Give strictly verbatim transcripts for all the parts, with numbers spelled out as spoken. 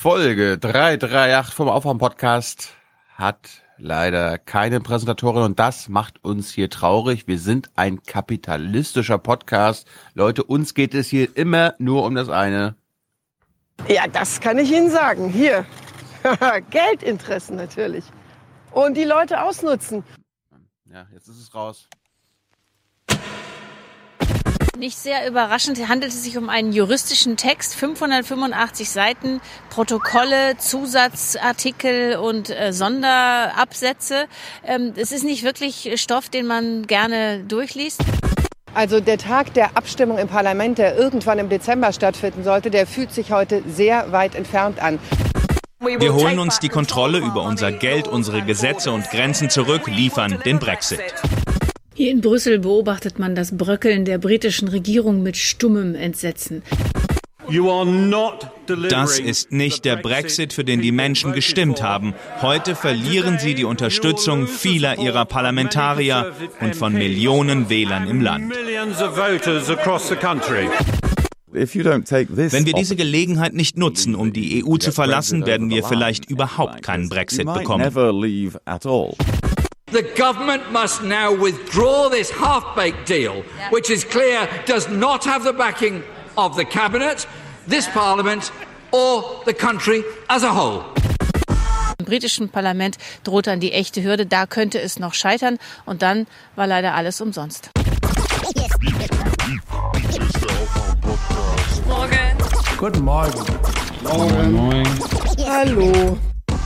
Folge drei drei acht vom Aufwachen-Podcast hat leider keine Präsentatorin und das macht uns hier traurig. Wir sind ein kapitalistischer Podcast. Leute, uns geht es hier immer nur um das eine. Ja, das kann ich Ihnen sagen. Hier, Geldinteressen natürlich. Und die Leute ausnutzen. Ja, jetzt ist es raus. Nicht sehr überraschend handelt es sich um einen juristischen Text, fünfhundertfünfundachtzig Seiten, Protokolle, Zusatzartikel und äh, Sonderabsätze. Ähm, es ist nicht wirklich Stoff, den man gerne durchliest. Also der Tag der Abstimmung im Parlament, der irgendwann im Dezember stattfinden sollte, der fühlt sich heute sehr weit entfernt an. Wir holen uns die Kontrolle über unser Geld, unsere Gesetze und Grenzen zurück, liefern den Brexit. Hier in Brüssel beobachtet man das Bröckeln der britischen Regierung mit stummem Entsetzen. Das ist nicht der Brexit, für den die Menschen gestimmt haben. Heute verlieren sie die Unterstützung vieler ihrer Parlamentarier und von Millionen Wählern im Land. Wenn wir diese Gelegenheit nicht nutzen, um die E U zu verlassen, werden wir vielleicht überhaupt keinen Brexit bekommen. The government must now withdraw this half-baked deal, which is clear does not have the backing of the cabinet, this parliament or the country as a whole. Im britischen Parlament droht dann die echte Hürde, da könnte es noch scheitern und dann war leider alles umsonst. Morgen. Guten Morgen. Morgen. Moin. Hallo.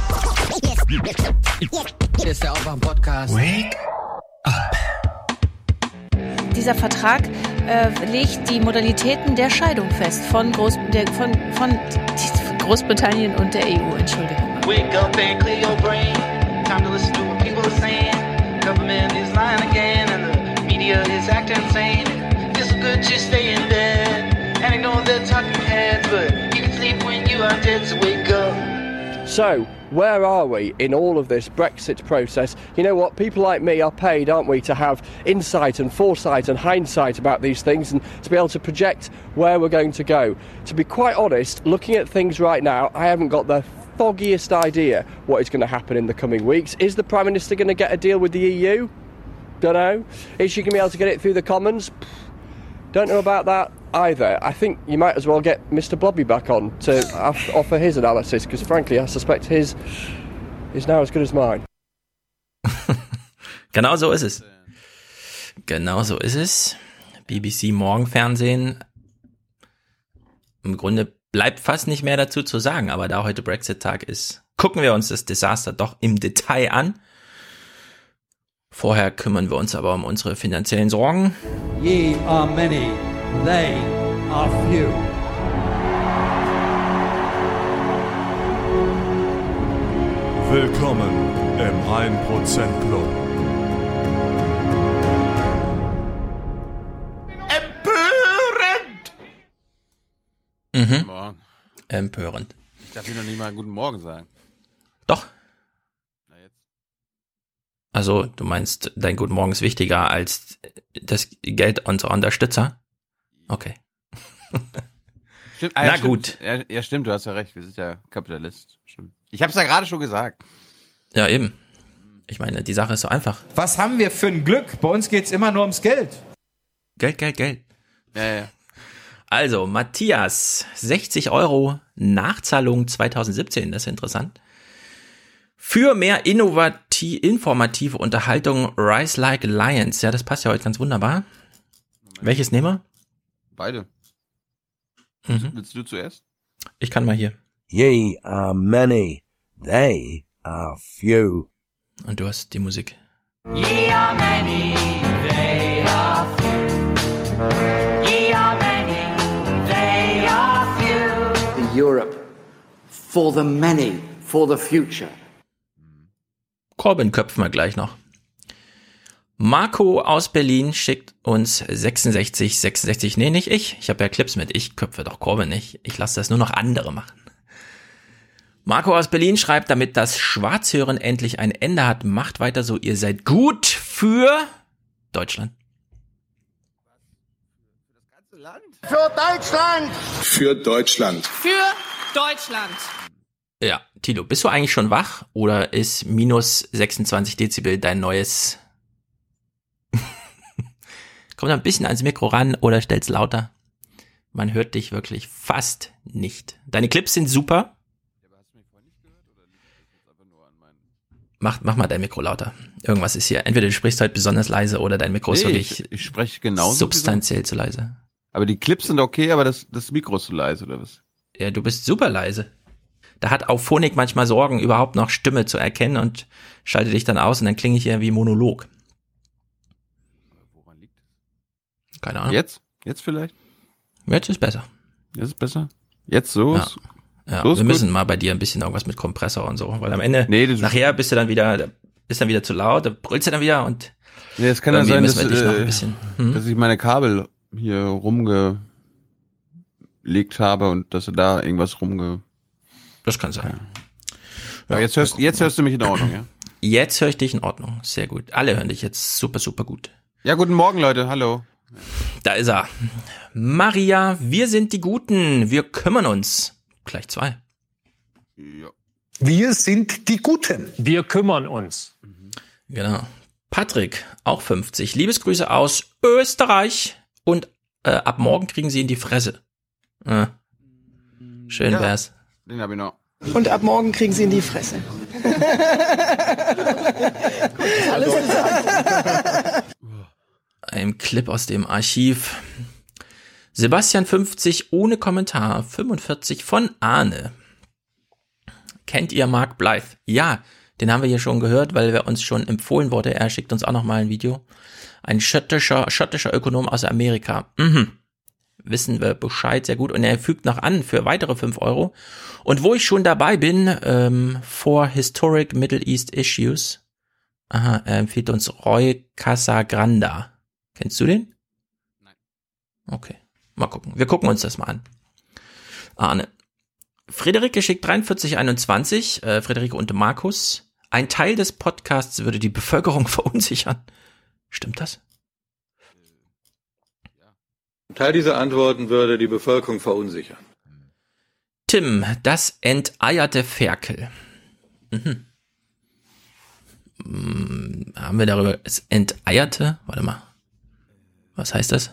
Hier ist der Aufwachen-Podcast. Wake up. Dieser Vertrag äh, legt die Modalitäten der Scheidung fest von, Groß, der, von, von Großbritannien und der E U. Entschuldigung. Wake up and clear your brain. Time to listen to what people are saying. Government is lying again and the media is acting insane. It's good to stay in bed and ignore the talking heads, but you can sleep when you are dead, so wake up. So, where are we in all of this Brexit process? You know what, people like me are paid, aren't we, to have insight and foresight and hindsight about these things and to be able to project where we're going to go. To be quite honest, looking at things right now, I haven't got the foggiest idea what is going to happen in the coming weeks. Is the Prime Minister going to get a deal with the E U? Don't know. Is she going to be able to get it through the Commons? Don't know about that either. I think you might as well get Mister Blobby back on to offer his analysis, because frankly, I suspect his is now as good as mine. Genau so ist es. Genau so ist es. B B C Morgenfernsehen. Im Grunde bleibt fast nicht mehr dazu zu sagen, aber da heute Brexit-Tag ist, gucken wir uns das Desaster doch im Detail an. Vorher kümmern wir uns aber um unsere finanziellen Sorgen. Ye are many, they are few. Willkommen im ein Prozent Club. Empörend! Mhm. Guten Morgen. Empörend. Ich darf hier noch nicht mal guten Morgen sagen. Doch. Na jetzt. Also, du meinst, dein Guten Morgen ist wichtiger als das Geld unserer Unterstützer? Okay. Stimmt, ah, Na ja, gut. Stimmt. Ja, ja, stimmt, du hast ja recht, wir sind ja Kapitalist. Stimmt. Ich hab's ja gerade schon gesagt. Ja, eben. Ich meine, die Sache ist so einfach. Was haben wir für ein Glück? Bei uns geht's immer nur ums Geld. Geld, Geld, Geld. Ja, ja. Also, Matthias, sechzig Euro Nachzahlung zweitausendsiebzehn, das ist interessant. Für mehr innovativ, informative Unterhaltung, Rise Like Lions. Ja, das passt ja heute ganz wunderbar. Welches nehmen wir? Beide. Mhm. Willst du zuerst? Ich kann mal hier. Ye are many, they are few. Und du hast die Musik. Ye are many, they are few. Ye are many, they are few. Europe for the many, for the future. Corbyn köpfen wir gleich noch. Marco aus Berlin schickt uns sechsundsechzig, sechsundsechzig, nee, nicht ich. Ich habe ja Clips mit, ich köpfe doch Corbyn nicht. Ich lasse das nur noch andere machen. Marco aus Berlin schreibt, damit das Schwarzhören endlich ein Ende hat, macht weiter so, ihr seid gut für Deutschland. Für Deutschland! Für Deutschland. Für Deutschland. Ja, Tilo, bist du eigentlich schon wach oder ist minus sechsundzwanzig Dezibel dein neues? Komm da ein bisschen ans Mikro ran oder stell's lauter. Man hört dich wirklich fast nicht. Deine Clips sind super. Mach, mach mal dein Mikro lauter. Irgendwas ist hier. Entweder du sprichst heute besonders leise oder dein Mikro ist Nee, wirklich ich, ich spreche genauso. substanziell zu leise. Aber die Clips sind okay, aber das, das Mikro ist zu leise, oder was? Ja, du bist super leise. Da hat Auphonic manchmal Sorgen, überhaupt noch Stimme zu erkennen und schalte dich dann aus und dann klinge ich ja wie Monolog. Woran liegt das? Keine Ahnung. Jetzt? Jetzt vielleicht? Jetzt ist besser. Jetzt ist besser? Jetzt so? Ja. Ist, Ja, so ist wir gut? müssen mal bei dir ein bisschen irgendwas mit Kompressor und so, weil am Ende, Nee, das- nachher bist du dann wieder, bist dann wieder zu laut, da brüllst du dann wieder und Nee, es kann ja irgendwie sein, müssen dass, wir dich noch äh, ein bisschen, hm? dass ich meine Kabel hier rumgelegt habe und dass du da irgendwas rumge... Das kann sein. Aber jetzt hörst, jetzt hörst du mich in Ordnung, ja? Jetzt höre ich dich in Ordnung, sehr gut. Alle hören dich jetzt super, super gut. Ja, guten Morgen, Leute, hallo. Da ist er. Maria, wir sind die Guten, wir kümmern uns. Gleich zwei. Ja. Wir sind die Guten. Wir kümmern uns. Genau. Patrick, auch fünfzig. Liebesgrüße aus Österreich und äh, ab morgen kriegen sie in die Fresse. Äh, schön Ja. wär's. Den hab ich noch. Und ab morgen kriegen sie in die Fresse. Alles gesagt. Ein Clip aus dem Archiv. Sebastian fünfzig ohne Kommentar. fünfundvierzig von Arne. Kennt ihr Mark Blythe? Ja, den haben wir hier schon gehört, weil er uns schon empfohlen wurde. Er schickt uns auch noch mal ein Video. Ein schottischer, schottischer Ökonom aus Amerika. Mhm. Wissen wir Bescheid, sehr gut. Und er fügt noch an für weitere fünf Euro. Und wo ich schon dabei bin, ähm, for Historic Middle East Issues. Aha, er empfiehlt uns Roy Casagranda. Kennst du den? Nein. Okay, mal gucken. Wir gucken uns das mal an. Arne. Friederike schickt dreiundvierzig einundzwanzig. Äh, Friederike und Markus. Ein Teil des Podcasts würde die Bevölkerung verunsichern. Stimmt das? Ein Teil dieser Antworten würde die Bevölkerung verunsichern. Tim, das enteierte Ferkel. Mhm. Hm, haben wir darüber das enteierte? Warte mal. Was heißt das?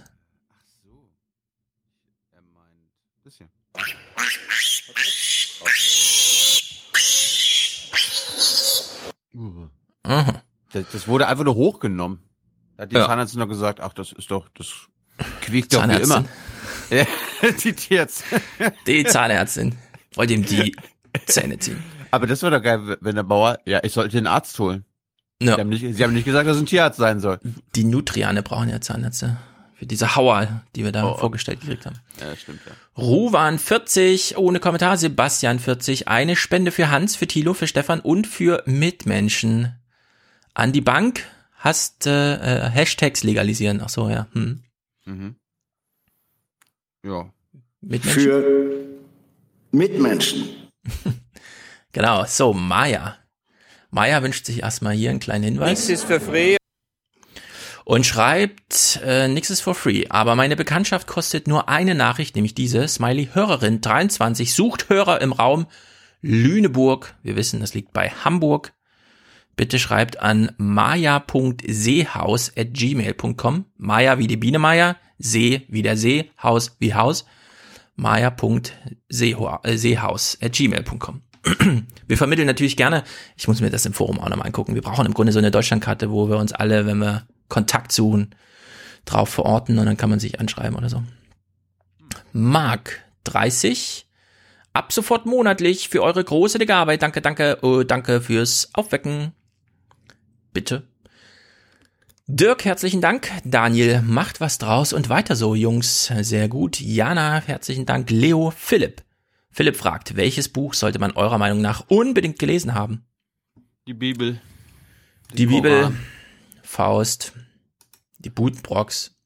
Aha. Das, das wurde einfach nur hochgenommen. Da hat die Ja. Zahnärztin noch gesagt, ach, das ist doch, das quiekt doch wie immer. Zahnärztin. Ja, die Tierz. Die Zahnärztin. Wollte ihm die Zähne ziehen. Aber das war doch geil, wenn der Bauer, ja, ich sollte den Arzt holen. Ja. Sie, haben nicht, sie haben nicht gesagt, dass es ein Tierarzt sein soll. Die Nutriane brauchen ja Zahnärzte. Für diese Hauer, die wir da Oh. vorgestellt gekriegt haben. Ja, stimmt, ja. Ruwan vierzig, ohne Kommentar. Sebastian vierzig, eine Spende für Hans, für Thilo, für Stefan und für Mitmenschen. An die Bank hast äh, Hashtags legalisieren. Ach so, ja. Hm. Mhm. Ja. Mitmenschen? Für Mitmenschen. Genau, so, Maya. Maya wünscht sich erstmal hier einen kleinen Hinweis. Nichts ist für free. Und schreibt, äh, nix ist for free, aber meine Bekanntschaft kostet nur eine Nachricht, nämlich diese, Smiley, Hörerin dreiundzwanzig, sucht Hörer im Raum Lüneburg. Wir wissen, das liegt bei Hamburg. Bitte schreibt an maya punkt seehaus at gmail punkt com. Maya wie die Biene Maya, See wie der See, Haus wie Haus. maya punkt seehaus at gmail punkt com. Wir vermitteln natürlich gerne, ich muss mir das im Forum auch nochmal angucken, wir brauchen im Grunde so eine Deutschlandkarte, wo wir uns alle, wenn wir Kontakt suchen, drauf verorten und dann kann man sich anschreiben oder so. Mark, dreißig, ab sofort monatlich für eure großartige Arbeit, danke, danke, oh, danke fürs Aufwecken. Bitte. Dirk, herzlichen Dank. Daniel, macht was draus und weiter so, Jungs, sehr gut. Jana, herzlichen Dank. Leo, Philipp. Philipp fragt, welches Buch sollte man eurer Meinung nach unbedingt gelesen haben? Die Bibel. Die Bibel, Faust, die Buddenbrocks.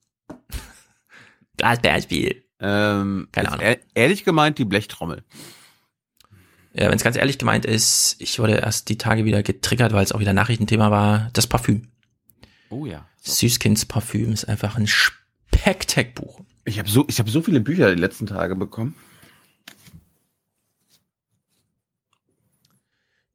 Das Beispiel. Ähm, Keine Ahnung. ehr- Ehrlich gemeint, die Blechtrommel. Ja, wenn es ganz ehrlich gemeint ist, ich wurde erst die Tage wieder getriggert, weil es auch wieder Nachrichtenthema war, das Parfüm. Oh ja. Süßkinds Parfüm ist einfach ein Spektakbuch. Ich habe so, ich habe so viele Bücher die letzten Tage bekommen.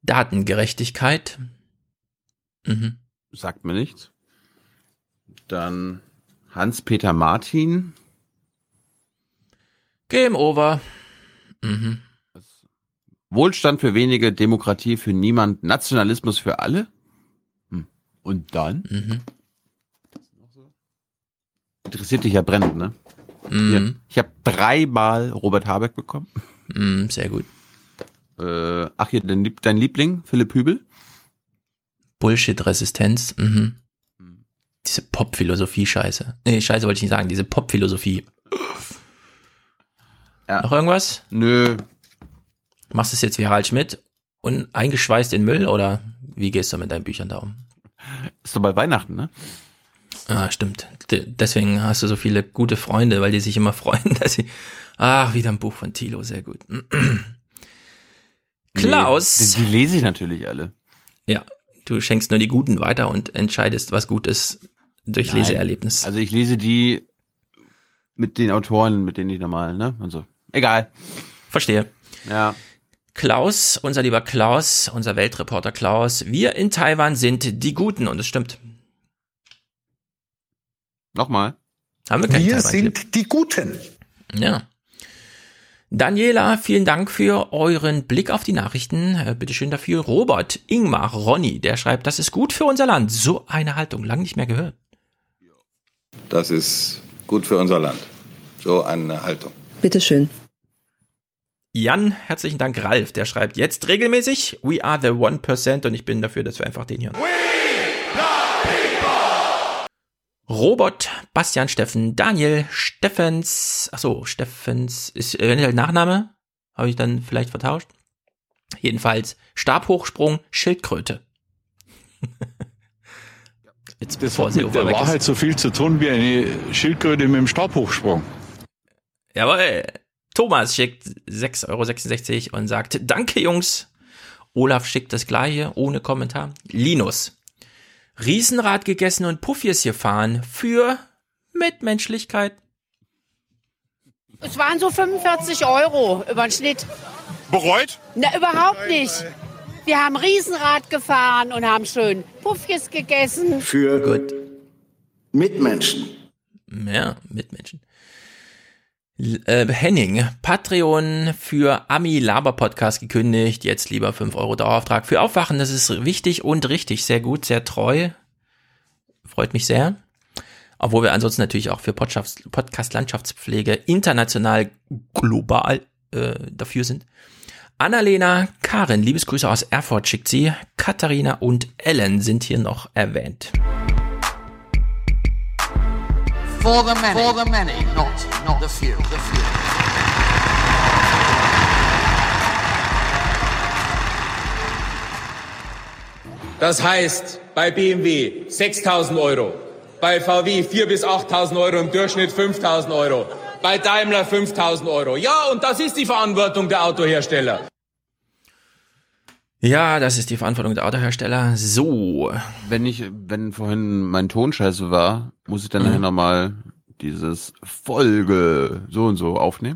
Datengerechtigkeit. Mhm. Sagt mir nichts. Dann Hans-Peter Martin. Game over. Mhm. Wohlstand für wenige, Demokratie für niemand, Nationalismus für alle. Hm. Und dann? Mhm. Interessiert dich ja brennend, ne? Mhm. Hier, ich habe dreimal Robert Habeck bekommen. Mhm, sehr gut. Äh, ach hier, dein, Lieb- dein Liebling, Philipp Hübel. Bullshit-Resistenz. Mhm. Diese Pop-Philosophie-Scheiße. Nee, Scheiße wollte ich nicht sagen. Diese Pop-Philosophie. Ja. Noch irgendwas? Nö. Machst du es jetzt wie Harald Schmidt und eingeschweißt in Müll oder wie gehst du mit deinen Büchern da um? Ist doch bei Weihnachten, ne? Ah, stimmt. D- deswegen hast du so viele gute Freunde, weil die sich immer freuen, dass sie... Ach, wieder ein Buch von Thilo, sehr gut. Klaus. Nee, die, die lese ich natürlich alle. Ja, du schenkst nur die Guten weiter und entscheidest, was gut ist durch Nein. Leseerlebnis. Also ich lese die mit den Autoren, mit denen ich normal, ne? Und so. Egal. Verstehe. Ja. Klaus, unser lieber Klaus, unser Weltreporter Klaus, wir in Taiwan sind die Guten und es stimmt. Nochmal. Haben wir keinen Wir Taiwan-Clip. sind die Guten. Ja. Daniela, vielen Dank für euren Blick auf die Nachrichten. Äh, bitteschön dafür. Robert, Ingmar, Ronny, der schreibt, das ist gut für unser Land. So eine Haltung, lang nicht mehr gehört. Das ist gut für unser Land. So eine Haltung. Bitteschön. Jan, herzlichen Dank. Ralf, der schreibt jetzt regelmäßig, we are the one percent und ich bin dafür, dass wir einfach den hier. Robert, Bastian, Steffen, Daniel, Steffens, ach so, Steffens ist eventuell Nachname, habe ich dann vielleicht vertauscht. Jedenfalls Stabhochsprung, Schildkröte. Jetzt Das hat mit der Wahrheit so viel zu tun wie eine Schildkröte mit dem Stabhochsprung. Jawohl. Thomas schickt sechs Euro sechsundsechzig und sagt, danke Jungs. Olaf schickt das gleiche, ohne Kommentar. Linus. Riesenrad gegessen und Puffies gefahren für Mitmenschlichkeit. Es waren so fünfundvierzig Euro über den Schnitt. Bereut? Na, überhaupt nicht. Wir haben Riesenrad gefahren und haben schön Puffies gegessen. Für Gut. Mitmenschen. Ja, Mitmenschen. L- äh, Henning, Patreon für Ami Laber Podcast gekündigt, jetzt lieber fünf Euro Dauerauftrag für Aufwachen, das ist wichtig und richtig, sehr gut, sehr treu, freut mich sehr, obwohl wir ansonsten natürlich auch für Podcast, Podcast Landschaftspflege international, global äh, dafür sind. Annalena, Karin, Liebesgrüße aus Erfurt schickt sie, Katharina und Ellen sind hier noch erwähnt. For the many, for the many, not, not the few, the few. Das heißt, bei B M W sechstausend Euro, bei V W viertausend bis achttausend Euro, im Durchschnitt fünftausend Euro, bei Daimler fünftausend Euro. Ja, und das ist die Verantwortung der Autohersteller. Ja, das ist die Verantwortung der Autohersteller. So. Wenn ich, wenn vorhin mein Ton scheiße war, muss ich dann Mhm. nachher nochmal dieses Folge so und so aufnehmen?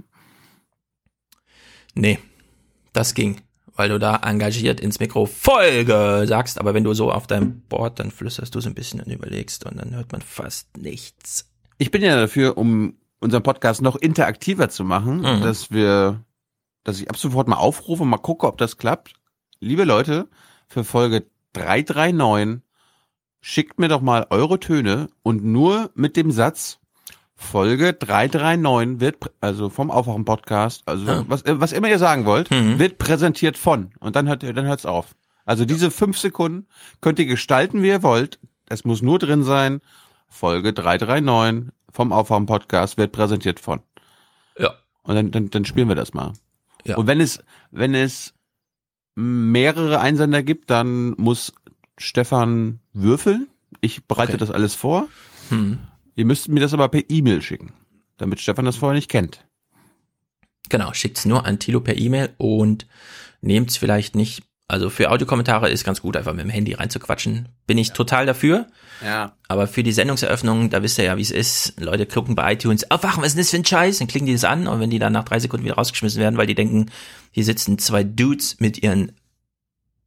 Nee, das ging, weil du da engagiert ins Mikro Folge sagst, aber wenn du so auf deinem Board, dann flüsterst du so ein bisschen und überlegst und dann hört man fast nichts. Ich bin ja dafür, um unseren Podcast noch interaktiver zu machen, Mhm. dass wir, dass ich ab sofort mal aufrufe und mal gucke, ob das klappt. Liebe Leute, für Folge drei drei neun schickt mir doch mal eure Töne und nur mit dem Satz Folge drei drei neun wird, pr- also vom Aufwachen-Podcast, also Ja. was, äh, was immer ihr sagen wollt, Mhm. wird präsentiert von. Und dann hört ihr, dann hört's auf. Also diese fünf Sekunden könnt ihr gestalten, wie ihr wollt. Es muss nur drin sein. Folge drei drei neun vom Aufwachen-Podcast wird präsentiert von. Ja. Und dann, dann, dann spielen wir das mal. Ja. Und wenn es, wenn es mehrere Einsender gibt, dann muss Stefan würfeln. Ich bereite Okay. das alles vor. Hm. Ihr müsst mir das aber per E-Mail schicken, damit Stefan das vorher nicht kennt. Genau, schickt's nur an Thilo per E-Mail und nehmt's vielleicht nicht, also für Audiokommentare ist ganz gut, einfach mit dem Handy reinzuquatschen. Bin ich total dafür. Ja. Aber für die Sendungseröffnung, da wisst ihr ja, wie es ist. Leute klucken bei iTunes, aufwachen, was ist denn das für ein Scheiß? Dann klicken die das an und wenn die dann nach drei Sekunden wieder rausgeschmissen werden, weil die denken, hier sitzen zwei Dudes mit ihren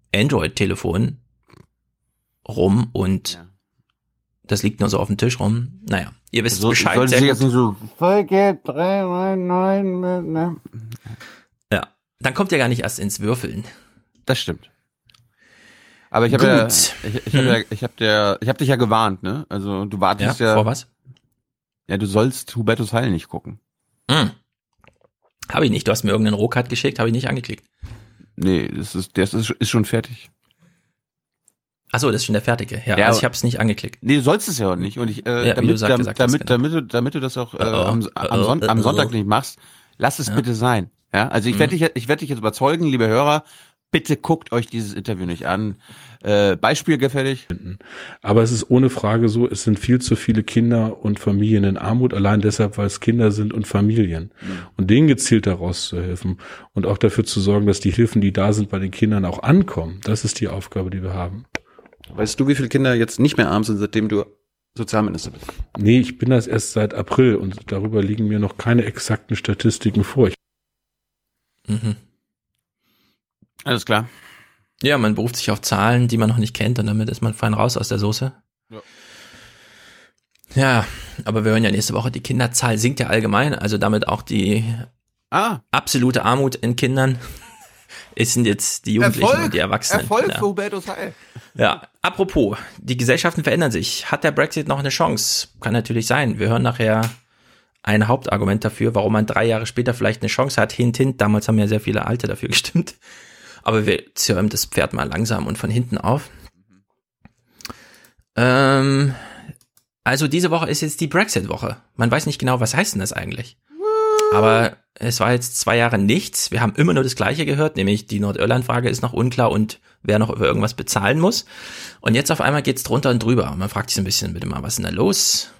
Android-Telefon rum und ja. das liegt nur so auf dem Tisch rum. Naja, ihr wisst so, Bescheid. Sollte sehr jetzt nicht so Folge drei neun neun ne? Ja, dann kommt ihr gar nicht erst ins Würfeln. Das stimmt. Aber ich habe ja, ich, ich habe ja, ich habe der, ich habe dich ja gewarnt, ne? Also du wartest ja, ja. Vor was? Ja, du sollst Hubertus Heil nicht gucken. Hm. Habe ich nicht. Du hast mir irgendeinen Rohcut geschickt, habe ich nicht angeklickt. Nee, das ist, das ist, ist schon fertig. Ach so, das ist schon der fertige. Ja, ja, also ich habe es nicht angeklickt. Nee, du sollst es ja auch nicht. Und ich, äh, ja, damit, du gesagt, damit, gesagt damit, hast, genau. damit, du, damit du das auch äh, oh, am, am, Son- am Sonntag nicht machst, lass es ja. bitte sein. Ja, also ich mhm. werde dich, ich werde dich jetzt überzeugen, liebe Hörer. Bitte guckt euch dieses Interview nicht an. Äh, beispielgefällig. Aber es ist ohne Frage so, es sind viel zu viele Kinder und Familien in Armut, allein deshalb, weil es Kinder sind und Familien. Mhm. Und denen gezielt daraus zu helfen und auch dafür zu sorgen, dass die Hilfen, die da sind, bei den Kindern auch ankommen. Das ist die Aufgabe, die wir haben. Weißt du, wie viele Kinder jetzt nicht mehr arm sind, seitdem du Sozialminister bist? Nee, ich bin das erst seit April und darüber liegen mir noch keine exakten Statistiken vor. Mhm. Alles klar. Ja, man beruft sich auf Zahlen, die man noch nicht kennt und damit ist man fein raus aus der Soße. Ja. Ja, aber wir hören ja nächste Woche, die Kinderzahl sinkt ja allgemein, also damit auch die ah. absolute Armut in Kindern. Es sind jetzt die Jugendlichen Erfolg, und die Erwachsenen. Erfolg ja. für Hubertus Heil. Ja, apropos, die Gesellschaften verändern sich. Hat der Brexit noch eine Chance? Kann natürlich sein. Wir hören nachher ein Hauptargument dafür, warum man drei Jahre später vielleicht eine Chance hat. Hint, hint, damals haben ja sehr viele Alte dafür gestimmt. Aber wir zäumen das Pferd mal langsam und von hinten auf. Ähm, also diese Woche ist jetzt die Brexit-Woche. Man weiß nicht genau, was heißt denn das eigentlich? Aber es war jetzt zwei Jahre nichts. Wir haben immer nur das Gleiche gehört, nämlich die Nordirland-Frage ist noch unklar und wer noch über irgendwas bezahlen muss. Und jetzt auf einmal geht's drunter und drüber. Und man fragt sich ein bisschen, bitte mal, was ist denn da los?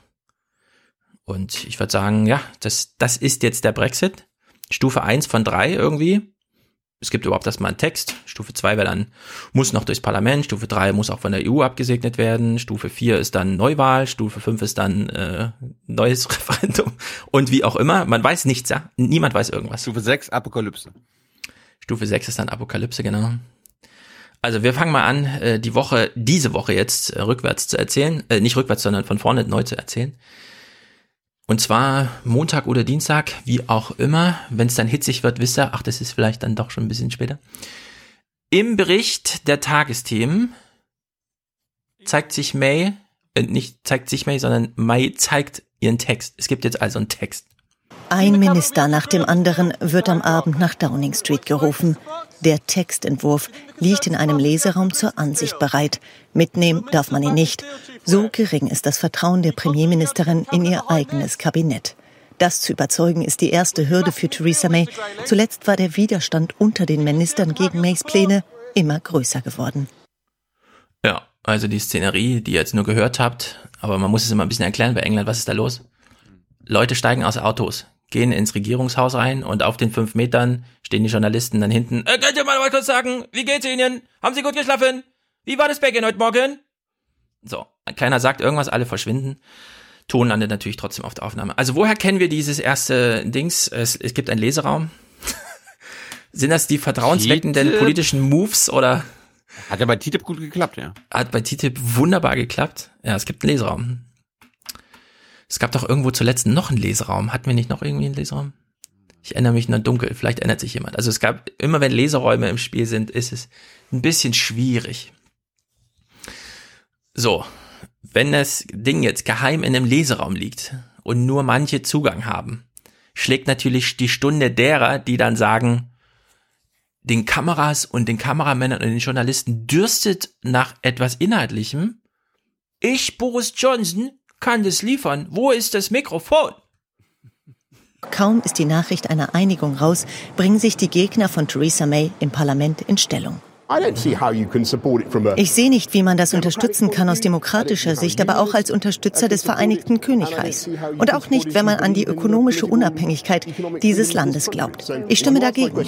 Und ich würde sagen, ja, das, das ist jetzt der Brexit. Stufe eins von drei irgendwie. Es gibt überhaupt erstmal einen Text. Stufe zwei wäre dann, muss noch durchs Parlament. Stufe drei muss auch von der E U abgesegnet werden. Stufe vier ist dann Neuwahl. Stufe fünf ist dann äh, neues Referendum. Und wie auch immer. Man weiß nichts, ja. Niemand weiß irgendwas. Stufe sechs, Apokalypse. Stufe sechs ist dann Apokalypse, genau. Also wir fangen mal an, äh, die Woche, diese Woche jetzt äh, rückwärts zu erzählen. Äh, nicht rückwärts, sondern von vorne neu zu erzählen. Und zwar Montag oder Dienstag, wie auch immer. Wenn es dann hitzig wird, wisst ihr, ach, das ist vielleicht dann doch schon ein bisschen später. Im Bericht der Tagesthemen zeigt sich May, äh, nicht zeigt sich May, sondern May zeigt ihren Text. Es gibt jetzt also einen Text. Ein Minister nach dem anderen wird am Abend nach Downing Street gerufen. Der Textentwurf liegt in einem Leseraum zur Ansicht bereit. Mitnehmen darf man ihn nicht. So gering ist das Vertrauen der Premierministerin in ihr eigenes Kabinett. Das zu überzeugen ist die erste Hürde für Theresa May. Zuletzt war der Widerstand unter den Ministern gegen Mays Pläne immer größer geworden. Ja, also die Szenerie, die ihr jetzt nur gehört habt, aber man muss es immer ein bisschen erklären bei England, was ist da los? Leute steigen aus Autos, gehen ins Regierungshaus rein und auf den fünf Metern stehen die Journalisten dann hinten. Äh, könnt ihr mal was kurz sagen? Wie geht's Ihnen? Haben Sie gut geschlafen? Wie war das Back-in heute Morgen? So, ein Kleiner sagt irgendwas, alle verschwinden. Ton landet natürlich trotzdem auf der Aufnahme. Also woher kennen wir dieses erste Dings? Es, es gibt einen Leseraum. Sind das die vertrauensweckenden TTIP. Politischen Moves oder? Hat ja bei T T I P gut geklappt, ja. Hat bei T T I P wunderbar geklappt. Ja, es gibt einen Leseraum. Es gab doch irgendwo zuletzt noch einen Leseraum. Hatten wir nicht noch irgendwie einen Leseraum? Ich erinnere mich nur dunkel. Vielleicht ändert sich jemand. Also es gab, immer wenn Leseräume im Spiel sind, ist es ein bisschen schwierig. So, wenn das Ding jetzt geheim in einem Leseraum liegt und nur manche Zugang haben, schlägt natürlich die Stunde derer, die dann sagen, den Kameras und den Kameramännern und den Journalisten dürstet nach etwas Inhaltlichem. Ich, Boris Johnson, kann das liefern. Wo ist das Mikrofon? Kaum ist die Nachricht einer Einigung raus, bringen sich die Gegner von Theresa May im Parlament in Stellung. Ich sehe nicht, wie man das unterstützen kann aus demokratischer Sicht, aber auch als Unterstützer des Vereinigten Königreichs. Und auch nicht, wenn man an die ökonomische Unabhängigkeit dieses Landes glaubt. Ich stimme dagegen.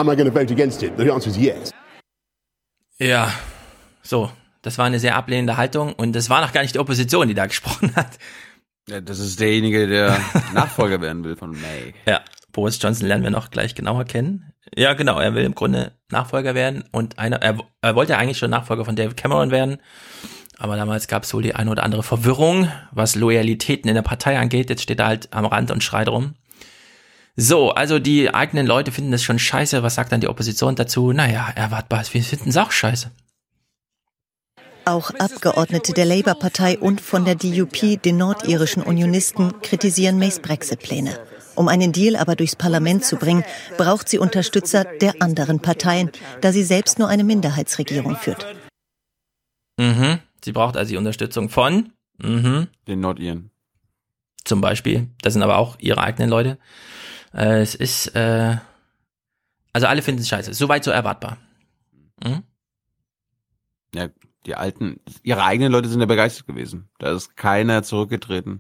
Ja, so. Das war eine sehr ablehnende Haltung und das war noch gar nicht die Opposition, die da gesprochen hat. Ja, das ist derjenige, der Nachfolger werden will von May. Ja, Boris Johnson lernen wir noch gleich genauer kennen. Ja, genau, er will im Grunde Nachfolger werden und einer, er, er wollte eigentlich schon Nachfolger von David Cameron werden, aber damals gab es wohl die eine oder andere Verwirrung, was Loyalitäten in der Partei angeht. Jetzt steht er halt am Rand und schreit rum. So, also die eigenen Leute finden das schon scheiße. Was sagt dann die Opposition dazu? Naja, erwartbar, wir finden es auch scheiße. Auch Abgeordnete der Labour-Partei und von der D U P, den nordirischen Unionisten, kritisieren Mays Brexit-Pläne. Um einen Deal aber durchs Parlament zu bringen, braucht sie Unterstützer der anderen Parteien, da sie selbst nur eine Minderheitsregierung führt. Mhm. Sie braucht also die Unterstützung von mhm. den Nordiren. Zum Beispiel. Das sind aber auch ihre eigenen Leute. Äh, es ist, äh, also alle finden es scheiße. Soweit so erwartbar. Mhm. Ja, die alten, ihre eigenen Leute sind ja begeistert gewesen. Da ist keiner zurückgetreten.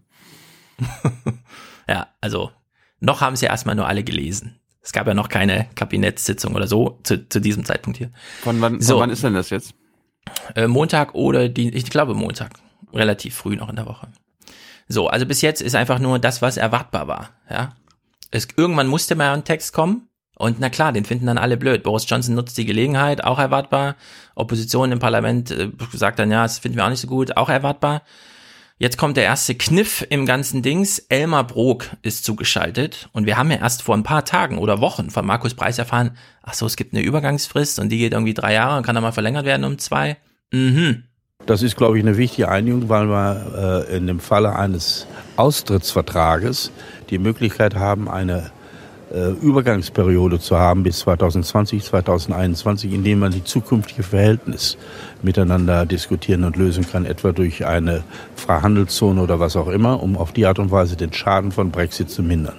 Ja, also noch haben sie erstmal nur alle gelesen. Es gab ja noch keine Kabinettssitzung oder so zu, zu diesem Zeitpunkt hier. Von wann, so, von wann ist denn das jetzt? Äh, Montag oder die, ich glaube Montag. Relativ früh noch in der Woche. So, also bis jetzt ist einfach nur das, was erwartbar war. Ja, es, irgendwann musste mal ein Text kommen. Und na klar, den finden dann alle blöd. Boris Johnson nutzt die Gelegenheit, auch erwartbar. Opposition im Parlament äh, sagt dann, ja, das finden wir auch nicht so gut, auch erwartbar. Jetzt kommt der erste Kniff im ganzen Dings. Elmar Brok ist zugeschaltet. Und wir haben ja erst vor ein paar Tagen oder Wochen von Markus Preis erfahren, ach so, es gibt eine Übergangsfrist und die geht irgendwie drei Jahre und kann dann mal verlängert werden um zwei. Mhm. Das ist, glaube ich, eine wichtige Einigung, weil wir äh, in dem Falle eines Austrittsvertrages die Möglichkeit haben, eine Übergangsperiode zu haben bis zwanzig zwanzig, zwanzig einundzwanzig, in dem man die zukünftige Verhältnis miteinander diskutieren und lösen kann, etwa durch eine Freihandelszone oder was auch immer, um auf die Art und Weise den Schaden von Brexit zu mindern.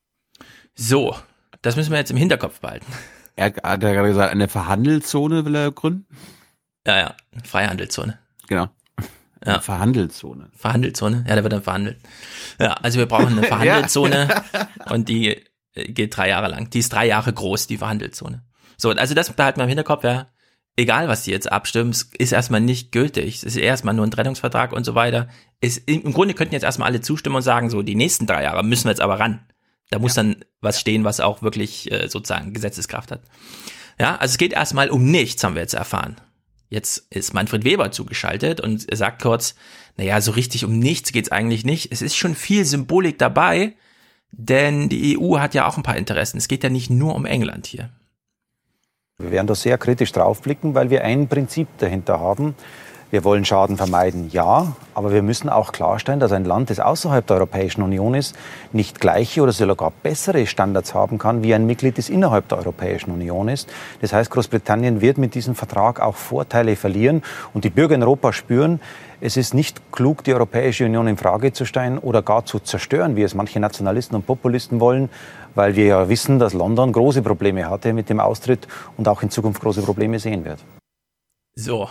So, das müssen wir jetzt im Hinterkopf behalten. Er hat ja gerade gesagt, eine Verhandelszone will er gründen? Ja, ja, Freihandelszone. Genau. Ja. Eine Verhandelszone. Verhandelszone, ja, da wird dann verhandelt. Ja, also wir brauchen eine Verhandelszone ja. Und die geht drei Jahre lang. Die ist drei Jahre groß, die Verhandelszone. So, also das behalten wir im Hinterkopf, ja. Egal, was die jetzt abstimmen, ist erstmal nicht gültig. Es ist erstmal nur ein Trennungsvertrag und so weiter. Es, im Grunde könnten jetzt erstmal alle zustimmen und sagen, so, die nächsten drei Jahre müssen wir jetzt aber ran. Da muss ja. dann was stehen, was auch wirklich äh, sozusagen Gesetzeskraft hat. Ja, also es geht erstmal um nichts, haben wir jetzt erfahren. Jetzt ist Manfred Weber zugeschaltet und er sagt kurz, naja, so richtig um nichts geht's eigentlich nicht. Es ist schon viel Symbolik dabei, denn die E U hat ja auch ein paar Interessen. Es geht ja nicht nur um England hier. Wir werden da sehr kritisch draufblicken, weil wir ein Prinzip dahinter haben. Wir wollen Schaden vermeiden, ja, aber wir müssen auch klarstellen, dass ein Land, das außerhalb der Europäischen Union ist, nicht gleiche oder sogar bessere Standards haben kann, wie ein Mitglied, das innerhalb der Europäischen Union ist. Das heißt, Großbritannien wird mit diesem Vertrag auch Vorteile verlieren und die Bürger in Europa spüren, es ist nicht klug, die Europäische Union in Frage zu stellen oder gar zu zerstören, wie es manche Nationalisten und Populisten wollen, weil wir ja wissen, dass London große Probleme hatte mit dem Austritt und auch in Zukunft große Probleme sehen wird. So.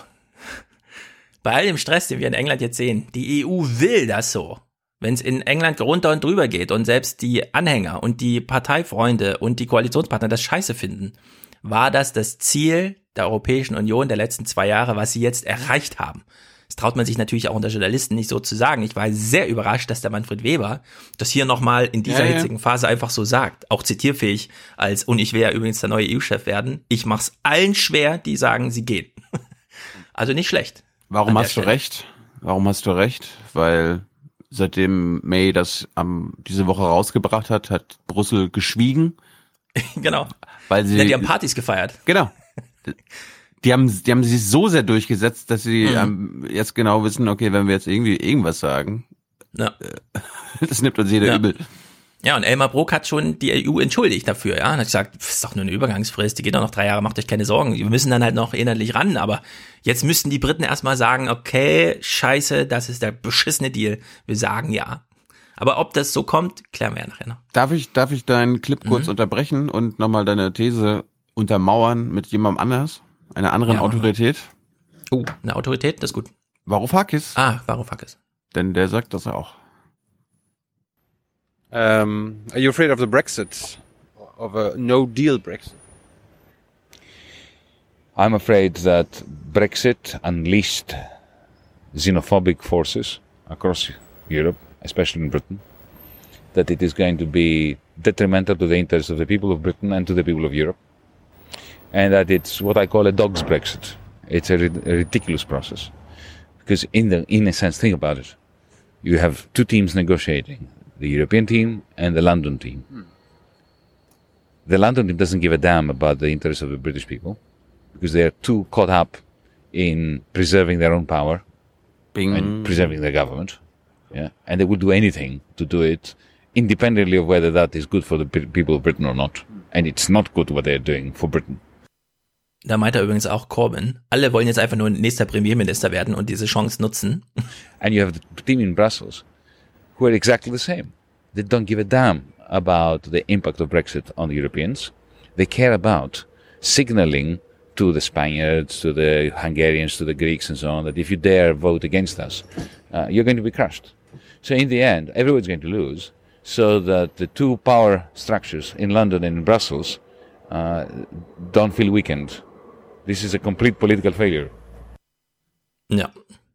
Bei all dem Stress, den wir in England jetzt sehen, die E U will das so. Wenn es in England runter und drüber geht und selbst die Anhänger und die Parteifreunde und die Koalitionspartner das scheiße finden, war das das Ziel der Europäischen Union der letzten zwei Jahre, was sie jetzt erreicht haben. Das traut man sich natürlich auch unter Journalisten nicht so zu sagen. Ich war sehr überrascht, dass der Manfred Weber das hier nochmal in dieser ja, ja. hitzigen Phase einfach so sagt. Auch zitierfähig als, und ich will ja übrigens der neue E U-Chef werden. Ich mach's allen schwer, die sagen, sie gehen. Also nicht schlecht. Warum hast du recht? Warum hast du recht? Weil seitdem May das am, diese Woche rausgebracht hat, hat Brüssel geschwiegen. Genau. Weil sie, ja, die haben Partys gefeiert. Genau. Die haben, die haben sich so sehr durchgesetzt, dass sie mhm. ähm, jetzt genau wissen, okay, wenn wir jetzt irgendwie irgendwas sagen, ja. das nimmt uns jeder ja. übel. Ja, und Elmar Brok hat schon die E U entschuldigt dafür, ja. Und hat gesagt, das ist doch nur eine Übergangsfrist, die geht doch noch drei Jahre, macht euch keine Sorgen. Wir müssen dann halt noch inhaltlich ran, aber jetzt müssten die Briten erstmal sagen, okay, scheiße, das ist der beschissene Deal. Wir sagen ja. Aber ob das so kommt, klären wir ja nachher noch. Darf ich, darf ich deinen Clip kurz Mhm. unterbrechen und nochmal deine These untermauern mit jemandem anders? Einer anderen Ja. Autorität? Oh, eine Autorität, das ist gut. Varoufakis. Ah, Varoufakis. Denn der sagt das auch. Um, are you afraid of the Brexit, of a no-deal Brexit? I'm afraid that Brexit unleashed xenophobic forces across Europe, especially in Britain, that it is going to be detrimental to the interests of the people of Britain and to the people of Europe. And that it's what I call a dog's Brexit. It's a, ri- a ridiculous process. Because in the, in a sense, think about it. You have two teams negotiating, the European team and the London team. Hmm. The London team doesn't give a damn about the interests of the British people because they're too caught up in preserving their own power Bing. and preserving their government. Yeah, and they will do anything to do it independently of whether that is good for the people of Britain or not. And it's not good what they're doing for Britain. Da meint er übrigens auch Corbyn. Alle wollen jetzt einfach nur nächster Premierminister werden und diese Chance nutzen. And you have the team in Brussels who are exactly the same. They don't give a damn about the impact of Brexit on the Europeans. They care about signaling to the Spaniards, to the Hungarians, to the Greeks and so on, that if you dare vote against us, uh, you're going to be crushed. So in the end, everyone's going to lose, so that the two power structures in London and in Brussels uh, don't feel weakened. This is a complete political failure. Ja,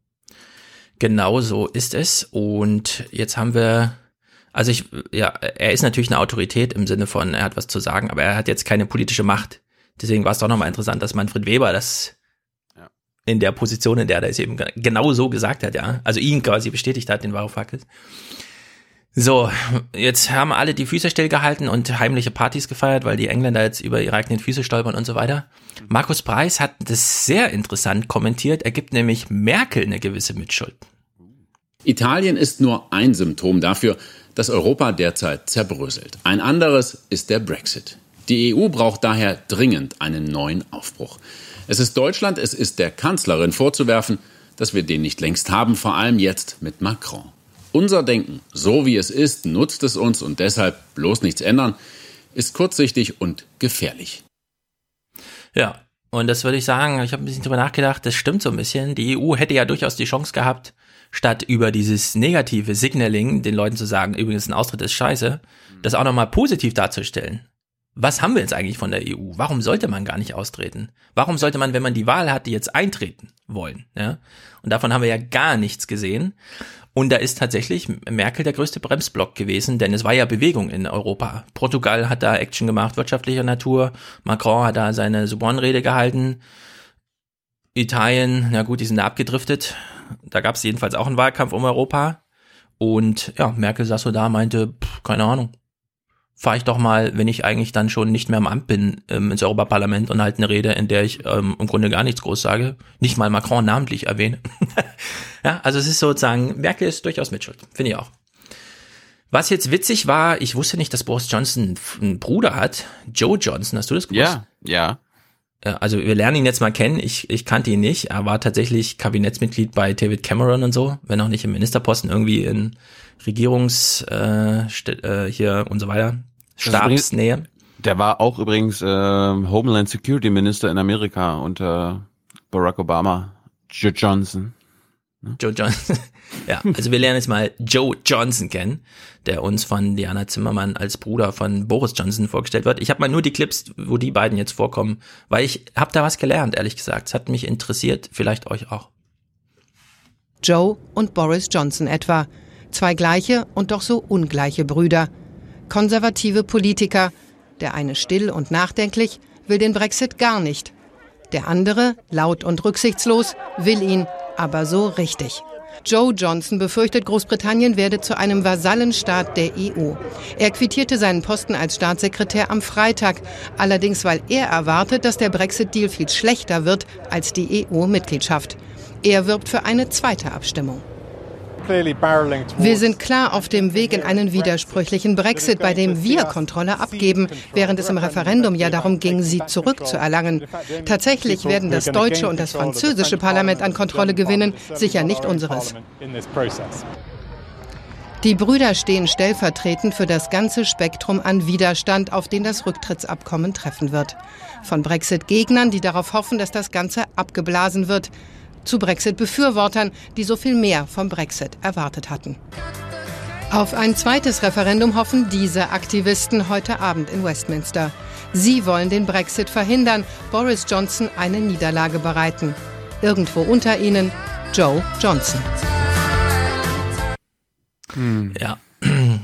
genau so ist es. Und jetzt haben wir, also ich, ja, er ist natürlich eine Autorität im Sinne von, er hat was zu sagen, aber er hat jetzt keine politische Macht. Deswegen war es doch nochmal interessant, dass Manfred Weber das ja. in der Position, in der er es eben genau so gesagt hat, ja. Also ihn quasi bestätigt hat, den Varoufakis. So, jetzt haben alle die Füße stillgehalten und heimliche Partys gefeiert, weil die Engländer jetzt über ihre eigenen Füße stolpern und so weiter. Markus Preis hat das sehr interessant kommentiert. Er gibt nämlich Merkel eine gewisse Mitschuld. Italien ist nur ein Symptom dafür, dass Europa derzeit zerbröselt. Ein anderes ist der Brexit. Die E U braucht daher dringend einen neuen Aufbruch. Es ist Deutschland, es ist der Kanzlerin vorzuwerfen, dass wir den nicht längst haben, vor allem jetzt mit Macron. Unser Denken, so wie es ist, nutzt es uns und deshalb bloß nichts ändern, ist kurzsichtig und gefährlich. Ja, und das würde ich sagen, ich habe ein bisschen drüber nachgedacht, das stimmt so ein bisschen. Die E U hätte ja durchaus die Chance gehabt, statt über dieses negative Signaling den Leuten zu sagen, übrigens ein Austritt ist scheiße, das auch nochmal positiv darzustellen. Was haben wir jetzt eigentlich von der E U? Warum sollte man gar nicht austreten? Warum sollte man, wenn man die Wahl hat, die jetzt eintreten wollen? Ja? Und davon haben wir ja gar nichts gesehen. Und da ist tatsächlich Merkel der größte Bremsblock gewesen, denn es war ja Bewegung in Europa. Portugal hat da Action gemacht, wirtschaftlicher Natur. Macron hat da seine Sorbonne-Rede gehalten. Italien, na gut, die sind da abgedriftet. Da gab es jedenfalls auch einen Wahlkampf um Europa. Und ja, Merkel saß so da, meinte, pff, keine Ahnung, fahre ich doch mal, wenn ich eigentlich dann schon nicht mehr im Amt bin, ähm, ins Europaparlament und halte eine Rede, in der ich ähm, im Grunde gar nichts groß sage, nicht mal Macron namentlich erwähne. Ja, also es ist sozusagen, Merkel ist durchaus mitschuld, finde ich auch. Was jetzt witzig war, ich wusste nicht, dass Boris Johnson einen Bruder hat, Joe Johnson, hast du das gewusst? Ja, ja. Also wir lernen ihn jetzt mal kennen, ich, ich kannte ihn nicht, er war tatsächlich Kabinettsmitglied bei David Cameron und so, wenn auch nicht im Ministerposten, irgendwie in Regierungs äh, äh, hier und so weiter, Stabsnähe. Der war auch übrigens äh, Homeland Security Minister in Amerika unter Barack Obama, Joe Johnson. Ne? Joe Johnson, ja, also wir lernen jetzt mal Joe Johnson kennen, der uns von Diana Zimmermann als Bruder von Boris Johnson vorgestellt wird. Ich habe mal nur die Clips, wo die beiden jetzt vorkommen, weil ich habe da was gelernt, ehrlich gesagt. Es hat mich interessiert, vielleicht euch auch. Joe und Boris Johnson etwa. Zwei gleiche und doch so ungleiche Brüder. Konservative Politiker. Der eine still und nachdenklich, will den Brexit gar nicht. Der andere, laut und rücksichtslos, will ihn, aber so richtig. Joe Johnson befürchtet, Großbritannien werde zu einem Vasallenstaat der E U. Er quittierte seinen Posten als Staatssekretär am Freitag. Allerdings, weil er erwartet, dass der Brexit-Deal viel schlechter wird als die E U-Mitgliedschaft. Er wirbt für eine zweite Abstimmung. Wir sind klar auf dem Weg in einen widersprüchlichen Brexit, bei dem wir Kontrolle abgeben, während es im Referendum ja darum ging, sie zurückzuerlangen. Tatsächlich werden das deutsche und das französische Parlament an Kontrolle gewinnen, sicher nicht unseres. Die Brüder stehen stellvertretend für das ganze Spektrum an Widerstand, auf den das Rücktrittsabkommen treffen wird. Von Brexit-Gegnern, die darauf hoffen, dass das Ganze abgeblasen wird, zu Brexit-Befürwortern, die so viel mehr vom Brexit erwartet hatten. Auf ein zweites Referendum hoffen diese Aktivisten heute Abend in Westminster. Sie wollen den Brexit verhindern, Boris Johnson eine Niederlage bereiten. Irgendwo unter ihnen Joe Johnson. Ja,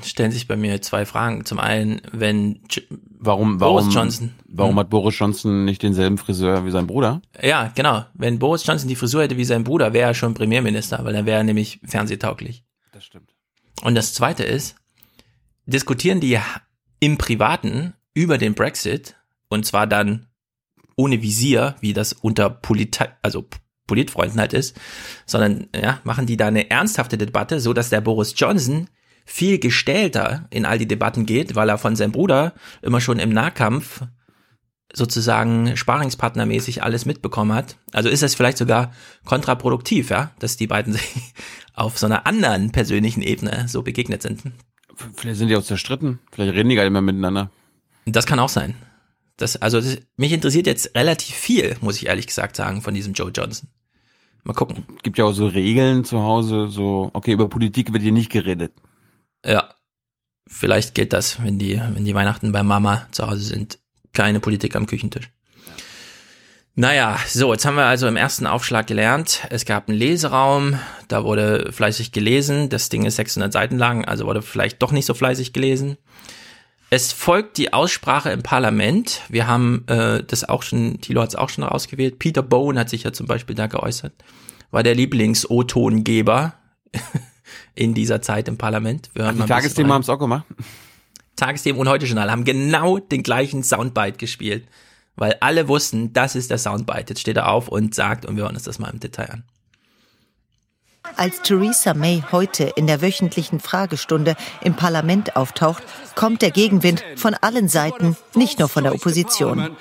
stellen sich bei mir zwei Fragen. Zum einen, wenn J- Warum, Boris warum, Johnson, warum hm? hat Boris Johnson nicht denselben Friseur wie sein Bruder? Ja, genau. Wenn Boris Johnson die Frisur hätte wie sein Bruder, wäre er schon Premierminister, weil dann wäre er nämlich fernsehtauglich. Das stimmt. Und das Zweite ist, diskutieren die im Privaten über den Brexit und zwar dann ohne Visier, wie das unter Politi- also Politfreunden halt ist, sondern ja, machen die da eine ernsthafte Debatte, so dass der Boris Johnson viel gestählter in all die Debatten geht, weil er von seinem Bruder immer schon im Nahkampf sozusagen sparingspartnermäßig alles mitbekommen hat. Also ist es vielleicht sogar kontraproduktiv, ja, dass die beiden sich auf so einer anderen persönlichen Ebene so begegnet sind. Vielleicht sind die auch zerstritten. Vielleicht reden die gar nicht mehr miteinander. Das kann auch sein. Das, also das, mich interessiert jetzt relativ viel, muss ich ehrlich gesagt sagen, von diesem Joe Johnson. Mal gucken. Gibt ja auch so Regeln zu Hause, so, okay, über Politik wird hier nicht geredet. Ja, vielleicht gilt das, wenn die, wenn die Weihnachten bei Mama zu Hause sind. Keine Politik am Küchentisch. Naja, so, jetzt haben wir also im ersten Aufschlag gelernt, es gab einen Leseraum, da wurde fleißig gelesen, das Ding ist sechshundert Seiten lang, also wurde vielleicht doch nicht so fleißig gelesen. Es folgt die Aussprache im Parlament, wir haben äh, das auch schon, Thilo hat es auch schon ausgewählt, Peter Bowen hat sich ja zum Beispiel da geäußert, war der Lieblings-O-Tongeber in dieser Zeit im Parlament. Wir hören Ach, mal die ein bisschen Tagesthemen rein. haben es auch gemacht. Tagesthemen und Heute-Journal haben genau den gleichen Soundbite gespielt, weil alle wussten, das ist der Soundbite. Jetzt steht er auf und sagt, und wir hören uns das mal im Detail an. Als Theresa May heute in der wöchentlichen Fragestunde im Parlament auftaucht, kommt der Gegenwind von allen Seiten, nicht nur von der Opposition.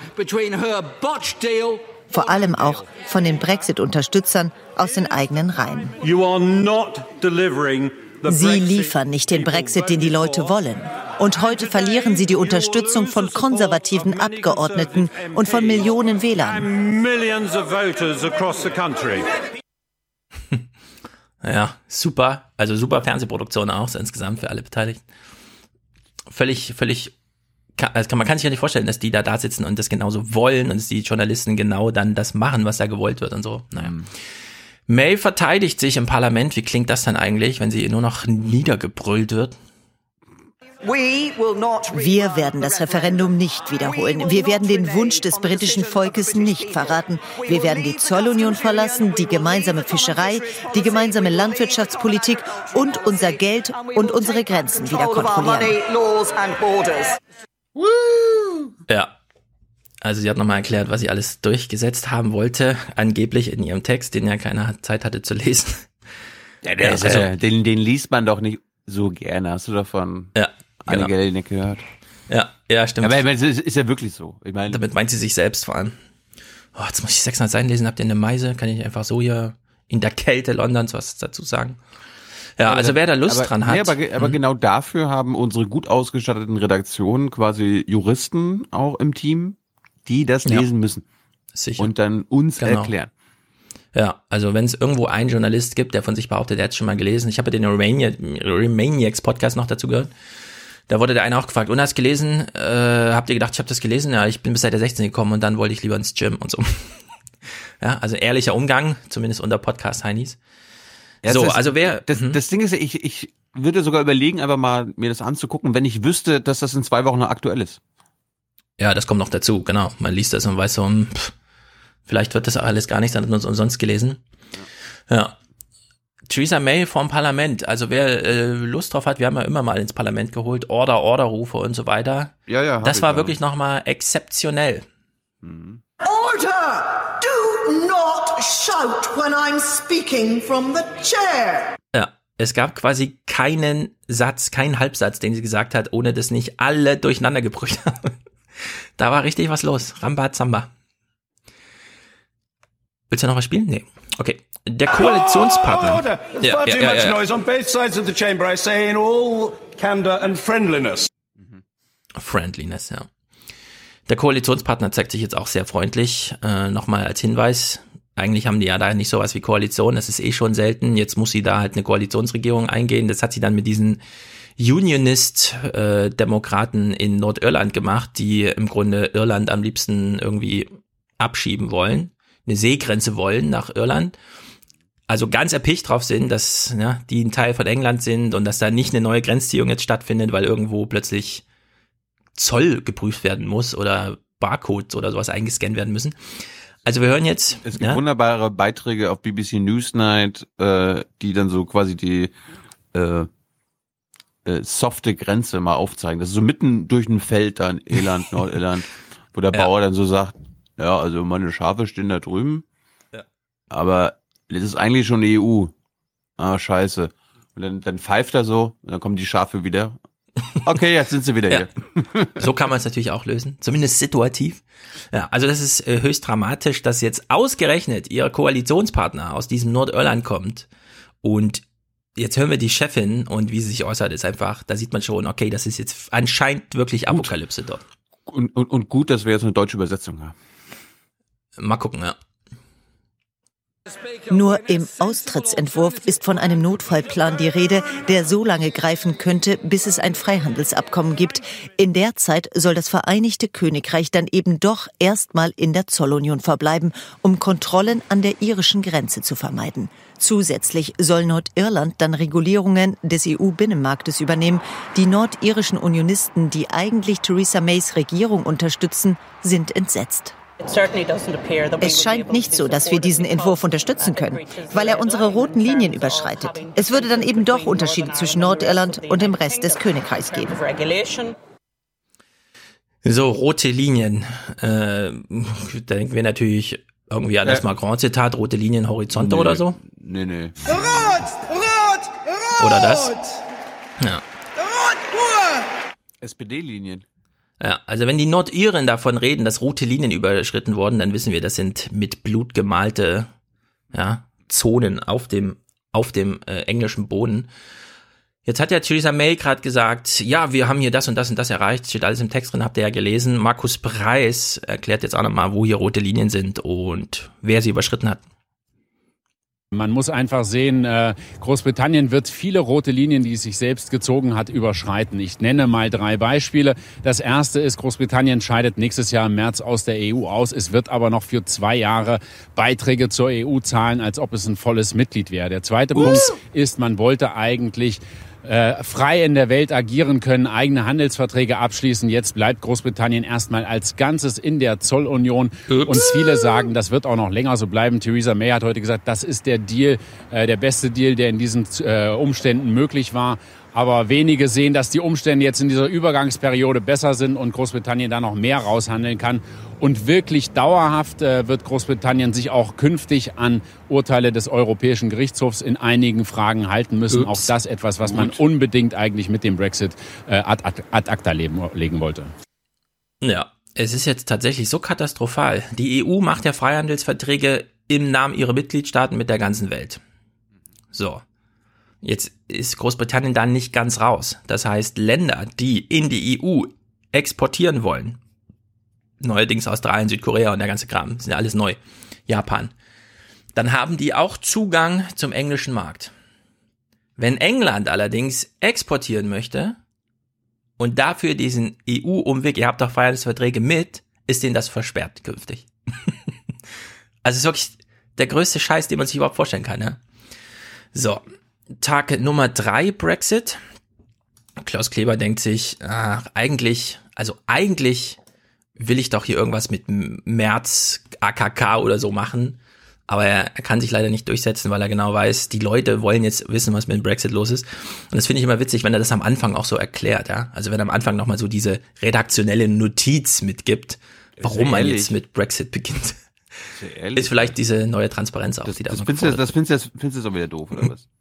Vor allem auch von den Brexit-Unterstützern aus den eigenen Reihen. Sie liefern nicht den Brexit, den die Leute wollen. Und heute verlieren sie die Unterstützung von konservativen Abgeordneten und von Millionen Wählern. Ja, super. Also super Fernsehproduktion auch so insgesamt für alle Beteiligten. Völlig, völlig, also kann, man kann sich ja nicht vorstellen, dass die da da sitzen und das genauso wollen und dass die Journalisten genau dann das machen, was da gewollt wird und so. Naja. Mhm. May verteidigt sich im Parlament. Wie klingt das dann eigentlich, wenn sie nur noch niedergebrüllt wird? Wir werden das Referendum nicht wiederholen. Wir werden den Wunsch des britischen Volkes nicht verraten. Wir werden die Zollunion verlassen, die gemeinsame Fischerei, die gemeinsame Landwirtschaftspolitik und unser Geld und unsere Grenzen wieder kontrollieren. Ja. Also sie hat nochmal erklärt, was sie alles durchgesetzt haben wollte, angeblich in ihrem Text, den ja keiner Zeit hatte zu lesen. Ja, der, also, äh, den, den liest man doch nicht so gerne. Hast du davon ja, eine genau. Geld gehört? Ja, ja, stimmt. Aber es ist, ist ja wirklich so. Ich meine, damit meint sie sich selbst vor allem. Oh, jetzt muss ich sechshundert Seiten lesen, habt ihr eine Meise? Kann ich einfach so hier in der Kälte Londons was dazu sagen? Ja, also wer da Lust aber, dran hat. Nee, aber aber mhm. genau dafür haben unsere gut ausgestatteten Redaktionen quasi Juristen auch im Team, die das lesen ja, müssen. Sicher. Und dann uns genau. erklären. Ja, also wenn es irgendwo einen Journalist gibt, der von sich behauptet, der hat es schon mal gelesen. Ich habe ja den Remaniac, Remaniacs Podcast noch dazu gehört. Da wurde der eine auch gefragt, und hast gelesen? Äh, habt ihr gedacht, ich habe das gelesen? Ja, ich bin bis seit der sechzehn gekommen und dann wollte ich lieber ins Gym und so. Ja, also ehrlicher Umgang, zumindest unter Podcast-Heinis. Ja, so, ist, also wer... Das, das Ding ist, ich, ich würde sogar überlegen, einfach mal mir das anzugucken, wenn ich wüsste, dass das in zwei Wochen noch aktuell ist. Ja, das kommt noch dazu, genau. Man liest das und weiß so, pff, vielleicht wird das alles gar nicht, dann hat man es umsonst gelesen. Ja. ja. Theresa May vorm Parlament, also wer äh, Lust drauf hat, wir haben ja immer mal ins Parlament geholt, Order, Orderrufe und so weiter. Ja, ja. Das war wirklich nochmal exzeptionell. Mhm. Order! Do not shout when I'm speaking from the chair. Ja, es gab quasi keinen Satz, keinen Halbsatz, den sie gesagt hat, ohne dass nicht alle durcheinander gebrüllt haben. Da war richtig was los. Ramba Zamba. Willst du noch was spielen? Nee. Okay. Der Koalitionspartner. Order! There's ja, far ja, too ja, much ja. noise on both sides of the chamber, I say, in all candor and friendliness. Friendliness, ja. Der Koalitionspartner zeigt sich jetzt auch sehr freundlich. Äh, Nochmal als Hinweis. Eigentlich haben die ja da nicht sowas wie Koalition. Das ist eh schon selten. Jetzt muss sie da halt eine Koalitionsregierung eingehen. Das hat sie dann mit diesen Unionist-Demokraten in Nordirland gemacht, die im Grunde Irland am liebsten irgendwie abschieben wollen. Eine Seegrenze wollen nach Irland. also ganz erpicht drauf sind, dass ja, die ein Teil von England sind und dass da nicht eine neue Grenzziehung jetzt stattfindet, weil irgendwo plötzlich Zoll geprüft werden muss oder Barcodes oder sowas eingescannt werden müssen. Also wir hören jetzt... Es gibt ja? wunderbare Beiträge auf B B C Newsnight, äh, die dann so quasi die äh, äh, softe Grenze mal aufzeigen. Das ist so mitten durch ein Feld da in Irland, Nordirland, wo der ja. Bauer dann so sagt, ja, also meine Schafe stehen da drüben, ja. aber das ist eigentlich schon E U. Ah, scheiße. Und dann, dann pfeift er so und dann kommen die Schafe wieder. Okay, jetzt sind sie wieder ja. hier. So kann man es natürlich auch lösen, zumindest situativ. Ja, also das ist äh, höchst dramatisch, dass jetzt ausgerechnet ihr Koalitionspartner aus diesem Nordirland kommt und jetzt hören wir die Chefin und wie sie sich äußert, ist einfach, da sieht man schon, okay, das ist jetzt anscheinend wirklich Apokalypse dort. Und, und, und gut, dass wir jetzt eine deutsche Übersetzung haben. Mal gucken, ja. Nur im Austrittsentwurf ist von einem Notfallplan die Rede, der so lange greifen könnte, bis es ein Freihandelsabkommen gibt. In der Zeit soll das Vereinigte Königreich dann eben doch erstmal in der Zollunion verbleiben, um Kontrollen an der irischen Grenze zu vermeiden. Zusätzlich soll Nordirland dann Regulierungen des E U-Binnenmarktes übernehmen. Die nordirischen Unionisten, die eigentlich Theresa Mays Regierung unterstützen, sind entsetzt. Es scheint nicht so, dass wir diesen Entwurf unterstützen können, weil er unsere roten Linien überschreitet. Es würde dann eben doch Unterschiede zwischen Nordirland und dem Rest des Königreichs geben. So, rote Linien. Äh, da denken wir natürlich irgendwie an das äh, Macron-Zitat, rote Linien, Horizonte nee, oder so. Nee, nee. Rot, rot, rot. Oder das. Ja. Rot, pur. S P D-Linien. Ja, also wenn die Nordiren davon reden, dass rote Linien überschritten wurden, dann wissen wir, das sind mit Blut gemalte ja, Zonen auf dem auf dem äh, englischen Boden. Jetzt hat ja Theresa May gerade gesagt, ja, wir haben hier das und das und das erreicht, steht alles im Text drin, habt ihr ja gelesen. Markus Preis erklärt jetzt auch nochmal, wo hier rote Linien sind und wer sie überschritten hat. Man muss einfach sehen, Großbritannien wird viele rote Linien, die es sich selbst gezogen hat, überschreiten. Ich nenne mal drei Beispiele. Das erste ist, Großbritannien scheidet nächstes Jahr im März aus der E U aus. Es wird aber noch für zwei Jahre Beiträge zur E U zahlen, als ob es ein volles Mitglied wäre. Der zweite uh. Punkt ist, man wollte eigentlich Äh, frei in der Welt agieren können, eigene Handelsverträge abschließen. Jetzt bleibt Großbritannien erstmal als Ganzes in der Zollunion. Ups. Und viele sagen, das wird auch noch länger so bleiben. Theresa May hat heute gesagt, das ist der Deal, äh, der beste Deal, der in diesen äh, Umständen möglich war. Aber wenige sehen, dass die Umstände jetzt in dieser Übergangsperiode besser sind und Großbritannien da noch mehr raushandeln kann. Und wirklich dauerhaft äh, wird Großbritannien sich auch künftig an Urteile des Europäischen Gerichtshofs in einigen Fragen halten müssen. Ups. Auch das etwas, was man unbedingt eigentlich mit dem Brexit äh, ad, ad, ad acta legen, legen wollte. Ja, es ist jetzt tatsächlich so katastrophal. Die E U macht ja Freihandelsverträge im Namen ihrer Mitgliedstaaten mit der ganzen Welt. So. Jetzt ist Großbritannien da nicht ganz raus. Das heißt, Länder, die in die E U exportieren wollen, neuerdings Australien, Südkorea und der ganze Kram, sind ja alles neu, Japan, dann haben die auch Zugang zum englischen Markt. Wenn England allerdings exportieren möchte und dafür diesen E U-Umweg, ihr habt doch Freihandelsverträge mit, ist denen das versperrt künftig. Also es ist wirklich der größte Scheiß, den man sich überhaupt vorstellen kann. Ne? So. Tag Nummer drei Brexit. Klaus Kleber denkt sich, ach, eigentlich, also eigentlich will ich doch hier irgendwas mit März, A K K oder so machen. Aber er, er kann sich leider nicht durchsetzen, weil er genau weiß, die Leute wollen jetzt wissen, was mit dem Brexit los ist. Und das finde ich immer witzig, wenn er das am Anfang auch so erklärt. Ja? Also wenn er am Anfang nochmal so diese redaktionelle Notiz mitgibt, warum man jetzt mit Brexit beginnt. Ist, ist vielleicht diese neue Transparenz auch, das, die da das so findest du, Das findest du jetzt, findest du jetzt auch wieder doof, oder was?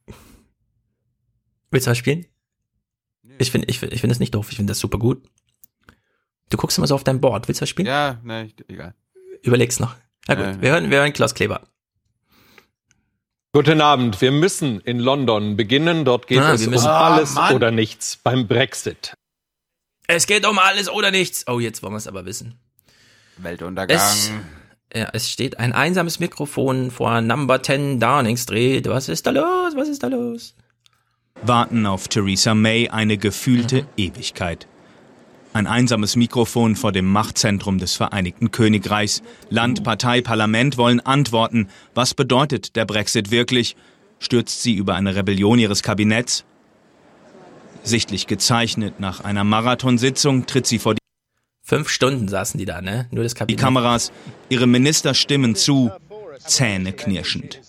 Willst du was spielen? Nee. Ich finde ich find, ich find das nicht doof, ich finde das super gut. Du guckst immer so auf dein Board. Willst du was spielen? Ja, ne, egal. Überleg's noch. Na gut, ja, wir, hören, wir hören Klaus Kleber. Guten Abend, wir müssen in London beginnen. Dort geht ah, es um alles oh, oder nichts beim Brexit. Es geht um alles oder nichts. Oh, jetzt wollen wir es aber wissen. Weltuntergang. Es, ja, es steht ein einsames Mikrofon vor Number zehn Downing Street. Was ist da los? Was ist da los? Warten auf Theresa May eine gefühlte mhm. Ewigkeit. Ein einsames Mikrofon vor dem Machtzentrum des Vereinigten Königreichs. Land, Partei, Parlament wollen antworten. Was bedeutet der Brexit wirklich? Stürzt sie über eine Rebellion ihres Kabinetts? Sichtlich gezeichnet, nach einer Marathonsitzung tritt sie vor die Fünf Stunden saßen die da, ne? Nur das Kabinett. Die Kameras, ihre Minister stimmen zu, Zähne knirschend.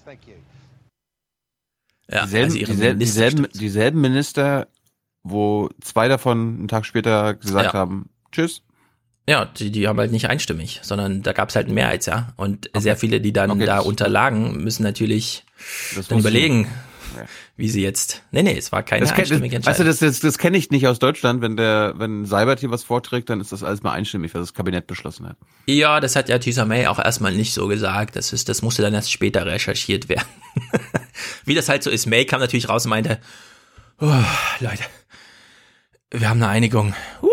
Ja, dieselben, also ihre dieselben, Minister dieselben, dieselben Minister, wo zwei davon einen Tag später gesagt Ja. haben, tschüss. Ja, die, die haben halt nicht einstimmig, sondern da gab es halt ein Mehrheits, ja. Und sehr viele, die dann Okay, da das- unterlagen, müssen natürlich Das dann wusste überlegen, ich. Ja. wie sie jetzt. Nee, nee, es war keine Das kenn, einstimmige das, weißt du, Entscheidung. das, das, das kenne ich nicht aus Deutschland. Wenn der, wenn Seibert hier was vorträgt, dann ist das alles mal einstimmig, was das Kabinett beschlossen hat. Ja, das hat ja Theresa May auch erstmal nicht so gesagt. Das ist, das musste dann erst später recherchiert werden. Wie das halt so ist. May kam natürlich raus und meinte, oh, Leute, wir haben eine Einigung. Uh.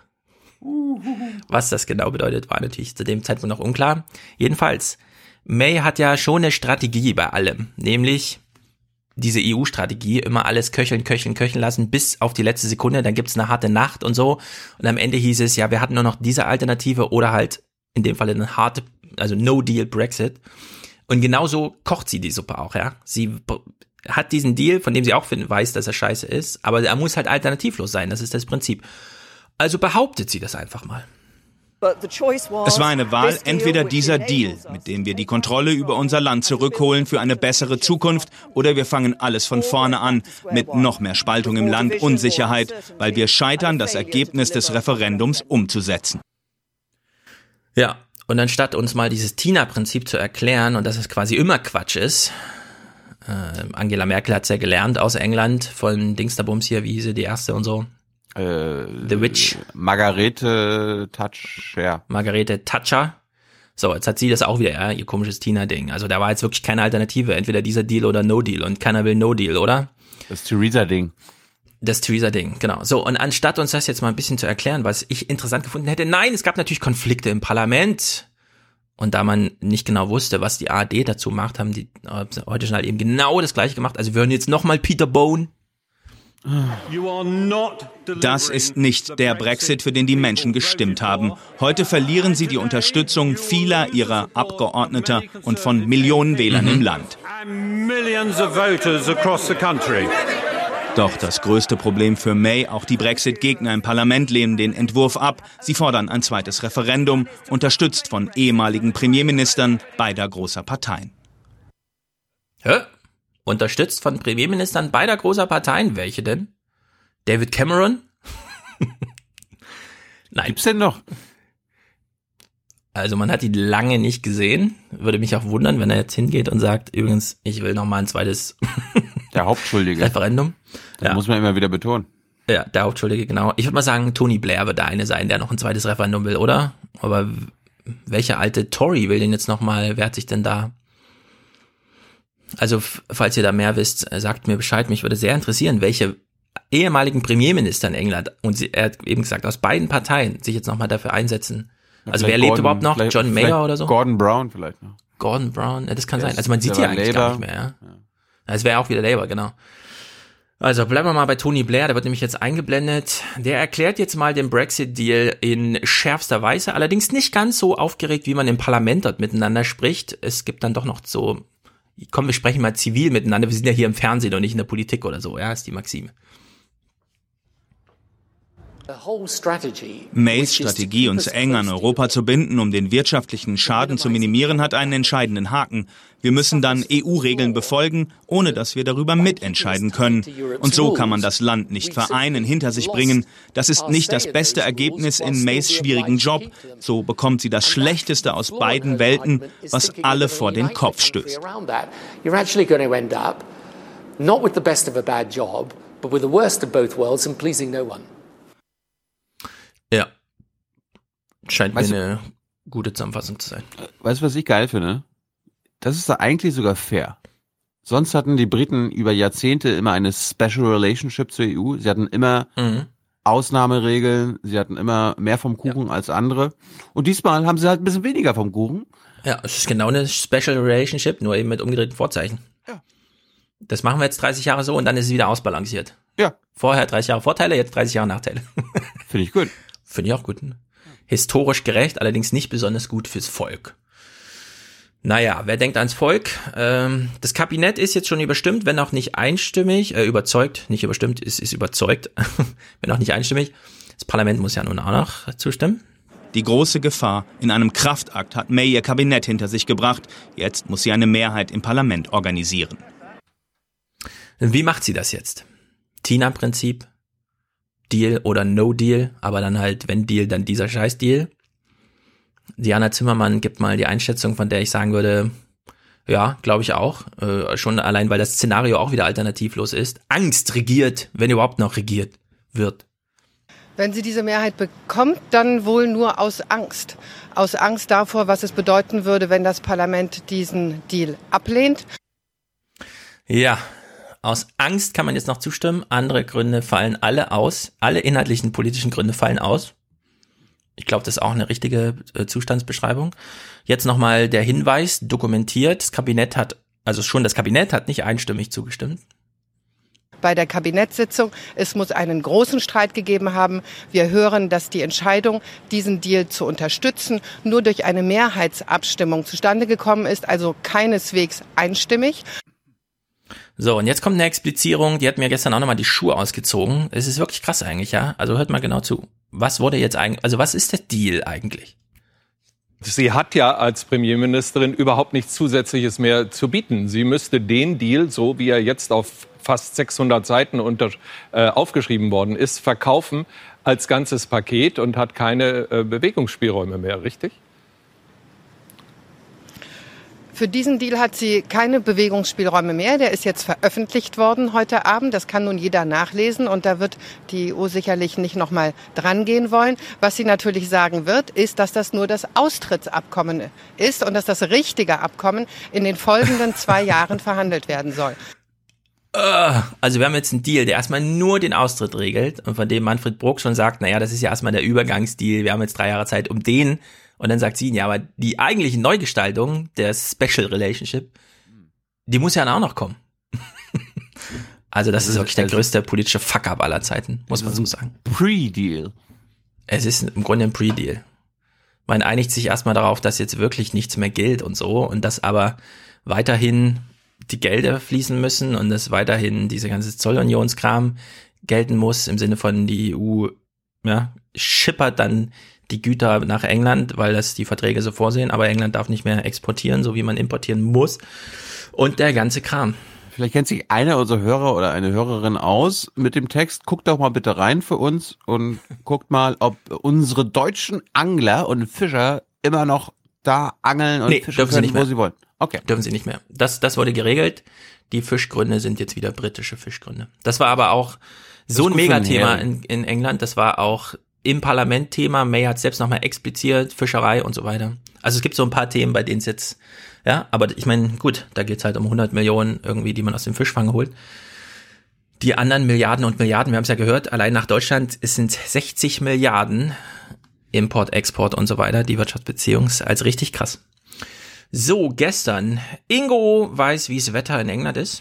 Was das genau bedeutet, war natürlich zu dem Zeitpunkt noch unklar. Jedenfalls, May hat ja schon eine Strategie bei allem, nämlich diese E U-Strategie, immer alles köcheln, köcheln, köcheln lassen, bis auf die letzte Sekunde, dann gibt's eine harte Nacht und so. Und am Ende hieß es, ja, wir hatten nur noch diese Alternative oder halt in dem Fall eine harte, also No-Deal-Brexit. Und genauso kocht sie die Suppe auch, ja. Sie b- hat diesen Deal, von dem sie auch finden, weiß, dass er scheiße ist, aber er muss halt alternativlos sein, das ist das Prinzip. Also behauptet sie das einfach mal. Es war eine Wahl, entweder dieser Deal, mit dem wir die Kontrolle über unser Land zurückholen für eine bessere Zukunft, oder wir fangen alles von vorne an, mit noch mehr Spaltung im Land, Unsicherheit, weil wir scheitern, das Ergebnis des Referendums umzusetzen. Ja, und anstatt uns mal dieses Tina-Prinzip zu erklären und dass es quasi immer Quatsch ist, äh, Angela Merkel hat's ja gelernt aus England, von Dingsterbums hier, wie hieß sie, die erste und so. Äh, The Witch. Margarete Thatcher. Margarete Thatcher. So, jetzt hat sie das auch wieder, ja, ihr komisches Tina-Ding. Also da war jetzt wirklich keine Alternative, entweder dieser Deal oder No Deal und keiner will No Deal, oder? Das Theresa-Ding. Das Theresa-Ding, genau. So, und anstatt uns das jetzt mal ein bisschen zu erklären, was ich interessant gefunden hätte, nein, es gab natürlich Konflikte im Parlament. Und da man nicht genau wusste, was die A R D dazu macht, haben die äh, heute schon halt eben genau das Gleiche gemacht. Also wir hören jetzt nochmal Peter Bone. Das ist nicht der Brexit, für den die Menschen gestimmt haben. Heute verlieren sie die Unterstützung vieler ihrer Abgeordneter und von Millionen Wählern im Land. Doch das größte Problem für May, auch die Brexit-Gegner im Parlament lehnen den Entwurf ab. Sie fordern ein zweites Referendum, unterstützt von ehemaligen Premierministern beider großer Parteien. Hä? Unterstützt von Premierministern beider großer Parteien. Welche denn? David Cameron? Nein. Gibt's denn noch? Also man hat ihn lange nicht gesehen. Würde mich auch wundern, wenn er jetzt hingeht und sagt, übrigens, ich will noch mal ein zweites Der Hauptschuldige. Referendum. Das Ja. muss man immer wieder betonen. Ja, der Hauptschuldige, genau. Ich würde mal sagen, Tony Blair wird der eine sein, der noch ein zweites Referendum will, oder? Aber w- welcher alte Tory will den jetzt noch mal, wer hat sich denn da... Also, f- falls ihr da mehr wisst, äh, sagt mir Bescheid. Mich würde sehr interessieren, welche ehemaligen Premierminister in England, und sie, er hat eben gesagt, aus beiden Parteien sich jetzt nochmal dafür einsetzen. Also, Vielleicht wer lebt Gordon- überhaupt noch? vielleicht- John vielleicht Mayer oder so? Gordon Brown vielleicht noch. Gordon Brown, ja, das kann Der sein. ist- Also, man sieht der die war eigentlich Labour. gar nicht mehr, ja. ja. Es wäre auch wieder Labour, genau. Also, bleiben wir mal bei Tony Blair, der wird nämlich jetzt eingeblendet. Der erklärt jetzt mal den Brexit-Deal in schärfster Weise, allerdings nicht ganz so aufgeregt, wie man im Parlament dort miteinander spricht. Es gibt dann doch noch so... Komm, wir sprechen mal zivil miteinander. Wir sind ja hier im Fernsehen und nicht in der Politik oder so. Ja, ist die Maxime. Mays Strategie, uns eng an Europa zu binden, um den wirtschaftlichen Schaden zu minimieren, hat einen entscheidenden Haken. Wir müssen dann E U-Regeln befolgen, ohne dass wir darüber mitentscheiden können. Und so kann man das Land nicht vereinen, hinter sich bringen. Das ist nicht das beste Ergebnis in Mays schwierigen Job. So bekommt sie das Schlechteste aus beiden Welten, was alle vor den Kopf stößt. You're actually going to end up not with the best of a bad job, but with the worst of both worlds and pleasing no one. Ja. Scheint Weißt mir eine gute Zusammenfassung zu sein. Weißt du, was ich geil finde? Das ist da eigentlich sogar fair. Sonst hatten die Briten über Jahrzehnte immer eine Special Relationship zur E U. Sie hatten immer Mhm. Ausnahmeregeln, sie hatten immer mehr vom Kuchen als andere. Und diesmal haben sie halt ein bisschen weniger vom Kuchen. Ja, es ist genau eine Special Relationship, nur eben mit umgedrehten Vorzeichen. Ja. Das machen wir jetzt dreißig Jahre so und dann ist es wieder ausbalanciert. Ja. Vorher dreißig Jahre Vorteile, jetzt dreißig Jahre Nachteile. Finde ich gut. Finde ich auch gut. Historisch gerecht, allerdings nicht besonders gut fürs Volk. Naja, wer denkt ans Volk? Ähm, das Kabinett ist jetzt schon überstimmt, wenn auch nicht einstimmig, äh, überzeugt, nicht überstimmt, ist, ist überzeugt, wenn auch nicht einstimmig. Das Parlament muss ja nun auch noch zustimmen. Die große Gefahr in einem Kraftakt hat May ihr Kabinett hinter sich gebracht. Jetzt muss sie eine Mehrheit im Parlament organisieren. Wie macht sie das jetzt? Tina-Prinzip? Deal oder No Deal? Aber dann halt, wenn Deal, dann dieser Scheiß-Deal. Diana Zimmermann gibt mal die Einschätzung, von der ich sagen würde, ja, glaube ich auch. Äh, schon allein, weil das Szenario auch wieder alternativlos ist. Angst regiert, wenn überhaupt noch regiert wird. Wenn sie diese Mehrheit bekommt, dann wohl nur aus Angst. Aus Angst davor, was es bedeuten würde, wenn das Parlament diesen Deal ablehnt. Ja, aus Angst kann man jetzt noch zustimmen. Andere Gründe fallen alle aus. Alle inhaltlichen politischen Gründe fallen aus. Ich glaube, das ist auch eine richtige äh, Zustandsbeschreibung. Jetzt nochmal der Hinweis, dokumentiert. Das Kabinett hat, also schon das Kabinett hat nicht einstimmig zugestimmt. Bei der Kabinettssitzung, es muss einen großen Streit gegeben haben. Wir hören, dass die Entscheidung, diesen Deal zu unterstützen, nur durch eine Mehrheitsabstimmung zustande gekommen ist, also keineswegs einstimmig. So, und jetzt kommt eine Explizierung, die hat mir gestern auch nochmal die Schuhe ausgezogen. Es ist wirklich krass eigentlich, ja. Also hört mal genau zu. Was wurde jetzt eigentlich, also was ist der Deal eigentlich? Sie hat ja als Premierministerin überhaupt nichts Zusätzliches mehr zu bieten. Sie müsste den Deal, so wie er jetzt auf fast sechshundert Seiten unter, äh, aufgeschrieben worden ist, verkaufen als ganzes Paket und hat keine äh, Bewegungsspielräume mehr, richtig? Für diesen Deal hat sie keine Bewegungsspielräume mehr. Der ist jetzt veröffentlicht worden heute Abend. Das kann nun jeder nachlesen. Und da wird die E U sicherlich nicht noch mal dran gehen wollen. Was sie natürlich sagen wird, ist, dass das nur das Austrittsabkommen ist und dass das richtige Abkommen in den folgenden zwei Jahren verhandelt werden soll. Also wir haben jetzt einen Deal, der erstmal nur den Austritt regelt und von dem Manfred Bruck schon sagt, naja, das ist ja erstmal der Übergangsdeal. Wir haben jetzt drei Jahre Zeit, um den. Und dann sagt sie, ja, aber die eigentliche Neugestaltung, der Special Relationship, die muss ja dann auch noch kommen. Also das, das ist wirklich der größte politische Fuck-up aller Zeiten, muss man so sagen. Pre-Deal. Es ist im Grunde ein Pre-Deal. Man einigt sich erstmal darauf, dass jetzt wirklich nichts mehr gilt und so und dass aber weiterhin die Gelder fließen müssen und dass weiterhin diese ganze Zollunionskram gelten muss, im Sinne von die E U, ja, schippert dann die Güter nach England, weil das die Verträge so vorsehen, aber England darf nicht mehr exportieren, so wie man importieren muss. Und der ganze Kram. Vielleicht kennt sich einer unserer Hörer oder eine Hörerin aus mit dem Text. Guckt doch mal bitte rein für uns und guckt mal, ob unsere deutschen Angler und Fischer immer noch da angeln und nee, fischen dürfen können, sie nicht wo mehr. sie wollen. Okay. Dürfen sie nicht mehr. Das, das wurde geregelt. Die Fischgründe sind jetzt wieder britische Fischgründe. Das war aber auch so ein Megathema in, in England. Das war auch im Parlament Thema. May hat selbst nochmal expliziert, Fischerei und so weiter. Also es gibt so ein paar Themen, bei denen es jetzt, ja, aber ich meine, gut, da geht's halt um hundert Millionen irgendwie, die man aus dem Fischfang holt. Die anderen Milliarden und Milliarden, wir haben es ja gehört, allein nach Deutschland, es sind sechzig Milliarden Import, Export und so weiter, die Wirtschaftsbeziehung, also richtig krass. So, gestern, Ingo weiß, wie das Wetter in England ist.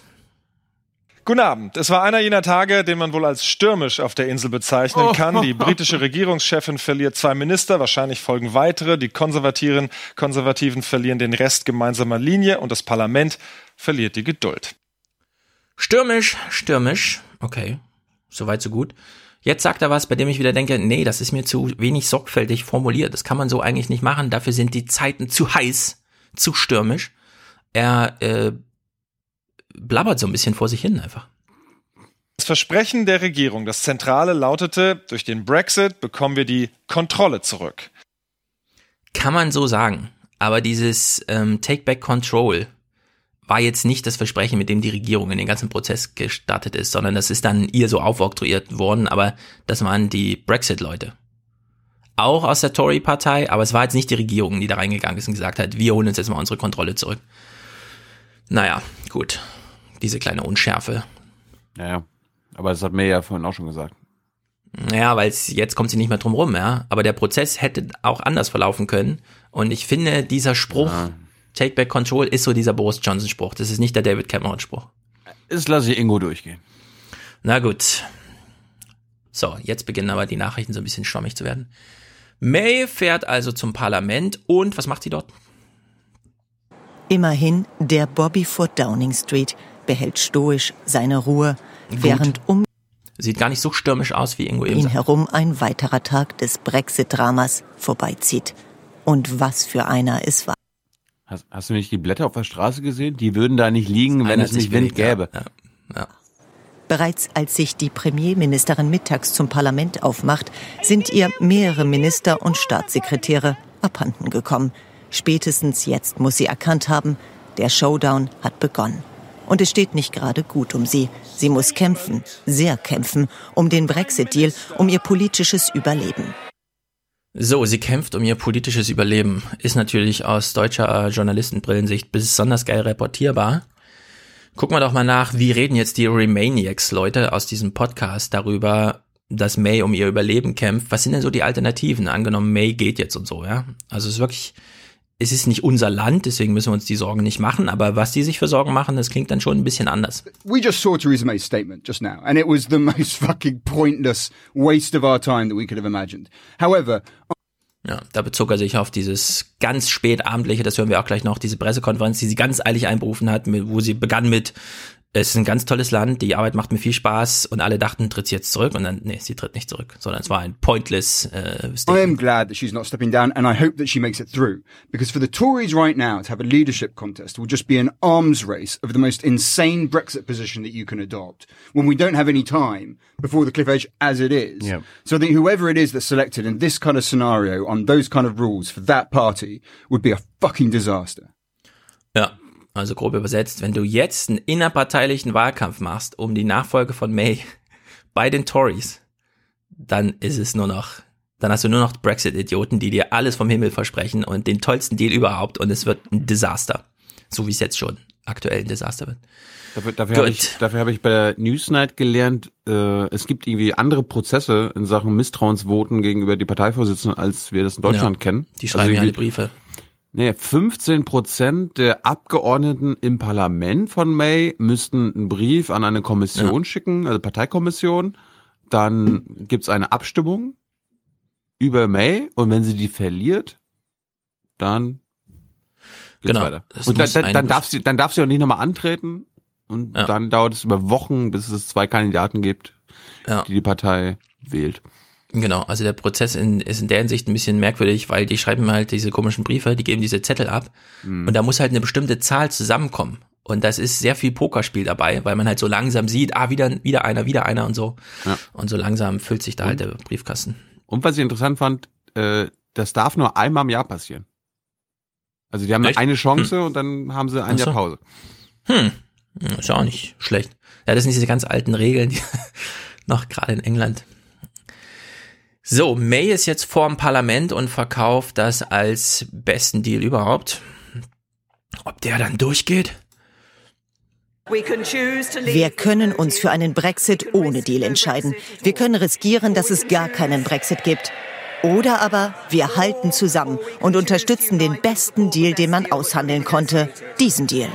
Guten Abend. Es war einer jener Tage, den man wohl als stürmisch auf der Insel bezeichnen kann. Die britische Regierungschefin verliert zwei Minister, wahrscheinlich folgen weitere. Die Konservativen, Konservativen verlieren den Rest gemeinsamer Linie und das Parlament verliert die Geduld. Stürmisch, stürmisch. Okay, soweit so gut. Jetzt sagt er was, bei dem ich wieder denke, nee, das ist mir zu wenig sorgfältig formuliert. Das kann man so eigentlich nicht machen. Dafür sind die Zeiten zu heiß, zu stürmisch. Er äh, blabbert so ein bisschen vor sich hin einfach. Das Versprechen der Regierung, das Zentrale, lautete, durch den Brexit bekommen wir die Kontrolle zurück. Kann man so sagen. Aber dieses ähm, Take Back Control war jetzt nicht das Versprechen, mit dem die Regierung in den ganzen Prozess gestartet ist, sondern das ist dann ihr so aufoktroyiert worden, aber das waren die Brexit-Leute. Auch aus der Tory-Partei, aber es war jetzt nicht die Regierung, die da reingegangen ist und gesagt hat, wir holen uns jetzt mal unsere Kontrolle zurück. Naja, gut. Diese kleine Unschärfe. Naja, aber das hat May ja vorhin auch schon gesagt. Ja, weil jetzt kommt sie nicht mehr drum rum, ja. Aber der Prozess hätte auch anders verlaufen können. Und ich finde, dieser Spruch, ja. Take Back Control, ist so dieser Boris Johnson-Spruch. Das ist nicht der David Cameron-Spruch. Das lasse ich Ingo durchgehen. Na gut. So, jetzt beginnen aber die Nachrichten so ein bisschen schwammig zu werden. May fährt also zum Parlament und was macht sie dort? Immerhin, der Bobby vor Downing Street behält stoisch seine Ruhe, Gut. während um Sieht gar nicht so stürmisch aus, wie Ingo eben ihn sagt. herum ein weiterer Tag des Brexit-Dramas vorbeizieht. Und was für einer es war. Hast, hast du nicht die Blätter auf der Straße gesehen? Die würden da nicht liegen, wenn es nicht Wind gäbe. Ja, ja. Bereits als sich die Premierministerin mittags zum Parlament aufmacht, sind ihr mehrere Minister und Staatssekretäre abhanden gekommen. Spätestens jetzt muss sie erkannt haben, der Showdown hat begonnen. Und es steht nicht gerade gut um sie. Sie muss kämpfen, sehr kämpfen, um den Brexit-Deal, um ihr politisches Überleben. So, sie kämpft um ihr politisches Überleben. Ist natürlich aus deutscher Journalistenbrillensicht besonders geil reportierbar. Gucken wir doch mal nach, wie reden jetzt die Remainiacs-Leute aus diesem Podcast darüber, dass May um ihr Überleben kämpft. Was sind denn so die Alternativen? Angenommen, May geht jetzt und so, ja. Also es ist wirklich, es ist nicht unser Land, deswegen müssen wir uns die Sorgen nicht machen, aber was die sich für Sorgen machen, das klingt dann schon ein bisschen anders. We just saw Theresa May's statement just now, and it was the most fucking pointless waste of our time that we could have imagined. However, ja, da bezog er sich auf dieses ganz spätabendliche, das hören wir auch gleich noch, diese Pressekonferenz, die sie ganz eilig einberufen hat, wo sie begann mit, es ist ein ganz tolles Land, die Arbeit macht mir viel Spaß und alle dachten, tritt sie jetzt zurück und dann, nee, sie tritt nicht zurück, sondern es war ein pointless äh, I am glad that she's not stepping down and I hope that she makes it through. Because for the Tories right now to have a leadership contest will just be an arms race of the most insane Brexit position that you can adopt when we don't have any time before the cliff edge as it is. Yeah. So I think whoever it is that's selected in this kind of scenario on those kind of rules for that party would be a fucking disaster. Ja. Also grob übersetzt, wenn du jetzt einen innerparteilichen Wahlkampf machst um die Nachfolge von May bei den Tories, dann ist es nur noch, dann hast du nur noch Brexit-Idioten, die dir alles vom Himmel versprechen und den tollsten Deal überhaupt und es wird ein Desaster. So wie es jetzt schon aktuell ein Desaster wird. Dafür, dafür habe ich, dafür habe ich bei der Newsnight gelernt, äh, es gibt irgendwie andere Prozesse in Sachen Misstrauensvoten gegenüber die Parteivorsitzenden, als wir das in Deutschland ja, kennen. Die schreiben ja also alle Briefe. Nee, fünfzehn Prozent der Abgeordneten im Parlament von May müssten einen Brief an eine Kommission ja. schicken, also Parteikommission. Dann gibt's eine Abstimmung über May und wenn sie die verliert, dann geht's genau, weiter. Und dann, dann, dann, darf sie, dann darf sie auch nicht nochmal antreten und ja. dann dauert es über Wochen, bis es zwei Kandidaten gibt, ja. die die Partei wählt. Genau, also der Prozess in, ist in der Hinsicht ein bisschen merkwürdig, weil die schreiben halt diese komischen Briefe, die geben diese Zettel ab mhm. und da muss halt eine bestimmte Zahl zusammenkommen und das ist sehr viel Pokerspiel dabei, weil man halt so langsam sieht, ah, wieder, wieder einer, wieder einer und so ja. und so langsam füllt sich da und, halt der Briefkasten. Und was ich interessant fand, äh, das darf nur einmal im Jahr passieren. Also die haben Echt? eine Chance hm. und dann haben sie ein Jahr Pause. Hm, ist ja auch nicht schlecht. Ja, das sind diese ganz alten Regeln, die noch gerade in England. So, May ist jetzt vorm Parlament und verkauft das als besten Deal überhaupt. Ob der dann durchgeht? Wir können uns für einen Brexit ohne Deal entscheiden. Wir können riskieren, dass es gar keinen Brexit gibt. Oder aber wir halten zusammen und unterstützen den besten Deal, den man aushandeln konnte. Diesen Deal.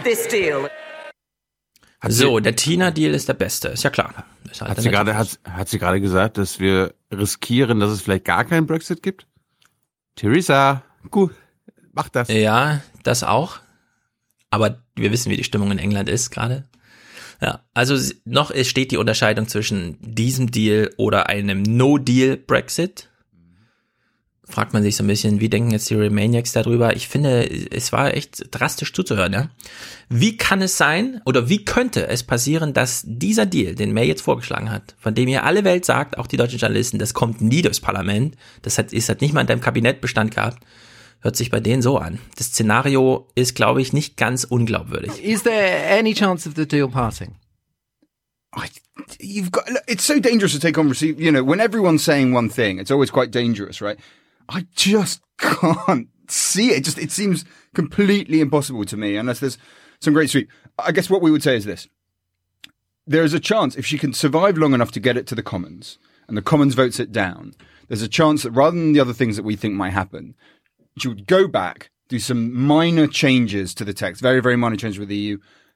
So, der Tina-Deal ist der beste, ist ja klar. Ist halt hat, sie gerade, hat, hat sie gerade gesagt, dass wir riskieren, dass es vielleicht gar keinen Brexit gibt? Theresa, gut, mach das. Ja, das auch. Aber wir wissen, wie die Stimmung in England ist gerade. Ja, also noch steht die Unterscheidung zwischen diesem Deal oder einem No-Deal-Brexit. Fragt man sich so ein bisschen, wie denken jetzt die Remainiacs darüber? Ich finde, es war echt drastisch zuzuhören, ja. Wie kann es sein, oder wie könnte es passieren, dass dieser Deal, den May jetzt vorgeschlagen hat, von dem ihr alle Welt sagt, auch die deutschen Journalisten, das kommt nie durchs Parlament, das hat, es hat nicht mal in deinem Kabinett Bestand gehabt, hört sich bei denen so an. Das Szenario ist, glaube ich, nicht ganz unglaubwürdig. Is there any chance of the deal passing? I, you've got, it's so dangerous to take on receive, you know, when everyone's saying one thing, it's always quite dangerous, right? I just can't see it. Just, it seems completely impossible to me unless there's some great sweep. I guess what we would say is this. There is a chance if she can survive long enough to get it to the Commons and the Commons votes it down, there's a chance that rather than the other things that we think might happen, she would go back, do some minor changes to the text, very, very minor changes with the E U,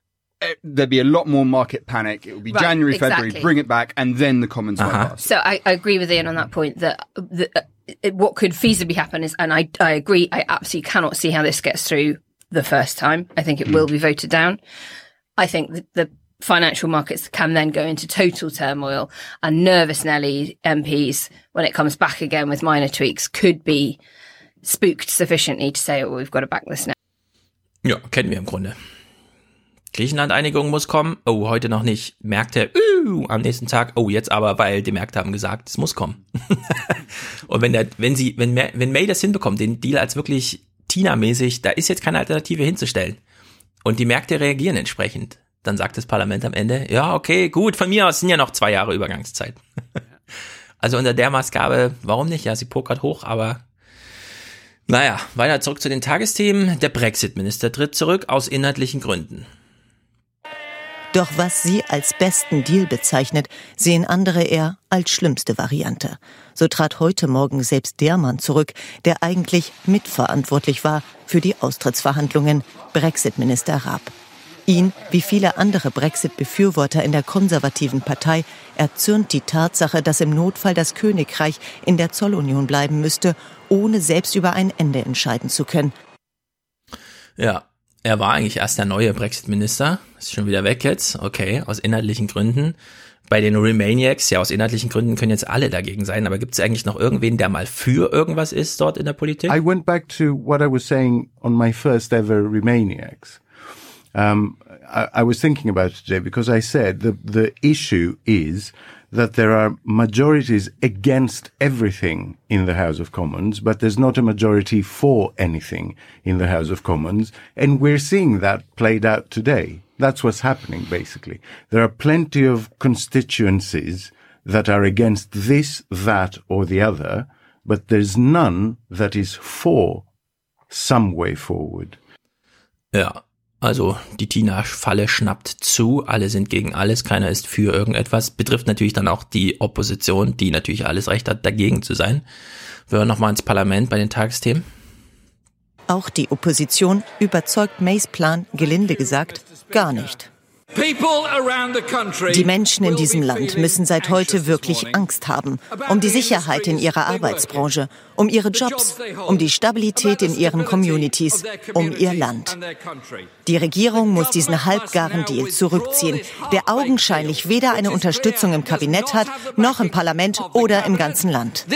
there'd be a lot more market panic. It would be Right, January, exactly. February, bring it back, and then the Commons might pass. So I, I agree with Ian on that point that the, uh, it, what could feasibly happen is, and I, I agree, I absolutely cannot see how this gets through the first time. I think it will be voted down. I think that the financial markets can then go into total turmoil, and nervous Nelly M Ps, when it comes back again with minor tweaks, could be spooked sufficiently to say, oh, we've got to back this now. Ja, kennen wir im Grunde. Griechenland-Einigung muss kommen. Oh, heute noch nicht. Märkte, uh, am nächsten Tag. Oh, jetzt aber, weil die Märkte haben gesagt, es muss kommen. Und wenn der, wenn sie, wenn, wenn May das hinbekommt, den Deal als wirklich Tina-mäßig, da ist jetzt keine Alternative hinzustellen. Und die Märkte reagieren entsprechend. Dann sagt das Parlament am Ende, ja, okay, gut, von mir aus sind ja noch zwei Jahre Übergangszeit. Also unter der Maßgabe, warum nicht? Ja, sie pokert hoch, aber naja, weiter zurück zu den Tagesthemen. Der Brexit-Minister tritt zurück aus inhaltlichen Gründen. Doch was sie als besten Deal bezeichnet, sehen andere eher als schlimmste Variante. So trat heute Morgen selbst der Mann zurück, der eigentlich mitverantwortlich war für die Austrittsverhandlungen, Brexit-Minister Raab. Ihn, wie viele andere Brexit-Befürworter in der konservativen Partei, erzürnt die Tatsache, dass im Notfall das Königreich in der Zollunion bleiben müsste, ohne selbst über ein Ende entscheiden zu können. Ja, er war eigentlich erst der neue Brexit-Minister, ist schon wieder weg jetzt, okay, aus inhaltlichen Gründen. Bei den Remainiacs, ja, aus inhaltlichen Gründen können jetzt alle dagegen sein, aber gibt es eigentlich noch irgendwen, der mal für irgendwas ist dort in der Politik? I went back to what I was saying on my first ever Remainiacs. Um, I, I was thinking about it today because I said the, the issue is that there are majorities against everything in the House of Commons, but there's not a majority for anything in the House of Commons. And we're seeing that played out today. That's what's happening, basically. There are plenty of constituencies that are against this, that, or the other, but there's none that is for some way forward. Ja. Also die Tina-Falle schnappt zu, alle sind gegen alles, keiner ist für irgendetwas. Betrifft natürlich dann auch die Opposition, die natürlich alles Recht hat, dagegen zu sein. Wir hören nochmal ins Parlament bei den Tagesthemen. Auch die Opposition überzeugt Mays Plan, gelinde gesagt, gar nicht. Die Menschen in diesem Land müssen seit heute wirklich Angst haben. Um die Sicherheit in ihrer Arbeitsbranche, um ihre Jobs, um die Stabilität in ihren Communities, um ihr Land. Die Regierung muss diesen halbgaren Deal zurückziehen, der augenscheinlich weder eine Unterstützung im Kabinett hat, noch im Parlament oder im ganzen Land.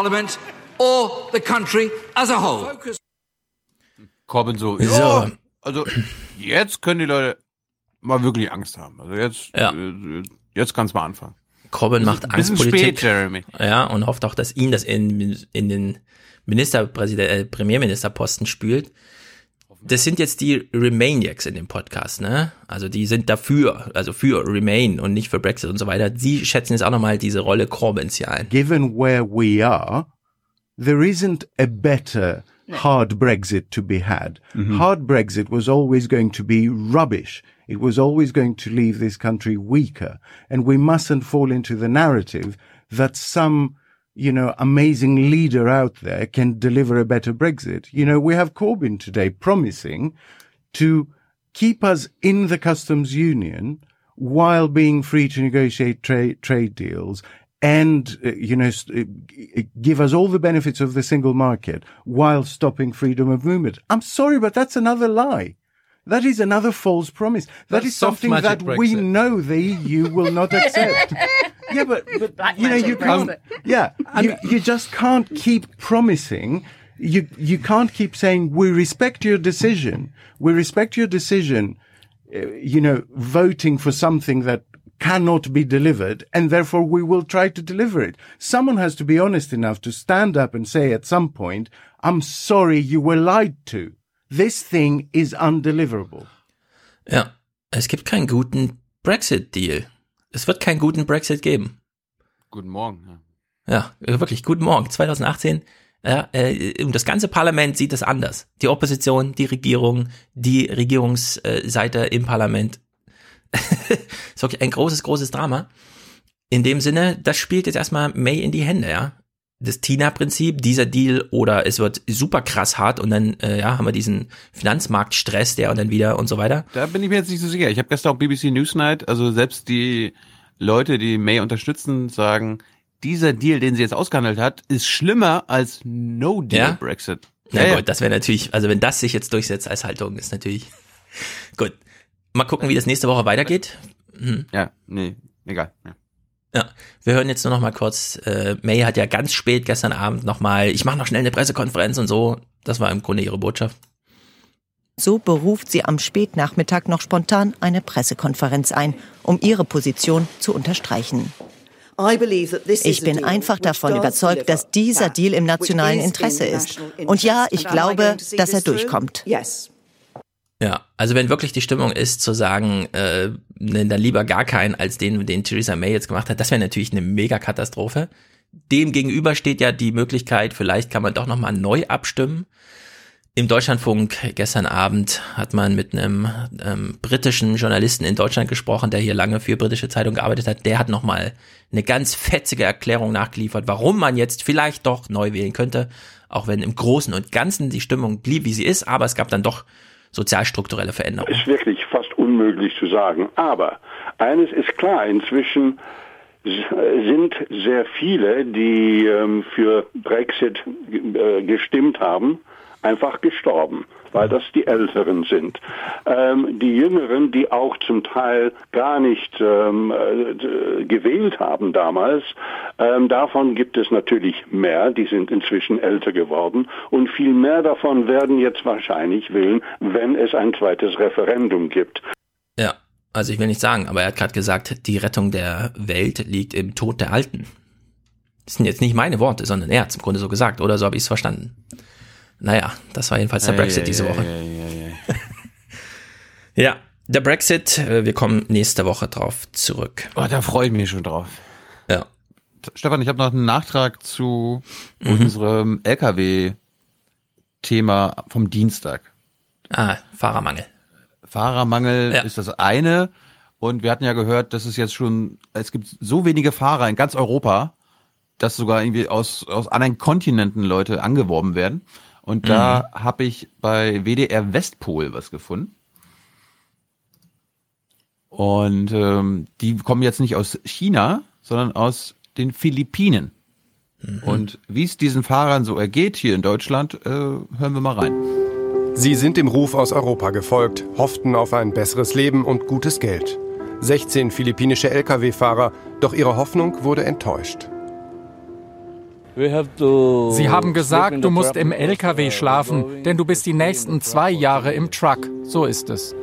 Corbyn so, ja, also jetzt können die Leute mal wirklich Angst haben. Also jetzt, ja. äh, jetzt kann's mal anfangen. Corbyn macht Angstpolitik. Spät, Jeremy. Ja, und hofft auch, dass ihn das in, in den Ministerpräsident, äh, Premierministerposten spült. Das sind jetzt die Remainiacs in dem Podcast, ne? Also die sind dafür, also für Remain und nicht für Brexit und so weiter. Sie schätzen jetzt auch nochmal diese Rolle Corbyns hier ein. Given where we are, there isn't a better hard Brexit to be had. Mm-hmm. Hard Brexit was always going to be rubbish. It was always going to leave this country weaker. And we mustn't fall into the narrative that some, you know, amazing leader out there can deliver a better Brexit. You know, we have Corbyn today promising to keep us in the customs union while being free to negotiate tra- trade deals and, uh, you know, st- give us all the benefits of the single market while stopping freedom of movement. I'm sorry, but that's another lie. That is another false promise. That That's is something that Brexit. we know the E U will not accept. Yeah, but, but you know, you can't, yeah, you, you just can't keep promising. You, you can't keep saying, we respect your decision. We respect your decision, uh, you know, voting for something that cannot be delivered, and therefore we will try to deliver it. Someone has to be honest enough to stand up and say at some point, I'm sorry you were lied to. This thing is undeliverable. Ja, es gibt keinen guten Brexit-Deal. Es wird keinen guten Brexit geben. Guten Morgen. Ja, ja wirklich, guten Morgen. zwanzig achtzehn, ja, äh, und das ganze Parlament sieht es anders. Die Opposition, die Regierung, die Regierungsseite im Parlament. Ist wirklich ein großes, großes Drama. In dem Sinne, das spielt jetzt erstmal May in die Hände, ja. das Tina-Prinzip, dieser Deal, oder es wird super krass hart und dann äh, ja, haben wir diesen Finanzmarktstress, der und dann wieder und so weiter? Da bin ich mir jetzt nicht so sicher. Ich habe gestern auch B B C Newsnight, also selbst die Leute, die May unterstützen, sagen, dieser Deal, den sie jetzt ausgehandelt hat, ist schlimmer als No-Deal-Brexit. Ja? Na ja, gut, ja. das wäre natürlich, also wenn das sich jetzt durchsetzt als Haltung, ist natürlich gut. Mal gucken, wie das nächste Woche weitergeht. Hm. Ja, nee, egal. Ja. Ja, wir hören jetzt nur noch mal kurz, äh, May hat ja ganz spät gestern Abend noch mal, ich mache noch schnell eine Pressekonferenz und so, das war im Grunde ihre Botschaft. So beruft sie am Spätnachmittag noch spontan eine Pressekonferenz ein, um ihre Position zu unterstreichen. Ich bin einfach davon überzeugt, dass dieser Deal im nationalen Interesse ist. Und ja, ich glaube, dass er durchkommt. Ja, also wenn wirklich die Stimmung ist, zu sagen, äh, ne, dann lieber gar keinen als den, den Theresa May jetzt gemacht hat, das wäre natürlich eine Megakatastrophe. Dem gegenüber steht ja die Möglichkeit, vielleicht kann man doch nochmal neu abstimmen. Im Deutschlandfunk gestern Abend hat man mit einem ähm, britischen Journalisten in Deutschland gesprochen, der hier lange für britische Zeitung gearbeitet hat. Der hat nochmal eine ganz fetzige Erklärung nachgeliefert, warum man jetzt vielleicht doch neu wählen könnte, auch wenn im Großen und Ganzen die Stimmung blieb, wie sie ist, aber es gab dann doch sozialstrukturelle Veränderungen. Ist wirklich fast unmöglich zu sagen. Aber eines ist klar, inzwischen sind sehr viele, die ähm, für Brexit äh, gestimmt haben, einfach gestorben, weil das die Älteren sind. Ähm, die Jüngeren, die auch zum Teil gar nicht ähm, äh, gewählt haben damals, ähm, davon gibt es natürlich mehr, die sind inzwischen älter geworden und viel mehr davon werden jetzt wahrscheinlich wählen, wenn es ein zweites Referendum gibt. Ja, also ich will nicht sagen, aber er hat gerade gesagt, die Rettung der Welt liegt im Tod der Alten. Das sind jetzt nicht meine Worte, sondern er hat es im Grunde so gesagt, oder so habe ich es verstanden. Naja, das war jedenfalls der Brexit diese Woche. Ja, der Brexit, wir kommen nächste Woche drauf zurück. Oh, da freue ich mich schon drauf. Ja. Stefan, ich habe noch einen Nachtrag zu mhm. unserem L K W-Thema vom Dienstag. Ah, Fahrermangel. Fahrermangel ja. ist das eine. Und wir hatten ja gehört, dass es jetzt schon, es gibt so wenige Fahrer in ganz Europa, dass sogar irgendwie aus, aus anderen Kontinenten Leute angeworben werden. Und da mhm. habe ich bei W D R Westpol was gefunden. Und ähm, die kommen jetzt nicht aus China, sondern aus den Philippinen. Mhm. Und wie es diesen Fahrern so ergeht hier in Deutschland, äh, hören wir mal rein. Sie sind dem Ruf aus Europa gefolgt, hofften auf ein besseres Leben und gutes Geld. sechzehn philippinische L K W-Fahrer, doch ihre Hoffnung wurde enttäuscht. Sie haben gesagt, du musst im L K W schlafen, denn du bist die nächsten zwei Jahre im Truck. So ist es.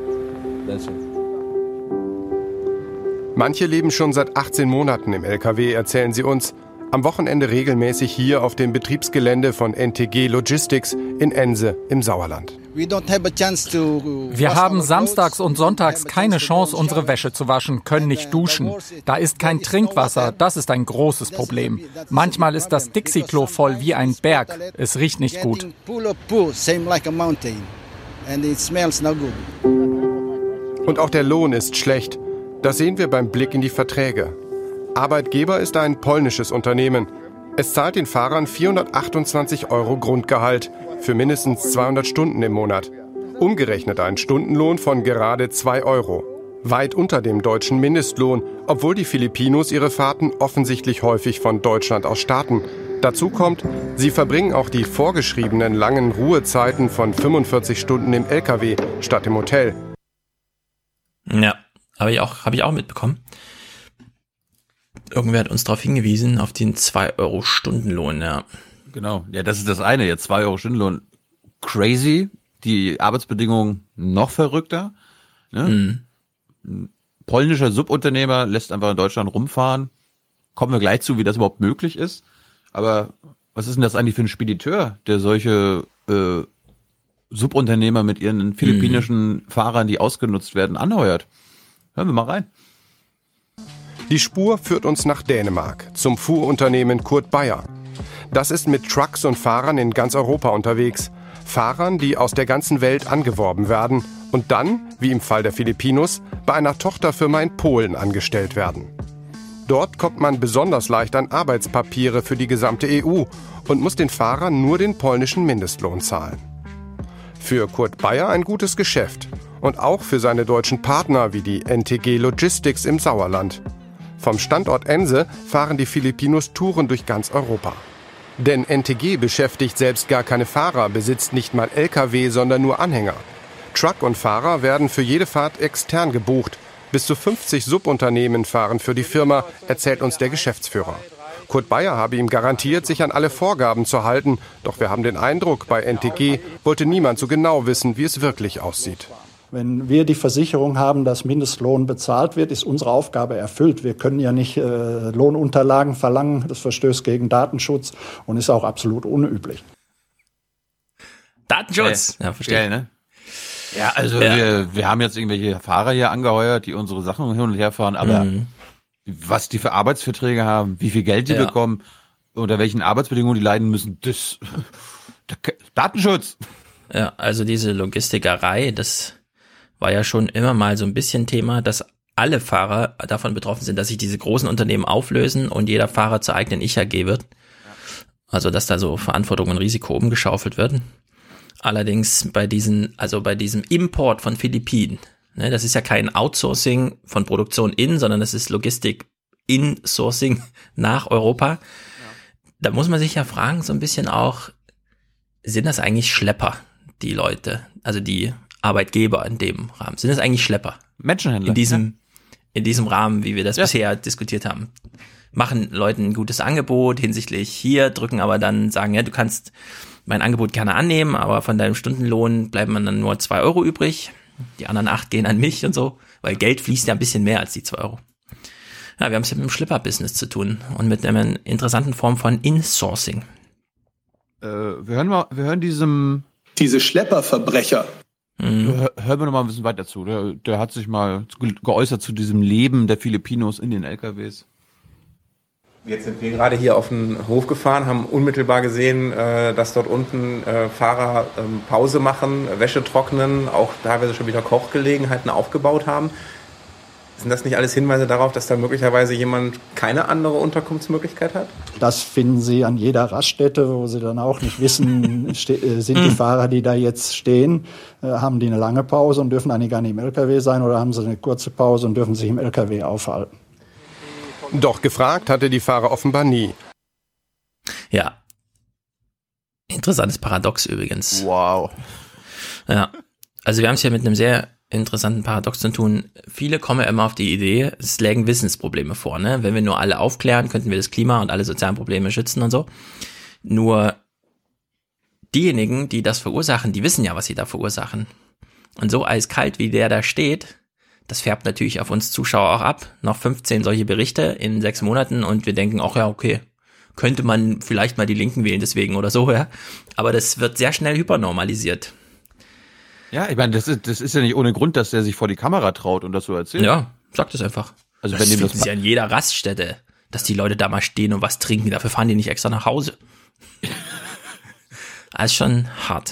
Manche leben schon seit achtzehn Monaten im L K W, erzählen sie uns. Am Wochenende regelmäßig hier auf dem Betriebsgelände von N T G Logistics in Ense im Sauerland. Wir haben samstags und sonntags keine Chance, unsere Wäsche zu waschen, können nicht duschen. Da ist kein Trinkwasser, das ist ein großes Problem. Manchmal ist das Dixie-Klo voll wie ein Berg. Es riecht nicht gut. Und auch der Lohn ist schlecht. Das sehen wir beim Blick in die Verträge. Arbeitgeber ist ein polnisches Unternehmen. Es zahlt den Fahrern vierhundertachtundzwanzig Euro Grundgehalt für mindestens zweihundert Stunden im Monat. Umgerechnet ein Stundenlohn von gerade zwei Euro. Weit unter dem deutschen Mindestlohn, obwohl die Filipinos ihre Fahrten offensichtlich häufig von Deutschland aus starten. Dazu kommt, sie verbringen auch die vorgeschriebenen langen Ruhezeiten von fünfundvierzig Stunden im L K W statt im Hotel. Ja, habe ich auch, habe ich auch mitbekommen. Irgendwer hat uns darauf hingewiesen, auf den zwei Euro Stundenlohn, ja. Genau, ja, das ist das eine, jetzt zwei Euro Stundenlohn. Crazy, die Arbeitsbedingungen noch verrückter. Ne? Mhm. Ein polnischer Subunternehmer lässt einfach in Deutschland rumfahren. Kommen wir gleich zu, wie das überhaupt möglich ist. Aber was ist denn das eigentlich für ein Spediteur, der solche äh, Subunternehmer mit ihren philippinischen mhm. Fahrern, die ausgenutzt werden, anheuert? Hören wir mal rein. Die Spur führt uns nach Dänemark, zum Fuhrunternehmen Kurt Bayer. Das ist mit Trucks und Fahrern in ganz Europa unterwegs. Fahrern, die aus der ganzen Welt angeworben werden und dann, wie im Fall der Filipinos, bei einer Tochterfirma in Polen angestellt werden. Dort kommt man besonders leicht an Arbeitspapiere für die gesamte E U und muss den Fahrern nur den polnischen Mindestlohn zahlen. Für Kurt Bayer ein gutes Geschäft und auch für seine deutschen Partner wie die N T G Logistics im Sauerland. Vom Standort Ense fahren die Filipinos Touren durch ganz Europa. Denn N T G beschäftigt selbst gar keine Fahrer, besitzt nicht mal L K W, sondern nur Anhänger. Truck und Fahrer werden für jede Fahrt extern gebucht. Bis zu fünfzig Subunternehmen fahren für die Firma, erzählt uns der Geschäftsführer. Kurt Bayer habe ihm garantiert, sich an alle Vorgaben zu halten. Doch wir haben den Eindruck, bei N T G wollte niemand so genau wissen, wie es wirklich aussieht. Wenn wir die Versicherung haben, dass Mindestlohn bezahlt wird, ist unsere Aufgabe erfüllt. Wir können ja nicht äh, Lohnunterlagen verlangen. Das verstößt gegen Datenschutz und ist auch absolut unüblich. Datenschutz? Ja, verstehe. Ja, ne? Ja, also ja. Wir, wir haben jetzt irgendwelche Fahrer hier angeheuert, die unsere Sachen hin und her fahren, aber mhm. was die für Arbeitsverträge haben, wie viel Geld die ja. bekommen, unter welchen Arbeitsbedingungen die leiden müssen, das Datenschutz. Ja, also diese Logistikerei, das war ja schon immer mal so ein bisschen Thema, dass alle Fahrer davon betroffen sind, dass sich diese großen Unternehmen auflösen und jeder Fahrer zur eigenen Ich A G wird. Also dass da so Verantwortung und Risiko umgeschaufelt werden. Allerdings bei diesen, also bei diesem Import von Philippinen, ne, das ist ja kein Outsourcing von Produktion in, sondern das ist Logistik Insourcing nach Europa. Ja. Da muss man sich ja fragen, so ein bisschen auch, sind das eigentlich Schlepper, die Leute, also die Arbeitgeber in dem Rahmen? Sind das eigentlich Schlepper? Menschenhändler. In diesem, ja. in diesem Rahmen, wie wir das ja. bisher diskutiert haben. Machen Leuten ein gutes Angebot hinsichtlich hier, drücken aber dann, sagen, ja, du kannst mein Angebot gerne annehmen, aber von deinem Stundenlohn bleiben dann nur zwei Euro übrig. Die anderen acht gehen an mich und so, weil Geld fließt ja ein bisschen mehr als die zwei Euro. Ja, wir haben es ja mit dem Schlipper-Business zu tun und mit einer interessanten Form von Insourcing. Äh, wir hören mal, wir hören diesem... Diese Schlepperverbrecher. Mhm. Hören wir noch mal ein bisschen weiter zu. Der, der hat sich mal geäußert zu diesem Leben der Filipinos in den L K Ws. Jetzt sind wir gerade hier auf den Hof gefahren, haben unmittelbar gesehen, dass dort unten Fahrer Pause machen, Wäsche trocknen, auch teilweise schon wieder Kochgelegenheiten aufgebaut haben. Sind das nicht alles Hinweise darauf, dass da möglicherweise jemand keine andere Unterkunftsmöglichkeit hat? Das finden Sie an jeder Raststätte, wo Sie dann auch nicht wissen, sind die Fahrer, die da jetzt stehen, haben die eine lange Pause und dürfen eigentlich gar nicht im L K W sein oder haben sie eine kurze Pause und dürfen sich im L K W aufhalten? Doch gefragt hatte die Fahrer offenbar nie. Ja. Interessantes Paradox übrigens. Wow. Ja. Also wir haben es hier mit einem sehr interessanten Paradox zu tun. Viele kommen ja immer auf die Idee, es lägen Wissensprobleme vor, ne? Wenn wir nur alle aufklären, könnten wir das Klima und alle sozialen Probleme schützen und so. Nur diejenigen, die das verursachen, die wissen ja, was sie da verursachen. Und so eiskalt, wie der da steht, das färbt natürlich auf uns Zuschauer auch ab. Noch fünfzehn solche Berichte in sechs Monaten und wir denken, ach ja, okay, könnte man vielleicht mal die Linken wählen deswegen oder so, ja. Aber das wird sehr schnell hypernormalisiert. Ja, ich meine, das ist, das ist ja nicht ohne Grund, dass der sich vor die Kamera traut und das so erzählt. Ja, sagt es einfach. Also das wenn das ist ja in jeder Raststätte, dass die Leute da mal stehen und was trinken. Dafür fahren die nicht extra nach Hause. Das ist schon hart.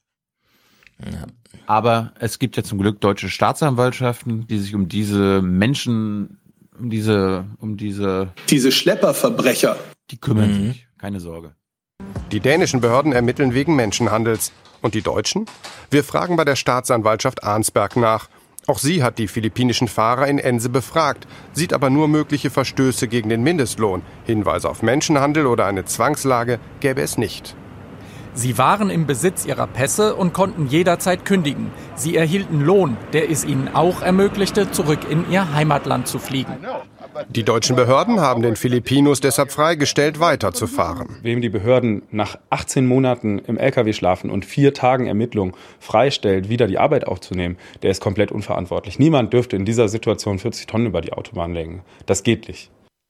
Ja. Aber es gibt ja zum Glück deutsche Staatsanwaltschaften, die sich um diese Menschen, um diese, um diese... Diese Schlepperverbrecher. Die kümmern mhm. sich, keine Sorge. Die dänischen Behörden ermitteln wegen Menschenhandels. Und die Deutschen? Wir fragen bei der Staatsanwaltschaft Arnsberg nach. Auch sie hat die philippinischen Fahrer in Ense befragt, sieht aber nur mögliche Verstöße gegen den Mindestlohn. Hinweise auf Menschenhandel oder eine Zwangslage gäbe es nicht. Sie waren im Besitz ihrer Pässe und konnten jederzeit kündigen. Sie erhielten Lohn, der es ihnen auch ermöglichte, zurück in ihr Heimatland zu fliegen. Die deutschen Behörden haben den Filipinos deshalb freigestellt, weiterzufahren. Wem die Behörden nach achtzehn Monaten im L K W schlafen und vier Tagen Ermittlung freistellt, wieder die Arbeit aufzunehmen, der ist komplett unverantwortlich. Niemand dürfte in dieser Situation vierzig Tonnen über die Autobahn lenken. Das geht nicht.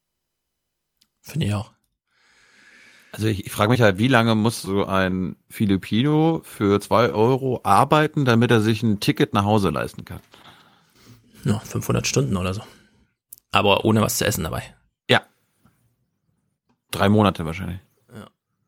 Finde ich auch. Also ich, ich frage mich halt, wie lange muss so ein Filipino für zwei Euro arbeiten, damit er sich ein Ticket nach Hause leisten kann? Ja, fünfhundert Stunden oder so. Aber ohne was zu essen dabei. Ja. Drei Monate wahrscheinlich. Ja.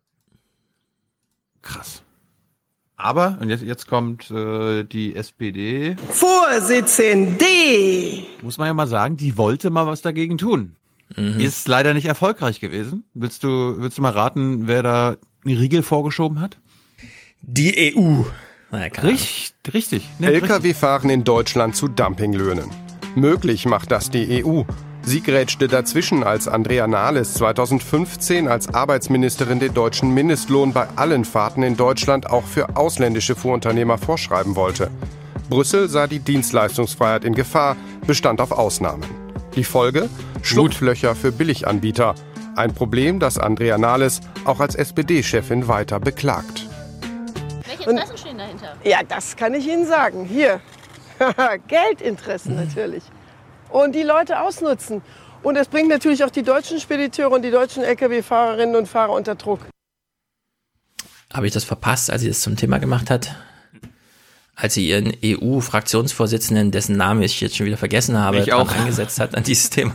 Krass. Aber, und jetzt, jetzt kommt äh, die S P D. Vorsitzende! Muss man ja mal sagen, die wollte mal was dagegen tun. Mhm. Ist leider nicht erfolgreich gewesen. Willst du, willst du mal raten, wer da einen Riegel vorgeschoben hat? Die E U. Naja, richtig, richtig. Ne, L K W-Fahren in Deutschland zu Dumpinglöhnen. Möglich macht das die E U. Sie grätschte dazwischen, als Andrea Nahles zweitausendfünfzehn als Arbeitsministerin den deutschen Mindestlohn bei allen Fahrten in Deutschland auch für ausländische Fuhrunternehmer vorschreiben wollte. Brüssel sah die Dienstleistungsfreiheit in Gefahr, bestand auf Ausnahmen. Die Folge? Schlupflöcher für Billiganbieter. Ein Problem, das Andrea Nahles auch als S P D-Chefin weiter beklagt. Welche Interessen stehen dahinter? Ja, das kann ich Ihnen sagen. Hier, Geldinteressen natürlich. Und die Leute ausnutzen. Und es bringt natürlich auch die deutschen Spediteure und die deutschen L K W-Fahrerinnen und Fahrer unter Druck. Habe ich das verpasst, als sie das zum Thema gemacht hat? Als sie ihren E U-Fraktionsvorsitzenden, dessen Namen ich jetzt schon wieder vergessen habe, ich auch eingesetzt hat an dieses Thema.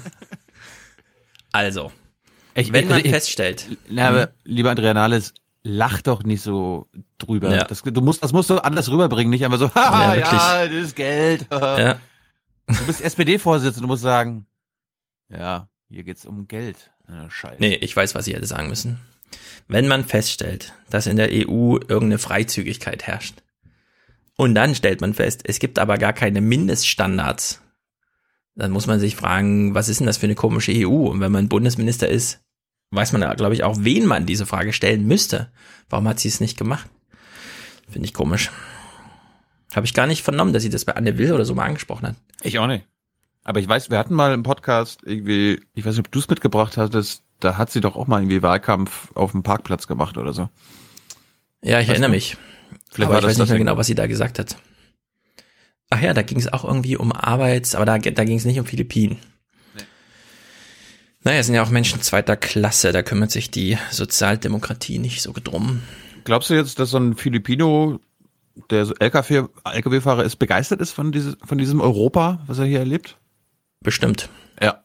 Also, ich, wenn ich, man ich, feststellt... Na, aber, lieber Andrea Nahles, lach doch nicht so drüber. Ja. Das, du musst, das musst du anders rüberbringen, nicht einfach so, haha, ja, ja, das ist Geld. Ja. Du bist S P D-Vorsitzender, du musst sagen, ja, hier geht's um Geld. Ja, Scheiße. Nee, ich weiß, was ich hätte sagen müssen. Wenn man feststellt, dass in der E U irgendeine Freizügigkeit herrscht, und dann stellt man fest, es gibt aber gar keine Mindeststandards, dann muss man sich fragen, was ist denn das für eine komische E U? Und wenn man Bundesminister ist, weiß man, glaube ich, auch, wen man diese Frage stellen müsste. Warum hat sie es nicht gemacht? Finde ich komisch. Habe ich gar nicht vernommen, dass sie das bei Anne Will oder so mal angesprochen hat. Ich auch nicht. Aber ich weiß, wir hatten mal im Podcast irgendwie, ich weiß nicht, ob du es mitgebracht hattest, da hat sie doch auch mal irgendwie Wahlkampf auf dem Parkplatz gemacht oder so. Ja, ich weißt erinnere du? mich. Vielleicht aber war ich das weiß nicht mehr deswegen. genau, was sie da gesagt hat. Ach ja, da ging es auch irgendwie um Arbeits, aber da, da ging es nicht um Philippinen. Nee. Naja, es sind ja auch Menschen zweiter Klasse, da kümmert sich die Sozialdemokratie nicht so drum. Glaubst du jetzt, dass so ein Filipino, der so L K W-Fahrer ist, begeistert ist von, diese, von diesem Europa, was er hier erlebt? Bestimmt. Ja.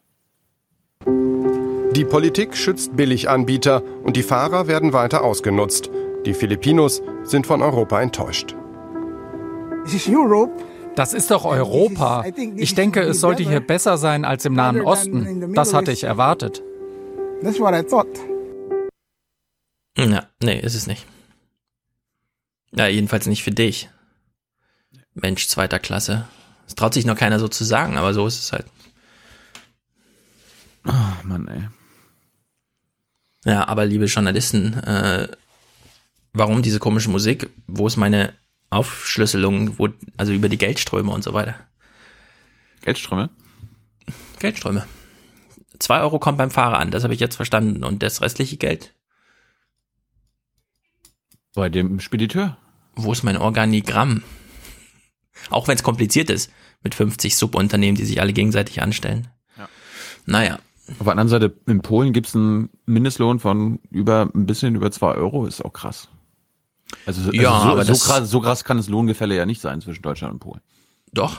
Die Politik schützt Billiganbieter und die Fahrer werden weiter ausgenutzt. Die Filipinos sind von Europa enttäuscht. Das ist doch Europa. Ich denke, es sollte hier besser sein als im Nahen Osten. Das hatte ich erwartet. Ja, nee, ist es nicht. Ja, jedenfalls nicht für dich. Mensch zweiter Klasse. Es traut sich noch keiner so zu sagen, aber so ist es halt. Oh Mann, ey. Ja, aber liebe Journalisten, äh, warum diese komische Musik? Wo ist meine Aufschlüsselung, wo, also über die Geldströme und so weiter? Geldströme? Geldströme. Zwei Euro kommt beim Fahrer an, das habe ich jetzt verstanden. Und das restliche Geld? Bei dem Spediteur. Wo ist mein Organigramm? Auch wenn es kompliziert ist, mit fünfzig Subunternehmen, die sich alle gegenseitig anstellen. Ja. Naja. Auf der anderen Seite, in Polen gibt es einen Mindestlohn von über ein bisschen über zwei Euro, ist auch krass. Also, ja, also so, aber so, das, krass, so krass kann das Lohngefälle ja nicht sein zwischen Deutschland und Polen. Doch.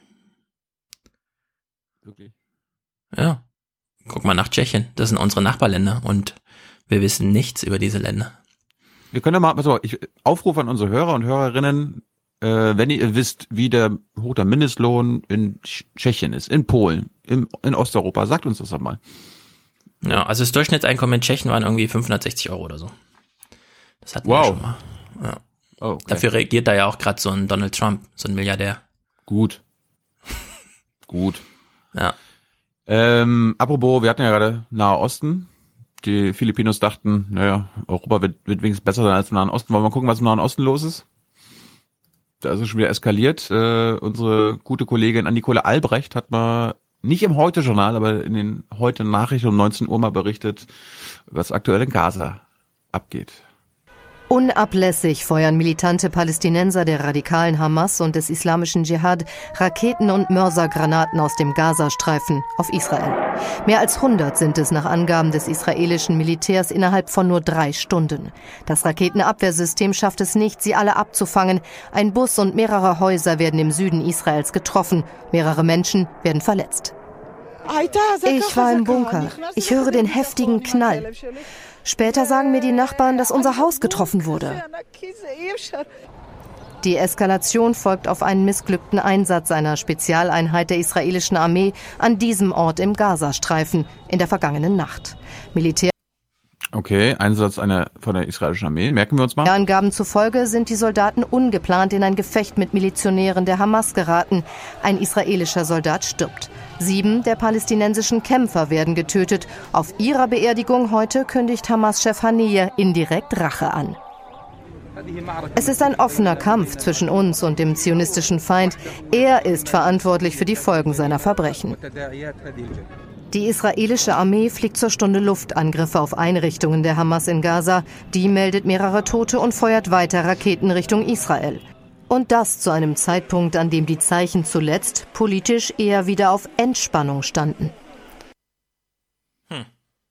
Wirklich? Ja. Guck mal nach Tschechien, das sind unsere Nachbarländer und wir wissen nichts über diese Länder. Wir können ja mal, also ich Aufruf an unsere Hörer und Hörerinnen, äh, wenn ihr wisst, wie der hoch der Mindestlohn in Tschechien ist, in Polen, in, in Osteuropa, sagt uns das doch mal. Ja, also das Durchschnittseinkommen in Tschechien waren irgendwie fünfhundertsechzig Euro oder so. Das hatten wow. wir schon mal. Ja. Oh, okay. Dafür regiert da ja auch gerade so ein Donald Trump, so ein Milliardär. Gut. Gut. Ja. Ähm, apropos, wir hatten ja gerade Nahe Osten. Die Filipinos dachten, naja, Europa wird, wird wenigstens besser sein als im Nahen Osten. Wollen wir mal gucken, was im Nahen Osten los ist? Da ist es schon wieder eskaliert. Äh, unsere gute Kollegin Annicola Albrecht hat mal, nicht im Heute-Journal, aber in den Heute-Nachrichten um neunzehn Uhr mal berichtet, was aktuell in Gaza abgeht. Unablässig feuern militante Palästinenser der radikalen Hamas und des islamischen Dschihad Raketen und Mörsergranaten aus dem Gazastreifen auf Israel. Mehr als hundert sind es nach Angaben des israelischen Militärs innerhalb von nur drei Stunden. Das Raketenabwehrsystem schafft es nicht, sie alle abzufangen. Ein Bus und mehrere Häuser werden im Süden Israels getroffen. Mehrere Menschen werden verletzt. Ich war im Bunker. Ich höre den heftigen Knall. Später sagen mir die Nachbarn, dass unser Haus getroffen wurde. Die Eskalation folgt auf einen missglückten Einsatz einer Spezialeinheit der israelischen Armee an diesem Ort im Gazastreifen in der vergangenen Nacht. Militär Okay, Einsatz einer von der israelischen Armee. Merken wir uns mal. Angaben zufolge sind die Soldaten ungeplant in ein Gefecht mit Milizionären der Hamas geraten. Ein israelischer Soldat stirbt. Sieben der palästinensischen Kämpfer werden getötet. Auf ihrer Beerdigung heute kündigt Hamas-Chef Haniyeh indirekt Rache an. Es ist ein offener Kampf zwischen uns und dem zionistischen Feind. Er ist verantwortlich für die Folgen seiner Verbrechen. Die israelische Armee fliegt zur Stunde Luftangriffe auf Einrichtungen der Hamas in Gaza. Die meldet mehrere Tote und feuert weiter Raketen Richtung Israel. Und das zu einem Zeitpunkt, an dem die Zeichen zuletzt politisch eher wieder auf Entspannung standen. Hm.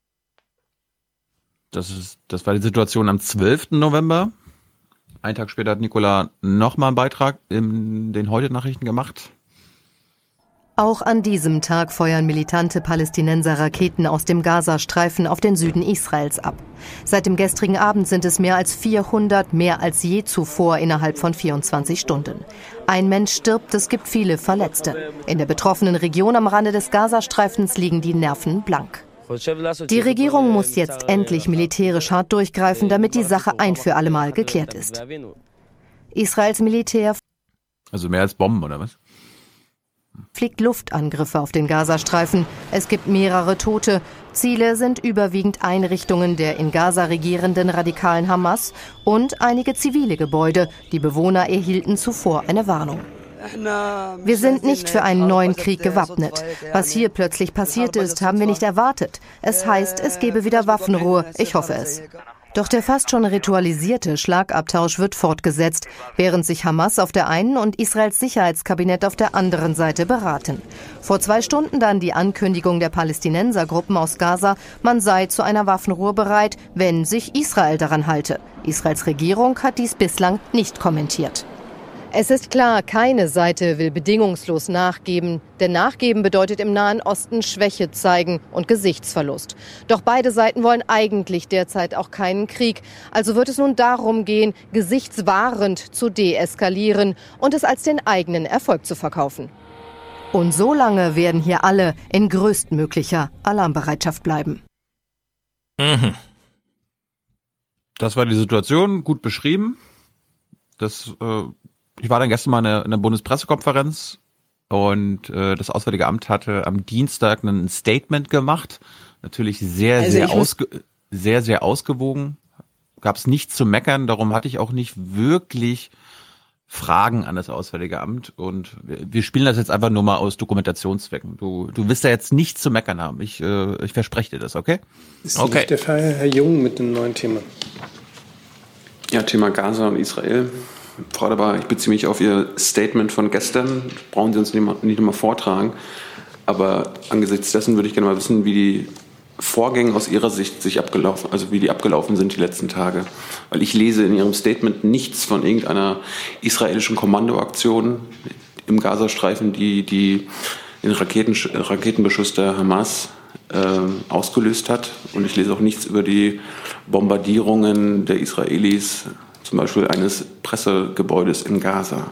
Das ist, das war die Situation am zwölften November. Einen Tag später hat Nicola nochmal einen Beitrag in den Heute-Nachrichten gemacht. Auch an diesem Tag feuern militante Palästinenser Raketen aus dem Gazastreifen auf den Süden Israels ab. Seit dem gestrigen Abend sind es mehr als vierhundert, mehr als je zuvor innerhalb von vierundzwanzig Stunden. Ein Mensch stirbt, es gibt viele Verletzte. In der betroffenen Region am Rande des Gazastreifens liegen die Nerven blank. Die Regierung muss jetzt endlich militärisch hart durchgreifen, damit die Sache ein für alle Mal geklärt ist. Israels Militär Also mehr als Bomben, oder was? fliegt Luftangriffe auf den Gazastreifen. Es gibt mehrere Tote. Ziele sind überwiegend Einrichtungen der in Gaza regierenden radikalen Hamas und einige zivile Gebäude. Die Bewohner erhielten zuvor eine Warnung. Wir sind nicht für einen neuen Krieg gewappnet. Was hier plötzlich passiert ist, haben wir nicht erwartet. Es heißt, es gebe wieder Waffenruhe. Ich hoffe es. Doch der fast schon ritualisierte Schlagabtausch wird fortgesetzt, während sich Hamas auf der einen und Israels Sicherheitskabinett auf der anderen Seite beraten. Vor zwei Stunden dann die Ankündigung der Palästinensergruppen aus Gaza, man sei zu einer Waffenruhe bereit, wenn sich Israel daran halte. Israels Regierung hat dies bislang nicht kommentiert. Es ist klar, keine Seite will bedingungslos nachgeben, denn Nachgeben bedeutet im Nahen Osten Schwäche zeigen und Gesichtsverlust. Doch beide Seiten wollen eigentlich derzeit auch keinen Krieg. Also wird es nun darum gehen, gesichtswahrend zu deeskalieren und es als den eigenen Erfolg zu verkaufen. Und so lange werden hier alle in größtmöglicher Alarmbereitschaft bleiben. Mhm. Das war die Situation, gut beschrieben. Das äh Ich war dann gestern mal in einer, in einer Bundespressekonferenz und äh, das Auswärtige Amt hatte am Dienstag ein Statement gemacht. Natürlich sehr, also sehr, ausge sehr, sehr ausgewogen. Gab es nichts zu meckern, darum hatte ich auch nicht wirklich Fragen an das Auswärtige Amt. Und wir, wir spielen das jetzt einfach nur mal aus Dokumentationszwecken. Du, du wirst da jetzt nichts zu meckern haben. Ich, äh, ich verspreche dir das, okay? Ist okay. Nicht der Fall, Herr Jung, mit dem neuen Thema? Ja, Thema Gaza und Israel. Frau Dabar, ich beziehe mich auf Ihr Statement von gestern. Brauchen Sie uns nicht, nicht nochmal vortragen. Aber angesichts dessen würde ich gerne mal wissen, wie die Vorgänge aus Ihrer Sicht sich abgelaufen, also wie die abgelaufen sind die letzten Tage. Weil ich lese in Ihrem Statement nichts von irgendeiner israelischen Kommandoaktion im Gazastreifen, die, die den Raketen, Raketenbeschuss der Hamas äh, ausgelöst hat. Und ich lese auch nichts über die Bombardierungen der Israelis, zum Beispiel eines Pressegebäudes in Gaza.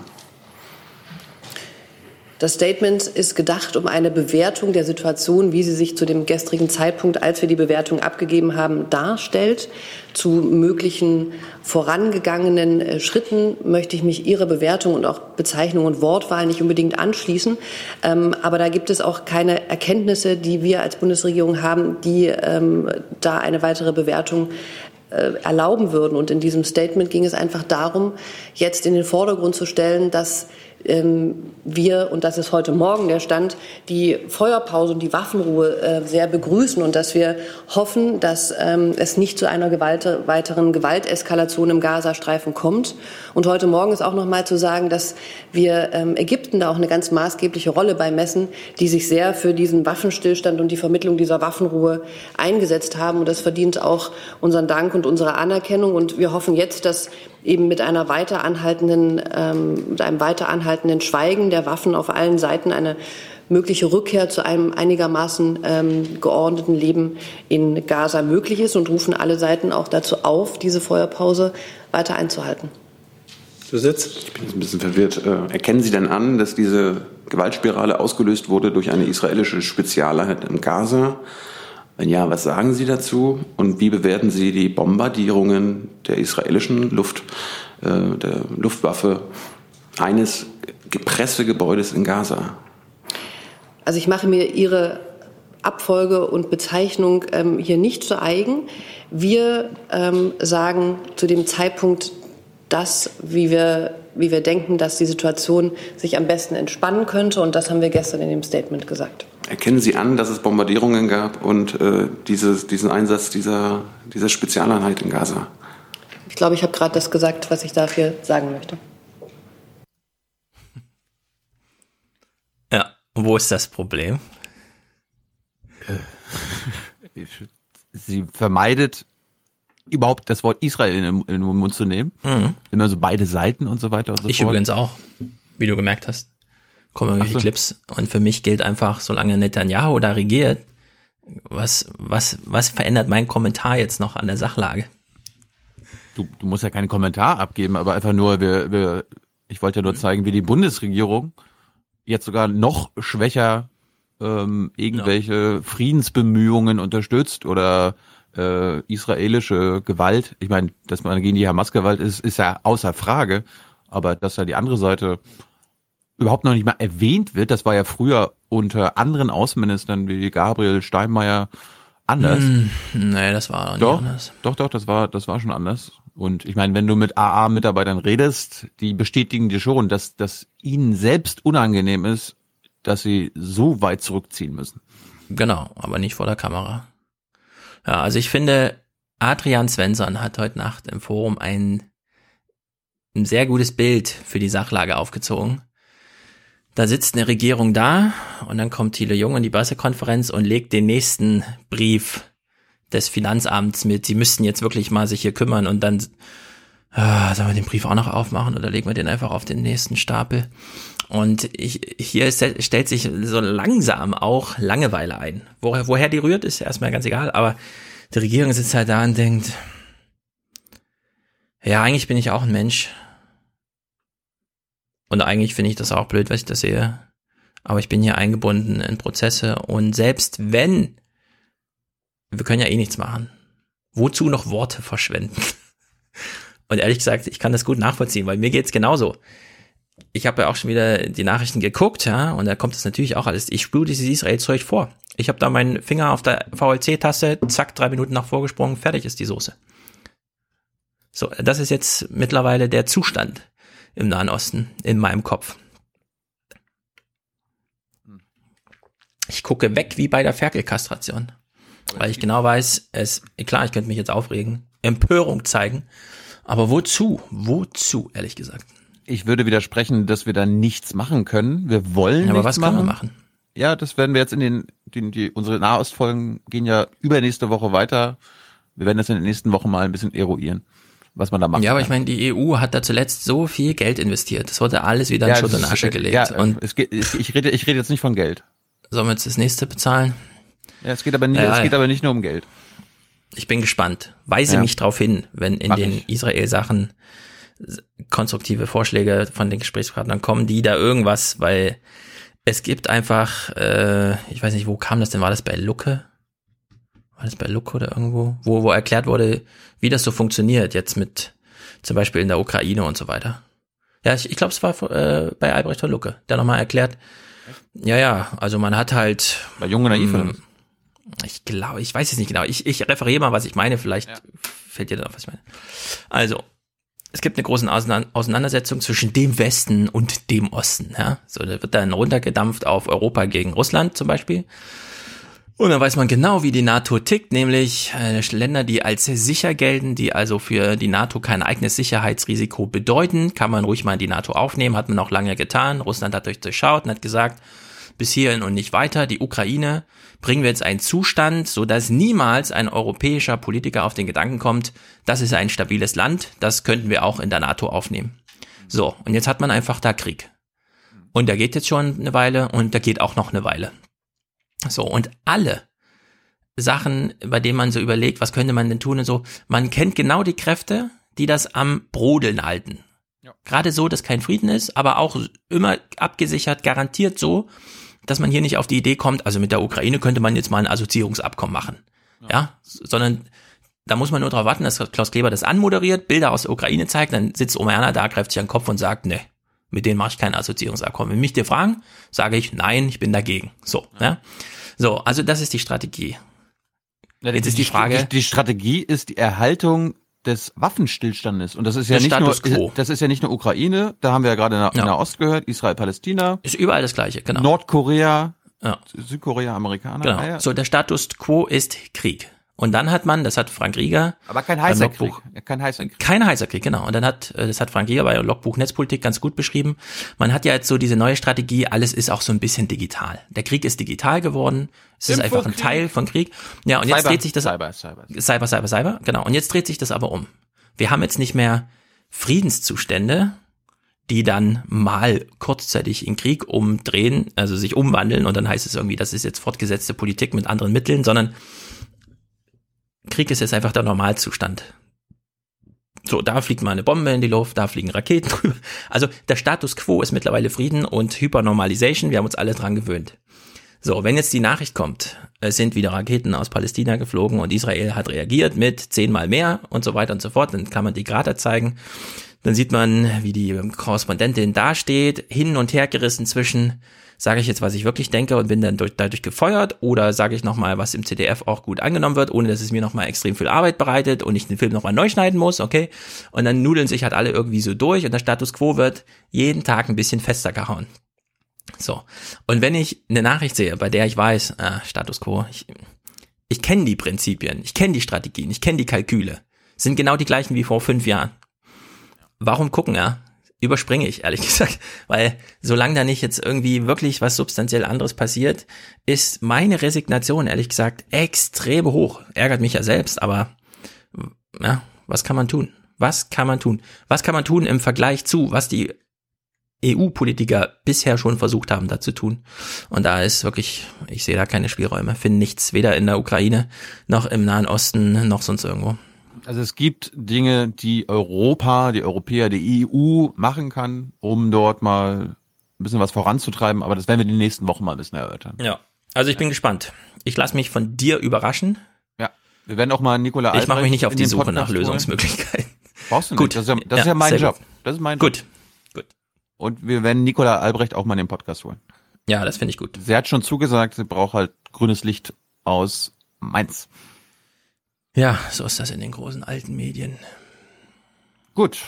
Das Statement ist gedacht, um eine Bewertung der Situation, wie sie sich zu dem gestrigen Zeitpunkt, als wir die Bewertung abgegeben haben, darstellt. Zu möglichen vorangegangenen Schritten möchte ich mich Ihrer Bewertung und auch Bezeichnung und Wortwahl nicht unbedingt anschließen. Ähm, aber da gibt es auch keine Erkenntnisse, die wir als Bundesregierung haben, die ähm, da eine weitere Bewertung erlauben würden. Und in diesem Statement ging es einfach darum, jetzt in den Vordergrund zu stellen, dass ähm, wir, und das ist heute Morgen der Stand, die Feuerpause und die Waffenruhe äh, sehr begrüßen und dass wir hoffen, dass ähm, es nicht zu einer Gewalt, weiteren Gewalteskalation im Gazastreifen kommt. Und heute Morgen ist auch noch mal zu sagen, dass wir ähm, Ägypten da auch eine ganz maßgebliche Rolle beimessen, die sich sehr für diesen Waffenstillstand und die Vermittlung dieser Waffenruhe eingesetzt haben. Und das verdient auch unseren Dank und unsere Anerkennung. Und wir hoffen jetzt, dass eben mit einer weiter anhaltenden, ähm, mit einem weiter anhaltenden Schweigen der Waffen auf allen Seiten eine mögliche Rückkehr zu einem einigermaßen ähm, geordneten Leben in Gaza möglich ist und rufen alle Seiten auch dazu auf, diese Feuerpause weiter einzuhalten. Du sitzt. Ich bin jetzt ein bisschen verwirrt. Äh, erkennen Sie denn an, dass diese Gewaltspirale ausgelöst wurde durch eine israelische Spezialeinheit in Gaza? Wenn ja, was sagen Sie dazu? Und wie bewerten Sie die Bombardierungen der israelischen Luft, äh, der Luftwaffe eines Pressegebäudes in Gaza? Also ich mache mir Ihre Abfolge und Bezeichnung ähm, hier nicht zu eigen. Wir ähm, sagen zu dem Zeitpunkt das, wie wir, wie wir denken, dass die Situation sich am besten entspannen könnte. Und das haben wir gestern in dem Statement gesagt. Erkennen Sie an, dass es Bombardierungen gab und äh, dieses, diesen Einsatz dieser, dieser Spezialeinheit in Gaza? Ich glaube, ich habe gerade das gesagt, was ich dafür sagen möchte. Ja, wo ist das Problem? Sie vermeidet überhaupt das Wort Israel in den, in den Mund zu nehmen. Mhm. Immer so beide Seiten und so weiter und so ich fort. Ich übrigens auch, wie du gemerkt hast. Kommen irgendwelche so. Clips. Und für mich gilt einfach, solange Netanyahu da regiert, was, was, was verändert mein Kommentar jetzt noch an der Sachlage? Du, du musst ja keinen Kommentar abgeben, aber einfach nur, wir, wir, ich wollte ja nur zeigen, wie die Bundesregierung jetzt sogar noch schwächer ähm, irgendwelche ja. Friedensbemühungen unterstützt oder äh, israelische Gewalt. Ich meine, dass man gegen die Hamas-Gewalt ist, ist ja außer Frage, aber dass da die andere Seite überhaupt noch nicht mal erwähnt wird, das war ja früher unter anderen Außenministern wie Gabriel Steinmeier anders. Hm, nee, das war nicht doch, anders. Doch, doch, das war, das war schon anders. Und ich meine, wenn du mit A A-Mitarbeitern redest, die bestätigen dir schon, dass das ihnen selbst unangenehm ist, dass sie so weit zurückziehen müssen. Genau, aber nicht vor der Kamera. Ja, also ich finde, Adrian Svensson hat heute Nacht im Forum ein, ein sehr gutes Bild für die Sachlage aufgezogen. Da sitzt eine Regierung da und dann kommt Thilo Jung in die Pressekonferenz und legt den nächsten Brief des Finanzamts mit. Sie müssten jetzt wirklich mal sich hier kümmern und dann äh, sollen wir den Brief auch noch aufmachen oder legen wir den einfach auf den nächsten Stapel? Und ich, hier ist, stellt sich so langsam auch Langeweile ein. Woher, woher die rührt, ist erstmal ganz egal, aber die Regierung sitzt halt da und denkt, ja, eigentlich bin ich auch ein Mensch. Und eigentlich finde ich das auch blöd, was ich das sehe. Aber ich bin hier eingebunden in Prozesse und selbst wenn, wir können ja eh nichts machen. Wozu noch Worte verschwenden? Und ehrlich gesagt, ich kann das gut nachvollziehen, weil mir geht's genauso. Ich habe ja auch schon wieder die Nachrichten geguckt, ja, und da kommt es natürlich auch alles. Ich spüre dieses Israel-Zeug vor. Ich habe da meinen Finger auf der V L C-Taste, zack, drei Minuten nach vorgesprungen, fertig ist die Soße. So, das ist jetzt mittlerweile der Zustand im Nahen Osten, in meinem Kopf. Ich gucke weg wie bei der Ferkelkastration, weil ich genau weiß, es, klar, ich könnte mich jetzt aufregen, Empörung zeigen, aber wozu? Wozu, ehrlich gesagt? Ich würde widersprechen, dass wir da nichts machen können. Wir wollen ja, aber nichts was können machen. wir machen? Ja, das werden wir jetzt in den, die, die unsere Nahostfolgen gehen ja übernächste Woche weiter. Wir werden das in den nächsten Wochen mal ein bisschen eruieren, was man da macht. Ja, aber ich meine, die E U hat da zuletzt so viel Geld investiert. Das wurde alles wieder in ja, Schutt und Asche gelegt. Ja, und es geht, ich rede, ich rede jetzt nicht von Geld. Sollen wir jetzt das nächste bezahlen? Ja, es geht aber nicht, ja, es geht aber nicht nur um Geld. Ich bin gespannt. Weise ja. mich drauf hin, wenn in Mach den Israel-Sachen konstruktive Vorschläge von den Gesprächspartnern kommen, die da irgendwas, weil es gibt einfach, äh, ich weiß nicht, wo kam das denn? War das bei Lucke? War das bei Lucke oder irgendwo? Wo, wo erklärt wurde, wie das so funktioniert, jetzt mit zum Beispiel in der Ukraine und so weiter. Ja, ich, ich glaube, es war äh, bei Albrecht von Lucke, der nochmal erklärt, ja, ja, also man hat halt bei Junge Naiv. Ich glaube, ich weiß es nicht genau. Ich, ich referiere mal, was ich meine, vielleicht ja. fällt dir dann auf, was ich meine. Also, es gibt eine große Auseinandersetzung zwischen dem Westen und dem Osten. Ja? So, da wird dann runtergedampft auf Europa gegen Russland zum Beispiel. Und dann weiß man genau, wie die NATO tickt, nämlich äh, Länder, die als sicher gelten, die also für die NATO kein eigenes Sicherheitsrisiko bedeuten, kann man ruhig mal in die NATO aufnehmen, hat man auch lange getan. Russland hat euch durchschaut und hat gesagt, bis hierhin und nicht weiter. Die Ukraine bringen wir jetzt einen Zustand, so dass niemals ein europäischer Politiker auf den Gedanken kommt, das ist ein stabiles Land, das könnten wir auch in der NATO aufnehmen. So, und jetzt hat man einfach da Krieg. Und der geht jetzt schon eine Weile und der geht auch noch eine Weile. So, und alle Sachen, bei denen man so überlegt, was könnte man denn tun und so, man kennt genau die Kräfte, die das am Brodeln halten. Ja. Gerade so, dass kein Frieden ist, aber auch immer abgesichert, garantiert so, dass man hier nicht auf die Idee kommt, also mit der Ukraine könnte man jetzt mal ein Assoziierungsabkommen machen. Ja, ja? Sondern da muss man nur darauf warten, dass Klaus Kleber das anmoderiert, Bilder aus der Ukraine zeigt, dann sitzt Omerna da, greift sich an den Kopf und sagt, ne, mit denen mache ich kein Assoziierungsabkommen. Wenn mich dir fragen, sage ich, nein, ich bin dagegen. So, ja. ja? So, also das ist die Strategie. Ja, jetzt die, ist die Frage. Die, die Strategie ist die Erhaltung des Waffenstillstandes. Und das ist ja nicht Status nur, quo. Das ist ja nicht nur Ukraine, da haben wir ja gerade in der, ja. in der Ost gehört, Israel, Palästina. Ist überall das Gleiche, genau. Nordkorea, ja. Südkorea, Amerikaner. Genau. Ah, ja. So, der Status quo ist Krieg. Und dann hat man, das hat Frank Rieger. Aber kein heißer Krieg. Kein heißer Krieg. Kein heißer Krieg, genau. Und dann hat, das hat Frank Rieger bei Logbuch Netzpolitik ganz gut beschrieben. Man hat ja jetzt so diese neue Strategie, alles ist auch so ein bisschen digital. Der Krieg ist digital geworden. Es ist einfach ein Teil von Krieg. Ja, und jetzt Cyber, dreht sich das. Cyber, Cyber. Cyber, Cyber, Cyber, genau. Und jetzt dreht sich das aber um. Wir haben jetzt nicht mehr Friedenszustände, die dann mal kurzzeitig in Krieg umdrehen, also sich umwandeln und dann heißt es irgendwie, das ist jetzt fortgesetzte Politik mit anderen Mitteln, sondern Krieg ist jetzt einfach der Normalzustand. So, da fliegt mal eine Bombe in die Luft, da fliegen Raketen drüber. Also der Status quo ist mittlerweile Frieden und Hypernormalization, wir haben uns alle dran gewöhnt. So, wenn jetzt die Nachricht kommt, es sind wieder Raketen aus Palästina geflogen und Israel hat reagiert mit zehnmal mehr und so weiter und so fort, dann kann man die Grate zeigen. Dann sieht man, wie die Korrespondentin dasteht, hin und her gerissen zwischen, sage ich jetzt, was ich wirklich denke und bin dann durch, dadurch gefeuert, oder sage ich nochmal, was im Z D F auch gut angenommen wird, ohne dass es mir nochmal extrem viel Arbeit bereitet und ich den Film nochmal neu schneiden muss, okay? Und dann nudeln sich halt alle irgendwie so durch und der Status quo wird jeden Tag ein bisschen fester gehauen. So, und wenn ich eine Nachricht sehe, bei der ich weiß, ah, Status quo, ich, ich kenne die Prinzipien, ich kenne die Strategien, ich kenne die Kalküle, sind genau die gleichen wie vor fünf Jahren. Warum gucken, ja? Überspringe ich, ehrlich gesagt, weil solange da nicht jetzt irgendwie wirklich was substanziell anderes passiert, ist meine Resignation, ehrlich gesagt, extrem hoch. Ärgert mich ja selbst, aber ja, was kann man tun? Was kann man tun? Was kann man tun im Vergleich zu, was die E U-Politiker bisher schon versucht haben, da zu tun? Und da ist wirklich, ich sehe da keine Spielräume, finde nichts, weder in der Ukraine, noch im Nahen Osten, noch sonst irgendwo. Also es gibt Dinge, die Europa, die Europäer, die E U machen kann, um dort mal ein bisschen was voranzutreiben, aber das werden wir die nächsten Wochen mal ein bisschen erörtern. Ja, also ich bin ja. gespannt. Ich lasse mich von dir überraschen. Ja, wir werden auch mal Nicola Albrecht. Ich mache mich nicht auf die Suche nach Lösungsmöglichkeiten. Brauchst du nicht, gut. das ist ja, das ja, ist ja mein Job. Gut. Das ist mein gut. Job. Gut. Und wir werden Nicola Albrecht auch mal in den Podcast holen. Ja, das finde ich gut. Sie hat schon zugesagt, sie braucht halt grünes Licht aus Mainz. Ja, so ist das in den großen alten Medien. Gut.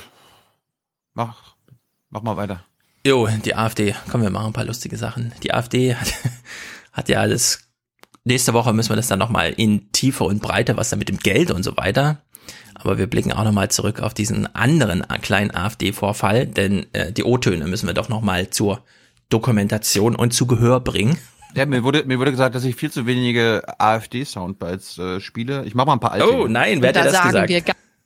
Mach, mach mal weiter. Jo, die AfD. Komm, wir machen ein paar lustige Sachen. Die AfD hat, hat ja alles, nächste Woche müssen wir das dann nochmal in Tiefe und Breite, was da mit dem Geld und so weiter. Aber wir blicken auch nochmal zurück auf diesen anderen kleinen AfD-Vorfall, denn äh, die O-Töne müssen wir doch nochmal zur Dokumentation und zu Gehör bringen. Ja, mir wurde, mir wurde gesagt, dass ich viel zu wenige AfD-Soundbites äh, spiele. Ich mache mal ein paar alte. Oh nein, wer hat da das sagen gesagt? Wir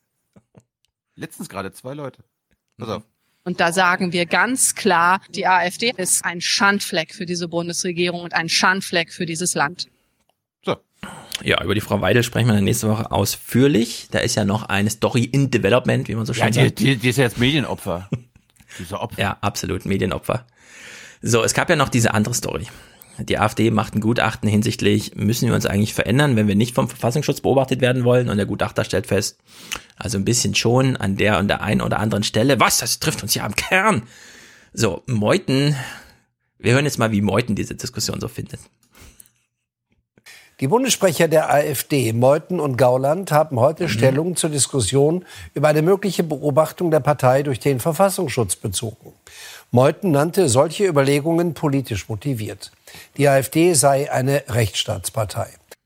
Letztens gerade zwei Leute. Pass auf. Und da sagen wir ganz klar, die AfD ist ein Schandfleck für diese Bundesregierung und ein Schandfleck für dieses Land. So. Ja, über die Frau Weidel sprechen wir dann nächste Woche ausführlich. Da ist ja noch eine Story in Development, wie man so schön ja, sagt. Die, die, die ist ja jetzt Medienopfer. Diese Opfer. Ja, absolut, Medienopfer. So, es gab ja noch diese andere Story. Die AfD macht ein Gutachten hinsichtlich, müssen wir uns eigentlich verändern, wenn wir nicht vom Verfassungsschutz beobachtet werden wollen? Und der Gutachter stellt fest, also ein bisschen schon an der und der einen oder anderen Stelle. Was? Das trifft uns ja am Kern. So, Meuthen, wir hören jetzt mal, wie Meuthen diese Diskussion so findet. Die Bundessprecher der AfD, Meuthen und Gauland, haben heute mhm. Stellung zur Diskussion über eine mögliche Beobachtung der Partei durch den Verfassungsschutz bezogen. Meuthen nannte solche Überlegungen politisch motiviert. Die AfD sei eine Rechtsstaatspartei.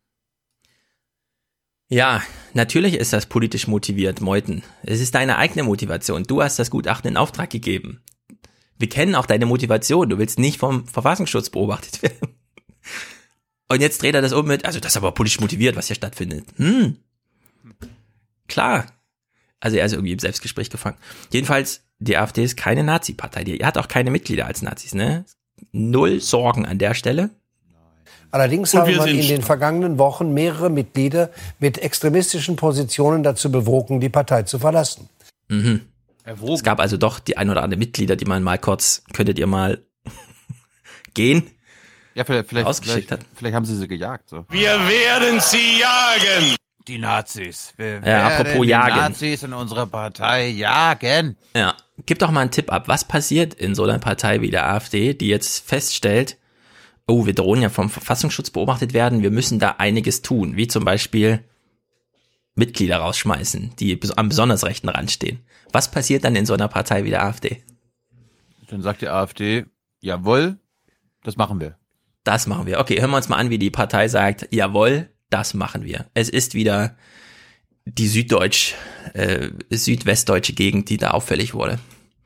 Ja, natürlich ist das politisch motiviert, Meuthen. Es ist deine eigene Motivation. Du hast das Gutachten in Auftrag gegeben. Wir kennen auch deine Motivation. Du willst nicht vom Verfassungsschutz beobachtet werden. Und jetzt dreht er das um mit, also das ist aber politisch motiviert, was hier stattfindet. Hm, klar. Also er ist irgendwie im Selbstgespräch gefangen. Jedenfalls, die AfD ist keine Nazi-Partei. Die hat auch keine Mitglieder als Nazis, ne? Null Sorgen an der Stelle. Allerdings haben wir in den vergangenen Wochen mehrere Mitglieder mit extremistischen Positionen dazu bewogen, die Partei zu verlassen. Mhm. Erwogen. Es gab also doch die ein oder andere Mitglieder, die man mal kurz, könntet ihr mal gehen, ja, vielleicht, vielleicht, ausgeschickt vielleicht, hat. Vielleicht haben sie sie gejagt. So. Wir werden sie jagen. Die Nazis. Wir ja, werden apropos die jagen. Nazis in unserer Partei jagen. Ja, gib doch mal einen Tipp ab. Was passiert in so einer Partei wie der AfD, die jetzt feststellt, oh, wir drohen ja vom Verfassungsschutz beobachtet werden, wir müssen da einiges tun, wie zum Beispiel Mitglieder rausschmeißen, die am besonders rechten Rand stehen. Was passiert dann in so einer Partei wie der AfD? Dann sagt die AfD, jawohl, das machen wir. Das machen wir. Okay, hören wir uns mal an, wie die Partei sagt, jawohl, das machen wir. Es ist wieder die süddeutsch, äh, südwestdeutsche Gegend, die da auffällig wurde.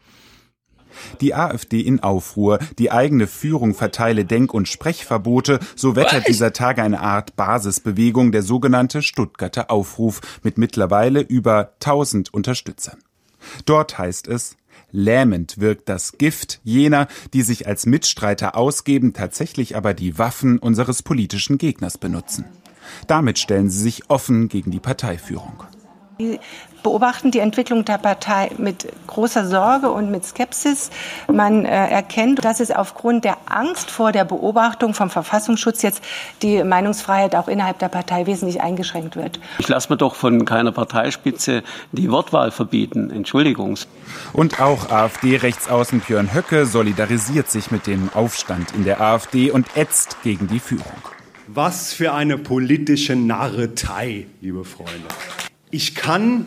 Die AfD in Aufruhr, die eigene Führung verteile Denk- und Sprechverbote, so wettert dieser Tage eine Art Basisbewegung, der sogenannte Stuttgarter Aufruf, mit mittlerweile über tausend Unterstützern. Dort heißt es, lähmend wirkt das Gift jener, die sich als Mitstreiter ausgeben, tatsächlich aber die Waffen unseres politischen Gegners benutzen. Damit stellen sie sich offen gegen die Parteiführung. Wir beobachten die Entwicklung der Partei mit großer Sorge und mit Skepsis. Man äh, erkennt, dass es aufgrund der Angst vor der Beobachtung vom Verfassungsschutz jetzt die Meinungsfreiheit auch innerhalb der Partei wesentlich eingeschränkt wird. Ich lasse mir doch von keiner Parteispitze die Wortwahl verbieten. Entschuldigung. Und auch AfD-Rechtsaußen Björn Höcke solidarisiert sich mit dem Aufstand in der AfD und ätzt gegen die Führung. Was für eine politische Narretei, liebe Freunde. Ich kann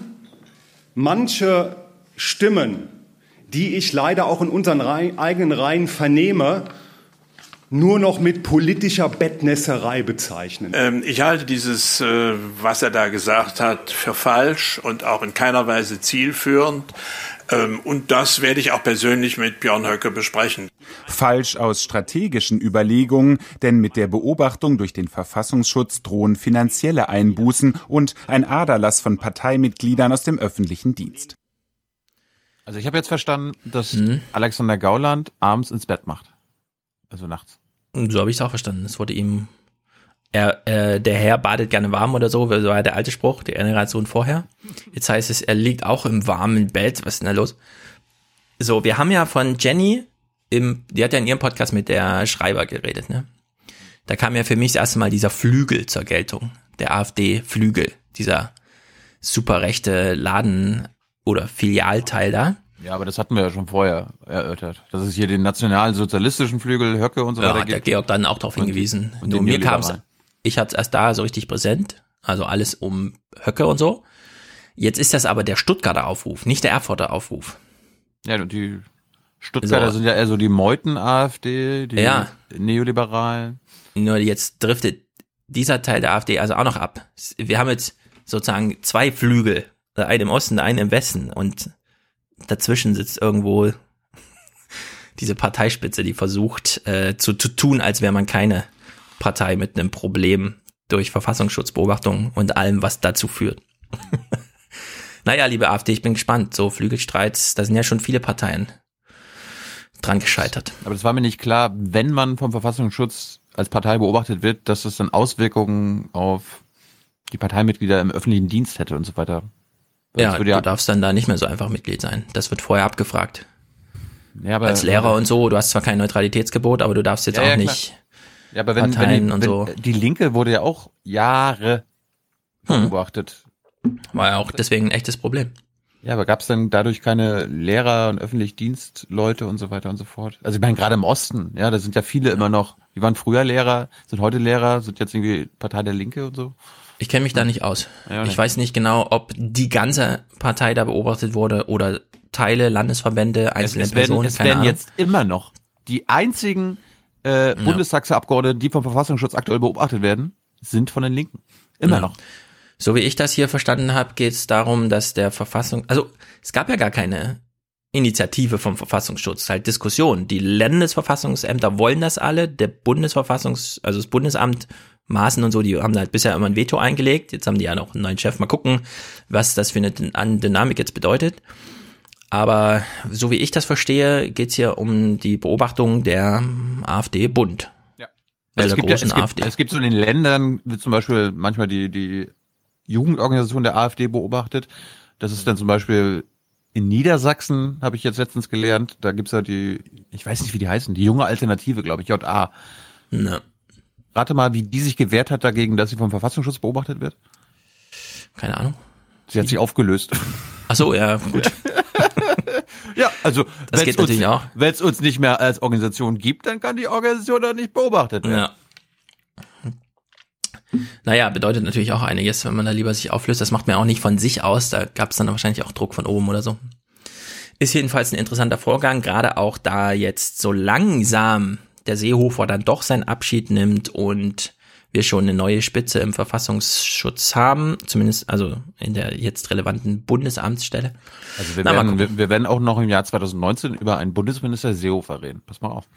manche Stimmen, die ich leider auch in unseren Reihen, eigenen Reihen vernehme, nur noch mit politischer Bettnässerei bezeichnen. Ähm, ich halte dieses, äh, was er da gesagt hat, für falsch und auch in keiner Weise zielführend. Ähm, und das werde ich auch persönlich mit Björn Höcke besprechen. Falsch aus strategischen Überlegungen, denn mit der Beobachtung durch den Verfassungsschutz drohen finanzielle Einbußen und ein Aderlass von Parteimitgliedern aus dem öffentlichen Dienst. Also ich habe jetzt verstanden, dass hm. Alexander Gauland abends ins Bett macht. Also nachts. So habe ich es auch verstanden. Es wurde ihm, er, äh, der Herr badet gerne warm oder so, so war der alte Spruch, die Generation vorher. Jetzt heißt es, er liegt auch im warmen Bett. Was ist denn da los? So, wir haben ja von Jenny, im, die hat ja in ihrem Podcast mit der Schreiber geredet, ne? Da kam ja für mich das erste Mal dieser Flügel zur Geltung. Der AfD-Flügel. Dieser superrechte Laden- oder Filialteil da. Ja, aber das hatten wir ja schon vorher erörtert. Dass es hier den nationalsozialistischen Flügel, Höcke und so ja, weiter gibt. Ja, hat der Georg dann auch darauf hingewiesen. Und Nur mir kam es, ich hatte es erst da so richtig präsent. Also alles um Höcke und so. Jetzt ist das aber der Stuttgarter Aufruf, nicht der Erfurter Aufruf. Ja, und die Stuttgarter so. sind ja eher so die Meuthen-AfD, die ja. Neoliberalen. Nur jetzt driftet dieser Teil der AfD also auch noch ab. Wir haben jetzt sozusagen zwei Flügel. Der eine im Osten, der eine im Westen. Und dazwischen sitzt irgendwo diese Parteispitze, die versucht äh, zu, zu tun, als wäre man keine Partei mit einem Problem durch Verfassungsschutzbeobachtung und allem, was dazu führt. Naja, liebe AfD, ich bin gespannt. So Flügelstreits, da sind ja schon viele Parteien dran gescheitert. Aber das war mir nicht klar, wenn man vom Verfassungsschutz als Partei beobachtet wird, dass es dann Auswirkungen auf die Parteimitglieder im öffentlichen Dienst hätte und so weiter. Ja, du ja darfst dann da nicht mehr so einfach Mitglied sein. Das wird vorher abgefragt. Ja, aber als Lehrer und so, du hast zwar kein Neutralitätsgebot, aber du darfst jetzt ja, auch ja, nicht ja, aber wenn, Parteien wenn, und wenn, so. Die Linke wurde ja auch Jahre hm. beobachtet. War ja auch deswegen ein echtes Problem. Ja, aber gab es dann dadurch keine Lehrer und öffentlichen Dienstleute und so weiter und so fort? Also ich meine, gerade im Osten, ja, da sind ja viele immer noch, die waren früher Lehrer, sind heute Lehrer, sind jetzt irgendwie Partei der Linke und so. Ich kenne mich da nicht aus. Ja, nicht. Ich weiß nicht genau, ob die ganze Partei da beobachtet wurde oder Teile, Landesverbände, einzelne es, es werden, Personen. Es werden jetzt immer noch die einzigen äh, ja. Bundestagsabgeordneten, die vom Verfassungsschutz aktuell beobachtet werden, sind von den Linken. Immer ja. noch. So wie ich das hier verstanden habe, geht es darum, dass der Verfassung, also es gab ja gar keine Initiative vom Verfassungsschutz, halt Diskussion. Die Landesverfassungsämter wollen das alle, der Bundesverfassungs, also das Bundesamt Maaßen und so, die haben halt bisher immer ein Veto eingelegt. Jetzt haben die ja noch einen neuen Chef. Mal gucken, was das für eine Dynamik jetzt bedeutet. Aber so wie ich das verstehe, geht's hier um die Beobachtung der AfD-Bund. Ja. Also es, gibt ja, es, gibt, es gibt so in den Ländern, wie zum Beispiel manchmal die, die Jugendorganisation der AfD beobachtet. Das ist dann zum Beispiel in Niedersachsen, habe ich jetzt letztens gelernt, da gibt's ja die, ich weiß nicht, wie die heißen, die junge Alternative, glaube ich, J A. Na. Rate mal, wie die sich gewehrt hat dagegen, dass sie vom Verfassungsschutz beobachtet wird. Keine Ahnung. Sie hat sich aufgelöst. Ach so, ja, gut. Ja, also das geht natürlich auch. Wenn es uns nicht mehr als Organisation gibt, dann kann die Organisation dann nicht beobachtet werden. Ja. Naja, bedeutet natürlich auch einiges, wenn man da lieber sich auflöst. Das macht man auch nicht von sich aus. Da gab es dann wahrscheinlich auch Druck von oben oder so. Ist jedenfalls ein interessanter Vorgang, gerade auch da jetzt so langsam der Seehofer dann doch seinen Abschied nimmt und wir schon eine neue Spitze im Verfassungsschutz haben, zumindest also in der jetzt relevanten Bundesamtsstelle. Also wir, Na, werden, wir, wir werden auch noch im Jahr zwanzig neunzehn über einen Bundesminister Seehofer reden. Pass mal auf.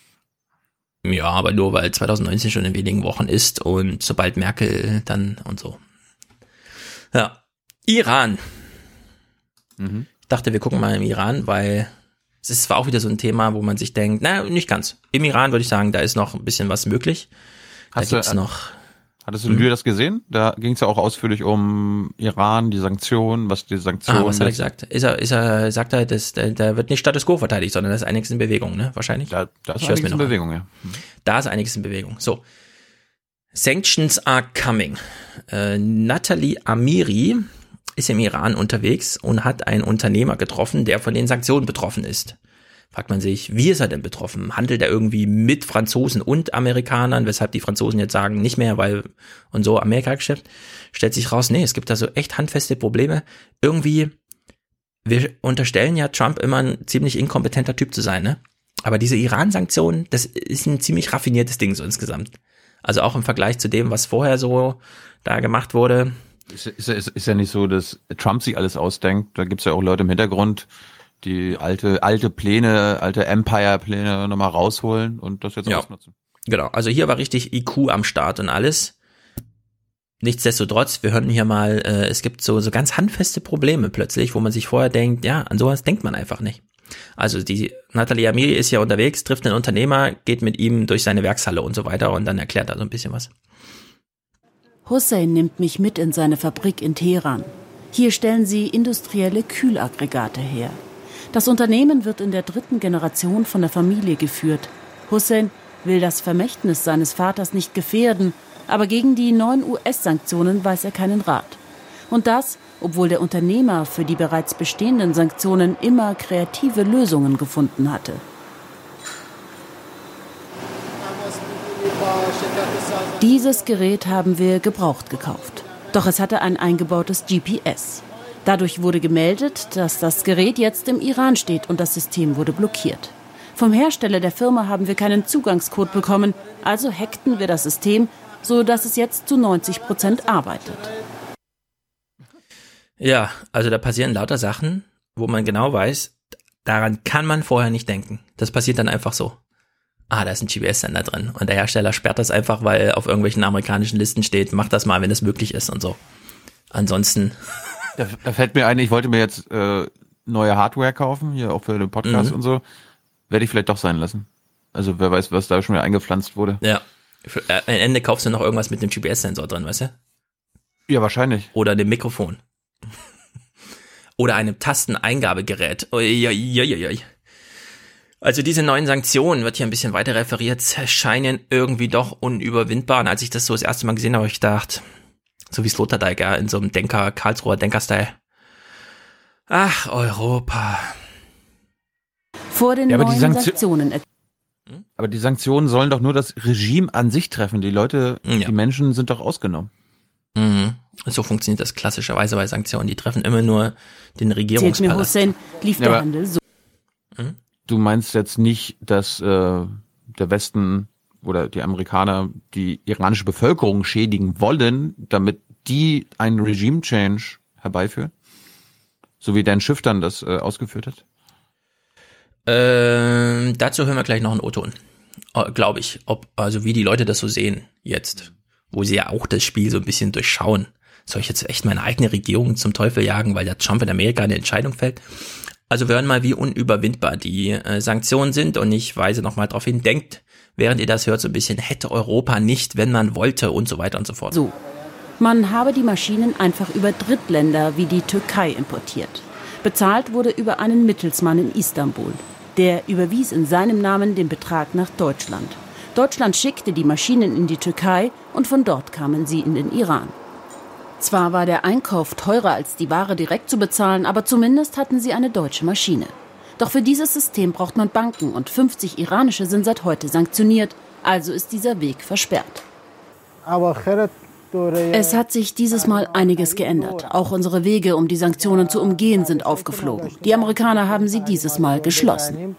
Ja, aber nur weil zwanzig neunzehn schon in wenigen Wochen ist und sobald Merkel dann und so. Ja, Iran. Mhm. Ich dachte, wir gucken mal im Iran, weil es ist zwar auch wieder so ein Thema, wo man sich denkt, na, nicht ganz. Im Iran würde ich sagen, da ist noch ein bisschen was möglich. Da Hast gibt's du, noch. Hattest du mhm. das gesehen? Da ging es ja auch ausführlich um Iran, die Sanktionen, was die Sanktionen. Ah, was hat er gesagt? Ist er, ist er, sagt er, dass da wird nicht Status Quo verteidigt, sondern da ist einiges in Bewegung, ne? Wahrscheinlich. Da, da ist ich einiges in Bewegung, ja. Mhm. Da ist einiges in Bewegung. So. Sanctions are coming. Äh, Nathalie Amiri ist im Iran unterwegs und hat einen Unternehmer getroffen, der von den Sanktionen betroffen ist. Fragt man sich, wie ist er denn betroffen? Handelt er irgendwie mit Franzosen und Amerikanern, weshalb die Franzosen jetzt sagen, nicht mehr, weil und so Amerika-Geschäft? Stellt sich raus, nee, es gibt da so echt handfeste Probleme. Irgendwie, wir unterstellen ja Trump immer ein ziemlich inkompetenter Typ zu sein, ne? Aber diese Iran-Sanktionen, das ist ein ziemlich raffiniertes Ding so insgesamt. Also auch im Vergleich zu dem, was vorher so da gemacht wurde. Ist, ist, ist, ist ja nicht so, dass Trump sich alles ausdenkt. Da gibt's ja auch Leute im Hintergrund, die alte alte Pläne, alte Empire-Pläne nochmal rausholen und das jetzt ja. ausnutzen. Genau, also hier war richtig I Q am Start und alles. Nichtsdestotrotz, wir hören hier mal, äh, es gibt so so ganz handfeste Probleme plötzlich, wo man sich vorher denkt, ja, an sowas denkt man einfach nicht. Also die Nathalie Amiri ist ja unterwegs, trifft einen Unternehmer, geht mit ihm durch seine Werkshalle und so weiter und dann erklärt er so ein bisschen was. Hussein nimmt mich mit in seine Fabrik in Teheran. Hier stellen sie industrielle Kühlaggregate her. Das Unternehmen wird in der dritten Generation von der Familie geführt. Hussein will das Vermächtnis seines Vaters nicht gefährden, aber gegen die neuen U S-Sanktionen weiß er keinen Rat. Und das, obwohl der Unternehmer für die bereits bestehenden Sanktionen immer kreative Lösungen gefunden hatte. Dieses Gerät haben wir gebraucht gekauft. Doch es hatte ein eingebautes G P S. Dadurch wurde gemeldet, dass das Gerät jetzt im Iran steht und das System wurde blockiert. Vom Hersteller der Firma haben wir keinen Zugangscode bekommen, also hackten wir das System, so dass es jetzt zu neunzig Prozent arbeitet. Ja, also da passieren lauter Sachen, wo man genau weiß, daran kann man vorher nicht denken. Das passiert dann einfach so. Ah, da ist ein G P S-Sender drin und der Hersteller sperrt das einfach, weil auf irgendwelchen amerikanischen Listen steht, mach das mal, wenn es möglich ist und so. Ansonsten... Da, da fällt mir ein, ich wollte mir jetzt äh, neue Hardware kaufen, hier auch für den Podcast mhm. und so. Werde ich vielleicht doch sein lassen. Also wer weiß, was da schon wieder eingepflanzt wurde. Ja. Für, äh, am Ende kaufst du noch irgendwas mit dem G P S-Sensor drin, weißt du? Ja, wahrscheinlich. Oder dem Mikrofon. Oder einem Tasteneingabegerät. Uiuiuiui. Also diese neuen Sanktionen, wird hier ein bisschen weiter referiert, scheinen irgendwie doch unüberwindbar. Und als ich das so das erste Mal gesehen habe, habe ich gedacht... So wie Sloterdijk, ja, in so einem Denker, Karlsruher Denker-Style. Ach, Europa. Vor den ja, aber neuen die Sanktio- Sanktionen. Aber die Sanktionen sollen doch nur das Regime an sich treffen. Die Leute, ja. die Menschen sind doch ausgenommen. Mhm. So funktioniert das klassischerweise bei Sanktionen. Die treffen immer nur den Regierungspalast. Mir Hussein, lief ja, der Handel so. Du meinst jetzt nicht, dass äh, der Westen... oder die Amerikaner die iranische Bevölkerung schädigen wollen, damit die einen Regime-Change herbeiführen? So wie Dan Schiff dann das äh, ausgeführt hat? Ähm, dazu hören wir gleich noch einen O-Ton. Äh, Glaube ich. Ob, also wie die Leute das so sehen jetzt. Wo sie ja auch das Spiel so ein bisschen durchschauen. Soll ich jetzt echt meine eigene Regierung zum Teufel jagen, weil der Trump in Amerika eine Entscheidung fällt? Also wir hören mal, wie unüberwindbar die äh, Sanktionen sind und ich weise nochmal darauf hin, denkt, während ihr das hört, so ein bisschen, hätte Europa nicht, wenn man wollte und so weiter und so fort. So, man habe die Maschinen einfach über Drittländer wie die Türkei importiert. Bezahlt wurde über einen Mittelsmann in Istanbul. Der überwies in seinem Namen den Betrag nach Deutschland. Deutschland schickte die Maschinen in die Türkei und von dort kamen sie in den Iran. Zwar war der Einkauf teurer als die Ware direkt zu bezahlen, aber zumindest hatten sie eine deutsche Maschine. Doch für dieses System braucht man Banken und fünfzig iranische sind seit heute sanktioniert, also ist dieser Weg versperrt. Es hat sich dieses Mal einiges geändert. Auch unsere Wege, um die Sanktionen zu umgehen, sind aufgeflogen. Die Amerikaner haben sie dieses Mal geschlossen.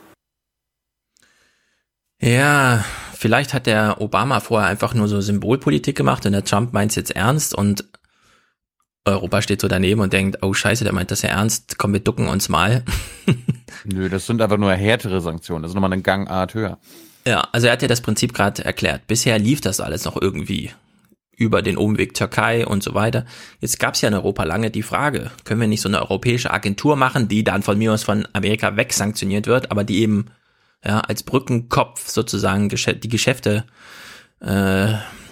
Ja, vielleicht hat der Obama vorher einfach nur so Symbolpolitik gemacht und der Trump meint es jetzt ernst und Europa steht so daneben und denkt, oh scheiße, der meint das ja ernst, komm, wir ducken uns mal. Nö, das sind einfach nur härtere Sanktionen, das ist nochmal eine Gangart höher. Ja, also er hat ja das Prinzip gerade erklärt. Bisher lief das alles noch irgendwie über den Umweg Türkei und so weiter. Jetzt gab es ja in Europa lange die Frage, können wir nicht so eine europäische Agentur machen, die dann von mir aus von Amerika wegsanktioniert wird, aber die eben ja als Brückenkopf sozusagen die Geschäfte äh,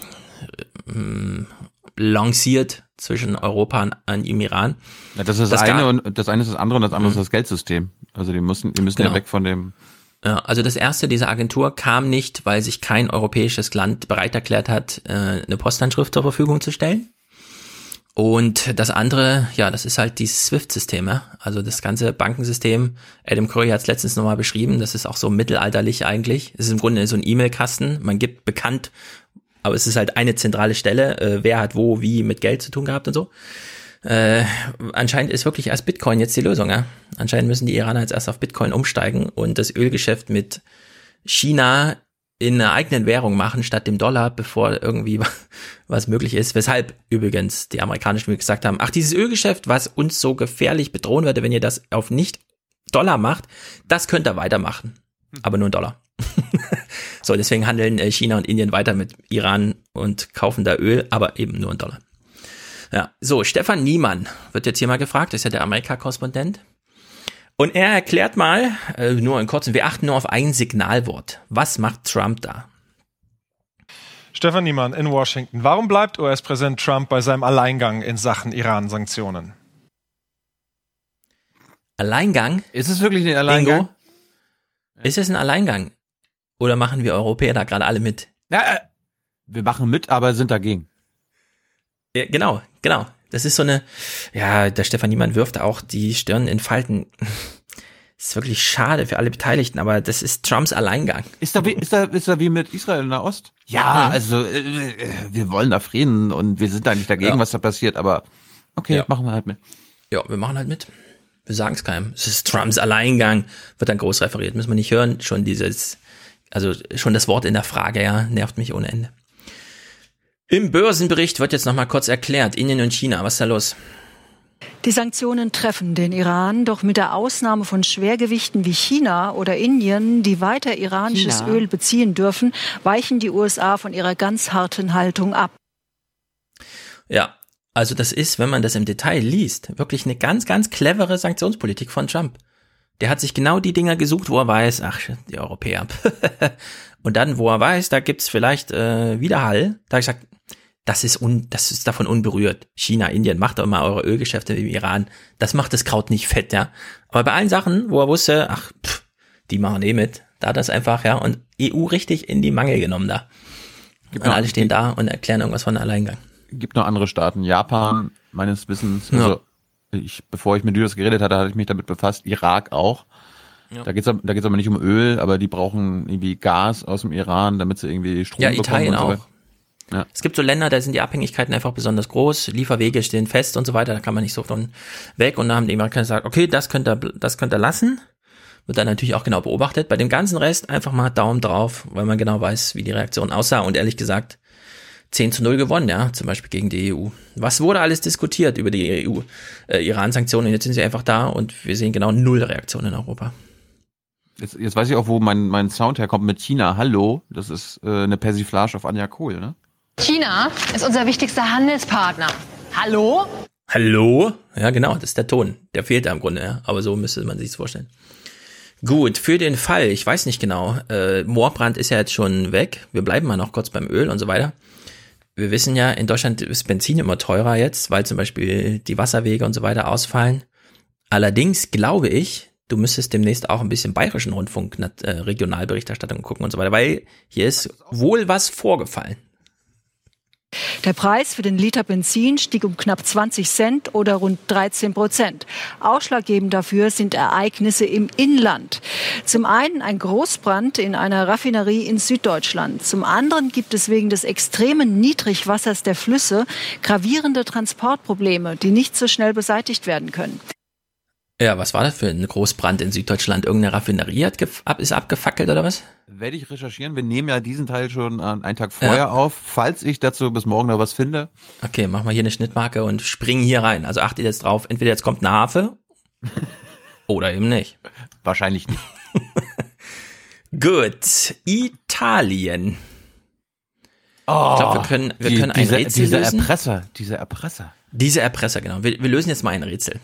lanciert zwischen Europa und dem Iran. Ja, das ist das, das eine und das eine ist das andere und das andere mhm. ist das Geldsystem. Also die müssen, die müssen genau. ja weg von dem. Ja, also das erste dieser Agentur kam nicht, weil sich kein europäisches Land bereit erklärt hat, eine Postanschrift zur Verfügung zu stellen. Und das andere, ja, das ist halt dieses SWIFT-System, ja? Also das ganze Bankensystem. Adam Curry hat es letztens nochmal beschrieben, das ist auch so mittelalterlich eigentlich. Es ist im Grunde so ein E-Mail-Kasten, man gibt bekannt, aber es ist halt eine zentrale Stelle, äh, wer hat wo, wie mit Geld zu tun gehabt und so. Äh, anscheinend ist wirklich erst Bitcoin jetzt die Lösung, ja. Anscheinend müssen die Iraner jetzt erst auf Bitcoin umsteigen und das Ölgeschäft mit China in einer eigenen Währung machen statt dem Dollar, bevor irgendwie was möglich ist. Weshalb übrigens die amerikanischen gesagt haben, ach, dieses Ölgeschäft, was uns so gefährlich bedrohen würde, wenn ihr das auf nicht Dollar macht, das könnt ihr weitermachen. Aber nur in Dollar. So, deswegen handeln China und Indien weiter mit Iran und kaufen da Öl, aber eben nur in Dollar. Ja, so, Stefan Niemann wird jetzt hier mal gefragt, ist ja der Amerika-Korrespondent. Und er erklärt mal, äh, nur in kurzen, wir achten nur auf ein Signalwort. Was macht Trump da? Stefan Niemann in Washington. Warum bleibt U S-Präsident Trump bei seinem Alleingang in Sachen Iran-Sanktionen? Alleingang? Ist es wirklich ein Alleingang? Bingo? Ist es ein Alleingang? Oder machen wir Europäer da gerade alle mit? Ja, äh, wir machen mit, aber sind dagegen. Ja, genau, genau. Das ist so eine, ja, der Stefan Niemann wirft auch die Stirn in Falten. Das ist wirklich schade für alle Beteiligten, aber das ist Trumps Alleingang. Ist da wie, ist da, ist da wie mit Israel in der Ost? Ja, also äh, wir wollen da Frieden und wir sind da nicht dagegen, ja. was da passiert, aber okay, ja. machen wir halt mit. Ja, wir machen halt mit. Wir sagen es keinem. Es ist Trumps Alleingang, wird dann groß referiert. Müssen wir nicht hören. Schon dieses, also schon das Wort in der Frage, ja, nervt mich ohne Ende. Im Börsenbericht wird jetzt noch mal kurz erklärt, Indien und China, was ist da los? Die Sanktionen treffen den Iran, doch mit der Ausnahme von Schwergewichten wie China oder Indien, die weiter iranisches China. Öl beziehen dürfen, weichen die U S A von ihrer ganz harten Haltung ab. Ja, also das ist, wenn man das im Detail liest, wirklich eine ganz, ganz clevere Sanktionspolitik von Trump. Der hat sich genau die Dinger gesucht, wo er weiß, ach, die Europäer. Und dann, wo er weiß, da gibt's vielleicht äh, Widerhall, da habe ich gesagt, das ist un, das ist davon unberührt. China, Indien, macht doch mal eure Ölgeschäfte im Iran. Das macht das Kraut nicht fett, ja. Aber bei allen Sachen, wo er wusste, ach, pff, die machen eh mit, da hat das einfach, ja, und E U richtig in die Mangel genommen da. Gibt und alle stehen da und erklären irgendwas von Alleingang. Gibt noch andere Staaten. Japan, meines Wissens, also ja. ich, bevor ich mit Julius geredet hatte, hatte ich mich damit befasst. Irak auch. Ja. Da geht's, da geht's aber nicht um Öl, aber die brauchen irgendwie Gas aus dem Iran, damit sie irgendwie Strom ja, bekommen. Italien und so auch. Ja. Es gibt so Länder, da sind die Abhängigkeiten einfach besonders groß, Lieferwege stehen fest und so weiter, da kann man nicht so von weg. Und dann haben die Amerikaner gesagt, okay, das könnt ihr, das könnt ihr lassen. Wird dann natürlich auch genau beobachtet. Bei dem ganzen Rest einfach mal Daumen drauf, weil man genau weiß, wie die Reaktion aussah. Und ehrlich gesagt, zehn zu null gewonnen, ja, zum Beispiel gegen die E U. Was wurde alles diskutiert über die E U, äh, Iran-Sanktionen? Jetzt sind sie einfach da und wir sehen genau null Reaktion in Europa. Jetzt, jetzt weiß ich auch, wo mein, mein Sound herkommt mit China. Hallo, das ist äh, eine Persiflage auf Anja Kohl, ne? China ist unser wichtigster Handelspartner. Hallo? Hallo? Ja, genau, das ist der Ton. Der fehlt da im Grunde, ja. Aber so müsste man sich das vorstellen. Gut, für den Fall, ich weiß nicht genau, äh, Moorbrand ist ja jetzt schon weg. Wir bleiben mal noch kurz beim Öl und so weiter. Wir wissen ja, in Deutschland ist Benzin immer teurer jetzt, weil zum Beispiel die Wasserwege und so weiter ausfallen. Allerdings glaube ich, du müsstest demnächst auch ein bisschen bayerischen Rundfunk, äh, Regionalberichterstattung gucken und so weiter, weil hier ist wohl was vorgefallen. Der Preis für den Liter Benzin stieg um knapp zwanzig Cent oder rund dreizehn Prozent. Ausschlaggebend dafür sind Ereignisse im Inland. Zum einen ein Großbrand in einer Raffinerie in Süddeutschland. Zum anderen gibt es wegen des extremen Niedrigwassers der Flüsse gravierende Transportprobleme, die nicht so schnell beseitigt werden können. Ja, was war das für ein Großbrand in Süddeutschland? Irgendeine Raffinerie hat gef- ab, ist abgefackelt oder was? Werde ich recherchieren. Wir nehmen ja diesen Teil schon einen Tag vorher Ja. auf, falls ich dazu bis morgen noch was finde. Okay, machen wir hier eine Schnittmarke und springen hier rein. Also achtet jetzt drauf, entweder jetzt kommt eine Harfe oder eben nicht. Wahrscheinlich nicht. Gut, Italien. Oh, ich glaube, wir können, wir die, können ein diese, Rätsel diese lösen. Erpresser, diese Erpresser. Diese Erpresser, genau. Wir, wir lösen jetzt mal ein Rätsel.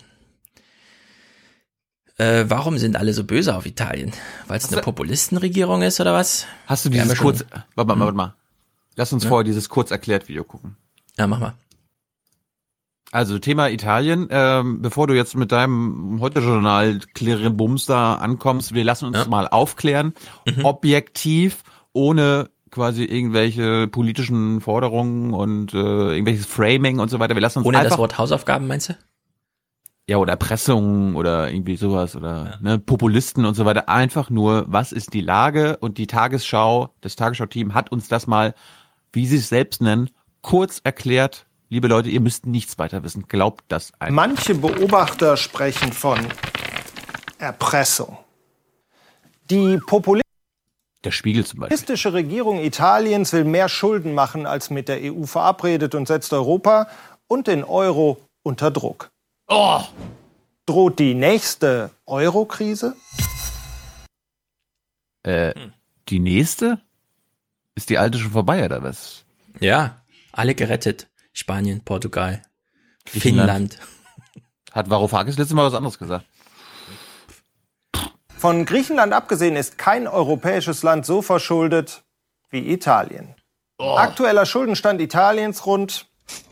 Äh, warum sind alle so böse auf Italien? Weil es eine Populistenregierung ist oder was? Hast du dieses kurz, warte mal, warte mal. Lass uns Ja. vorher dieses kurz erklärt Video gucken. Ja, mach mal. Also Thema Italien, ähm, bevor du jetzt mit deinem Heute-Journal Klirrebums da ankommst, wir lassen uns Ja. mal aufklären, Mhm. objektiv, ohne quasi irgendwelche politischen Forderungen und äh, irgendwelches Framing und so weiter. Wir lassen uns Ohne einfach, das Wort Hausaufgaben, meinst du? ja, oder Erpressung oder irgendwie sowas oder ne, Populisten und so weiter. Einfach nur, was ist die Lage? Und die Tagesschau, das Tagesschau-Team hat uns das mal, wie sie es selbst nennen, kurz erklärt. Liebe Leute, ihr müsst nichts weiter wissen. Glaubt das einfach. Manche Beobachter sprechen von Erpressung. Die Der Spiegel zum Beispiel. populistische Regierung Italiens will mehr Schulden machen als mit der E U verabredet und setzt Europa und den Euro unter Druck. Oh. Droht die nächste Euro-Krise? Äh, die nächste? Ist die alte schon vorbei, oder was? Ja, alle gerettet. Spanien, Portugal, Griechenland. Finnland. Hat Varoufakis letztes Mal was anderes gesagt. Von Griechenland abgesehen ist kein europäisches Land so verschuldet wie Italien. Oh. Aktueller Schuldenstand Italiens rund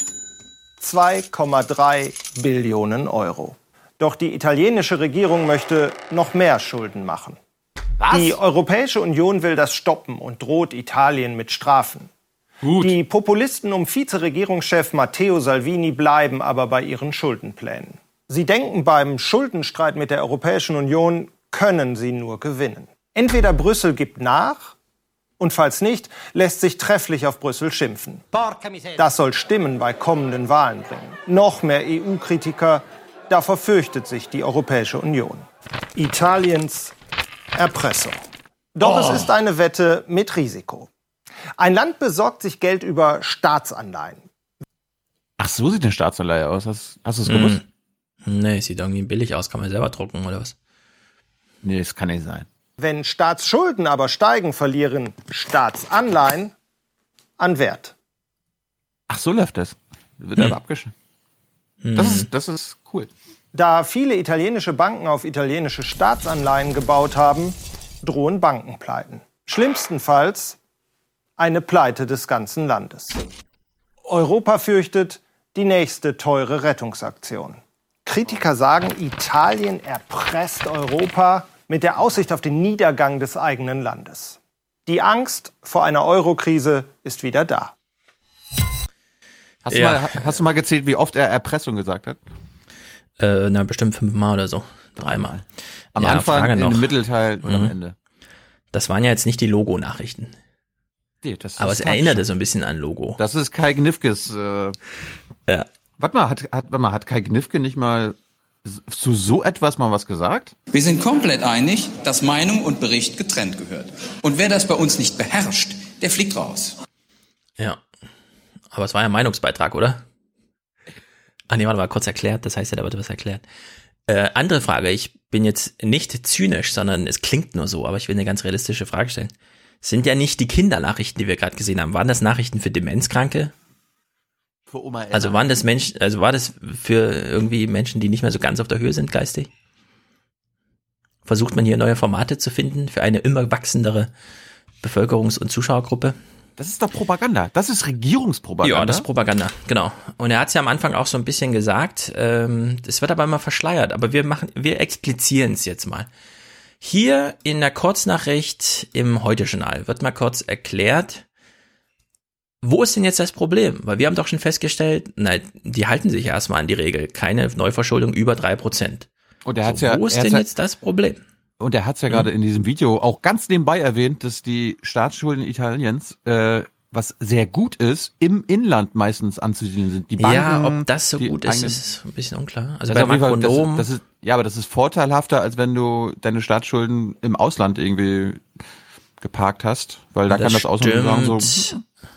zwei Komma drei Billionen Euro. Doch die italienische Regierung möchte noch mehr Schulden machen. Was? Die Europäische Union will das stoppen und droht Italien mit Strafen. Gut. Die Populisten um Vizeregierungschef Matteo Salvini bleiben aber bei ihren Schuldenplänen. Sie denken, beim Schuldenstreit mit der Europäischen Union können sie nur gewinnen. Entweder Brüssel gibt nach, und falls nicht, lässt sich trefflich auf Brüssel schimpfen. Das soll Stimmen bei kommenden Wahlen bringen. Noch mehr E U-Kritiker, davor fürchtet sich die Europäische Union. Italiens Erpressung. Doch Oh. es ist eine Wette mit Risiko. Ein Land besorgt sich Geld über Staatsanleihen. Ach, so sieht eine Staatsanleihe aus. Hast, hast du es gewusst? Hm. Nee, sieht irgendwie billig aus. Kann man selber drucken oder was? Nee, das kann nicht sein. Wenn Staatsschulden aber steigen, verlieren Staatsanleihen an Wert. Ach, so läuft das. Wird Hm. aber abgeschnitten. Das ist, das ist cool. Da viele italienische Banken auf italienische Staatsanleihen gebaut haben, drohen Bankenpleiten. Schlimmstenfalls eine Pleite des ganzen Landes. Europa fürchtet die nächste teure Rettungsaktion. Kritiker sagen, Italien erpresst Europa mit der Aussicht auf den Niedergang des eigenen Landes. Die Angst vor einer Eurokrise ist wieder da. Hast, Ja. du mal, hast du mal gezählt, wie oft er Erpressung gesagt hat? Äh, na, bestimmt fünfmal oder so. Dreimal. Am Ja, Anfang, Frage noch. im Mittelteil und am Mhm. Ende. Das waren ja jetzt nicht die Logo-Nachrichten. Nee, das Aber ist es erinnerte so ein bisschen an Logo. Das ist Kai Gnifkes. Äh, ja. Warte mal, hat, hat, warte mal, hat Kai Gnifke nicht mal zu so etwas mal was gesagt? Wir sind komplett einig, dass Meinung und Bericht getrennt gehört. Und wer das bei uns nicht beherrscht, der fliegt raus. Ja. Aber es war ja ein Meinungsbeitrag, oder? Ah nee, warte mal, kurz erklärt. Das heißt ja, da wird was erklärt. Äh, andere Frage. Ich bin jetzt nicht zynisch, sondern es klingt nur so, aber ich will eine ganz realistische Frage stellen. Sind ja nicht die Kindernachrichten, die wir gerade gesehen haben. Waren das Nachrichten für Demenzkranke? Für Oma Ella. Also waren das Menschen, also war das für irgendwie Menschen, die nicht mehr so ganz auf der Höhe sind geistig? Versucht man hier neue Formate zu finden für eine immer wachsendere Bevölkerungs- und Zuschauergruppe? Das ist doch Propaganda. Das ist Regierungspropaganda. Ja, das ist Propaganda, genau. Und er hat es ja am Anfang auch so ein bisschen gesagt. Ähm, das wird aber immer verschleiert. Aber wir machen, wir explizieren es jetzt mal. Hier in der Kurznachricht im Heute-Journal wird mal kurz erklärt, wo ist denn jetzt das Problem? Weil wir haben doch schon festgestellt, nein, die halten sich erstmal an die Regel. Keine Neuverschuldung über drei Prozent. Und er hat's so, ja, wo ist er denn ja, jetzt das Problem? Und er hat es ja mhm. gerade in diesem Video auch ganz nebenbei erwähnt, dass die Staatsschulden Italiens, äh, was sehr gut ist, im Inland meistens anzusiedeln sind. Die Banken, ja, ob das so gut ist, eigenen, ist ein bisschen unklar. Also bei Makronomen. Das, das ist, ja, aber das ist vorteilhafter, als wenn du deine Staatsschulden im Ausland irgendwie geparkt hast, weil da das kann das Ausland sagen so.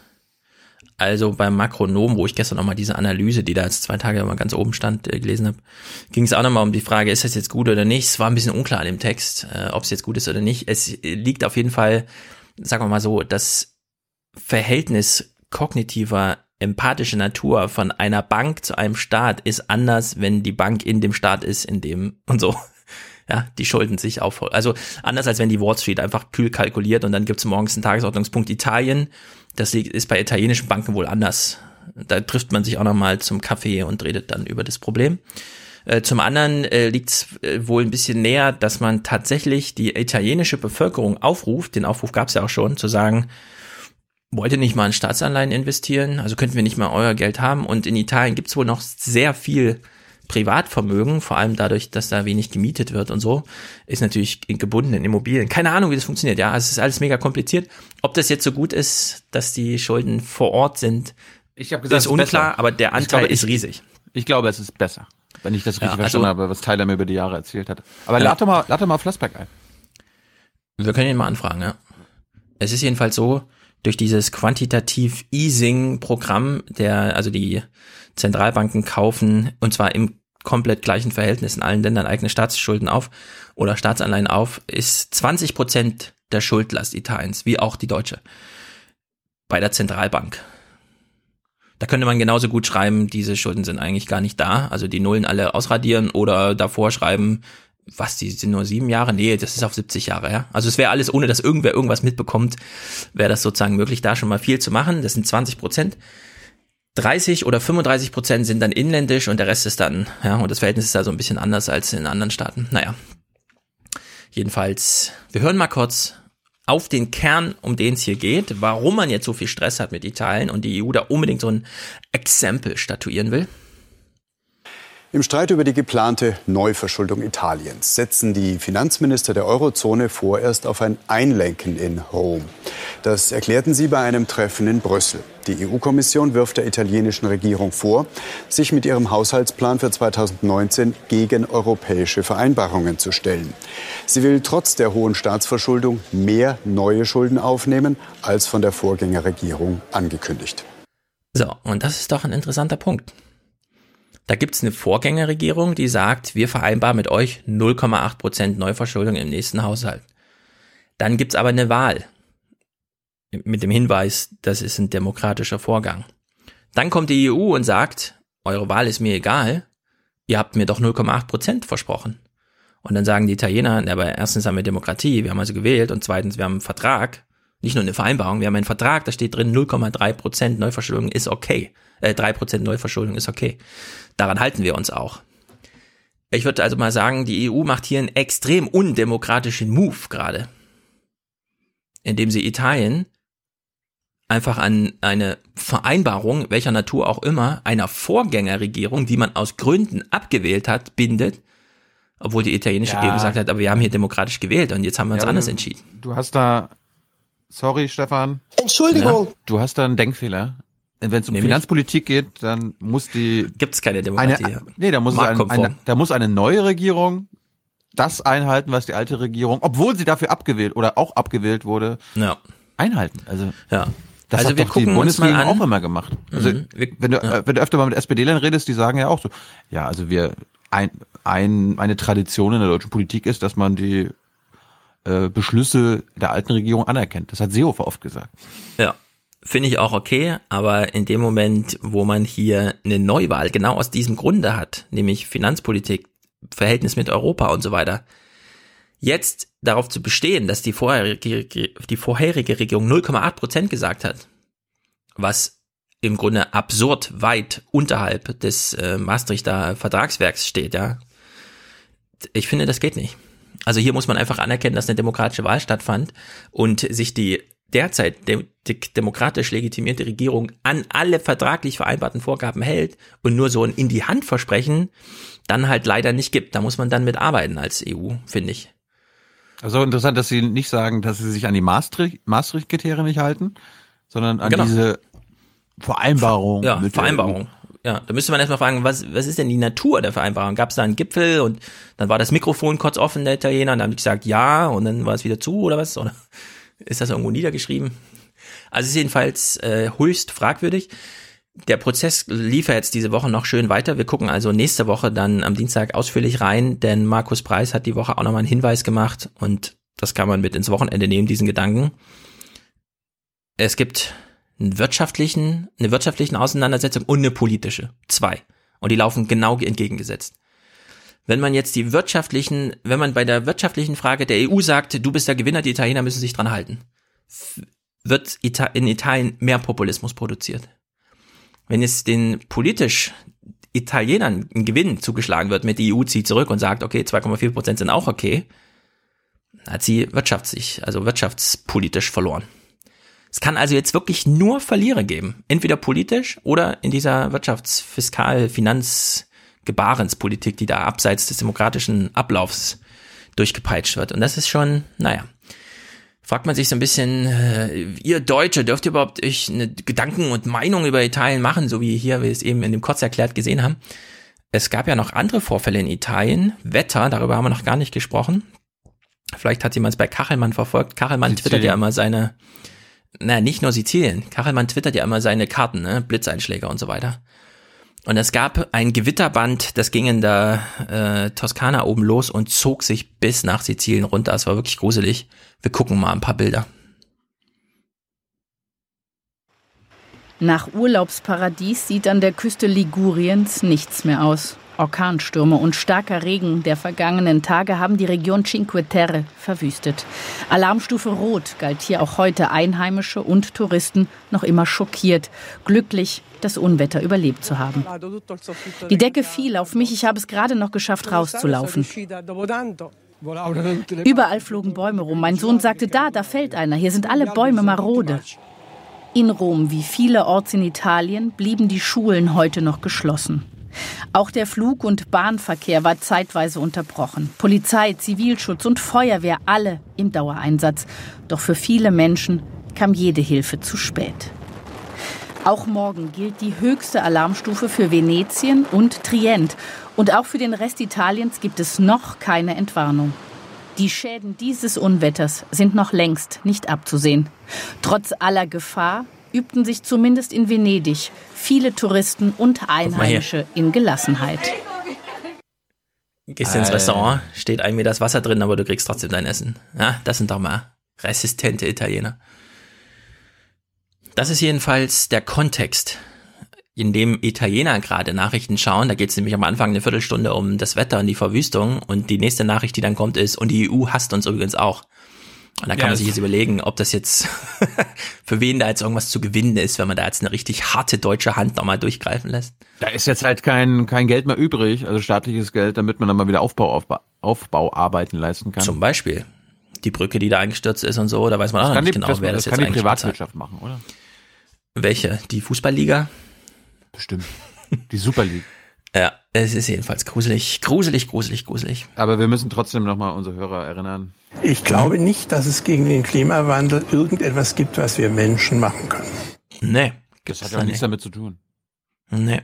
Also beim Makronom, wo ich gestern nochmal diese Analyse, die da jetzt zwei Tage mal ganz oben stand, äh, gelesen habe, ging es auch nochmal um die Frage, ist das jetzt gut oder nicht? Es war ein bisschen unklar in dem Text, äh, ob es jetzt gut ist oder nicht. Es liegt auf jeden Fall, sagen wir mal so, das Verhältnis kognitiver, empathischer Natur von einer Bank zu einem Staat ist anders, wenn die Bank in dem Staat ist, in dem und so. Ja, die Schulden sich auf, also anders als wenn die Wall Street einfach kühl kalkuliert und dann gibt's morgens einen Tagesordnungspunkt Italien. Das ist bei italienischen Banken wohl anders. Da trifft man sich auch nochmal zum Kaffee und redet dann über das Problem. Äh, zum anderen äh, liegt es äh, wohl ein bisschen näher, dass man tatsächlich die italienische Bevölkerung aufruft, den Aufruf gab es ja auch schon, zu sagen, wollt ihr nicht mal in Staatsanleihen investieren? Also könnten wir nicht mal euer Geld haben? Und in Italien gibt es wohl noch sehr viel Privatvermögen, vor allem dadurch, dass da wenig gemietet wird und so, ist natürlich in gebundenen Immobilien. Keine Ahnung, wie das funktioniert. Ja, also es ist alles mega kompliziert. Ob das jetzt so gut ist, dass die Schulden vor Ort sind, ich hab gesagt, ist unklar, besser. Aber der Anteil glaube, ist ich, riesig. Ich glaube, es ist besser, wenn ich das richtig ja, verstanden also, habe, was Tyler mir über die Jahre erzählt hat. Aber ja. lade mal, lade mal Flassbeck ein. Wir können ihn mal anfragen, ja. Es ist jedenfalls so, durch dieses quantitativ Easing-Programm, der, also die Zentralbanken kaufen, und zwar im komplett gleichen Verhältnis in allen Ländern eigene Staatsschulden auf oder Staatsanleihen auf, ist zwanzig Prozent der Schuldlast Italiens, wie auch die deutsche, bei der Zentralbank. Da könnte man genauso gut schreiben, diese Schulden sind eigentlich gar nicht da, also die Nullen alle ausradieren oder davor schreiben, was, die sind nur sieben Jahre? Nee, das ist auf siebzig Jahre, ja. Also es wäre alles, ohne dass irgendwer irgendwas mitbekommt, wäre das sozusagen möglich, da schon mal viel zu machen. Das sind zwanzig Prozent. dreißig oder fünfunddreißig Prozent sind dann inländisch und der Rest ist dann, ja, und das Verhältnis ist da so ein bisschen anders als in anderen Staaten. Naja. Jedenfalls, wir hören mal kurz auf den Kern, um den es hier geht, warum man jetzt so viel Stress hat mit Italien und die E U da unbedingt so ein Exempel statuieren will. Im Streit über die geplante Neuverschuldung Italiens setzen die Finanzminister der Eurozone vorerst auf ein Einlenken in Rom. Das erklärten sie bei einem Treffen in Brüssel. Die E U-Kommission wirft der italienischen Regierung vor, sich mit ihrem Haushaltsplan für zweitausendneunzehn gegen europäische Vereinbarungen zu stellen. Sie will trotz der hohen Staatsverschuldung mehr neue Schulden aufnehmen, als von der Vorgängerregierung angekündigt. So, und das ist doch ein interessanter Punkt. Da gibt's eine Vorgängerregierung, die sagt, wir vereinbaren mit euch null Komma acht Prozent Neuverschuldung im nächsten Haushalt. Dann gibt's aber eine Wahl mit dem Hinweis, das ist ein demokratischer Vorgang. Dann kommt die E U und sagt, eure Wahl ist mir egal, ihr habt mir doch null Komma acht Prozent versprochen. Und dann sagen die Italiener, aber erstens haben wir Demokratie, wir haben also gewählt, und zweitens, wir haben einen Vertrag, nicht nur eine Vereinbarung, wir haben einen Vertrag, da steht drin, null Komma drei Prozent Neuverschuldung ist okay. Äh, drei Prozent Neuverschuldung ist okay. Daran halten wir uns auch. Ich würde also mal sagen, die E U macht hier einen extrem undemokratischen Move gerade, indem sie Italien einfach an eine Vereinbarung, welcher Natur auch immer, einer Vorgängerregierung, die man aus Gründen abgewählt hat, bindet, obwohl die italienische ja. Regierung gesagt hat, aber wir haben hier demokratisch gewählt und jetzt haben wir uns ja, anders du, entschieden. Du hast da, sorry Stefan. Entschuldigung. Ja, du hast da einen Denkfehler. Wenn es um Nämlich? Finanzpolitik geht, dann muss die... Gibt's keine Demokratie. Eine, nee, da muss, es ein, eine, da muss eine neue Regierung das einhalten, was die alte Regierung, obwohl sie dafür abgewählt oder auch abgewählt wurde, ja. einhalten. Also ja. das also hat wir doch die Bundesregierung auch immer gemacht. Also mhm. wir, wenn du ja. wenn du öfter mal mit S P D-Lern redest, die sagen ja auch so, ja, also wir ein, ein eine Tradition in der deutschen Politik ist, dass man die äh, Beschlüsse der alten Regierung anerkennt. Das hat Seehofer oft gesagt. Ja. Finde ich auch okay, aber in dem Moment, wo man hier eine Neuwahl genau aus diesem Grunde hat, nämlich Finanzpolitik, Verhältnis mit Europa und so weiter, jetzt darauf zu bestehen, dass die vorherige, die vorherige Regierung null Komma acht Prozent gesagt hat, was im Grunde absurd weit unterhalb des äh, Maastrichter Vertragswerks steht, ja. Ich finde, das geht nicht. Also hier muss man einfach anerkennen, dass eine demokratische Wahl stattfand und sich die derzeit de- de- demokratisch legitimierte Regierung an alle vertraglich vereinbarten Vorgaben hält und nur so ein in die Hand Versprechen dann halt leider nicht gibt. Da muss man dann mitarbeiten als E U, finde ich. Also interessant, dass Sie nicht sagen, dass Sie sich an die Maastricht, Maastricht-Kriterien nicht halten, sondern an genau. diese Vereinbarung. Ja, mit Vereinbarung. Ja, da müsste man erstmal fragen, was, was ist denn die Natur der Vereinbarung? Gab es da einen Gipfel und dann war das Mikrofon kurz offen, der Italiener, und dann haben die gesagt, ja, und dann war es wieder zu oder was? Oder ist das irgendwo niedergeschrieben? Also es ist jedenfalls äh, höchst fragwürdig. Der Prozess lief ja jetzt diese Woche noch schön weiter. Wir gucken also nächste Woche dann am Dienstag ausführlich rein, denn Markus Preis hat die Woche auch nochmal einen Hinweis gemacht und das kann man mit ins Wochenende nehmen, diesen Gedanken. Es gibt einen wirtschaftlichen, eine wirtschaftlichen Auseinandersetzung und eine politische. Zwei. Und die laufen genau entgegengesetzt. Wenn man jetzt die wirtschaftlichen, wenn man bei der wirtschaftlichen Frage der E U sagt, du bist der Gewinner, die Italiener müssen sich dran halten, wird in Italien mehr Populismus produziert. Wenn es den politisch Italienern ein Gewinn zugeschlagen wird, mit die E U zieht zurück und sagt, okay, zwei Komma vier Prozent sind auch okay, hat sie wirtschaftlich, also wirtschaftspolitisch verloren. Es kann also jetzt wirklich nur Verlierer geben. Entweder politisch oder in dieser Wirtschafts-, Fiskal-, Finanz-, Gebarenspolitik, die da abseits des demokratischen Ablaufs durchgepeitscht wird. Und das ist schon, naja, fragt man sich so ein bisschen, äh, ihr Deutsche, dürft ihr überhaupt euch eine Gedanken und Meinung über Italien machen, so wie hier wir es eben in dem kurz erklärt gesehen haben. Es gab ja noch andere Vorfälle in Italien. Wetter, darüber haben wir noch gar nicht gesprochen. Vielleicht hat jemand es bei Kachelmann verfolgt. Kachelmann Sizilien. Twittert ja immer seine, naja, nicht nur Sizilien. Kachelmann twittert ja immer seine Karten, ne? Blitzeinschläge und so weiter. Und es gab ein Gewitterband, das ging in der äh, Toskana oben los und zog sich bis nach Sizilien runter. Es war wirklich gruselig. Wir gucken mal ein paar Bilder. Nach Urlaubsparadies sieht an der Küste Liguriens nichts mehr aus. Orkanstürme und starker Regen der vergangenen Tage haben die Region Cinque Terre verwüstet. Alarmstufe Rot galt hier auch heute. Einheimische und Touristen noch immer schockiert. Glücklich, das Unwetter überlebt zu haben. Die Decke fiel auf mich. Ich habe es gerade noch geschafft, rauszulaufen. Überall flogen Bäume rum. Mein Sohn sagte, da, da fällt einer. Hier sind alle Bäume marode. In Rom, wie vielerorts in Italien, blieben die Schulen heute noch geschlossen. Auch der Flug- und Bahnverkehr war zeitweise unterbrochen. Polizei, Zivilschutz und Feuerwehr, alle im Dauereinsatz. Doch für viele Menschen kam jede Hilfe zu spät. Auch morgen gilt die höchste Alarmstufe für Venetien und Trient. Und auch für den Rest Italiens gibt es noch keine Entwarnung. Die Schäden dieses Unwetters sind noch längst nicht abzusehen. Trotz aller Gefahr übten sich zumindest in Venedig viele Touristen und Einheimische in Gelassenheit. Gehst ins Restaurant, steht ein Meter das Wasser drin, aber du kriegst trotzdem dein Essen. Ja, das sind doch mal resistente Italiener. Das ist jedenfalls der Kontext, in dem Italiener gerade Nachrichten schauen. Da geht es nämlich am Anfang eine Viertelstunde um das Wetter und die Verwüstung. Und die nächste Nachricht, die dann kommt, ist, und die E U hasst uns übrigens auch. Und da kann ja, man sich jetzt überlegen, ob das jetzt für wen da jetzt irgendwas zu gewinnen ist, wenn man da jetzt eine richtig harte deutsche Hand nochmal durchgreifen lässt. Da ist jetzt halt kein kein Geld mehr übrig, also staatliches Geld, damit man dann mal wieder Aufbau, Aufbau, Aufbauarbeiten leisten kann. Zum Beispiel die Brücke, die da eingestürzt ist und so, da weiß man das auch noch nicht die, genau, das, wer das, das jetzt eigentlich kann die Privatwirtschaft machen, oder? Welche? Die Fußballliga? Bestimmt. Die Superliga. Ja, es ist jedenfalls gruselig, gruselig, gruselig, gruselig. Aber wir müssen trotzdem nochmal unsere Hörer erinnern. Ich glaube nicht, dass es gegen den Klimawandel irgendetwas gibt, was wir Menschen machen können. Nee. Das hat ja nichts damit zu tun. Nee.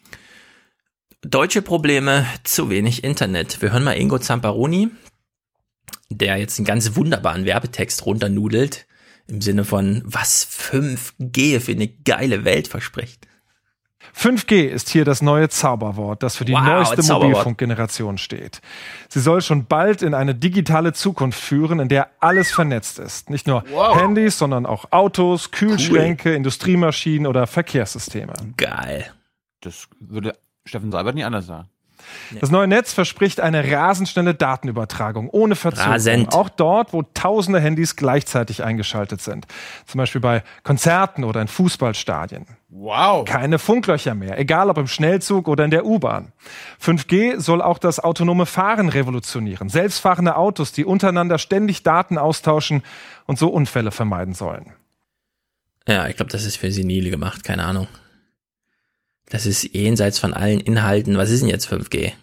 Deutsche Probleme, zu wenig Internet. Wir hören mal Ingo Zamparoni, der jetzt einen ganz wunderbaren Werbetext runternudelt, im Sinne von, was fünf G für eine geile Welt verspricht. fünf G ist hier das neue Zauberwort, das für die wow, neueste Mobilfunkgeneration steht. Sie soll schon bald in eine digitale Zukunft führen, in der alles vernetzt ist. Nicht nur wow. Handys, sondern auch Autos, Kühlschränke, cool. Industriemaschinen oder Verkehrssysteme. Geil. Das würde Steffen Seibert nie anders sagen. Das neue Netz verspricht eine rasend schnelle Datenübertragung, ohne Verzögerung. Rasend. Auch dort, wo tausende Handys gleichzeitig eingeschaltet sind. Zum Beispiel bei Konzerten oder in Fußballstadien. Wow. Keine Funklöcher mehr, egal ob im Schnellzug oder in der U-Bahn. fünf G soll auch das autonome Fahren revolutionieren. Selbstfahrende Autos, die untereinander ständig Daten austauschen und so Unfälle vermeiden sollen. Ja, ich glaube, das ist für Senile gemacht, keine Ahnung. Das ist jenseits von allen Inhalten. Was ist denn jetzt fünf G?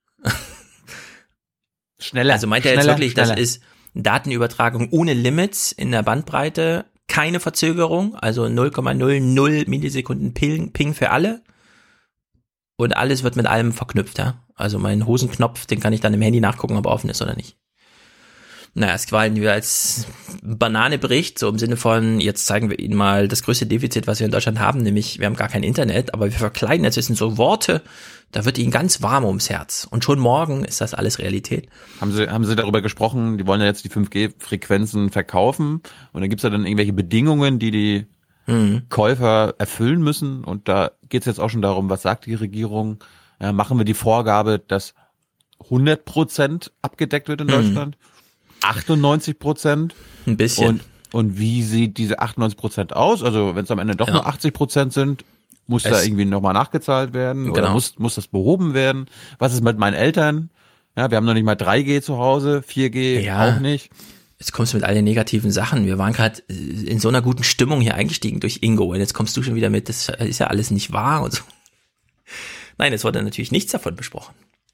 Schneller. Also meint er jetzt wirklich, schneller. Das ist Datenübertragung ohne Limits in der Bandbreite, keine Verzögerung, also null Komma null null Millisekunden Ping, Ping für alle und alles wird mit allem verknüpft, ja? Also mein Hosenknopf, den kann ich dann im Handy nachgucken, ob er offen ist oder nicht. Naja, es war wieder als Bananebericht, so im Sinne von, jetzt zeigen wir Ihnen mal das größte Defizit, was wir in Deutschland haben, nämlich wir haben gar kein Internet, aber wir verkleiden jetzt, das sind so Worte, da wird Ihnen ganz warm ums Herz. Und schon morgen ist das alles Realität. Haben Sie, haben Sie darüber gesprochen, die wollen ja jetzt die fünf G Frequenzen verkaufen und dann gibt's ja dann irgendwelche Bedingungen, die die mhm. Käufer erfüllen müssen und da geht's jetzt auch schon darum, was sagt die Regierung, ja, machen wir die Vorgabe, dass hundert Prozent abgedeckt wird in mhm. Deutschland? achtundneunzig Prozent. Ein bisschen. Und, und wie sieht diese achtundneunzig Prozent aus? Also wenn es am Ende doch ja. nur achtzig Prozent sind, muss es da irgendwie nochmal nachgezahlt werden? Genau. Oder muss, muss das behoben werden? Was ist mit meinen Eltern? Ja, wir haben noch nicht mal drei G zu Hause, vier G ja. auch nicht. Jetzt kommst du mit all den negativen Sachen. Wir waren gerade in so einer guten Stimmung hier eingestiegen durch Ingo und jetzt kommst du schon wieder mit, das ist ja alles nicht wahr und so. Nein, es wurde natürlich nichts davon besprochen.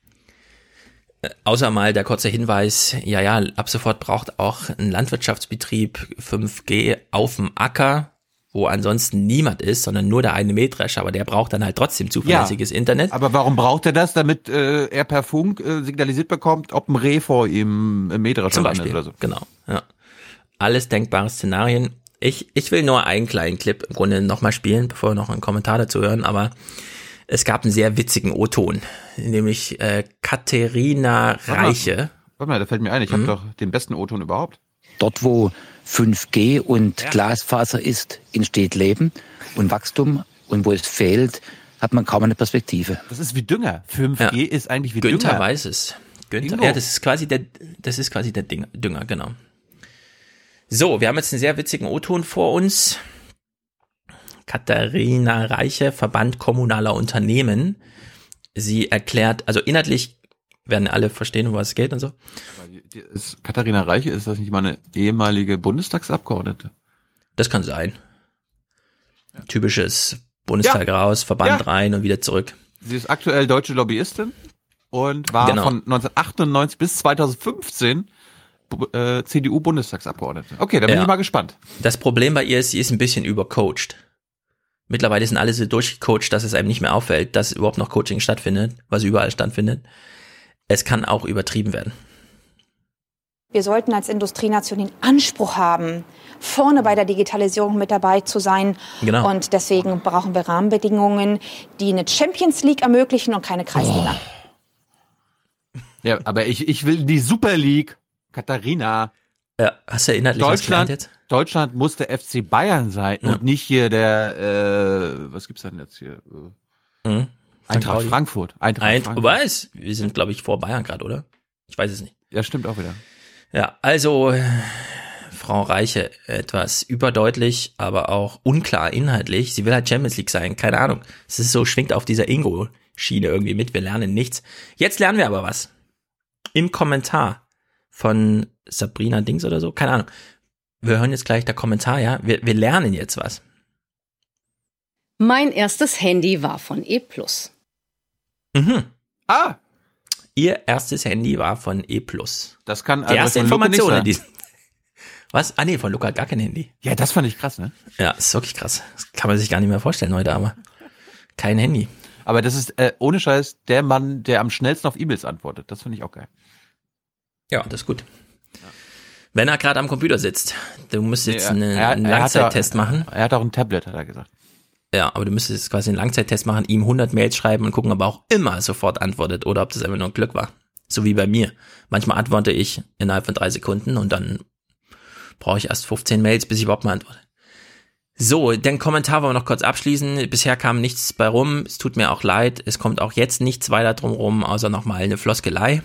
Außer mal der kurze Hinweis, ja, ja, ab sofort braucht auch ein Landwirtschaftsbetrieb fünf G auf dem Acker, wo ansonsten niemand ist, sondern nur der eine Mähdrescher, aber der braucht dann halt trotzdem zuverlässiges ja, Internet. Aber warum braucht er das, damit äh, er per Funk äh, signalisiert bekommt, ob ein Reh vor ihm im Mähdrescher Zum Beispiel, oder so? Genau, ja. Alles denkbare Szenarien. Ich, ich will nur einen kleinen Clip im Grunde nochmal spielen, bevor wir noch einen Kommentar dazu hören, aber es gab einen sehr witzigen O-Ton, nämlich äh, Katharina Reiche. Warte mal, da fällt mir ein, ich mhm. habe doch den besten O-Ton überhaupt. Dort, wo fünf G und ja. Glasfaser ist, entsteht Leben und Wachstum. Und wo es fehlt, hat man kaum eine Perspektive. Das ist wie Dünger. fünf G ja. ist eigentlich wie Günther Dünger. Günther weiß es. Günther, ja, das ist quasi der, das ist quasi der Dünger, genau. So, wir haben jetzt einen sehr witzigen O-Ton vor uns. Katharina Reiche, Verband kommunaler Unternehmen. Sie erklärt, also inhaltlich werden alle verstehen, um was es geht und so. Ist Katharina Reiche, ist das nicht mal eine ehemalige Bundestagsabgeordnete? Das kann sein. Ja. Typisches Bundestag ja. raus, Verband ja. rein und wieder zurück. Sie ist aktuell deutsche Lobbyistin und war genau. von neunzehnhundertachtundneunzig bis zweitausendfünfzehn äh, C D U-Bundestagsabgeordnete. Okay, da bin ja. ich mal gespannt. Das Problem bei ihr ist, sie ist ein bisschen übercoacht. Mittlerweile sind alle so durchgecoacht, dass es einem nicht mehr auffällt, dass überhaupt noch Coaching stattfindet, was überall stattfindet. Es kann auch übertrieben werden. Wir sollten als Industrienation den Anspruch haben, vorne bei der Digitalisierung mit dabei zu sein. Genau. Und deswegen brauchen wir Rahmenbedingungen, die eine Champions League ermöglichen und keine Kreisliga. Oh. Ja, aber ich, ich will die Super League. Katharina. Ja, hast du inhaltlich was gelernt jetzt? Deutschland muss der F C Bayern sein ja. und nicht hier der, äh, was gibt's denn jetzt hier? Mhm. Eintracht Frankfurt. Eintracht Ein, Frankfurt. Weiß, wir sind, glaube ich, vor Bayern gerade, oder? Ich weiß es nicht. Ja, stimmt auch wieder. Ja, also äh, Frau Reiche etwas überdeutlich, aber auch unklar inhaltlich. Sie will halt Champions League sein, keine Ahnung. Es ist so, schwingt auf dieser Ingo-Schiene irgendwie mit. Wir lernen nichts. Jetzt lernen wir aber was. Im Kommentar von Sabrina Dings oder so, keine Ahnung. Wir hören jetzt gleich der Kommentar, ja. Wir, wir lernen jetzt was. Mein erstes Handy war von E plus. Mhm. Ah. Ihr erstes Handy war von E plus. Das kann also die erste Information in diesem. Was? Ah nee, von Luca hat gar kein Handy. Ja, das fand ich krass, ne? Ja, ist wirklich krass. Das kann man sich gar nicht mehr vorstellen heute, aber kein Handy. Aber das ist äh, ohne Scheiß der Mann, der am schnellsten auf E-Mails antwortet. Das finde ich auch geil. Ja, das ist gut. Ja. Wenn er gerade am Computer sitzt, du musst jetzt nee, eine, er, einen Langzeittest er machen. Er hat auch ein Tablet, hat er gesagt. Ja, aber du müsstest jetzt quasi einen Langzeittest machen, ihm hundert Mails schreiben und gucken, ob er auch immer sofort antwortet oder ob das einfach nur ein Glück war. So wie bei mir. Manchmal antworte ich innerhalb von drei Sekunden und dann brauche ich erst fünfzehn Mails, bis ich überhaupt mal antworte. So, den Kommentar wollen wir noch kurz abschließen. Bisher kam nichts bei rum. Es tut mir auch leid. Es kommt auch jetzt nichts weiter drum rum, außer nochmal eine Floskelei.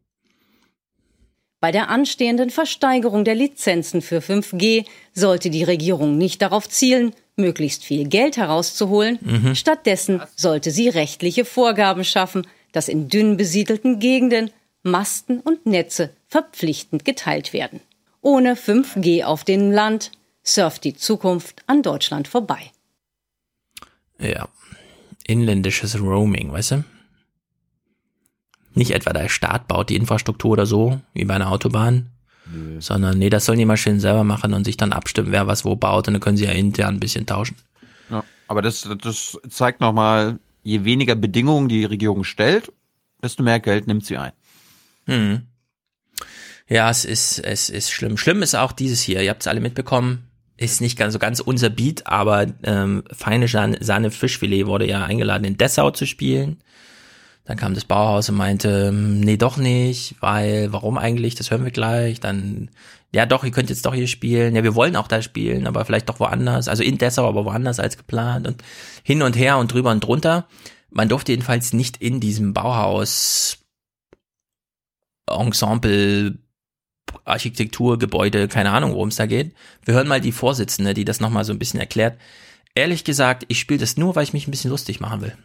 Bei der anstehenden Versteigerung der Lizenzen für fünf G sollte die Regierung nicht darauf zielen, möglichst viel Geld herauszuholen. Mhm. Stattdessen sollte sie rechtliche Vorgaben schaffen, dass in dünn besiedelten Gegenden Masten und Netze verpflichtend geteilt werden. Ohne fünf G auf dem Land surft die Zukunft an Deutschland vorbei. Ja, inländisches Roaming, weißt du? Nicht etwa der Staat baut die Infrastruktur oder so, wie bei einer Autobahn, Nö. sondern nee, das sollen die Maschinen selber machen und sich dann abstimmen, wer was wo baut, und dann können sie ja intern ein bisschen tauschen. Ja, aber das, das zeigt nochmal, je weniger Bedingungen die Regierung stellt, desto mehr Geld nimmt sie ein. Hm. Ja, es ist, es ist schlimm. Schlimm ist auch dieses hier, ihr habt es alle mitbekommen, ist nicht ganz so ganz unser Beat, aber ähm, Feine Sahne Fischfilet wurde ja eingeladen, in Dessau zu spielen. Dann kam das Bauhaus und meinte, nee, doch nicht, weil, warum eigentlich, das hören wir gleich. Dann, ja doch, ihr könnt jetzt doch hier spielen. Ja, wir wollen auch da spielen, aber vielleicht doch woanders. Also in Dessau, aber woanders als geplant. Und hin und her und drüber und drunter. Man durfte jedenfalls nicht in diesem Bauhaus Ensemble Architekturgebäude, keine Ahnung, worum es da geht. Wir hören mal die Vorsitzende, die das nochmal so ein bisschen erklärt. Ehrlich gesagt, ich spiele das nur, weil ich mich ein bisschen lustig machen will.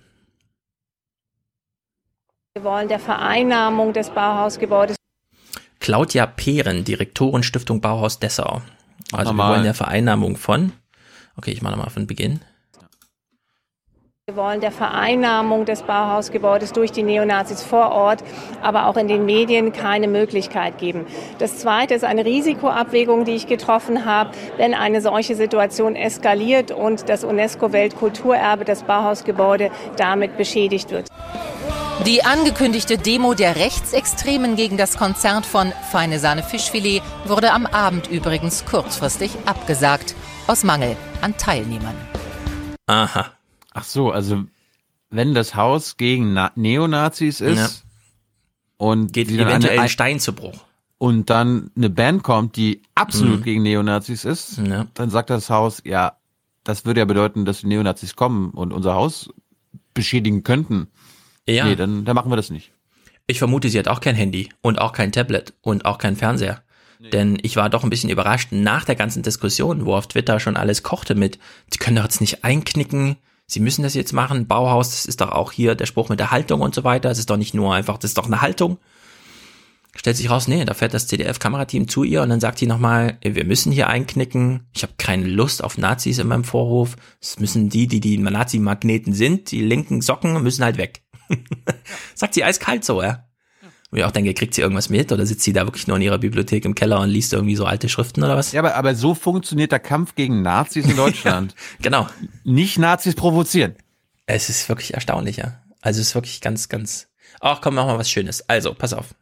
Wir wollen der Vereinnahmung des Bauhausgebäudes. Claudia Pehren, Direktorin Stiftung Bauhaus Dessau. Also Normal. Wir wollen der Vereinnahmung von, okay, ich mache nochmal von Beginn. Wir wollen der Vereinnahmung des Bauhausgebäudes durch die Neonazis vor Ort, aber auch in den Medien keine Möglichkeit geben. Das Zweite ist eine Risikoabwägung, die ich getroffen habe, wenn eine solche Situation eskaliert und das UNESCO-Weltkulturerbe, das Bauhausgebäude, damit beschädigt wird. Die angekündigte Demo der Rechtsextremen gegen das Konzert von Feine Sahne Fischfilet wurde am Abend übrigens kurzfristig abgesagt, aus Mangel an Teilnehmern. Aha. Ach so, also wenn das Haus gegen Na- Neonazis ist ja. und geht eventuell ein Stein zu Bruch und dann eine Band kommt, die absolut mhm. gegen Neonazis ist, ja. dann sagt das Haus, ja, das würde ja bedeuten, dass die Neonazis kommen und unser Haus beschädigen könnten. Ja. Nee, dann, dann machen wir das nicht. Ich vermute, sie hat auch kein Handy und auch kein Tablet und auch keinen Fernseher. Nee. Denn ich war doch ein bisschen überrascht nach der ganzen Diskussion, wo auf Twitter schon alles kochte mit, sie können doch jetzt nicht einknicken, sie müssen das jetzt machen, Bauhaus, das ist doch auch hier der Spruch mit der Haltung und so weiter, es ist doch nicht nur einfach, das ist doch eine Haltung. Stellt sich raus, nee, da fährt das C D F-Kamerateam zu ihr und dann sagt sie nochmal, wir müssen hier einknicken, ich habe keine Lust auf Nazis in meinem Vorhof, es müssen die, die die Nazi-Magneten sind, die linken Socken, müssen halt weg. Sagt sie eiskalt so, ja. Und ich auch denke, kriegt sie irgendwas mit oder sitzt sie da wirklich nur in ihrer Bibliothek im Keller und liest irgendwie so alte Schriften oder was? Ja, aber, aber so funktioniert der Kampf gegen Nazis in Deutschland. Genau. Nicht Nazis provozieren. Es ist wirklich erstaunlich, ja. Also es ist wirklich ganz, ganz... Ach komm, mach mal was Schönes. Also, pass auf.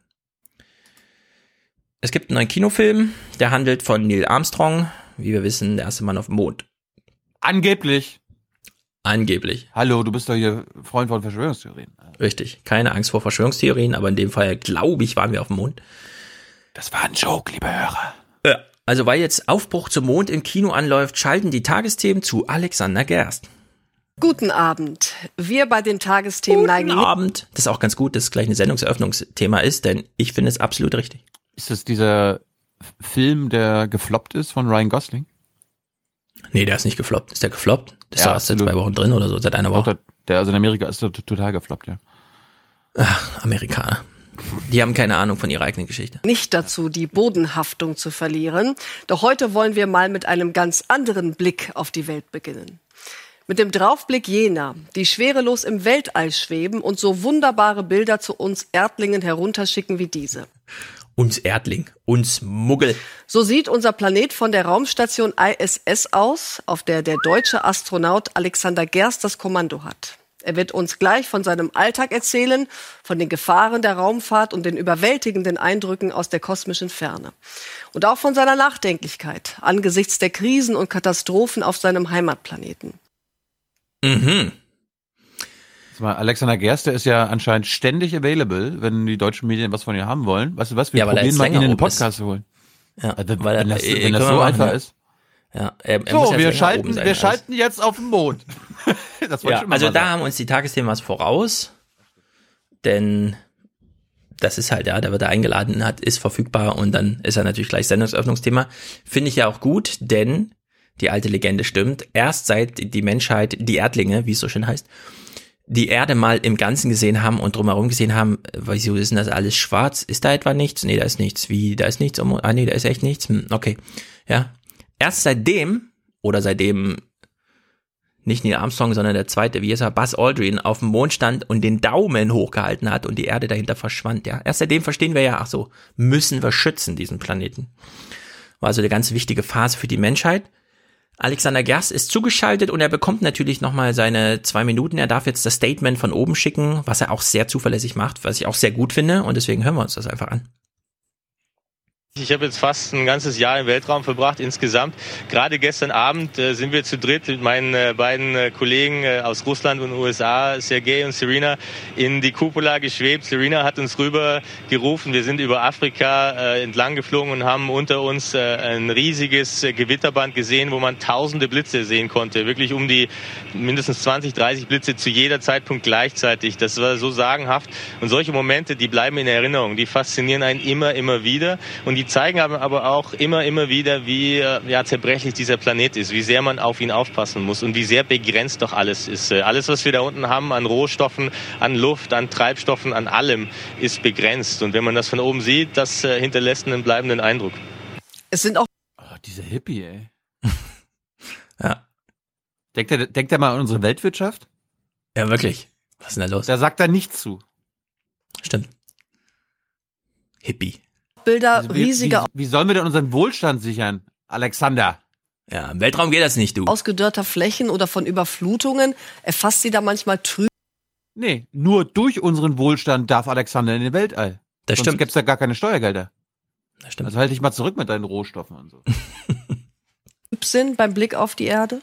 Es gibt einen neuen Kinofilm, der handelt von Neil Armstrong, wie wir wissen, der erste Mann auf dem Mond. Angeblich. Angeblich. Hallo, du bist doch hier Freund von Verschwörungstheorien. Richtig, keine Angst vor Verschwörungstheorien, aber in dem Fall, glaube ich, waren wir auf dem Mond. Das war ein Joke, liebe Hörer. Ja, also weil jetzt Aufbruch zum Mond im Kino anläuft, schalten die Tagesthemen zu Alexander Gerst. Guten Abend. Wir bei den Tagesthemen Guten neigen... Guten Abend. Das ist auch ganz gut, dass es gleich ein Sendungseröffnungsthema ist, denn ich finde es absolut richtig. Ist das dieser Film, der gefloppt ist von Ryan Gosling? Nee, der ist nicht gefloppt. Ist der gefloppt? Das ja, ist erst seit zwei Wochen drin oder so, seit einer Woche. Der, also in Amerika ist der total gefloppt, ja. Ach, Amerikaner. Die haben keine Ahnung von ihrer eigenen Geschichte. Nicht dazu, die Bodenhaftung zu verlieren. Doch heute wollen wir mal mit einem ganz anderen Blick auf die Welt beginnen. Mit dem Draufblick jener, die schwerelos im Weltall schweben und so wunderbare Bilder zu uns Erdlingen herunterschicken wie diese. Uns Erdling, uns Muggel. So sieht unser Planet von der Raumstation I S S aus, auf der der deutsche Astronaut Alexander Gerst das Kommando hat. Er wird uns gleich von seinem Alltag erzählen, von den Gefahren der Raumfahrt und den überwältigenden Eindrücken aus der kosmischen Ferne. Und auch von seiner Nachdenklichkeit angesichts der Krisen und Katastrophen auf seinem Heimatplaneten. Mhm. Mal, Alexander Gerst, der ist ja anscheinend ständig available, wenn die deutschen Medien was von ihr haben wollen. Weißt du was, wir ja, probieren mal, ihn in den Podcast ist. zu holen. Ja, also, weil wenn das, er, wenn das so einfach machen, ist. Ja, er, er so, muss ja wir, schalten, sein, wir schalten jetzt auf den Mond. Das ja, ich also da sagen. Haben uns die Tagesthemen was voraus, denn das ist halt, ja, da wird er eingeladen, hat, ist verfügbar und dann ist er natürlich gleich Sendungsöffnungsthema. Finde ich ja auch gut, denn die alte Legende stimmt. Erst seit die Menschheit, die Erdlinge, wie es so schön heißt, die Erde mal im Ganzen gesehen haben und drumherum gesehen haben, wieso ist denn das alles schwarz? Ist da etwa nichts? Nee, da ist nichts. Wie, da ist nichts? Ah, nee, da ist echt nichts. Hm, okay, ja. Erst seitdem, oder seitdem nicht Neil Armstrong, sondern der zweite, wie ist er, Buzz Aldrin, auf dem Mond stand und den Daumen hochgehalten hat und die Erde dahinter verschwand, ja. Erst seitdem verstehen wir ja, ach so, müssen wir schützen, diesen Planeten. War also eine ganz wichtige Phase für die Menschheit. Alexander Gerst ist zugeschaltet und er bekommt natürlich nochmal seine zwei Minuten. Er darf jetzt das Statement von oben schicken, was er auch sehr zuverlässig macht, was ich auch sehr gut finde und deswegen hören wir uns das einfach an. Ich habe jetzt fast ein ganzes Jahr im Weltraum verbracht insgesamt. Gerade gestern Abend äh, sind wir zu dritt mit meinen äh, beiden äh, Kollegen äh, aus Russland und U S A, Sergei und Serena, in die Cupola geschwebt. Serena hat uns rüber gerufen. Wir sind über Afrika äh, entlang geflogen und haben unter uns äh, ein riesiges äh, Gewitterband gesehen, wo man tausende Blitze sehen konnte. Wirklich um die mindestens zwanzig, dreißig Blitze zu jeder Zeitpunkt gleichzeitig. Das war so sagenhaft. Und solche Momente, die bleiben in Erinnerung. Die faszinieren einen immer, immer wieder. Und die Die zeigen aber auch immer, immer wieder, wie ja, zerbrechlich dieser Planet ist, wie sehr man auf ihn aufpassen muss und wie sehr begrenzt doch alles ist. Alles, was wir da unten haben an Rohstoffen, an Luft, an Treibstoffen, an allem, ist begrenzt. Und wenn man das von oben sieht, das hinterlässt einen bleibenden Eindruck. Es sind auch... Oh, diese Hippie, ey. Ja. Denkt er, denkt er mal an unsere Weltwirtschaft? Ja, wirklich. Was ist denn da los? Da sagt er nichts zu. Stimmt. Hippie. Bilder also wie, riesiger... Wie, wie sollen wir denn unseren Wohlstand sichern, Alexander? Ja, im Weltraum geht das nicht, du. Ausgedörrter Flächen oder von Überflutungen. Erfasst sie da manchmal trüb? Nee, nur durch unseren Wohlstand darf Alexander in den Weltall. Das Sonst stimmt. gibt's da gar keine Steuergelder. Das stimmt. Also halt dich mal zurück mit deinen Rohstoffen und so. Sind beim Blick auf die Erde?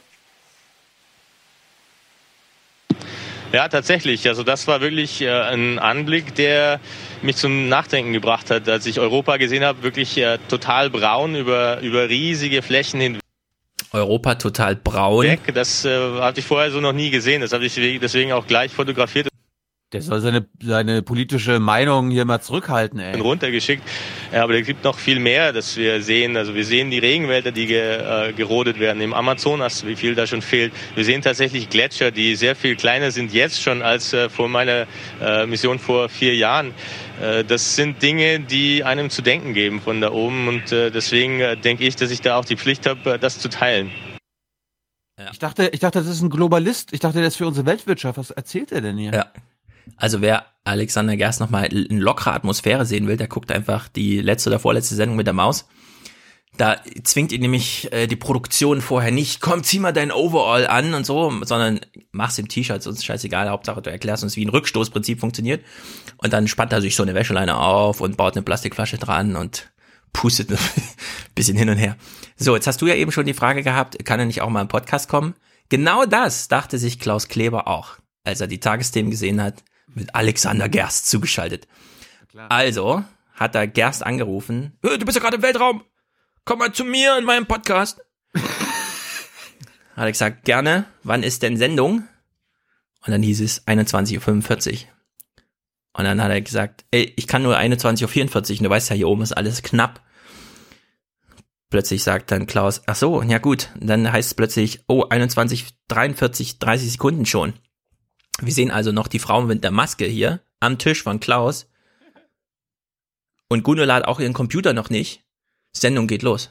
Ja, tatsächlich. Also das war wirklich äh, ein Anblick, der mich zum Nachdenken gebracht hat. Als ich Europa gesehen habe, wirklich äh, total braun über, über riesige Flächen hinweg. Europa total braun. Das äh, hatte ich vorher so noch nie gesehen. Das habe ich deswegen auch gleich fotografiert. Der soll seine, seine politische Meinung hier mal zurückhalten, ey. Runtergeschickt. Ja, aber es gibt noch viel mehr, das wir sehen. Also wir sehen die Regenwälder, die ge, äh, gerodet werden. Im Amazonas, wie viel da schon fehlt. Wir sehen tatsächlich Gletscher, die sehr viel kleiner sind jetzt schon als äh, vor meiner äh, Mission vor vier Jahren. Äh, das sind Dinge, die einem zu denken geben von da oben. Und äh, deswegen äh, denke ich, dass ich da auch die Pflicht habe, das zu teilen. Ja. Ich dachte, ich dachte, das ist ein Globalist. Ich dachte, der ist für unsere Weltwirtschaft. Was erzählt er denn hier? Ja. Also wer Alexander Gerst nochmal in lockerer Atmosphäre sehen will, der guckt einfach die letzte oder vorletzte Sendung mit der Maus. Da zwingt ihn nämlich äh, die Produktion vorher nicht, komm, zieh mal dein Overall an und so, sondern mach's im T-Shirt, sonst scheißegal, Hauptsache du erklärst uns, wie ein Rückstoßprinzip funktioniert. Und dann spannt er sich so eine Wäscheleine auf und baut eine Plastikflasche dran und pustet ein bisschen hin und her. So, jetzt hast du ja eben schon die Frage gehabt, kann er nicht auch mal im Podcast kommen? Genau das dachte sich Klaus Kleber auch, als er die Tagesthemen gesehen hat, mit Alexander Gerst zugeschaltet. Also hat er Gerst angerufen. Du bist ja gerade im Weltraum. Komm mal zu mir in meinem Podcast. Hat er gesagt, gerne. Wann ist denn Sendung? Und dann hieß es einundzwanzig Uhr fünfundvierzig. Und dann hat er gesagt, ey, ich kann nur einundzwanzig Uhr vierundvierzig. Und du weißt ja, hier oben ist alles knapp. Plötzlich sagt dann Klaus, ach so, ja gut. Und dann heißt es plötzlich, oh, einundzwanzig Uhr dreiundvierzig, dreißig Sekunden schon. Wir sehen also noch die Frau mit der Maske hier am Tisch von Klaus. Und Gundula hat auch ihren Computer noch nicht. Sendung geht los.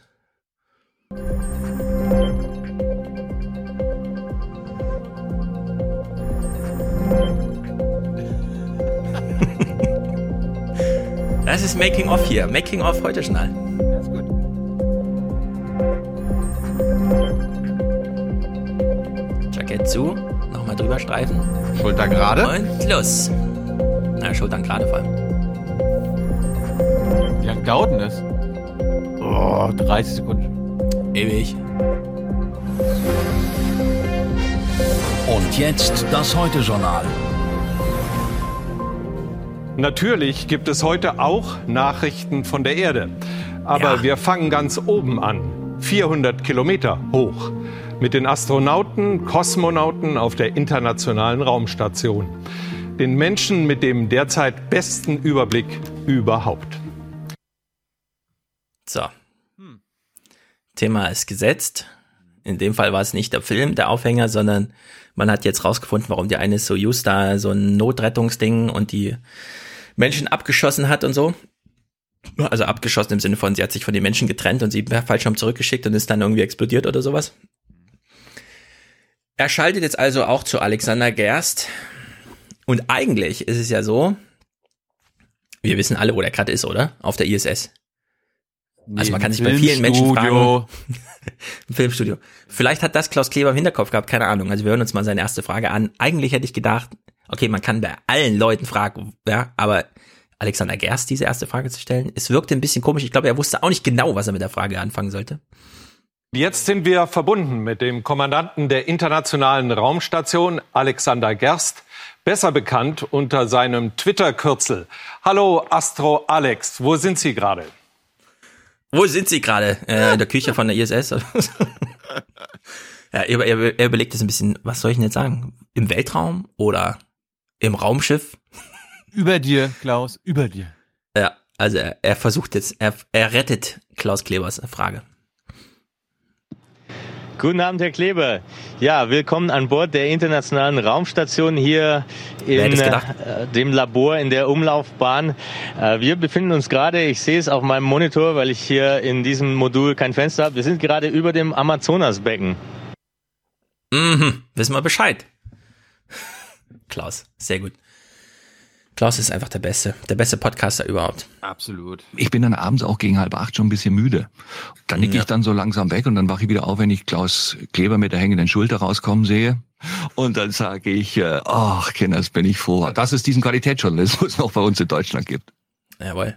Das ist Making of hier. Making of heute Journal. Das ist gut. Jackett zu. Nochmal drüber streifen. Schulter gerade. Und los. Na, Schultern gerade vor allem. Wie lang dauert denn das? Oh, dreißig Sekunden. Ewig. Und jetzt das Heute-Journal. Natürlich gibt es heute auch Nachrichten von der Erde. Aber ja. wir fangen ganz oben an. vierhundert Kilometer hoch. Mit den Astronauten, Kosmonauten auf der Internationalen Raumstation. Den Menschen mit dem derzeit besten Überblick überhaupt. So. Hm. Thema ist gesetzt. In dem Fall war es nicht der Film, der Aufhänger, sondern man hat jetzt rausgefunden, warum die eine Soyuz da so ein Notrettungsding und die Menschen abgeschossen hat und so. Also abgeschossen im Sinne von, sie hat sich von den Menschen getrennt und sie per Fallschirm zurückgeschickt und ist dann irgendwie explodiert oder sowas. Er schaltet jetzt also auch zu Alexander Gerst. Und eigentlich ist es ja so, wir wissen alle, wo der gerade ist, oder? Auf der I S S. Also man kann sich bei vielen Menschen fragen. Im Filmstudio. Vielleicht hat das Klaus Kleber im Hinterkopf gehabt, keine Ahnung. Also wir hören uns mal seine erste Frage an. Eigentlich hätte ich gedacht, okay, man kann bei allen Leuten fragen, ja, aber Alexander Gerst diese erste Frage zu stellen, es wirkte ein bisschen komisch. Ich glaube, er wusste auch nicht genau, was er mit der Frage anfangen sollte. Jetzt sind wir verbunden mit dem Kommandanten der Internationalen Raumstation, Alexander Gerst, besser bekannt unter seinem Twitter-Kürzel. Hallo Astro Alex, wo sind Sie gerade? Wo sind Sie gerade? Äh, in der Küche von der I S S? Ja, er, er, er überlegt jetzt ein bisschen, was soll ich denn jetzt sagen? Im Weltraum oder im Raumschiff? Über dir, Klaus, über dir. Ja, also er, er versucht jetzt, er, er rettet Klaus Klebers Frage. Guten Abend, Herr Kleber. Ja, willkommen an Bord der Internationalen Raumstation hier in äh, dem Labor in der Umlaufbahn. Äh, wir befinden uns gerade, ich sehe es auf meinem Monitor, weil ich hier in diesem Modul kein Fenster habe, wir sind gerade über dem Amazonasbecken. Mhm, wissen wir Bescheid. Klaus, sehr gut. Klaus ist einfach der Beste, der beste Podcaster überhaupt. Absolut. Ich bin dann abends auch gegen halb acht schon ein bisschen müde. Dann nicke ja. ich dann so langsam weg und dann wache ich wieder auf, wenn ich Klaus Kleber mit der hängenden Schulter rauskommen sehe. Und dann sage ich, ach, Kinders, bin ich froh, dass es diesen Qualitätsjournalismus noch bei uns in Deutschland gibt. Jawohl.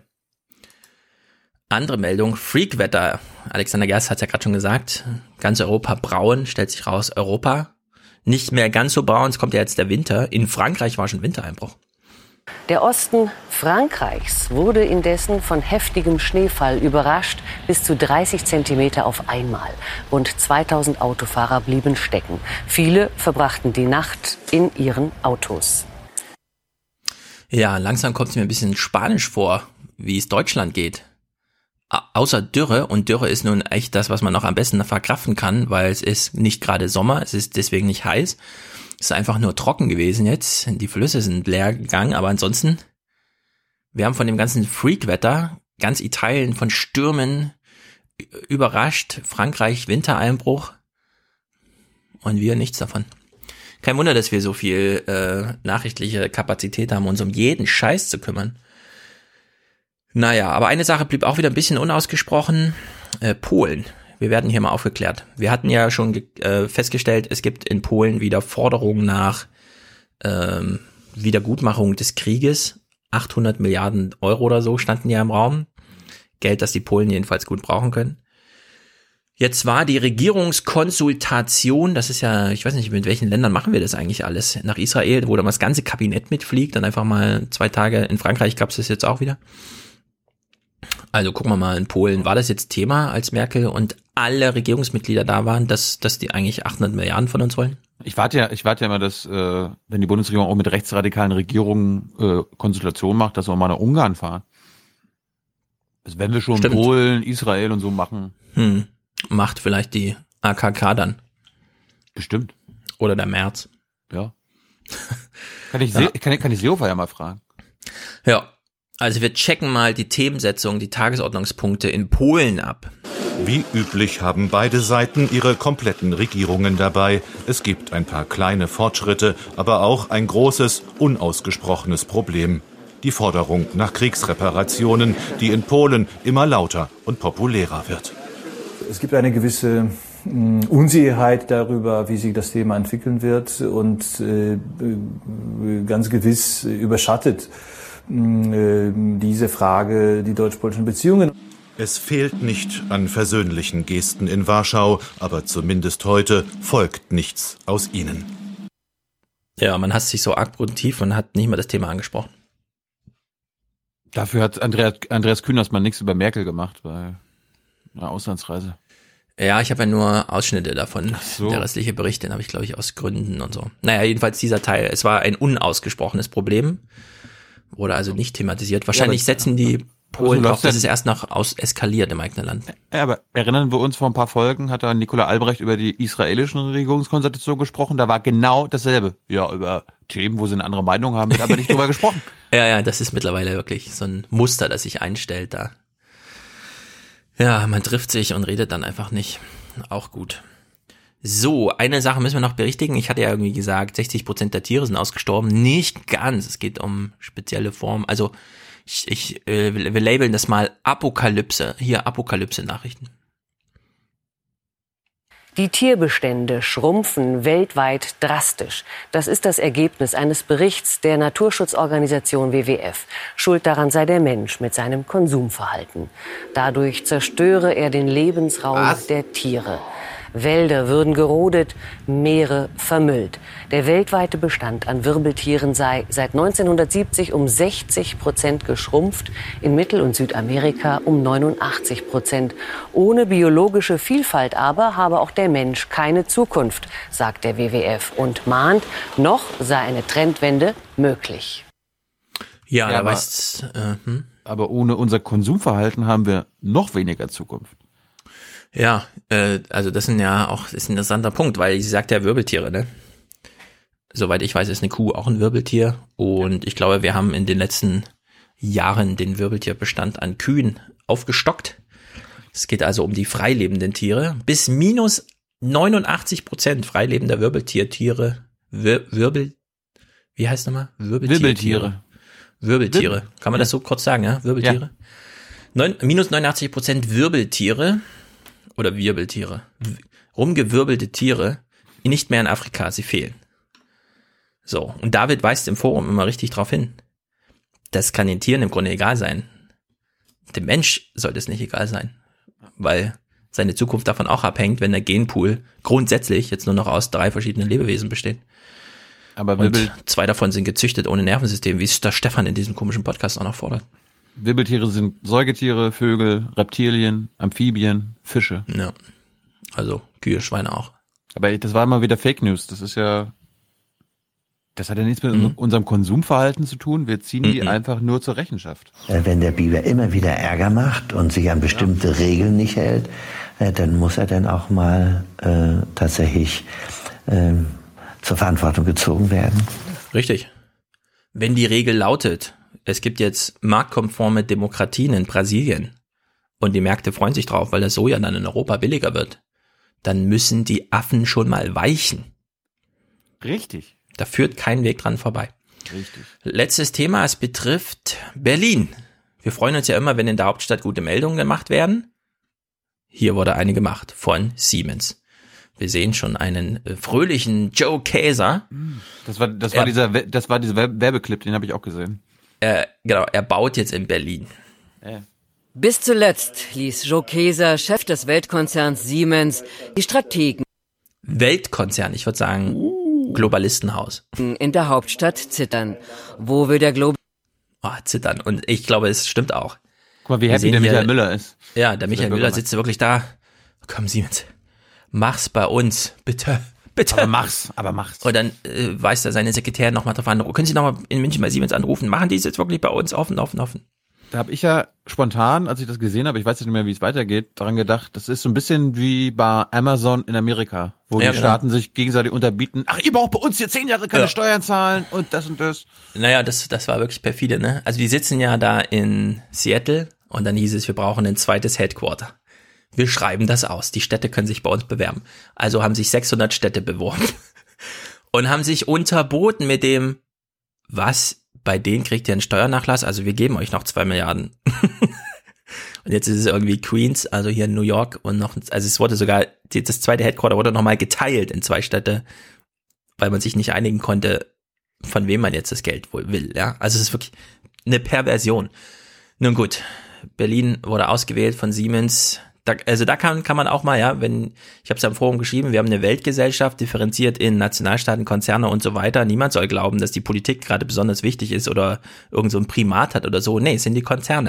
Andere Meldung, Freakwetter. Alexander Gerst hat es ja gerade schon gesagt. Ganz Europa braun, stellt sich raus, Europa nicht mehr ganz so braun. Es kommt ja jetzt der Winter. In Frankreich war schon Wintereinbruch. Der Osten Frankreichs wurde indessen von heftigem Schneefall überrascht, bis zu dreißig Zentimeter auf einmal. Rund zweitausend Autofahrer blieben stecken. Viele verbrachten die Nacht in ihren Autos. Ja, langsam kommt es mir ein bisschen spanisch vor, wie es Deutschland geht. A- außer Dürre, und Dürre ist nun echt das, was man noch am besten verkraften kann, weil es ist nicht gerade Sommer, es ist deswegen nicht heiß. Es ist einfach nur trocken gewesen jetzt. Die Flüsse sind leer gegangen, aber ansonsten, wir haben von dem ganzen Freakwetter ganz Italien von Stürmen überrascht. Frankreich Wintereinbruch und wir nichts davon. Kein Wunder, dass wir so viel äh, nachrichtliche Kapazität haben, uns um jeden Scheiß zu kümmern. Naja, aber eine Sache blieb auch wieder ein bisschen unausgesprochen. Äh, Polen. Wir werden hier mal aufgeklärt. Wir hatten ja schon äh, festgestellt, es gibt in Polen wieder Forderungen nach ähm, Wiedergutmachung des Krieges. achthundert Milliarden Euro oder so standen ja im Raum. Geld, das die Polen jedenfalls gut brauchen können. Jetzt war die Regierungskonsultation, das ist ja, ich weiß nicht, mit welchen Ländern machen wir das eigentlich alles? Nach Israel, wo dann mal das ganze Kabinett mitfliegt, dann einfach mal zwei Tage, in Frankreich gab es das jetzt auch wieder. Also gucken wir mal, in Polen war das jetzt Thema, als Merkel und alle Regierungsmitglieder da waren, dass, dass die eigentlich achthundert Milliarden von uns wollen? Ich warte ja, ich warte ja immer, dass, äh, wenn die Bundesregierung auch mit rechtsradikalen Regierungen äh, Konsultationen macht, dass wir mal nach Ungarn fahren. Das werden wir schon Stimmt. Polen, Israel und so machen. Hm. Macht vielleicht die A K K dann. Bestimmt. Oder der Merz. Ja. Kann ich, Ja. Se- kann, ich- kann ich Seehofer ja mal fragen. Ja, also wir checken mal die Themensetzung, die Tagesordnungspunkte in Polen ab. Wie üblich haben beide Seiten ihre kompletten Regierungen dabei. Es gibt ein paar kleine Fortschritte, aber auch ein großes, unausgesprochenes Problem. Die Forderung nach Kriegsreparationen, die in Polen immer lauter und populärer wird. Es gibt eine gewisse mh, Unsicherheit darüber, wie sich das Thema entwickeln wird, und äh, ganz gewiss überschattet mh, diese Frage die deutsch-polnischen Beziehungen. Es fehlt nicht an versöhnlichen Gesten in Warschau, aber zumindest heute folgt nichts aus ihnen. Ja, man hasst sich so arg produktiv und hat nicht mal das Thema angesprochen. Dafür hat Andreas, Andreas Künast mal nichts über Merkel gemacht, bei einer Auslandsreise. Ja, ich habe ja nur Ausschnitte davon. Ach so. Der restliche Bericht, den habe ich, glaube ich, aus Gründen und so. Naja, jedenfalls dieser Teil. Es war ein unausgesprochenes Problem. Wurde also nicht thematisiert. Wahrscheinlich ja, setzen die Polen drauf, dass es erst noch aus eskaliert im eigenen Land. Ja, aber erinnern wir uns, vor ein paar Folgen hat da Nicola Albrecht über die israelischen Regierungskonsultation gesprochen. Da war genau dasselbe. Ja, über Themen, wo sie eine andere Meinung haben, wird aber nicht drüber gesprochen. Ja, ja, das ist mittlerweile wirklich so ein Muster, das sich einstellt da. Ja, man trifft sich und redet dann einfach nicht. Auch gut. So, eine Sache müssen wir noch berichtigen. Ich hatte ja irgendwie gesagt, sechzig Prozent der Tiere sind ausgestorben. Nicht ganz. Es geht um spezielle Formen. Also, ich, ich äh, wir labeln das mal Apokalypse. Hier, Apokalypse-Nachrichten. Die Tierbestände schrumpfen weltweit drastisch. Das ist das Ergebnis eines Berichts der Naturschutzorganisation W W F. Schuld daran sei der Mensch mit seinem Konsumverhalten. Dadurch zerstöre er den Lebensraum Was? der Tiere. Wälder würden gerodet, Meere vermüllt. Der weltweite Bestand an Wirbeltieren sei seit neunzehnhundertsiebzig um sechzig Prozent geschrumpft, in Mittel- und Südamerika um neunundachtzig Prozent. Ohne biologische Vielfalt aber habe auch der Mensch keine Zukunft, sagt der W W F und mahnt, noch sei eine Trendwende möglich. Ja, ja da aber, weißt, äh, hm? aber ohne unser Konsumverhalten haben wir noch weniger Zukunft. Ja, äh, also das sind ja auch, ist ein interessanter Punkt, weil sie sagt ja Wirbeltiere, ne? Soweit ich weiß, ist eine Kuh auch ein Wirbeltier und ich glaube, wir haben in den letzten Jahren den Wirbeltierbestand an Kühen aufgestockt. Es geht also um die freilebenden Tiere. Bis minus neunundachtzig Prozent freilebender Wirbeltiertiere, Wir, Wirbel, wie heißt nochmal? Wirbeltiere. Wirbeltiere. Kann man das so kurz sagen, ja? Wirbeltiere. Ja. Neun, minus neunundachtzig Prozent Wirbeltiere. Oder Wirbeltiere, rumgewirbelte Tiere, nicht mehr in Afrika, sie fehlen. So, und David weist im Forum immer richtig drauf hin. Das kann den Tieren im Grunde egal sein. Dem Mensch sollte es nicht egal sein, weil seine Zukunft davon auch abhängt, wenn der Genpool grundsätzlich jetzt nur noch aus drei verschiedenen Lebewesen besteht. Aber und zwei davon sind gezüchtet ohne Nervensystem, wie es der Stefan in diesem komischen Podcast auch noch fordert. Wirbeltiere sind Säugetiere, Vögel, Reptilien, Amphibien, Fische. Ja, also Kühe, Schweine auch. Aber das war immer wieder Fake News. Das ist ja, das hat ja nichts mit mhm. unserem Konsumverhalten zu tun. Wir ziehen die mhm. einfach nur zur Rechenschaft. Wenn der Biber immer wieder Ärger macht und sich an bestimmte ja. Regeln nicht hält, dann muss er dann auch mal äh, tatsächlich äh, zur Verantwortung gezogen werden. Richtig. Wenn die Regel lautet, es gibt jetzt marktkonforme Demokratien in Brasilien und die Märkte freuen sich drauf, weil das Soja dann in Europa billiger wird, dann müssen die Affen schon mal weichen. Richtig. Da führt kein Weg dran vorbei. Richtig. Letztes Thema, es betrifft Berlin. Wir freuen uns ja immer, wenn in der Hauptstadt gute Meldungen gemacht werden. Hier wurde eine gemacht von Siemens. Wir sehen schon einen äh, fröhlichen Joe Kaeser. Das war, das war er, dieser, das war dieser Werbeclip, den habe ich auch gesehen. Äh, genau, er baut jetzt in Berlin. Ja. Bis zuletzt ließ Joe Kaeser, Chef des Weltkonzerns Siemens, die Strategen Weltkonzern, ich würde sagen uh. Globalistenhaus in der Hauptstadt zittern. Wo will der Global... Oh, zittern. Und ich glaube, es stimmt auch. Guck mal, wie happy der Michael hier, Müller ist. Ja, der Michael Müller sitzt wirklich da. Komm, Siemens, mach's bei uns, bitte. Bitte. Aber mach's, aber mach's. Und dann äh, weist er seine Sekretärin nochmal drauf an. Können Sie nochmal in München bei Siemens anrufen? Machen die es jetzt wirklich bei uns? Offen, offen, offen. Da habe ich ja spontan, als ich das gesehen habe, ich weiß nicht mehr, wie es weitergeht, daran gedacht, das ist so ein bisschen wie bei Amazon in Amerika, wo ja, die genau. Staaten sich gegenseitig unterbieten. Ach, ihr braucht bei uns hier zehn Jahre keine ja. Steuern zahlen und das und das. Naja, das, das war wirklich perfide, ne? Also die sitzen ja da in Seattle und dann hieß es, wir brauchen ein zweites Headquarter. Wir schreiben das aus. Die Städte können sich bei uns bewerben. Also haben sich sechshundert Städte beworben und haben sich unterboten mit dem, was, bei denen kriegt ihr einen Steuernachlass, also wir geben euch noch zwei Milliarden. Und jetzt ist es irgendwie Queens, also hier in New York und noch, also es wurde sogar, das zweite Headquarter wurde nochmal geteilt in zwei Städte, weil man sich nicht einigen konnte, von wem man jetzt das Geld wohl will, ja. Also es ist wirklich eine Perversion. Nun gut, Berlin wurde ausgewählt von Siemens. Da, also da kann, kann man auch mal, ja, wenn, ich habe es ja im Forum geschrieben, wir haben eine Weltgesellschaft, differenziert in Nationalstaaten, Konzerne und so weiter. Niemand soll glauben, dass die Politik gerade besonders wichtig ist oder irgend so ein Primat hat oder so. Nee, es sind die Konzerne.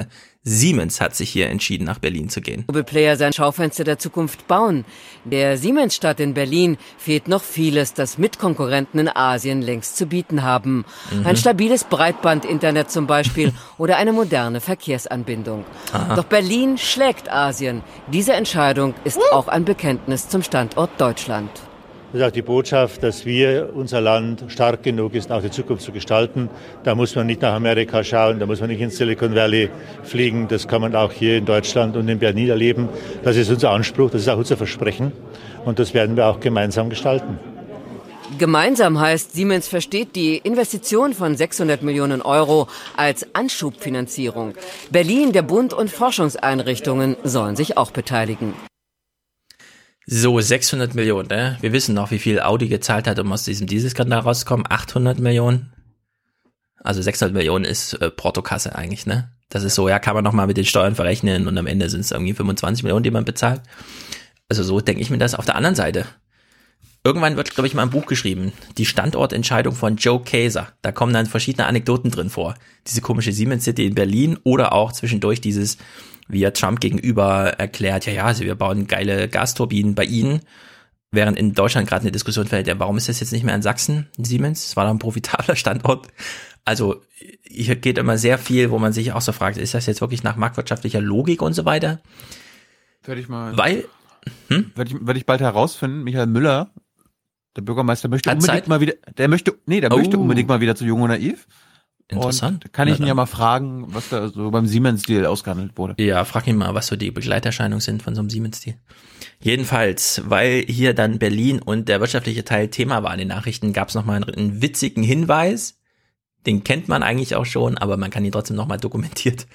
Siemens hat sich hier entschieden, nach Berlin zu gehen. Global Player sein Schaufenster der Zukunft bauen. Der Siemens-Stadt in Berlin fehlt noch vieles, das Mitkonkurrenten in Asien längst zu bieten haben. Mhm. Ein stabiles Breitband-Internet zum Beispiel oder eine moderne Verkehrsanbindung. Aha. Doch Berlin schlägt Asien. Diese Entscheidung ist auch ein Bekenntnis zum Standort Deutschland. Das ist auch die Botschaft, dass wir, unser Land stark genug ist, auch die Zukunft zu gestalten. Da muss man nicht nach Amerika schauen, da muss man nicht ins Silicon Valley fliegen. Das kann man auch hier in Deutschland und in Berlin erleben. Das ist unser Anspruch, das ist auch unser Versprechen. Und das werden wir auch gemeinsam gestalten. Gemeinsam heißt, Siemens versteht die Investition von sechshundert Millionen Euro als Anschubfinanzierung. Berlin, der Bund und Forschungseinrichtungen sollen sich auch beteiligen. So, sechshundert Millionen, ne? Wir wissen noch, wie viel Audi gezahlt hat, um aus diesem Dieselskandal rauszukommen. achthundert Millionen. Also sechshundert Millionen ist äh, Portokasse eigentlich, ne? Das ist so, ja, kann man nochmal mit den Steuern verrechnen und am Ende sind es irgendwie fünfundzwanzig Millionen, die man bezahlt. Also so denke ich mir das. Auf der anderen Seite, irgendwann wird, glaube ich, mal ein Buch geschrieben. Die Standortentscheidung von Joe Kaeser. Da kommen dann verschiedene Anekdoten drin vor. Diese komische Siemens City in Berlin oder auch zwischendurch dieses, wie er Trump gegenüber erklärt, ja, ja, also wir bauen geile Gasturbinen bei Ihnen, während in Deutschland gerade eine Diskussion fällt, ja, warum ist das jetzt nicht mehr in Sachsen, Siemens? Das war doch ein profitabler Standort. Also hier geht immer sehr viel, wo man sich auch so fragt, ist das jetzt wirklich nach marktwirtschaftlicher Logik und so weiter? Werde ich mal, Weil, hm? werde ich, werde ich bald herausfinden, Michael Müller, der Bürgermeister, möchte Hat unbedingt Zeit? mal wieder, der möchte, nee, der Oh. möchte unbedingt mal wieder zu Jung und Naiv. Interessant. Und kann ich Na ihn ja dann. mal fragen, was da so beim Siemens-Deal ausgehandelt wurde. Ja, frag ihn mal, was so die Begleiterscheinungen sind von so einem Siemens-Deal. Jedenfalls, weil hier dann Berlin und der wirtschaftliche Teil Thema war in den Nachrichten, gab es nochmal einen, einen witzigen Hinweis. Den kennt man eigentlich auch schon, aber man kann ihn trotzdem nochmal dokumentiert.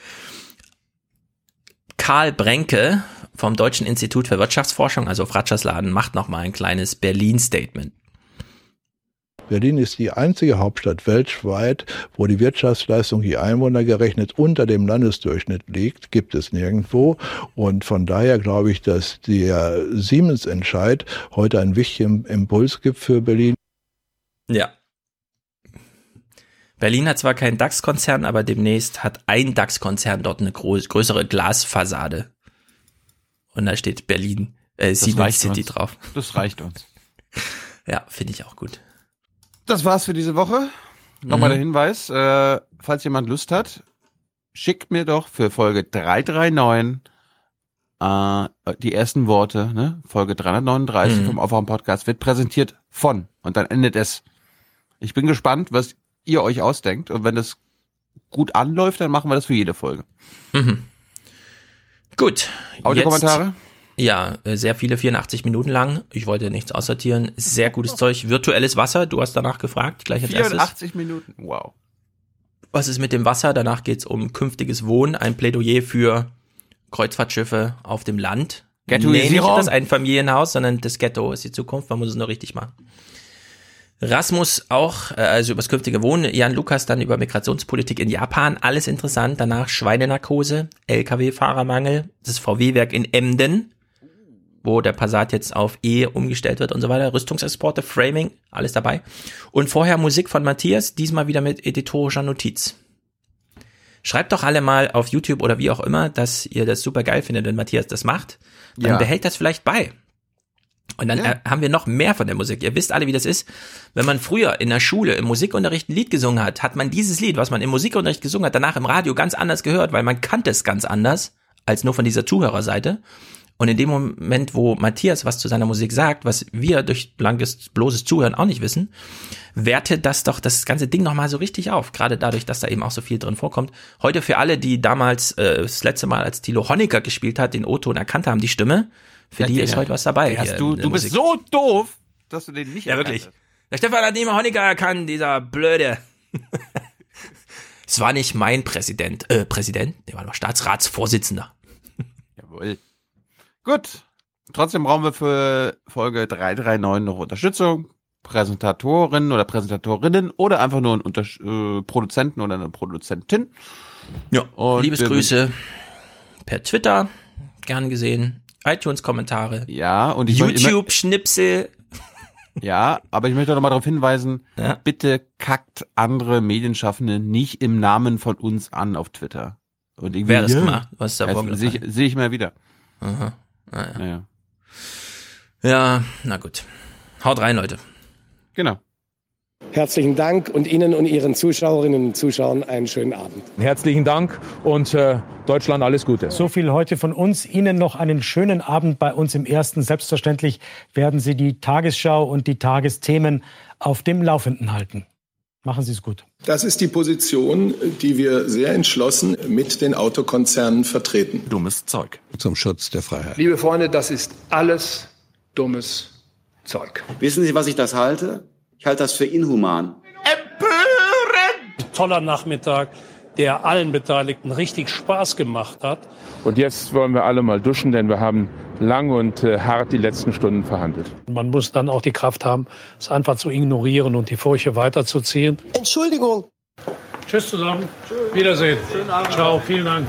Karl Brenke vom Deutschen Institut für Wirtschaftsforschung, also Fratschersladen, macht nochmal ein kleines Berlin-Statement. Berlin ist die einzige Hauptstadt weltweit, wo die Wirtschaftsleistung je Einwohner gerechnet unter dem Landesdurchschnitt liegt. Gibt es nirgendwo. Und von daher glaube ich, dass der Siemens-Entscheid heute einen wichtigen Impuls gibt für Berlin. Ja. Berlin hat zwar keinen DAX-Konzern, aber demnächst hat ein DAX-Konzern dort eine groß, größere Glasfassade. Und da steht Berlin, äh, Siemens City uns. drauf. Das reicht uns. Ja, finde ich auch gut. Das war's für diese Woche. Nochmal Mhm. der Hinweis, äh, falls jemand Lust hat, schickt mir doch für Folge drei drei neun äh, die ersten Worte, ne? Folge dreihundertneununddreißig Mhm. vom Aufwachen-Podcast wird präsentiert von und dann endet es. Ich bin gespannt, was ihr euch ausdenkt und wenn das gut anläuft, dann machen wir das für jede Folge. Mhm. Gut. Audiokommentare? Ja, äh, sehr viele, vierundachtzig Minuten lang. Ich wollte nichts aussortieren. Sehr gutes Zeug. Virtuelles Wasser, du hast danach gefragt, gleich als erstes. vierundachtzig Minuten, wow. Was ist mit dem Wasser? Danach geht's um künftiges Wohnen, ein Plädoyer für Kreuzfahrtschiffe auf dem Land. Ghettoisierung. Nee, nicht das Einfamilienhaus, sondern das Ghetto ist die Zukunft, man muss es nur richtig machen. Rasmus auch, äh, also über das künftige Wohnen, Jan Lukas dann über Migrationspolitik in Japan, alles interessant. Danach Schweinenarkose, L K W-Fahrermangel, das V W-Werk in Emden, wo der Passat jetzt auf E umgestellt wird und so weiter, Rüstungsexporte, Framing, alles dabei. Und vorher Musik von Matthias, diesmal wieder mit editorischer Notiz. Schreibt doch alle mal auf YouTube oder wie auch immer, dass ihr das super geil findet, wenn Matthias das macht. Dann Ja. behält das vielleicht bei. Und dann Ja. äh, haben wir noch mehr von der Musik. Ihr wisst alle, wie das ist. Wenn man früher in der Schule im Musikunterricht ein Lied gesungen hat, hat man dieses Lied, was man im Musikunterricht gesungen hat, danach im Radio ganz anders gehört, weil man kannte es ganz anders, als nur von dieser Zuhörerseite. Und in dem Moment, wo Matthias was zu seiner Musik sagt, was wir durch blankes, bloßes Zuhören auch nicht wissen, wertet das doch das ganze Ding nochmal so richtig auf. Gerade dadurch, dass da eben auch so viel drin vorkommt. Heute für alle, die damals äh, das letzte Mal, als Thilo Honecker gespielt hat, den O-Ton erkannt haben, die Stimme, für Ja, die der- ist heute was dabei. der hast hier du in der du bist Musik. so doof, dass du den nicht Ja, erkannt wirklich. hast. Der Stefan hat nicht mal Honecker erkannt, dieser Blöde. Es war nicht mein Präsident, äh, Präsident, der war noch Staatsratsvorsitzender. Jawohl. Gut. Trotzdem brauchen wir für Folge drei drei neun noch Unterstützung. Präsentatoren oder Präsentatorinnen oder einfach nur einen Unter äh, Produzenten oder eine Produzentin. Ja, Und Liebesgrüße per Twitter, gern gesehen. iTunes-Kommentare. Ja, und ich möchte- YouTube-Schnipsel. Ja, aber ich möchte noch mal darauf hinweisen, Ja. bitte kackt andere Medienschaffende nicht im Namen von uns an auf Twitter. Und irgendwie, wer das ja, gemacht? Was ist da vorgefallen? Sehe ich, seh ich mal wieder. Aha. Naja. Naja. Ja, na gut. Haut rein, Leute. Genau. Herzlichen Dank und Ihnen und Ihren Zuschauerinnen und Zuschauern einen schönen Abend. Herzlichen Dank und äh, Deutschland alles Gute. So viel heute von uns. Ihnen noch einen schönen Abend bei uns im Ersten. Selbstverständlich werden Sie die Tagesschau und die Tagesthemen auf dem Laufenden halten. Machen Sie es gut. Das ist die Position, die wir sehr entschlossen mit den Autokonzernen vertreten. Dummes Zeug. Zum Schutz der Freiheit. Liebe Freunde, das ist alles dummes Zeug. Wissen Sie, was ich das halte? Ich halte das für inhuman. Empörend! Toller Nachmittag, der allen Beteiligten richtig Spaß gemacht hat. Und jetzt wollen wir alle mal duschen, denn wir haben lang und äh, hart die letzten Stunden verhandelt. Man muss dann auch die Kraft haben, es einfach zu ignorieren und die Furche weiterzuziehen. Entschuldigung. Tschüss zusammen. Tschüss. Wiedersehen. Schönen Abend. Ciao, vielen Dank.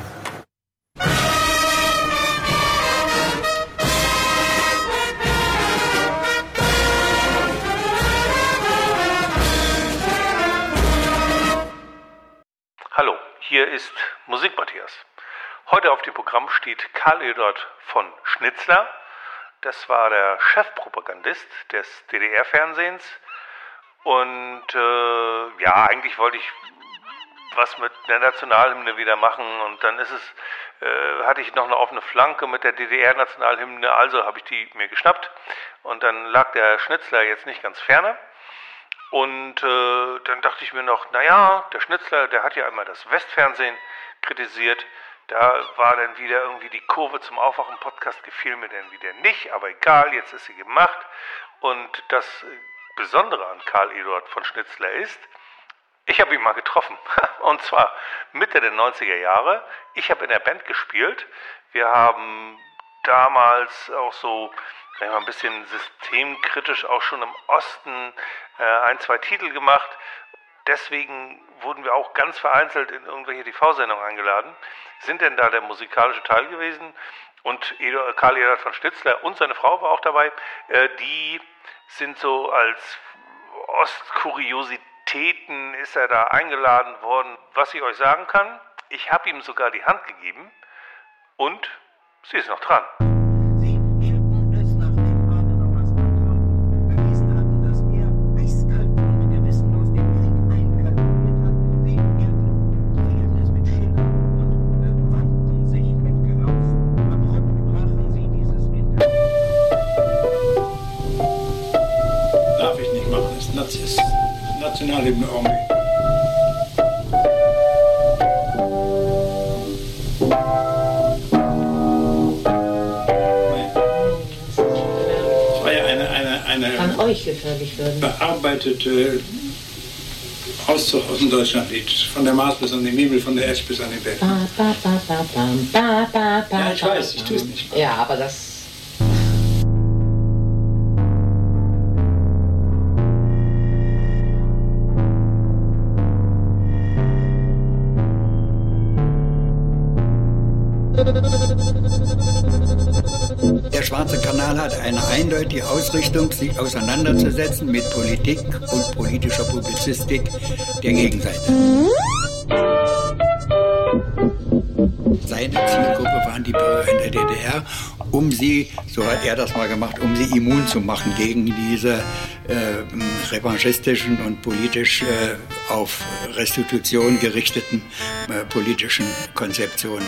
Hallo, hier ist Musik Matthias. Heute auf dem Programm steht Karl Eduard von Schnitzler. Das war der Chefpropagandist des D D R-Fernsehens. Und äh, ja, eigentlich wollte ich was mit der Nationalhymne wieder machen. Und dann ist es, äh, hatte ich noch eine offene Flanke mit der D D R-Nationalhymne. Also habe ich die mir geschnappt. Und dann lag der Schnitzler jetzt nicht ganz ferne. Und äh, dann dachte ich mir noch, naja, der Schnitzler, der hat ja einmal das Westfernsehen kritisiert. Da war dann wieder irgendwie die Kurve zum Aufwachen-Podcast, gefiel mir dann wieder nicht. Aber egal, jetzt ist sie gemacht. Und das Besondere an Karl Eduard von Schnitzler ist, ich habe ihn mal getroffen. Und zwar Mitte der neunziger Jahre. Ich habe in der Band gespielt. Wir haben damals auch so mal ein bisschen systemkritisch auch schon im Osten äh, ein, zwei Titel gemacht. Deswegen wurden wir auch ganz vereinzelt in irgendwelche T V-Sendungen eingeladen. Sind denn da der musikalische Teil gewesen? Und Eduard, Karl Eduard von Schnitzler und seine Frau war auch dabei. Äh, die sind so als Ostkuriositäten ist er da eingeladen worden. Was ich euch sagen kann, ich habe ihm sogar die Hand gegeben und sie ist noch dran. Narzisst. Nationalhymne Armee. Es war ja eine, eine, eine Kann euch gefährlich werden. bearbeitete Auszug aus dem Deutschlandlied. Von der Mars bis an den Nebel, von der Esch bis an den Berg. Ba, ba, ba, ba, ba, ba, ba, ja, ich weiß, ich tue es nicht. Ja, aber das... Der Schwarze Kanal hat eine eindeutige Ausrichtung, sich auseinanderzusetzen mit Politik und politischer Publizistik der Gegenseite. Seine Zielgruppe waren die Bürger in der D D R, um sie, so hat er das mal gemacht, um sie immun zu machen gegen diese äh, revanchistischen und politisch äh, auf Restitution gerichteten äh, politischen Konzeptionen.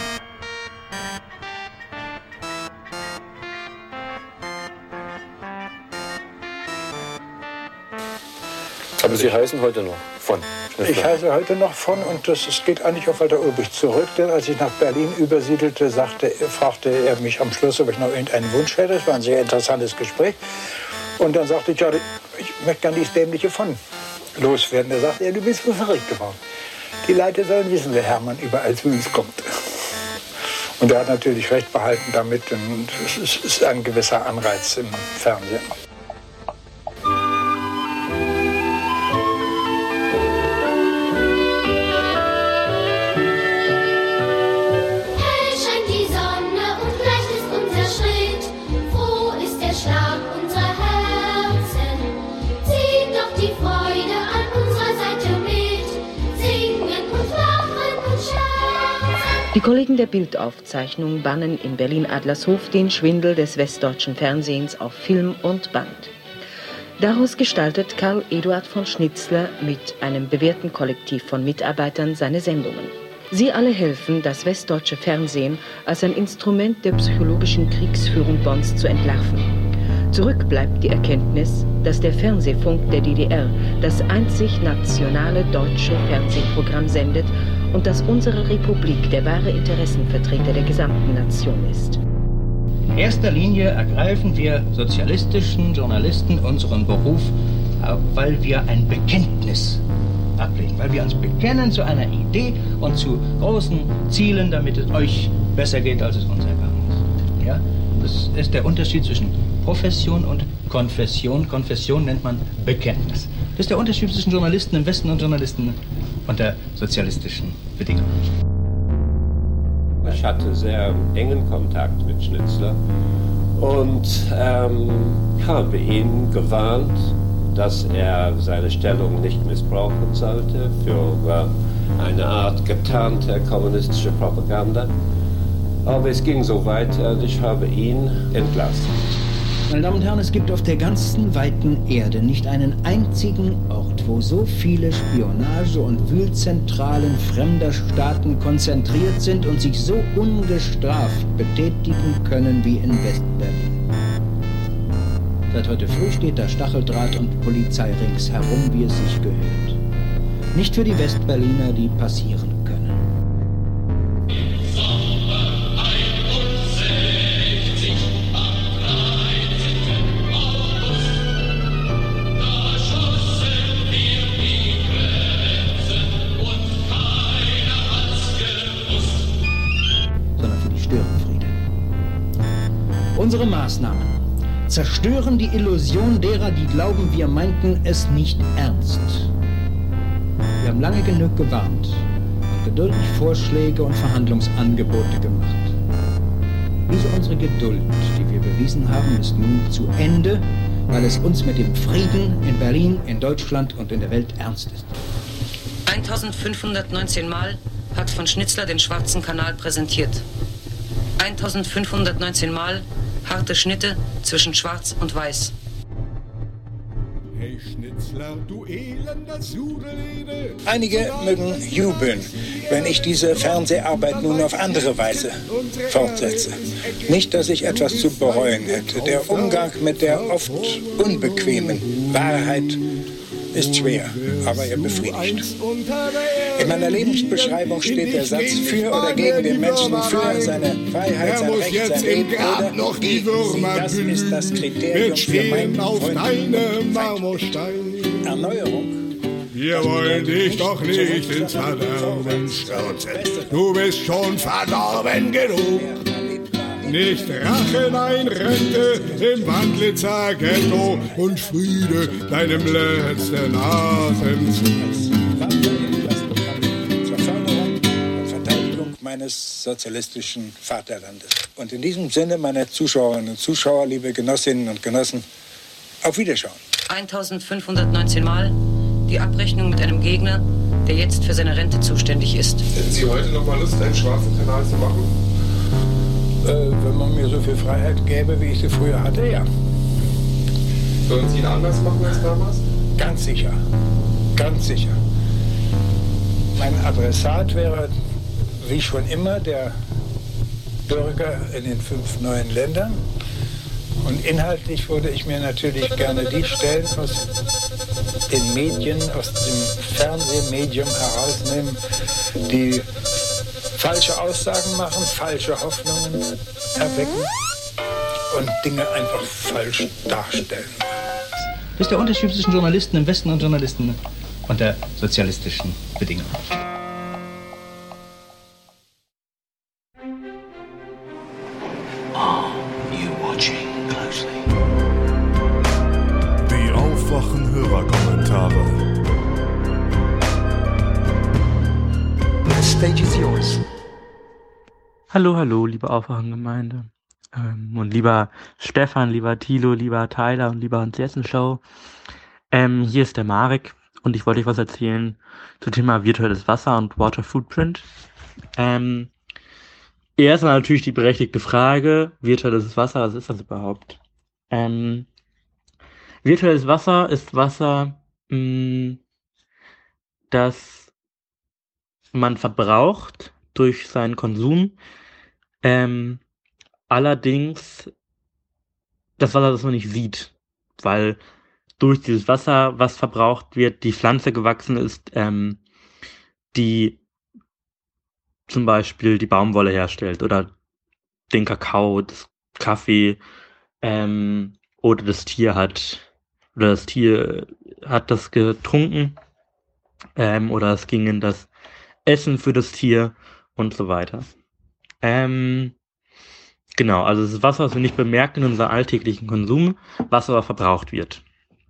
Aber Sie heißen heute noch von Schnitzler. Ich heiße heute noch von und das, das geht eigentlich auf Walter Ulbricht zurück. Denn als ich nach Berlin übersiedelte, sagte, fragte er mich am Schluss, ob ich noch irgendeinen Wunsch hätte. Das war ein sehr interessantes Gespräch. Und dann sagte ich, ja, ich möchte gerne dieses dämliche von loswerden. Er sagte, ja, du bist wohl verrückt geworden. Die Leute sollen wissen, wer Hermann überall zu uns kommt. Und er hat natürlich recht behalten damit. Und es ist ein gewisser Anreiz im Fernsehen. Die Kollegen der Bildaufzeichnung bannen in Berlin-Adlershof den Schwindel des westdeutschen Fernsehens auf Film und Band. Daraus gestaltet Karl Eduard von Schnitzler mit einem bewährten Kollektiv von Mitarbeitern seine Sendungen. Sie alle helfen, das westdeutsche Fernsehen als ein Instrument der psychologischen Kriegsführung Bonns zu entlarven. Zurück bleibt die Erkenntnis, dass der Fernsehfunk der D D R das einzig nationale deutsche Fernsehprogramm sendet und dass unsere Republik der wahre Interessenvertreter der gesamten Nation ist. In erster Linie ergreifen wir sozialistischen Journalisten unseren Beruf, weil wir ein Bekenntnis ablegen, weil wir uns bekennen zu einer Idee und zu großen Zielen, damit es euch besser geht, als es uns ergangen ist. Ja? Das ist der Unterschied zwischen Profession und Konfession. Konfession nennt man Bekenntnis. Das ist der Unterschied zwischen Journalisten im Westen und Journalisten unter sozialistischen Bedingungen. Ich hatte sehr engen Kontakt mit Schnitzler und ähm, habe ihn gewarnt, dass er seine Stellung nicht missbrauchen sollte für äh, eine Art getarnte kommunistische Propaganda. Aber es ging so weiter und ich habe ihn entlassen. Meine Damen und Herren, es gibt auf der ganzen weiten Erde nicht einen einzigen Ort, wo so viele Spionage- und Wühlzentralen fremder Staaten konzentriert sind und sich so ungestraft betätigen können wie in Westberlin. Seit heute früh steht da Stacheldraht und Polizei ringsherum, wie es sich gehört. Nicht für die Westberliner, die passieren können. Unsere Maßnahmen zerstören die Illusion derer, die glauben, wir meinten es nicht ernst. Wir haben lange genug gewarnt und geduldig Vorschläge und Verhandlungsangebote gemacht. Diese unsere Geduld, die wir bewiesen haben, ist nun zu Ende, weil es uns mit dem Frieden in Berlin, in Deutschland und in der Welt ernst ist. eintausendfünfhundertneunzehn Mal hat von Schnitzler den Schwarzen Kanal präsentiert. eintausendfünfhundertneunzehn Mal harte Schnitte zwischen Schwarz und Weiß. Hey Schnitzler, du elender Sudelede. Einige mögen jubeln, wenn ich diese Fernseharbeit nun auf andere Weise fortsetze. Nicht, dass ich etwas zu bereuen hätte. Der Umgang mit der oft unbequemen Wahrheit ist schwer, aber er befriedigt. In meiner Lebensbeschreibung steht der Satz für oder gegen den Menschen, für seine Freiheit, sein Recht, sein Leben oder gegen sie. Das ist das Kriterium für meinen Freund. Erneuerung. Wir wollen dich doch nicht ins Verderben stürzen. Du bist schon verdorben genug. Nicht Rache, nein, Rente im Wandlitzer Ghetto und Friede deinem letzten Atemzug. Zur Förderung und Verteidigung meines sozialistischen Vaterlandes. Und in diesem Sinne, meine Zuschauerinnen und Zuschauer, liebe Genossinnen und Genossen, auf Wiederschauen. eintausendfünfhundertneunzehn Mal die Abrechnung mit einem Gegner, der jetzt für seine Rente zuständig ist. Hätten Sie heute noch mal Lust, einen schwarzen Kanal zu machen? Äh, wenn man mir so viel Freiheit gäbe, wie ich sie früher hatte, ja. Sollen Sie ihn anders machen als damals? Ganz sicher. Ganz sicher. Mein Adressat wäre, wie schon immer, der Bürger in den fünf neuen Ländern. Und inhaltlich würde ich mir natürlich gerne die Stellen aus den Medien, aus dem Fernsehmedium herausnehmen, die falsche Aussagen machen, falsche Hoffnungen erwecken und Dinge einfach falsch darstellen. Das ist der Unterschied zwischen Journalisten im Westen und Journalisten unter sozialistischen Bedingungen. Die Aufwachen-Hörerkommentare. Stage is yours. Hallo, hallo, liebe Aufwachengemeinde. Ähm, und lieber Stefan, lieber Thilo, lieber Tyler und lieber Hans-Jessen-Show. Ähm, hier ist der Marek und ich wollte euch was erzählen zum Thema virtuelles Wasser und Water Footprint. Ähm, Erstmal natürlich die berechtigte Frage, virtuelles Wasser, was ist das überhaupt? Ähm, virtuelles Wasser ist Wasser, mh, das man verbraucht durch seinen Konsum. Ähm, allerdings das Wasser, das man nicht sieht, weil durch dieses Wasser, was verbraucht wird, die Pflanze gewachsen ist, ähm, die zum Beispiel die Baumwolle herstellt oder den Kakao, das Kaffee, ähm, oder das Tier hat, oder das Tier hat das getrunken, ähm, oder es ging in das Essen für das Tier und so weiter. Ähm, genau, also es ist Wasser, was wir nicht bemerken in unserem alltäglichen Konsum, was aber verbraucht wird.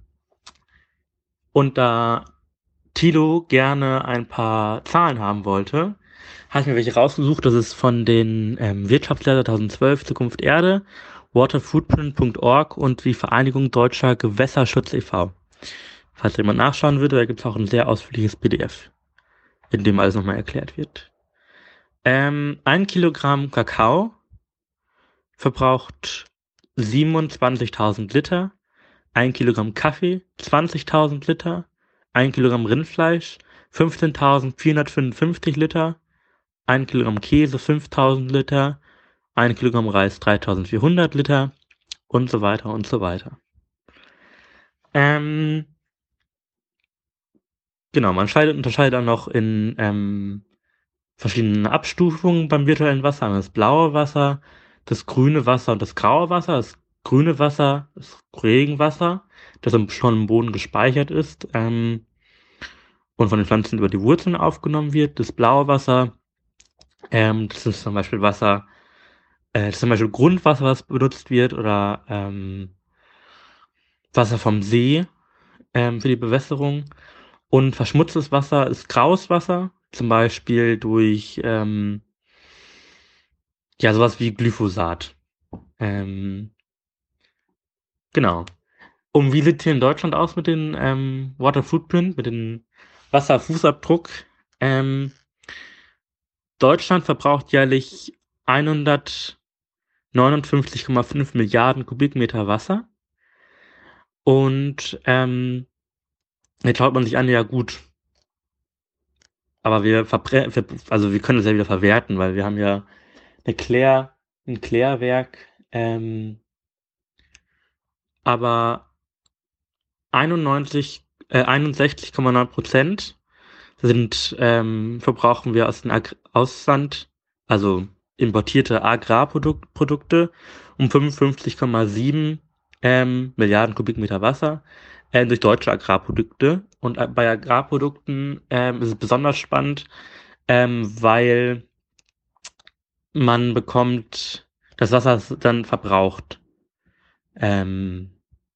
Und da Thilo gerne ein paar Zahlen haben wollte, habe ich mir welche rausgesucht. Das ist von den ähm, Wirtschaftslehr zweitausendzwölf Zukunft Erde, waterfootprint punkt org und die Vereinigung Deutscher Gewässerschutz e V Falls jemand nachschauen würde, da gibt es auch ein sehr ausführliches P D F, in dem alles nochmal erklärt wird. Ähm, ein Kilogramm Kakao verbraucht siebenundzwanzigtausend Liter, ein Kilogramm Kaffee zwanzigtausend Liter, ein Kilogramm Rindfleisch fünfzehntausendvierhundertfünfundfünfzig Liter, ein Kilogramm Käse fünftausend Liter, ein Kilogramm Reis dreitausendvierhundert Liter und so weiter und so weiter. Ähm, genau, man scheidet, unterscheidet dann noch in ähm, verschiedenen Abstufungen beim virtuellen Wasser. Das blaue Wasser, das grüne Wasser und das graue Wasser. Das grüne Wasser, das Regenwasser, das schon im Boden gespeichert ist ähm, und von den Pflanzen über die Wurzeln aufgenommen wird. Das blaue Wasser, ähm, das ist zum Beispiel Wasser, äh, das ist zum Beispiel Grundwasser, was benutzt wird, oder ähm, Wasser vom See ähm, für die Bewässerung. Und verschmutztes Wasser ist graues Wasser, zum Beispiel durch ähm, ja sowas wie Glyphosat. Ähm, genau. Und wie sieht es hier in Deutschland aus mit dem ähm, Water Footprint, mit dem Wasserfußabdruck? Ähm, Deutschland verbraucht jährlich hundertneunundfünfzig Komma fünf Milliarden Kubikmeter Wasser. Und ähm, jetzt schaut man sich an, ja gut, aber wir verbrennen, also wir können das ja wieder verwerten, weil wir haben ja eine Klär, ein Klärwerk, ähm, aber einundneunzig, äh, einundsechzig Komma neun Prozent sind ähm, verbrauchen wir aus dem Ag- Ausland, also importierte Agrarprodukte, um fünfundfünfzig Komma sieben ähm, Milliarden Kubikmeter Wasser äh, durch deutsche Agrarprodukte. Und äh, bei Agrarprodukten ähm, ist es besonders spannend, ähm, weil man bekommt das Wasser dann verbraucht. Ähm,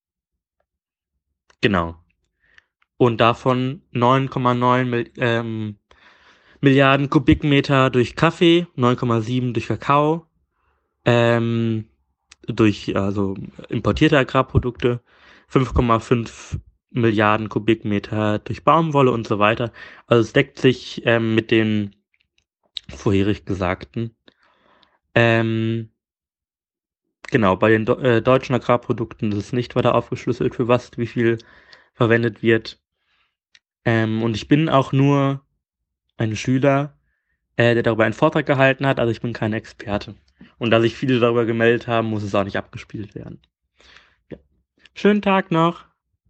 genau. Und davon neun Komma neun ähm, Milliarden Kubikmeter durch Kaffee, neun Komma sieben durch Kakao, ähm, durch also importierte Agrarprodukte, fünf Komma fünf Milliarden Kubikmeter durch Baumwolle und so weiter. Also es deckt sich ähm, mit den vorherig Gesagten. Ähm, genau, bei den Do- äh, deutschen Agrarprodukten ist es nicht weiter aufgeschlüsselt, für was wie viel verwendet wird. Ähm, und ich bin auch nur ein Schüler, äh, der darüber einen Vortrag gehalten hat, also ich bin kein Experte. Und da sich viele darüber gemeldet haben, muss es auch nicht abgespielt werden. Ja. Schönen Tag noch.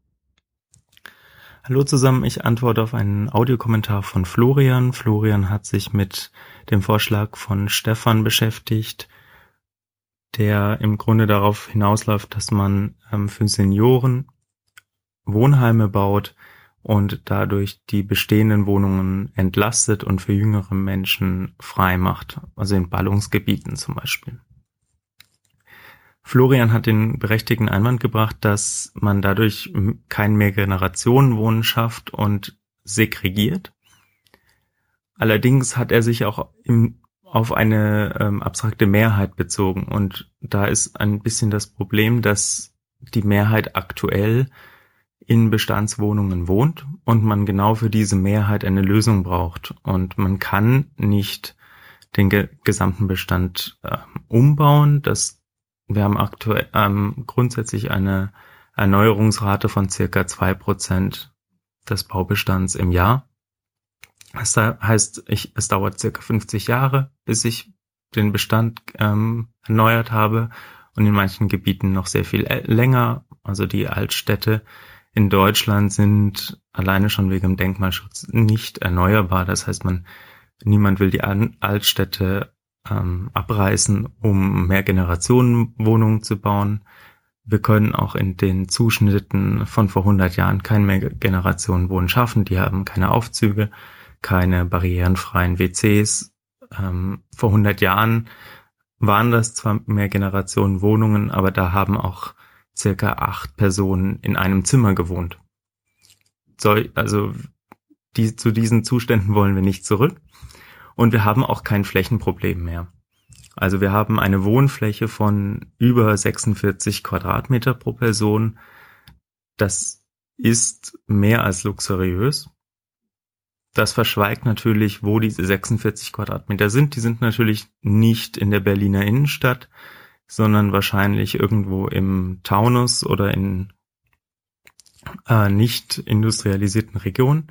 Hallo zusammen, ich antworte auf einen Audiokommentar von Florian. Florian hat sich mit dem Vorschlag von Stefan beschäftigt, der im Grunde darauf hinausläuft, dass man ähm, für Senioren Wohnheime baut und dadurch die bestehenden Wohnungen entlastet und für jüngere Menschen frei macht, also in Ballungsgebieten zum Beispiel. Florian hat den berechtigten Einwand gebracht, dass man dadurch kein Mehrgenerationenwohnen schafft und segregiert. Allerdings hat er sich auch im, auf eine ähm, abstrakte Mehrheit bezogen und da ist ein bisschen das Problem, dass die Mehrheit aktuell in Bestandswohnungen wohnt und man genau für diese Mehrheit eine Lösung braucht. Und man kann nicht den ge- gesamten Bestand äh, umbauen. Das, wir haben aktuell ähm, grundsätzlich eine Erneuerungsrate von circa zwei Prozent des Baubestands im Jahr. Das heißt, ich, es dauert circa fünfzig Jahre, bis ich den Bestand ähm, erneuert habe und in manchen Gebieten noch sehr viel länger. Also die Altstädte in Deutschland sind alleine schon wegen dem Denkmalschutz nicht erneuerbar. Das heißt, man niemand will die Altstädte ähm, abreißen, um mehr Generationenwohnungen zu bauen. Wir können auch in den Zuschnitten von vor hundert Jahren keine mehr Generationenwohnen schaffen. Die haben keine Aufzüge, keine barrierenfreien W Cs. Ähm, vor hundert Jahren waren das zwar mehr Generationenwohnungen, aber da haben auch circa acht Personen in einem Zimmer gewohnt. So, also die, zu diesen Zuständen wollen wir nicht zurück. Und wir haben auch kein Flächenproblem mehr. Also wir haben eine Wohnfläche von über sechsundvierzig Quadratmeter pro Person. Das ist mehr als luxuriös. Das verschweigt natürlich, wo diese sechsundvierzig Quadratmeter sind. Die sind natürlich nicht in der Berliner Innenstadt, sondern wahrscheinlich irgendwo im Taunus oder in äh, nicht industrialisierten Regionen.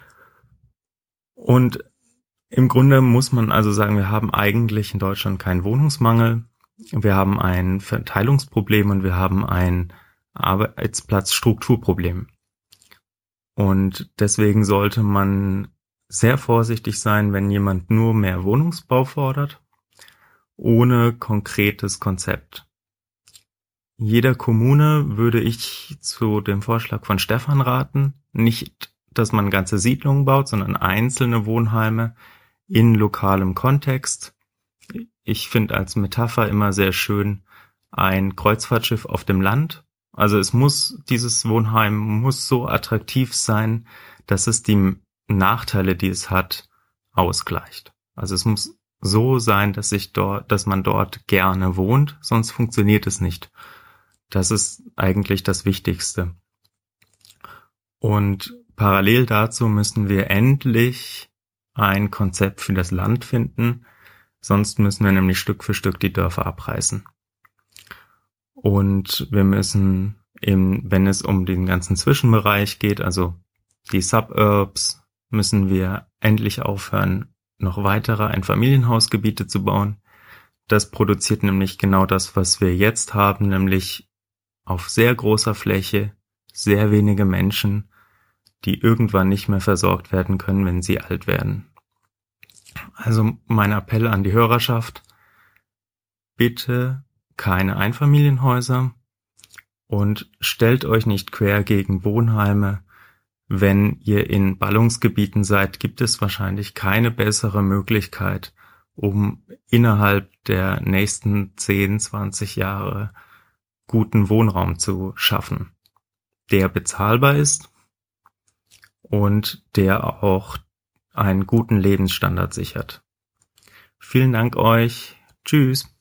Und im Grunde muss man also sagen, wir haben eigentlich in Deutschland keinen Wohnungsmangel. Wir haben ein Verteilungsproblem und wir haben ein Arbeitsplatzstrukturproblem. Und deswegen sollte man sehr vorsichtig sein, wenn jemand nur mehr Wohnungsbau fordert, ohne konkretes Konzept. Jeder Kommune würde ich zu dem Vorschlag von Stefan raten, nicht, dass man ganze Siedlungen baut, sondern einzelne Wohnheime in lokalem Kontext. Ich finde als Metapher immer sehr schön ein Kreuzfahrtschiff auf dem Land. Also es muss, dieses Wohnheim muss so attraktiv sein, dass es die Nachteile, die es hat, ausgleicht. Also es muss so sein, dass sich dort, dass man dort gerne wohnt, sonst funktioniert es nicht. Das ist eigentlich das Wichtigste. Und parallel dazu müssen wir endlich ein Konzept für das Land finden, sonst müssen wir nämlich Stück für Stück die Dörfer abreißen. Und wir müssen eben, wenn es um den ganzen Zwischenbereich geht, also die Suburbs, müssen wir endlich aufhören, noch weitere Einfamilienhausgebiete zu bauen. Das produziert nämlich genau das, was wir jetzt haben, nämlich auf sehr großer Fläche sehr wenige Menschen, die irgendwann nicht mehr versorgt werden können, wenn sie alt werden. Also mein Appell an die Hörerschaft, bitte keine Einfamilienhäuser und stellt euch nicht quer gegen Wohnheime. Wenn ihr in Ballungsgebieten seid, gibt es wahrscheinlich keine bessere Möglichkeit, um innerhalb der nächsten zehn, zwanzig Jahre guten Wohnraum zu schaffen, der bezahlbar ist und der auch einen guten Lebensstandard sichert. Vielen Dank euch. Tschüss.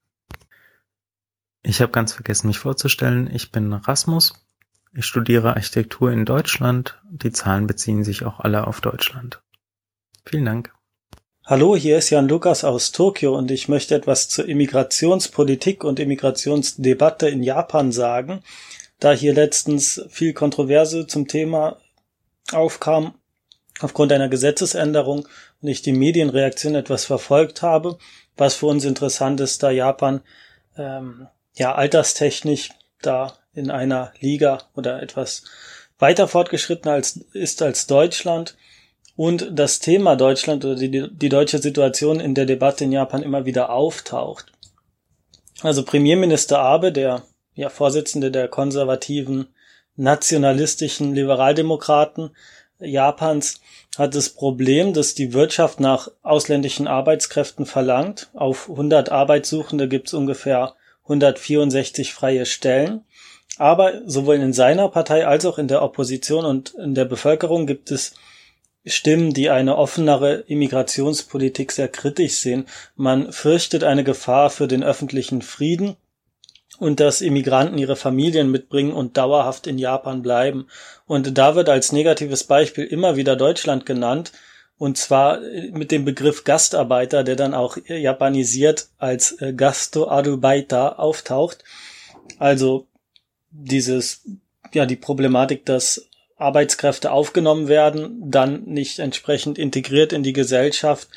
Ich habe ganz vergessen, mich vorzustellen. Ich bin Rasmus. Ich studiere Architektur in Deutschland. Die Zahlen beziehen sich auch alle auf Deutschland. Vielen Dank. Hallo, hier ist Jan Lukas aus Tokio und ich möchte etwas zur Immigrationspolitik und Immigrationsdebatte in Japan sagen, da hier letztens viel Kontroverse zum Thema aufkam aufgrund einer Gesetzesänderung und ich die Medienreaktion etwas verfolgt habe, was für uns interessant ist, da Japan ähm, ja alterstechnisch da in einer Liga oder etwas weiter fortgeschritten als ist als Deutschland und das Thema Deutschland oder die, die deutsche Situation in der Debatte in Japan immer wieder auftaucht. Also Premierminister Abe, der ja Vorsitzende der konservativen nationalistischen Liberaldemokraten Japans, hat das Problem, dass die Wirtschaft nach ausländischen Arbeitskräften verlangt. Auf hundert Arbeitssuchende gibt es ungefähr hundertvierundsechzig freie Stellen. Aber sowohl in seiner Partei als auch in der Opposition und in der Bevölkerung gibt es Stimmen, die eine offenere Immigrationspolitik sehr kritisch sehen. Man fürchtet eine Gefahr für den öffentlichen Frieden und dass Immigranten ihre Familien mitbringen und dauerhaft in Japan bleiben. Und da wird als negatives Beispiel immer wieder Deutschland genannt, Und zwar mit dem Begriff Gastarbeiter, der dann auch japanisiert als Gasto Arubaita auftaucht. Also dieses, ja, die Problematik, dass Arbeitskräfte aufgenommen werden, dann nicht entsprechend integriert in die Gesellschaft,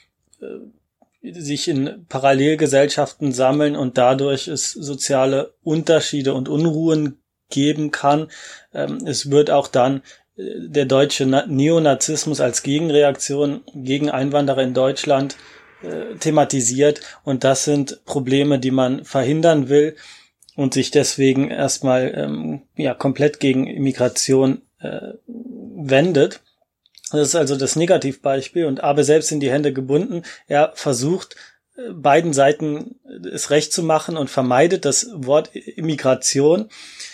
sich in Parallelgesellschaften sammeln und dadurch es soziale Unterschiede und Unruhen geben kann. Es wird auch dann der deutsche Neonazismus als Gegenreaktion gegen Einwanderer in Deutschland äh, thematisiert. Und das sind Probleme, die man verhindern will und sich deswegen erstmal ähm, ja komplett gegen Immigration äh, wendet. Das ist also das Negativbeispiel. Und Abe selbst in die Hände gebunden. Er versucht, beiden Seiten es recht zu machen und vermeidet das Wort Immigration.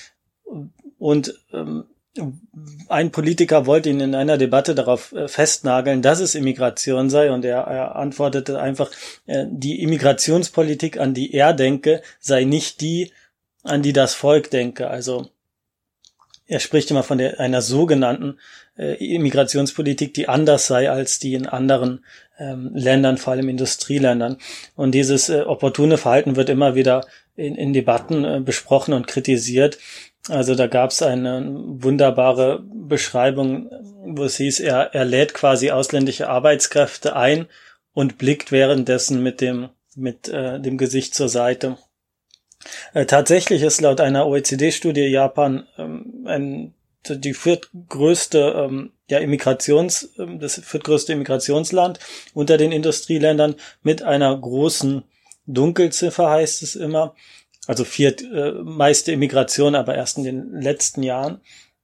Und ähm, ein Politiker wollte ihn in einer Debatte darauf festnageln, dass es Immigration sei, und er, er antwortete einfach, die Immigrationspolitik, an die er denke, sei nicht die, an die das Volk denke. Also er spricht immer von der, einer sogenannten äh, Immigrationspolitik, die anders sei als die in anderen ähm, Ländern, vor allem Industrieländern. Und dieses äh, opportune Verhalten wird immer wieder in, in Debatten äh, besprochen und kritisiert. Also da gab es eine wunderbare Beschreibung, wo es hieß, er, er lädt quasi ausländische Arbeitskräfte ein und blickt währenddessen mit dem mit äh, dem Gesicht zur Seite. Äh, tatsächlich ist laut einer O E C D-Studie Japan ähm, ein, die viertgrößte ähm, ja, Immigrations, ähm, das viertgrößte Immigrationsland unter den Industrieländern mit einer großen Dunkelziffer, heißt es immer. Also viert äh, meiste Immigration, aber erst in den letzten Jahren.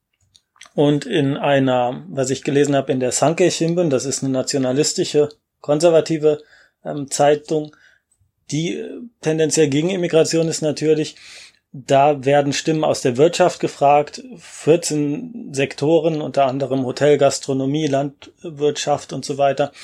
Und in einer, was ich gelesen habe, in der Sankei Shimbun, das ist eine nationalistische, konservative ähm, Zeitung, die äh, tendenziell gegen Immigration ist natürlich. Da werden Stimmen aus der Wirtschaft gefragt, vierzehn Sektoren, unter anderem Hotel, Gastronomie, Landwirtschaft und so weiter.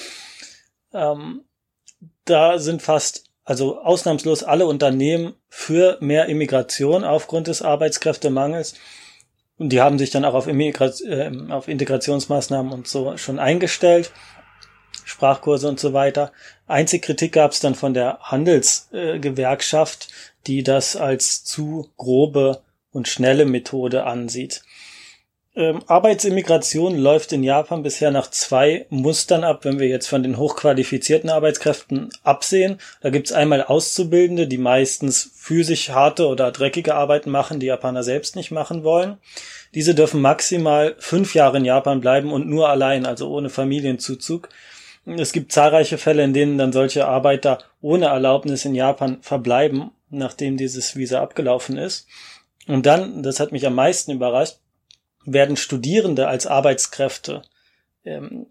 Ähm, da sind fast Also ausnahmslos alle Unternehmen für mehr Immigration aufgrund des Arbeitskräftemangels. Und die haben sich dann auch auf, Immigra- äh, auf Integrationsmaßnahmen und so schon eingestellt, Sprachkurse und so weiter. Einzig Kritik gab es dann von der Handelsgewerkschaft, äh, die das als zu grobe und schnelle Methode ansieht. Ähm, Arbeitsimmigration läuft in Japan bisher nach zwei Mustern ab, wenn wir jetzt von den hochqualifizierten Arbeitskräften absehen. Da gibt's einmal Auszubildende, die meistens physisch harte oder dreckige Arbeiten machen, die Japaner selbst nicht machen wollen. Diese dürfen maximal fünf Jahre in Japan bleiben und nur allein, also ohne Familienzuzug. Es gibt zahlreiche Fälle, in denen dann solche Arbeiter ohne Erlaubnis in Japan verbleiben, nachdem dieses Visa abgelaufen ist. Und dann, das hat mich am meisten überrascht, werden Studierende als Arbeitskräfte ähm,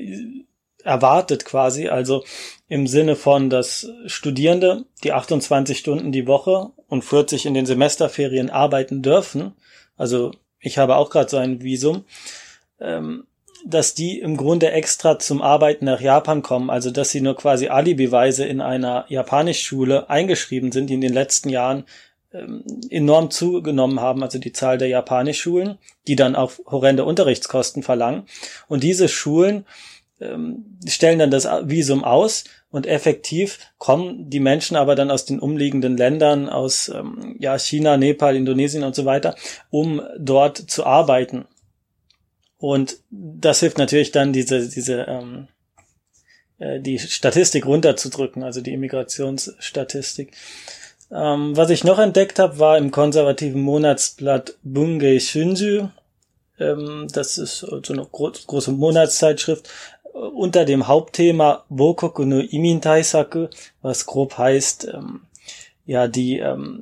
erwartet quasi, also im Sinne von, dass Studierende, die achtundzwanzig Stunden die Woche und vierzig in den Semesterferien arbeiten dürfen, also ich habe auch gerade so ein Visum, ähm, dass die im Grunde extra zum Arbeiten nach Japan kommen, also dass sie nur quasi alibiweise in einer Japanischschule eingeschrieben sind, die in den letzten Jahren enorm zugenommen haben, also die Zahl der Japanischschulen, die dann auch horrende Unterrichtskosten verlangen. Und diese Schulen ähm, stellen dann das Visum aus und effektiv kommen die Menschen aber dann aus den umliegenden Ländern, aus ähm, ja China, Nepal, Indonesien und so weiter, um dort zu arbeiten. Und das hilft natürlich dann, diese diese ähm, äh, die Statistik runterzudrücken, also die Immigrationsstatistik. Ähm, was ich noch entdeckt habe, war im konservativen Monatsblatt Bungei Shunju. Ähm, das ist so eine gro- große Monatszeitschrift äh, unter dem Hauptthema Bokoku no Imin Taisaku, was grob heißt, ähm, ja, die ähm,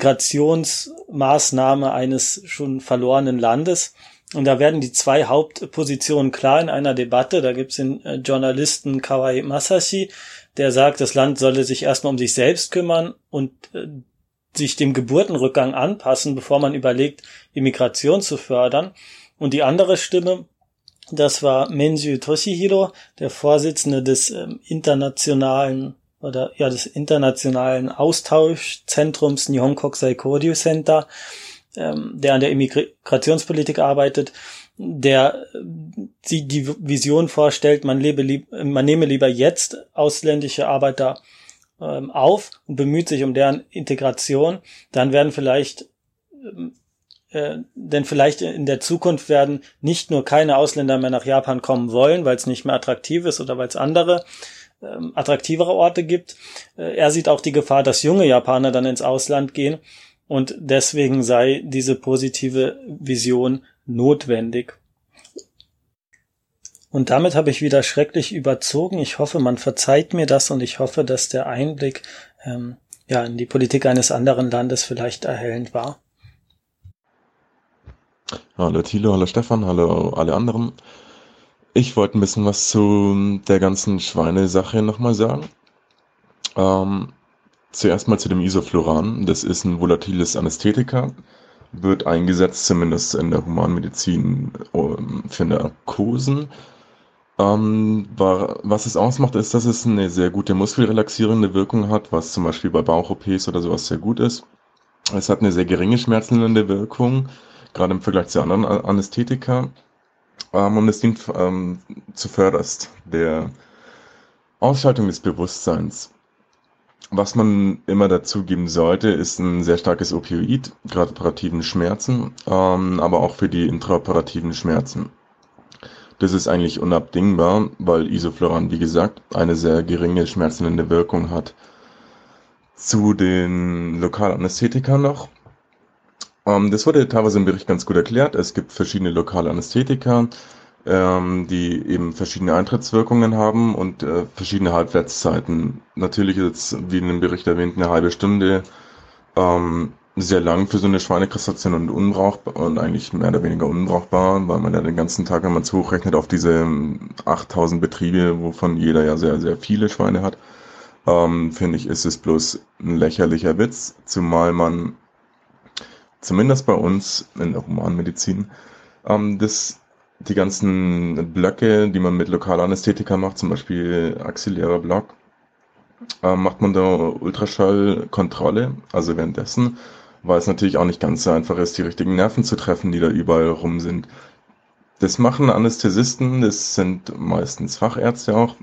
Immigrationsmaßnahme eines schon verlorenen Landes. Und da werden die zwei Hauptpositionen klar in einer Debatte. Da gibt's den äh, Journalisten Kawai Masashi, der sagt, das Land solle sich erstmal um sich selbst kümmern und äh, sich dem Geburtenrückgang anpassen, bevor man überlegt, Immigration zu fördern. Und die andere Stimme, das war Menju Toshihiro, der Vorsitzende des ähm, internationalen oder ja des internationalen Austauschzentrums Nihon Kokusai Koryu Center, ähm, der an der Immigrationspolitik arbeitet. der die, die Vision vorstellt, man lebe lieb, man nehme lieber jetzt ausländische Arbeiter ähm, auf und bemüht sich um deren Integration, dann werden vielleicht äh, denn vielleicht in der Zukunft werden nicht nur keine Ausländer mehr nach Japan kommen wollen, weil es nicht mehr attraktiv ist oder weil es andere ähm, attraktivere Orte gibt. Äh, er sieht auch die Gefahr, dass junge Japaner dann ins Ausland gehen, und deswegen sei diese positive Vision notwendig. Und damit habe ich wieder schrecklich überzogen. Ich hoffe, man verzeiht mir das, und ich hoffe, dass der Einblick ähm, ja in die Politik eines anderen Landes vielleicht erhellend war. Hallo Thilo, hallo Stefan, hallo alle anderen. Ich wollte ein bisschen was zu der ganzen Schweinesache nochmal sagen. Ähm, zuerst mal zu dem Isofluran. Das ist ein volatiles Anästhetika. Wird eingesetzt, zumindest in der Humanmedizin, für Narkosen. Ähm, was es ausmacht, ist, dass es eine sehr gute muskelrelaxierende Wirkung hat, was zum Beispiel bei Bauch-O Ps oder sowas sehr gut ist. Es hat eine sehr geringe schmerzlindernde Wirkung, gerade im Vergleich zu anderen Anästhetika. Ähm, und es dient ähm, zuvörderst der Ausschaltung des Bewusstseins. Was man immer dazugeben sollte, ist ein sehr starkes Opioid, gerade operativen Schmerzen, ähm, aber auch für die intraoperativen Schmerzen. Das ist eigentlich unabdingbar, weil Isofluran, wie gesagt, eine sehr geringe schmerzlindernde Wirkung hat. Zu den Lokalanästhetika noch. Ähm, das wurde teilweise im Bericht ganz gut erklärt. Es gibt verschiedene lokale Anästhetika, ähm, die eben verschiedene Eintrittswirkungen haben und äh, verschiedene Halbwertszeiten. Natürlich ist, wie in dem Bericht erwähnt, eine halbe Stunde ähm, sehr lang für so eine Schweinekastration und unbrauchbar und eigentlich mehr oder weniger unbrauchbar, weil man ja den ganzen Tag, wenn man es hochrechnet, auf diese achttausend Betriebe, wovon jeder ja sehr, sehr viele Schweine hat, ähm, finde ich, ist es bloß ein lächerlicher Witz, zumal man zumindest bei uns in der Humanmedizin ähm, das die ganzen Blöcke, die man mit Lokalanästhetika macht, zum Beispiel axillärer Block, äh, macht man da Ultraschallkontrolle, also währenddessen, weil es natürlich auch nicht ganz so einfach ist, die richtigen Nerven zu treffen, die da überall rum sind. Das machen Anästhesisten, das sind meistens Fachärzte auch.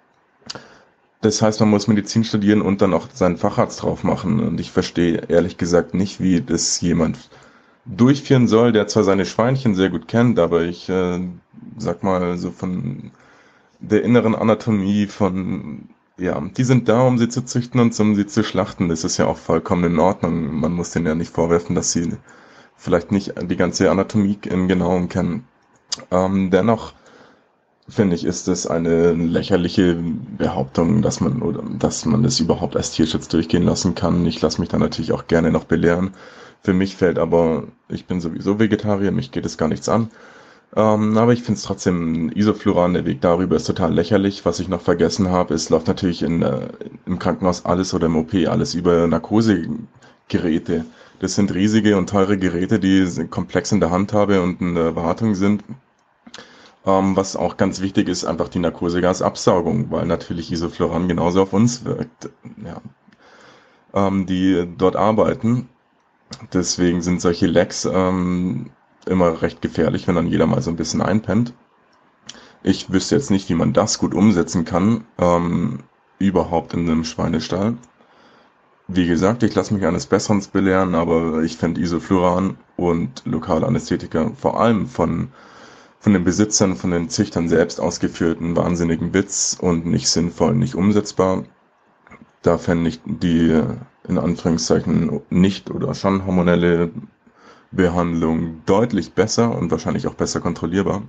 Das heißt, man muss Medizin studieren und dann auch seinen Facharzt drauf machen. Und ich verstehe ehrlich gesagt nicht, wie das jemand durchführen soll, der zwar seine Schweinchen sehr gut kennt, aber ich äh, sag mal so von der inneren Anatomie von, ja, die sind da, um sie zu züchten und um sie zu schlachten. Das ist ja auch vollkommen in Ordnung. Man muss denen ja nicht vorwerfen, dass sie vielleicht nicht die ganze Anatomie im Genauen kennen. Ähm, dennoch finde ich, ist es eine lächerliche Behauptung, dass man oder dass man das überhaupt als Tierschutz durchgehen lassen kann. Ich lasse mich da natürlich auch gerne noch belehren. Für mich fällt aber, ich bin sowieso Vegetarier, mich geht es gar nichts an. Ähm, aber ich finde es trotzdem, Isofluran, der Weg darüber ist total lächerlich. Was ich noch vergessen habe, es läuft natürlich in, äh, im Krankenhaus alles oder im O P alles über Narkosegeräte. Das sind riesige und teure Geräte, die komplex in der Handhabe und in der Wartung sind. Ähm, was auch ganz wichtig ist, einfach die Narkosegasabsaugung, weil natürlich Isofluran genauso auf uns wirkt, ja, ähm, die dort arbeiten. Deswegen sind solche Lecks ähm, immer recht gefährlich, wenn dann jeder mal so ein bisschen einpennt. Ich wüsste jetzt nicht, wie man das gut umsetzen kann, ähm, überhaupt in einem Schweinestall. Wie gesagt, ich lasse mich eines Besseren belehren, aber ich finde Isofluran und lokale Anästhetika vor allem von von den Besitzern, von den Züchtern selbst ausgeführten wahnsinnigen Witz und nicht sinnvoll, nicht umsetzbar. Da fände ich die, in Anführungszeichen, nicht oder schon hormonelle Behandlung deutlich besser und wahrscheinlich auch besser kontrollierbar.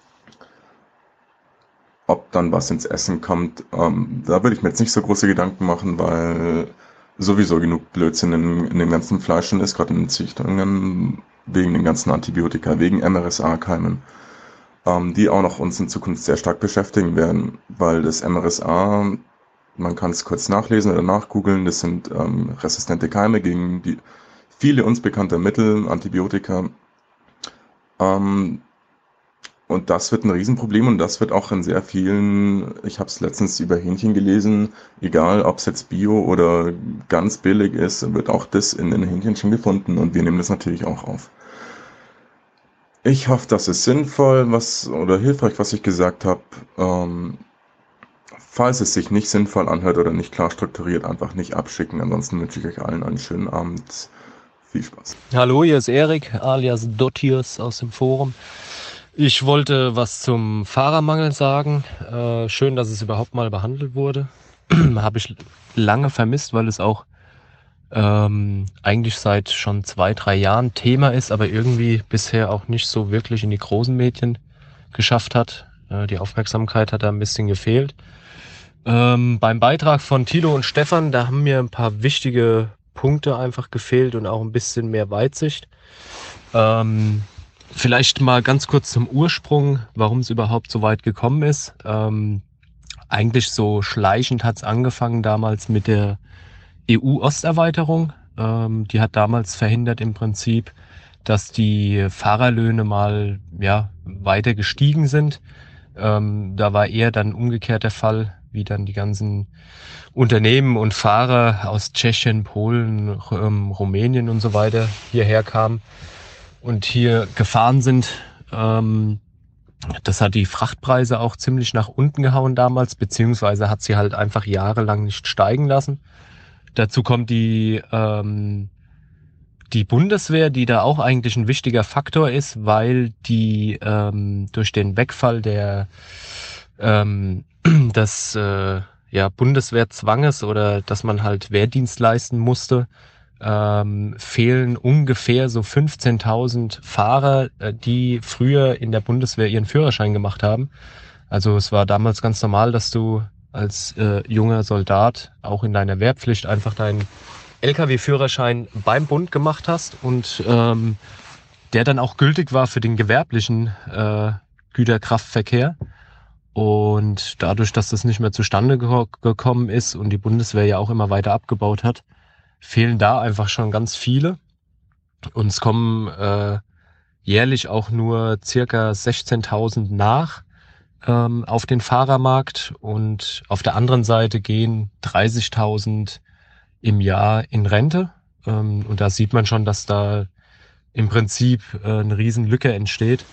Ob dann was ins Essen kommt, ähm, da würde ich mir jetzt nicht so große Gedanken machen, weil sowieso genug Blödsinn in, in dem ganzen Fleisch schon ist, gerade in den Züchtungen, wegen den ganzen Antibiotika, wegen M R S A-Keimen. Die auch noch uns in Zukunft sehr stark beschäftigen werden, weil das M R S A, man kann es kurz nachlesen oder nachgoogeln, das sind ähm, resistente Keime gegen die viele uns bekannte Mittel, Antibiotika. Ähm, und das wird ein Riesenproblem und das wird auch in sehr vielen, ich habe es letztens über Hähnchen gelesen, egal ob es jetzt Bio oder ganz billig ist, wird auch das in den Hähnchen schon gefunden und wir nehmen das natürlich auch auf. Ich hoffe, das ist sinnvoll, was oder hilfreich, was ich gesagt habe. Ähm, falls es sich nicht sinnvoll anhört oder nicht klar strukturiert, einfach nicht abschicken. Ansonsten wünsche ich euch allen einen schönen Abend. Viel Spaß. Hallo, hier ist Erik, alias Dottius aus dem Forum. Ich wollte was zum Fahrermangel sagen. Äh, schön, dass es überhaupt mal behandelt wurde. Habe ich lange vermisst, weil es auch ähm, eigentlich seit schon zwei, drei Jahren Thema ist, aber irgendwie bisher auch nicht so wirklich in die großen Medien geschafft hat. Äh, die Aufmerksamkeit hat da ein bisschen gefehlt. Ähm, beim Beitrag von Thilo und Stefan, da haben mir ein paar wichtige Punkte einfach gefehlt und auch ein bisschen mehr Weitsicht. Ähm, vielleicht mal ganz kurz zum Ursprung, warum es überhaupt so weit gekommen ist. Ähm, eigentlich so schleichend hat es angefangen damals mit der E U-Osterweiterung. Ähm, die hat damals verhindert im Prinzip, dass die Fahrerlöhne mal ja, weiter gestiegen sind. Ähm, da war eher dann umgekehrt der Fall, wie dann die ganzen Unternehmen und Fahrer aus Tschechien, Polen, ähm, Rumänien und so weiter hierher kamen und hier gefahren sind. Ähm, das hat die Frachtpreise auch ziemlich nach unten gehauen damals, beziehungsweise hat sie halt einfach jahrelang nicht steigen lassen. Dazu kommt die, ähm, die Bundeswehr, die da auch eigentlich ein wichtiger Faktor ist, weil die ähm, durch den Wegfall der ähm, des äh, ja, Bundeswehrzwanges oder dass man halt Wehrdienst leisten musste, ähm, fehlen ungefähr so fünfzehntausend Fahrer, äh, die früher in der Bundeswehr ihren Führerschein gemacht haben. Also es war damals ganz normal, dass du als äh, junger Soldat auch in deiner Wehrpflicht einfach deinen L K W-Führerschein beim Bund gemacht hast und ähm, der dann auch gültig war für den gewerblichen äh, Güterkraftverkehr. Und dadurch, dass das nicht mehr zustande ge- gekommen ist und die Bundeswehr ja auch immer weiter abgebaut hat, fehlen da einfach schon ganz viele. Und es kommen äh, jährlich auch nur circa sechzehntausend nach ähm, auf den Fahrermarkt. Und auf der anderen Seite gehen dreißigtausend im Jahr in Rente. Ähm, und da sieht man schon, dass da im Prinzip äh, eine riesen Lücke entsteht.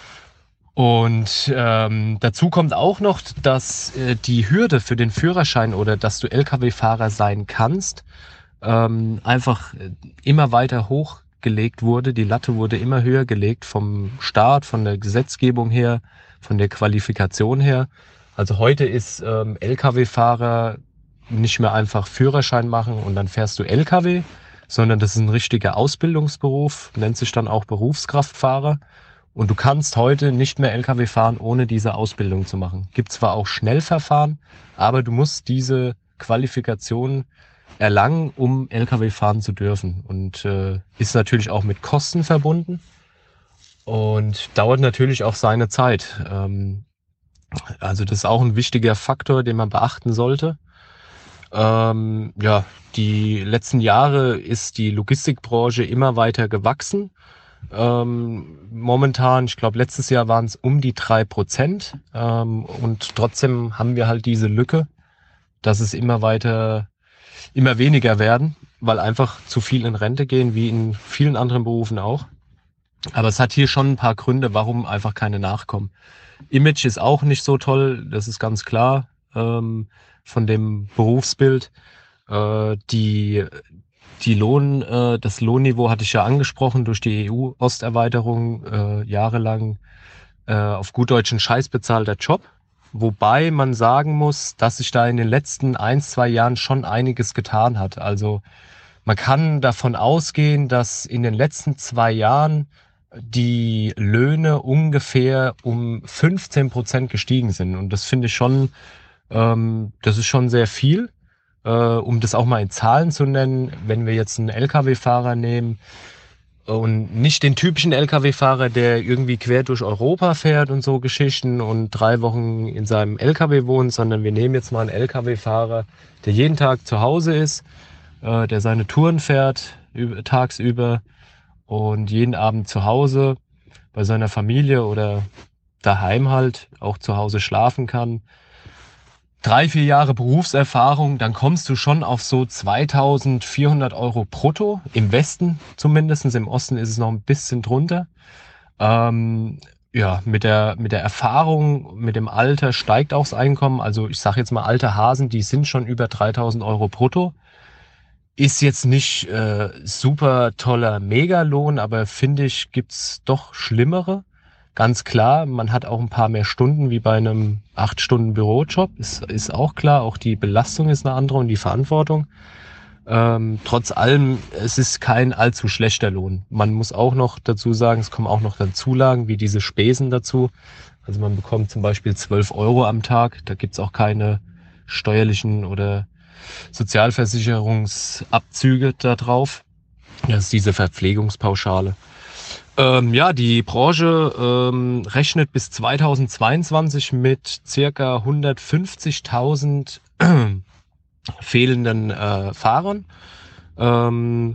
Und ähm, dazu kommt auch noch, dass äh, die Hürde für den Führerschein oder dass du L K W-Fahrer sein kannst, ähm, einfach immer weiter hochgelegt wurde. Die Latte wurde immer höher gelegt vom Staat, von der Gesetzgebung her, von der Qualifikation her. Also heute ist ähm, L K W-Fahrer nicht mehr einfach Führerschein machen und dann fährst du L K W, sondern das ist ein richtiger Ausbildungsberuf, nennt sich dann auch Berufskraftfahrer. Und du kannst heute nicht mehr L K W fahren, ohne diese Ausbildung zu machen. Gibt zwar auch Schnellverfahren, aber du musst diese Qualifikation erlangen, um L K W fahren zu dürfen. Und äh, ist natürlich auch mit Kosten verbunden und dauert natürlich auch seine Zeit. Ähm, also das ist auch ein wichtiger Faktor, den man beachten sollte. Ähm, ja, die letzten Jahre ist die Logistikbranche immer weiter gewachsen. Ähm, momentan, ich glaube letztes Jahr waren es um die drei Prozent ähm, und trotzdem haben wir halt diese Lücke, dass es immer weiter, immer weniger werden, weil einfach zu viel in Rente gehen, wie in vielen anderen Berufen auch. Aber es hat hier schon ein paar Gründe, warum einfach keine nachkommen. Image ist auch nicht so toll, das ist ganz klar, ähm, von dem Berufsbild. Äh, die Die Lohn, äh, das Lohnniveau hatte ich ja angesprochen durch die E U-Osterweiterung, äh, jahrelang äh, auf gut Deutsch ein scheiß bezahlter Job. Wobei man sagen muss, dass sich da in den letzten ein, zwei Jahren schon einiges getan hat. Also man kann davon ausgehen, dass in den letzten zwei Jahren die Löhne ungefähr um fünfzehn Prozent gestiegen sind. Und das finde ich schon, ähm, das ist schon sehr viel. Uh, um das auch mal in Zahlen zu nennen, wenn wir jetzt einen L K W-Fahrer nehmen und nicht den typischen L K W-Fahrer, der irgendwie quer durch Europa fährt und so Geschichten und drei Wochen in seinem L K W wohnt, sondern wir nehmen jetzt mal einen L K W-Fahrer, der jeden Tag zu Hause ist, uh, der seine Touren fährt über, tagsüber und jeden Abend zu Hause bei seiner Familie oder daheim halt auch zu Hause schlafen kann. Drei, vier Jahre Berufserfahrung, dann kommst du schon auf so zweitausendvierhundert Euro brutto, im Westen zumindest, im Osten ist es noch ein bisschen drunter. Ähm, ja, mit der, mit der Erfahrung, mit dem Alter steigt auch das Einkommen. Also ich sage jetzt mal, alte Hasen, die sind schon über dreitausend Euro brutto. Ist jetzt nicht äh, super toller Megalohn, aber finde ich, gibt's doch schlimmere. Ganz klar, man hat auch ein paar mehr Stunden wie bei einem acht Stunden Bürojob. Ist, ist auch klar, auch die Belastung ist eine andere und die Verantwortung. Ähm, trotz allem, es ist kein allzu schlechter Lohn. Man muss auch noch dazu sagen, es kommen auch noch dann Zulagen wie diese Spesen dazu. Also man bekommt zum Beispiel zwölf Euro am Tag. Da gibt's auch keine steuerlichen oder Sozialversicherungsabzüge da drauf. Das ist diese Verpflegungspauschale. Ähm, ja, die Branche ähm, rechnet bis zweitausendzweiundzwanzig mit circa hundertfünfzigtausend fehlenden äh, Fahrern. Ähm,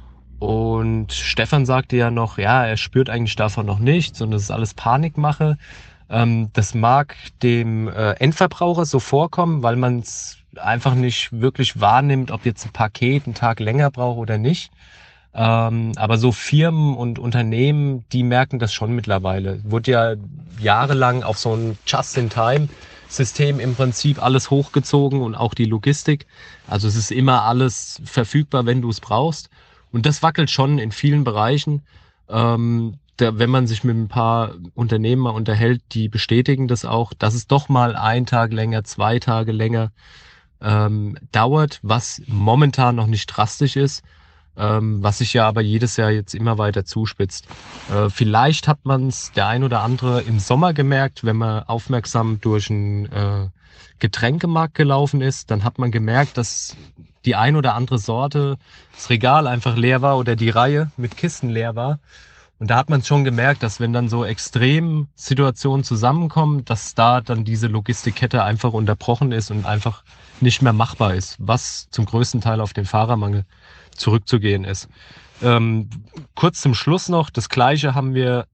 und Stefan sagte ja noch, ja, er spürt eigentlich davon noch nichts und das ist alles Panikmache. Ähm, das mag dem äh, Endverbraucher so vorkommen, weil man es einfach nicht wirklich wahrnimmt, ob jetzt ein Paket einen Tag länger braucht oder nicht. Ähm, aber so Firmen und Unternehmen, die merken das schon mittlerweile. Wurde ja jahrelang auf so ein Just-in-Time-System im Prinzip alles hochgezogen und auch die Logistik. Also es ist immer alles verfügbar, wenn du es brauchst. Und das wackelt schon in vielen Bereichen. Ähm, da, wenn man sich mit ein paar Unternehmen mal unterhält, die bestätigen das auch, dass es doch mal ein Tag länger, zwei Tage länger ähm, dauert, was momentan noch nicht drastisch ist. Ähm, was sich ja aber jedes Jahr jetzt immer weiter zuspitzt. Äh, vielleicht hat man es der ein oder andere im Sommer gemerkt, wenn man aufmerksam durch einen äh, Getränkemarkt gelaufen ist, dann hat man gemerkt, dass die ein oder andere Sorte, das Regal einfach leer war oder die Reihe mit Kisten leer war. Und da hat man schon gemerkt, dass wenn dann so Extremsituationen zusammenkommen, dass da dann diese Logistikkette einfach unterbrochen ist und einfach nicht mehr machbar ist, was zum größten Teil auf den Fahrermangel zurückzugehen ist. Ähm, kurz zum Schluss noch, das Gleiche haben wir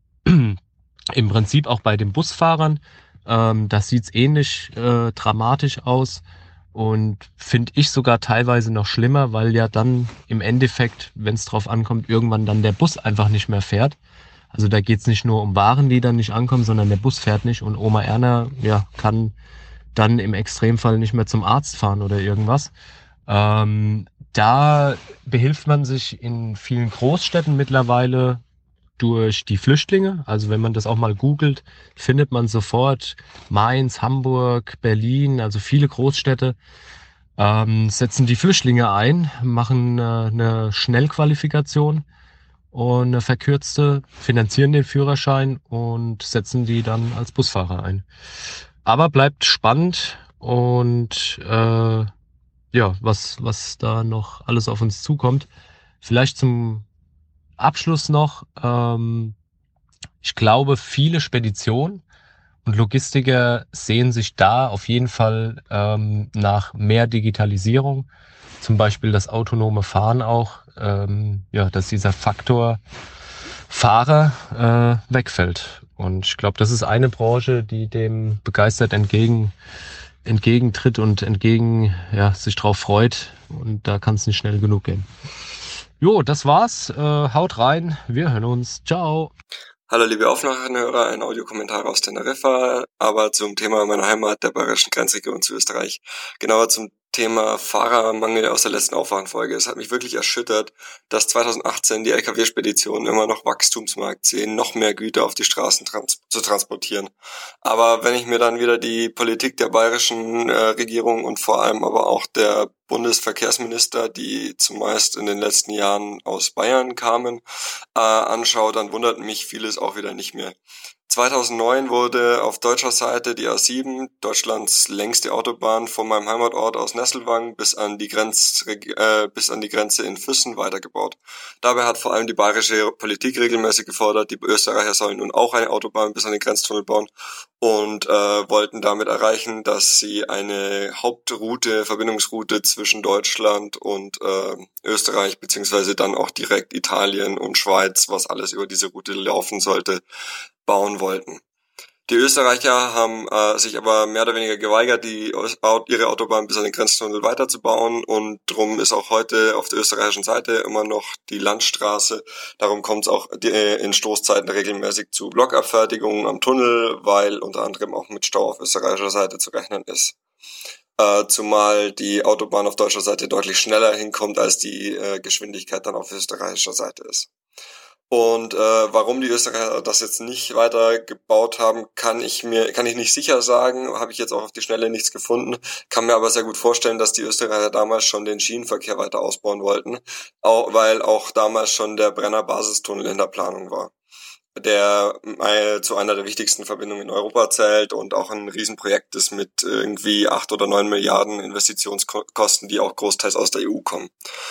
im Prinzip auch bei den Busfahrern. Ähm, das sieht ähnlich äh, dramatisch aus und finde ich sogar teilweise noch schlimmer, weil ja dann im Endeffekt, wenn es drauf ankommt, irgendwann dann der Bus einfach nicht mehr fährt. Also da geht es nicht nur um Waren, die dann nicht ankommen, sondern der Bus fährt nicht und Oma Erna ja, kann dann im Extremfall nicht mehr zum Arzt fahren oder irgendwas. Ähm, da behilft man sich in vielen Großstädten mittlerweile durch die Flüchtlinge. Also wenn man das auch mal googelt, findet man sofort Mainz, Hamburg, Berlin, also viele Großstädte ähm, setzen die Flüchtlinge ein, machen äh, eine Schnellqualifikation und eine verkürzte, finanzieren den Führerschein und setzen die dann als Busfahrer ein. Aber bleibt spannend und äh, ja, was, was da noch alles auf uns zukommt. Vielleicht zum Abschluss noch, ähm, ich glaube, viele Speditionen und Logistiker sehen sich da auf jeden Fall ähm, nach mehr Digitalisierung. Zum Beispiel das autonome Fahren auch, ähm, ja, dass dieser Faktor Fahrer äh, wegfällt. Und ich glaube, das ist eine Branche, die dem begeistert entgegen entgegentritt und entgegen ja, sich drauf freut. Und da kann es nicht schnell genug gehen. Jo, das war's. Äh, haut rein. Wir hören uns. Ciao. Hallo liebe Aufnahmehörer, ein Audiokommentar aus Teneriffa, aber zum Thema meiner Heimat, der bayerischen Grenzregion zu Österreich. Genauer zum Thema Fahrermangel aus der letzten Aufwachenfolge. Es hat mich wirklich erschüttert, dass zweitausendachtzehn die L K W-Speditionen immer noch Wachstumsmarkt sehen, noch mehr Güter auf die Straßen trans- zu transportieren. Aber wenn ich mir dann wieder die Politik der bayerischen äh, Regierung und vor allem aber auch der Bundesverkehrsminister, die zumeist in den letzten Jahren aus Bayern kamen, äh, anschaue, dann wundert mich vieles auch wieder nicht mehr. zweitausendneun wurde auf deutscher Seite die A sieben, Deutschlands längste Autobahn, von meinem Heimatort aus Nesselwang bis an die Grenz, äh, bis an die Grenze in Füssen weitergebaut. Dabei hat vor allem die bayerische Politik regelmäßig gefordert, die Österreicher sollen nun auch eine Autobahn bis an den Grenztunnel bauen und äh, wollten damit erreichen, dass sie eine Hauptroute, Verbindungsroute zwischen Deutschland und äh, Österreich beziehungsweise dann auch direkt Italien und Schweiz, was alles über diese Route laufen sollte, bauen wollten. Die Österreicher haben äh, sich aber mehr oder weniger geweigert, die ihre Autobahn bis an den Grenztunnel weiterzubauen, und drum ist auch heute auf der österreichischen Seite immer noch die Landstraße. Darum kommt es auch in Stoßzeiten regelmäßig zu Blockabfertigungen am Tunnel, weil unter anderem auch mit Stau auf österreichischer Seite zu rechnen ist. Äh, zumal die Autobahn auf deutscher Seite deutlich schneller hinkommt, als die äh, Geschwindigkeit dann auf österreichischer Seite ist. Und äh, warum die Österreicher das jetzt nicht weiter gebaut haben, kann ich mir kann ich nicht sicher sagen, habe ich jetzt auch auf die Schnelle nichts gefunden, kann mir aber sehr gut vorstellen, dass die Österreicher damals schon den Schienenverkehr weiter ausbauen wollten, auch, weil auch damals schon der Brenner Basistunnel in der Planung war, der äh, zu einer der wichtigsten Verbindungen in Europa zählt und auch ein Riesenprojekt ist mit irgendwie acht oder neun Milliarden Investitionskosten, die auch großteils aus der E U kommen.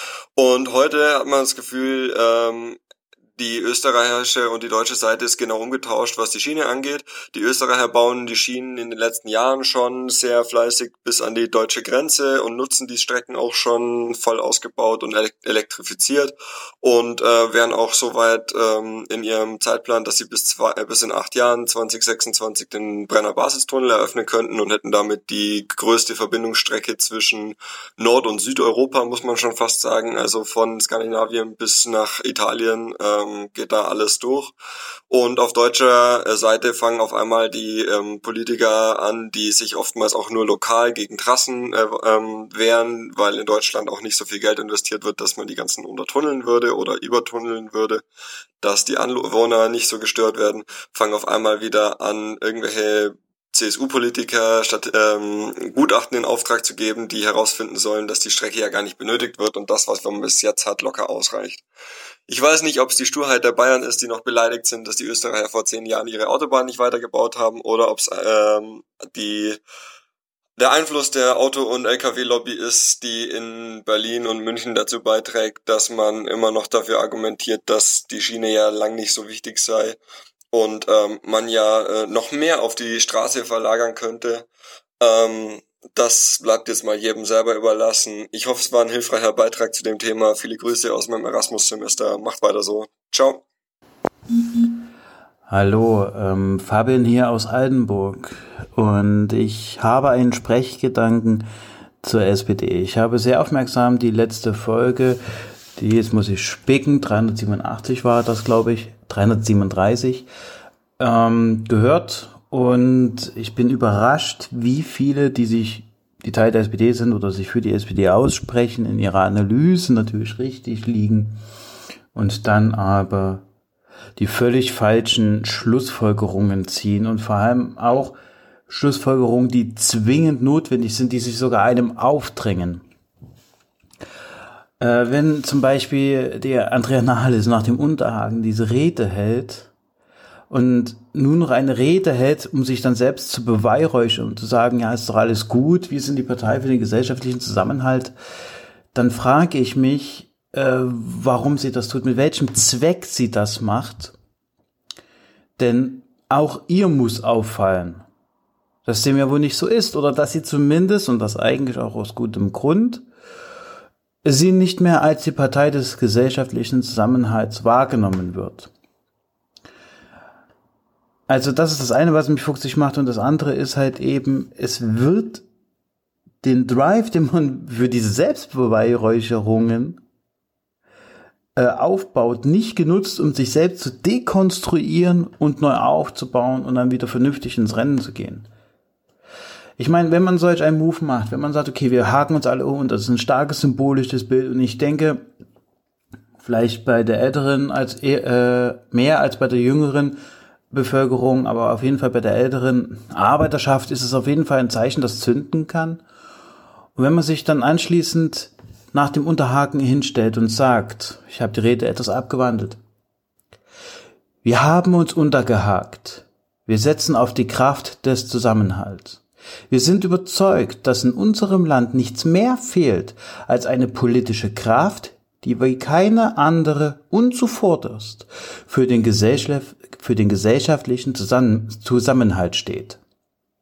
Und heute hat man das Gefühl, ähm, die österreichische und die deutsche Seite ist genau umgetauscht, was die Schiene angeht. Die Österreicher bauen die Schienen in den letzten Jahren schon sehr fleißig bis an die deutsche Grenze und nutzen die Strecken auch schon voll ausgebaut und elektrifiziert und äh, wären auch soweit ähm, in ihrem Zeitplan, dass sie bis, zwei, äh, bis in acht Jahren, zwanzig sechsundzwanzig, den Brenner Basistunnel eröffnen könnten und hätten damit die größte Verbindungsstrecke zwischen Nord- und Südeuropa, muss man schon fast sagen, also von Skandinavien bis nach Italien, ähm, geht da alles durch. Und auf deutscher Seite fangen auf einmal die ähm, Politiker an, die sich oftmals auch nur lokal gegen Trassen äh, ähm, wehren, weil in Deutschland auch nicht so viel Geld investiert wird, dass man die ganzen untertunneln würde oder übertunneln würde, dass die Anwohner nicht so gestört werden, fangen auf einmal wieder an, irgendwelche C S U-Politiker statt ähm, Gutachten in Auftrag zu geben, die herausfinden sollen, dass die Strecke ja gar nicht benötigt wird und das, was man bis jetzt hat, locker ausreicht. Ich weiß nicht, ob es die Sturheit der Bayern ist, die noch beleidigt sind, dass die Österreicher vor zehn Jahren ihre Autobahn nicht weitergebaut haben, oder ob es ähm, die der Einfluss der Auto- und L K W-Lobby ist, die in Berlin und München dazu beiträgt, dass man immer noch dafür argumentiert, dass die Schiene ja lang nicht so wichtig sei und ähm, man ja äh, noch mehr auf die Straße verlagern könnte. Ähm, das bleibt jetzt mal jedem selber überlassen. Ich hoffe, es war ein hilfreicher Beitrag zu dem Thema. Viele Grüße aus meinem Erasmus-Semester. Macht weiter so. Ciao. Hallo, ähm, Fabian hier aus Altenburg und ich habe einen Sprechgedanken zur S P D. Ich habe sehr aufmerksam die letzte Folge, die, jetzt muss ich spicken, dreihundertsiebenundachtzig war das, glaube ich, dreihundertsiebenunddreißig, ähm, gehört und ich bin überrascht, wie viele, die sich, die Teil der S P D sind oder sich für die S P D aussprechen, in ihrer Analyse natürlich richtig liegen und dann aber die völlig falschen Schlussfolgerungen ziehen und vor allem auch Schlussfolgerungen, die zwingend notwendig sind, die sich sogar einem aufdrängen. Äh, wenn zum Beispiel der Andrea Nahles nach dem Unterhaken diese Rede hält und nur noch eine Rede hält, um sich dann selbst zu beweihräuchern und zu sagen, ja, ist doch alles gut, wir sind die Partei für den gesellschaftlichen Zusammenhalt, dann frage ich mich, Äh, warum sie das tut, mit welchem Zweck sie das macht. Denn auch ihr muss auffallen, dass dem ja wohl nicht so ist oder dass sie zumindest, und das eigentlich auch aus gutem Grund, sie nicht mehr als die Partei des gesellschaftlichen Zusammenhalts wahrgenommen wird. Also das ist das eine, was mich fuchsig macht, und das andere ist halt eben, es wird den Drive, den man für diese Selbstbeweihräucherungen aufbaut, nicht genutzt, um sich selbst zu dekonstruieren und neu aufzubauen und dann wieder vernünftig ins Rennen zu gehen. Ich meine, wenn man solch einen Move macht, wenn man sagt, okay, wir haken uns alle um und das ist ein starkes symbolisches Bild, und ich denke, vielleicht bei der älteren als äh, mehr als bei der jüngeren Bevölkerung, aber auf jeden Fall bei der älteren Arbeiterschaft ist es auf jeden Fall ein Zeichen, das zünden kann. Und wenn man sich dann anschließend nach dem Unterhaken hinstellt und sagt, ich habe die Rede etwas abgewandelt. Wir haben uns untergehakt. Wir setzen auf die Kraft des Zusammenhalts. Wir sind überzeugt, dass in unserem Land nichts mehr fehlt als eine politische Kraft, die wie keine andere und zuvorderst für den, Gesellschaft, für den gesellschaftlichen Zusammenhalt steht.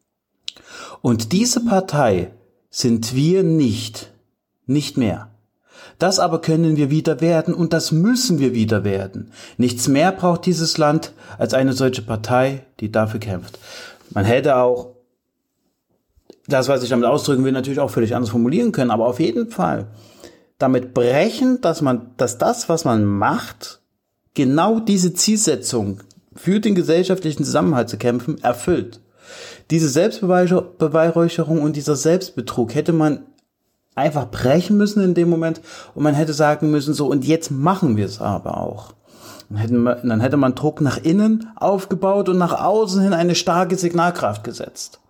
Und diese Partei sind wir nicht. Nicht mehr. Das aber können wir wieder werden und das müssen wir wieder werden. Nichts mehr braucht dieses Land als eine solche Partei, die dafür kämpft. Man hätte auch das, was ich damit ausdrücken will, natürlich auch völlig anders formulieren können, aber auf jeden Fall damit brechen, dass man, dass das, was man macht, genau diese Zielsetzung für den gesellschaftlichen Zusammenhalt zu kämpfen, erfüllt. Diese Selbstbeweihräucherung und dieser Selbstbetrug hätte man einfach brechen müssen in dem Moment und man hätte sagen müssen, so, und jetzt machen wir es aber auch. Dann hätte man, dann hätte man Druck nach innen aufgebaut und nach außen hin eine starke Signalkraft gesetzt.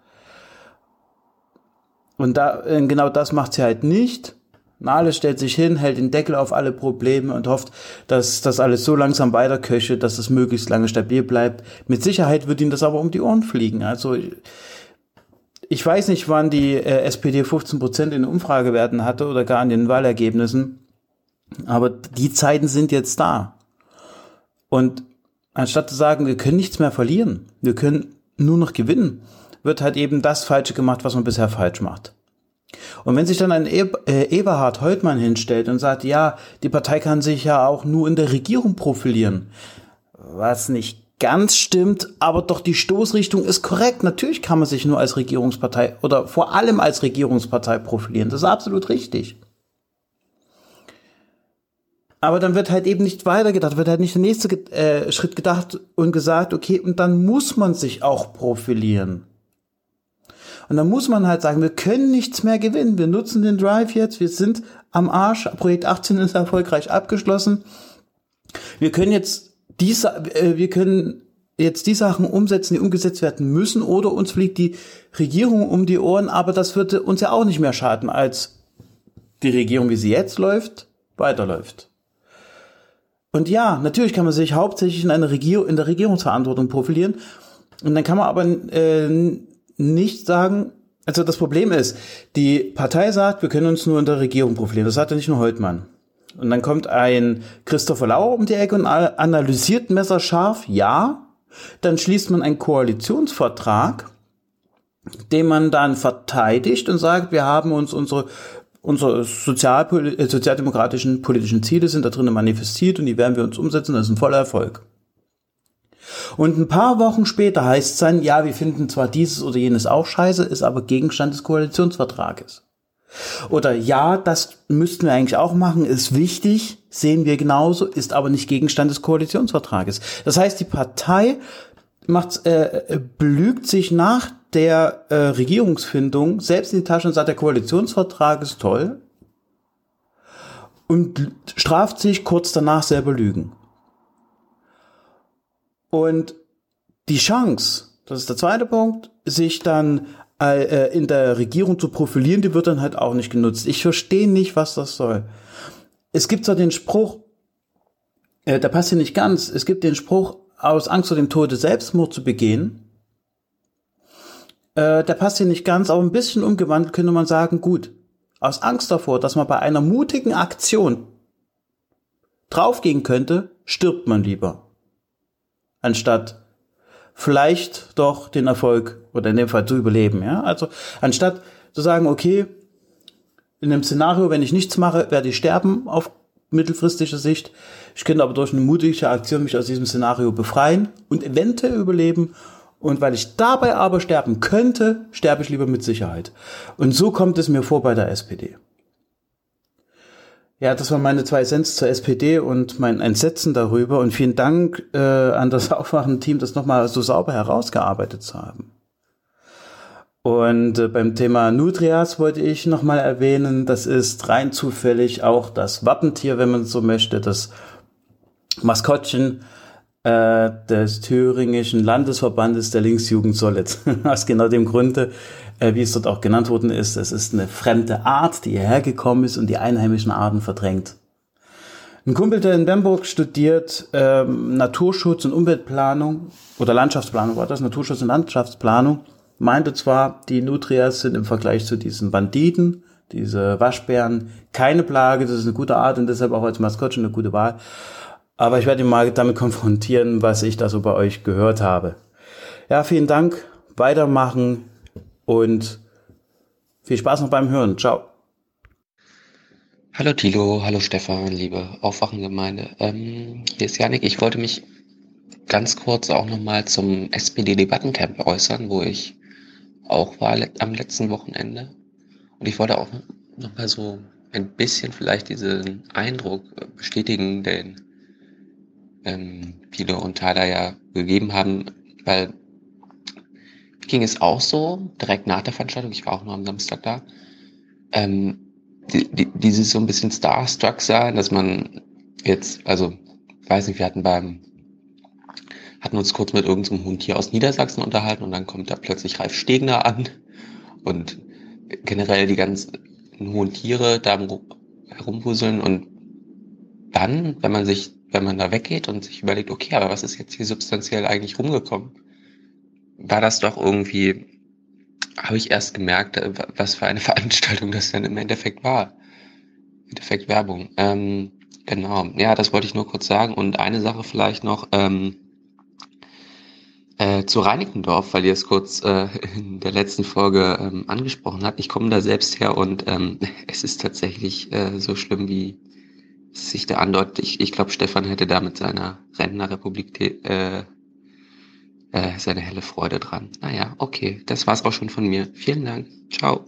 Und da, genau das macht sie halt nicht. Nahles stellt sich hin, hält den Deckel auf alle Probleme und hofft, dass das alles so langsam weiterköchelt, dass es möglichst lange stabil bleibt. Mit Sicherheit wird ihm das aber um die Ohren fliegen. Also ich weiß nicht, wann die äh, S P D fünfzehn Prozent in den Umfragewerten hatte oder gar in den Wahlergebnissen, aber die Zeiten sind jetzt da. Und anstatt zu sagen, wir können nichts mehr verlieren, wir können nur noch gewinnen, wird halt eben das Falsche gemacht, was man bisher falsch macht. Und wenn sich dann ein e- äh, Eberhard Holtmann hinstellt und sagt, ja, die Partei kann sich ja auch nur in der Regierung profilieren, was nicht ganz stimmt, aber doch die Stoßrichtung ist korrekt. Natürlich kann man sich nur als Regierungspartei oder vor allem als Regierungspartei profilieren. Das ist absolut richtig. Aber dann wird halt eben nicht weitergedacht, wird halt nicht der nächste äh, Schritt gedacht und gesagt, okay, und dann muss man sich auch profilieren. Und dann muss man halt sagen, wir können nichts mehr gewinnen. Wir nutzen den Drive jetzt, wir sind am Arsch. Projekt achtzehn ist erfolgreich abgeschlossen. Wir können jetzt diese, äh, wir können jetzt die Sachen umsetzen, die umgesetzt werden müssen, oder uns fliegt die Regierung um die Ohren, aber das würde uns ja auch nicht mehr schaden, als die Regierung, wie sie jetzt läuft, weiterläuft. Und ja, natürlich kann man sich hauptsächlich in einer Regierung, in der Regierungsverantwortung profilieren. Und dann kann man aber äh, nicht sagen, also das Problem ist, die Partei sagt, wir können uns nur in der Regierung profilieren. Das sagt ja nicht nur Holtmann. Und dann kommt ein Christopher Lauer um die Ecke und analysiert messerscharf, ja. Dann schließt man einen Koalitionsvertrag, den man dann verteidigt und sagt, wir haben uns unsere unsere sozial, sozialdemokratischen politischen Ziele sind da drinnen manifestiert und die werden wir uns umsetzen, das ist ein voller Erfolg. Und ein paar Wochen später heißt es dann, ja, wir finden zwar dieses oder jenes auch scheiße, ist aber Gegenstand des Koalitionsvertrages. Oder ja, das müssten wir eigentlich auch machen, ist wichtig, sehen wir genauso, ist aber nicht Gegenstand des Koalitionsvertrages. Das heißt, die Partei macht, äh, belügt sich nach der äh, Regierungsfindung selbst in die Tasche und sagt, der Koalitionsvertrag ist toll und straft sich kurz danach selber Lügen. Und die Chance, das ist der zweite Punkt, sich dann äh, in der Regierung zu profilieren, die wird dann halt auch nicht genutzt. Ich verstehe nicht, was das soll. Es gibt zwar den Spruch, äh, der passt hier nicht ganz, es gibt den Spruch, aus Angst vor dem Tode Selbstmord zu begehen. Äh, der passt hier nicht ganz, aber ein bisschen umgewandelt könnte man sagen, gut, aus Angst davor, dass man bei einer mutigen Aktion draufgehen könnte, stirbt man lieber. Anstatt vielleicht doch den Erfolg oder in dem Fall zu überleben. Ja? Also anstatt zu sagen, okay, in einem Szenario, wenn ich nichts mache, werde ich sterben auf mittelfristige Sicht. Ich könnte aber durch eine mutige Aktion mich aus diesem Szenario befreien und eventuell überleben. Und weil ich dabei aber sterben könnte, sterbe ich lieber mit Sicherheit. Und so kommt es mir vor bei der S P D. Ja, das waren meine zwei Cents zur S P D und mein Entsetzen darüber. Und vielen Dank äh, an das Aufwachen-Team, das nochmal so sauber herausgearbeitet zu haben. Und äh, beim Thema Nutrias wollte ich nochmal erwähnen, das ist rein zufällig auch das Wappentier, wenn man so möchte, das Maskottchen äh, des thüringischen Landesverbandes der Linksjugend Solid. Aus genau dem Grunde, äh, wie es dort auch genannt worden ist, es ist eine fremde Art, die hierher gekommen ist und die einheimischen Arten verdrängt. Ein Kumpel, der in Bamberg studiert, ähm, Naturschutz und Umweltplanung oder Landschaftsplanung war das, Naturschutz und Landschaftsplanung, meinte zwar, die Nutrias sind im Vergleich zu diesen Banditen, diese Waschbären, keine Plage, das ist eine gute Art und deshalb auch als Maskottchen eine gute Wahl. Aber ich werde ihn mal damit konfrontieren, was ich da so bei euch gehört habe. Ja, vielen Dank, weitermachen und viel Spaß noch beim Hören. Ciao. Hallo Thilo, hallo Stefan, liebe Aufwachengemeinde. Ähm, hier ist Janik. Ich wollte mich ganz kurz auch nochmal zum S P D-Debattencamp äußern, wo ich auch war le- am letzten Wochenende. Und ich wollte auch nochmal so ein bisschen vielleicht diesen Eindruck äh, bestätigen, den ähm, Thilo und Tyler ja gegeben haben, weil mir ging es auch so, direkt nach der Veranstaltung, ich war auch nur am Samstag da, ähm, die, die, dieses so ein bisschen Starstruck sein, dass man jetzt, also, weiß nicht, wir hatten beim, hatten uns kurz mit irgendeinem Hund hier aus Niedersachsen unterhalten und dann kommt da plötzlich Ralf Stegner an und generell die ganzen hohen Tiere da ru- herumwuseln und dann, wenn man sich, wenn man da weggeht und sich überlegt, okay, aber was ist jetzt hier substanziell eigentlich rumgekommen, war das doch irgendwie, habe ich erst gemerkt, äh, wa- was für eine Veranstaltung das dann im Endeffekt war. Im Endeffekt Werbung. Ähm, genau. Ja, das wollte ich nur kurz sagen. Und eine Sache vielleicht noch ähm, äh, zu Reinickendorf, weil ihr es kurz äh, in der letzten Folge ähm, angesprochen habt. Ich komme da selbst her und ähm, es ist tatsächlich äh, so schlimm, wie es sich da andeutet. Ich, ich glaube, Stefan hätte da mit seiner Rentnerrepublik te- äh, äh, seine helle Freude dran. Naja, okay, das war's auch schon von mir. Vielen Dank. Ciao.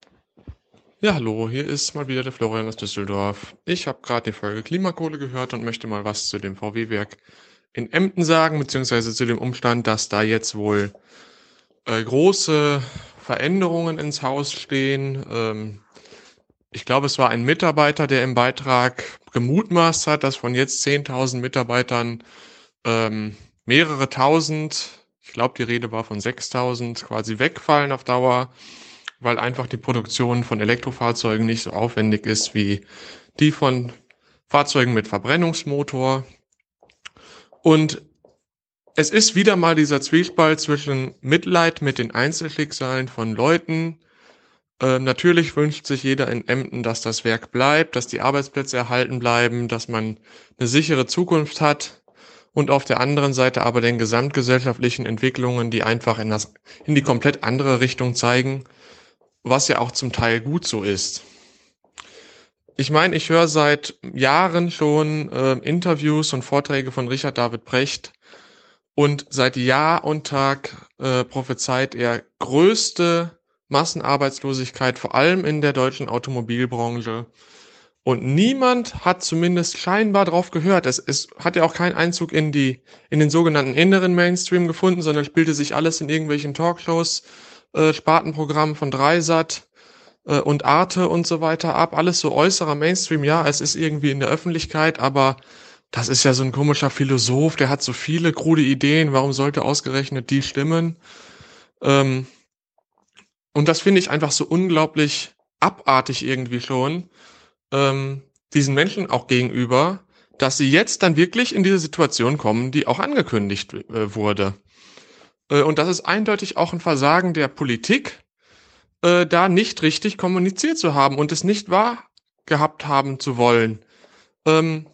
Ja, hallo, hier ist mal wieder der Florian aus Düsseldorf. Ich habe gerade die Folge Klimakohle gehört und möchte mal was zu dem V W-Werk in Emden sagen, beziehungsweise zu dem Umstand, dass da jetzt wohl äh, große Veränderungen ins Haus stehen. Ähm, ich glaube, es war ein Mitarbeiter, der im Beitrag gemutmaßt hat, dass von jetzt zehntausend Mitarbeitern ähm, mehrere tausend, ich glaube, die Rede war von sechstausend, quasi wegfallen auf Dauer, weil einfach die Produktion von Elektrofahrzeugen nicht so aufwendig ist wie die von Fahrzeugen mit Verbrennungsmotor. Und es ist wieder mal dieser Zwiespalt zwischen Mitleid mit den Einzelschicksalen von Leuten. Äh, natürlich wünscht sich jeder in Emden, dass das Werk bleibt, dass die Arbeitsplätze erhalten bleiben, dass man eine sichere Zukunft hat. Und auf der anderen Seite aber den gesamtgesellschaftlichen Entwicklungen, die einfach in, das, in die komplett andere Richtung zeigen, was ja auch zum Teil gut so ist. Ich meine, ich höre seit Jahren schon äh, Interviews und Vorträge von Richard David Precht und seit Jahr und Tag äh, prophezeit er größte Massenarbeitslosigkeit, vor allem in der deutschen Automobilbranche. Und niemand hat zumindest scheinbar drauf gehört. Es, es hat ja auch keinen Einzug in die in den sogenannten inneren Mainstream gefunden, sondern spielte sich alles in irgendwelchen Talkshows, äh, Spartenprogrammen von Dreisat äh, und Arte und so weiter ab. Alles so äußerer Mainstream. Ja, es ist irgendwie in der Öffentlichkeit, aber das ist ja so ein komischer Philosoph, der hat so viele krude Ideen. Warum sollte ausgerechnet die stimmen? Ähm, und das finde ich einfach so unglaublich abartig irgendwie schon. Ähm, diesen Menschen auch gegenüber, dass sie jetzt dann wirklich in diese Situation kommen, die auch angekündigt äh, wurde. Äh, und das ist eindeutig auch ein Versagen der Politik, äh, da nicht richtig kommuniziert zu haben und es nicht wahr gehabt haben zu wollen. Ähm,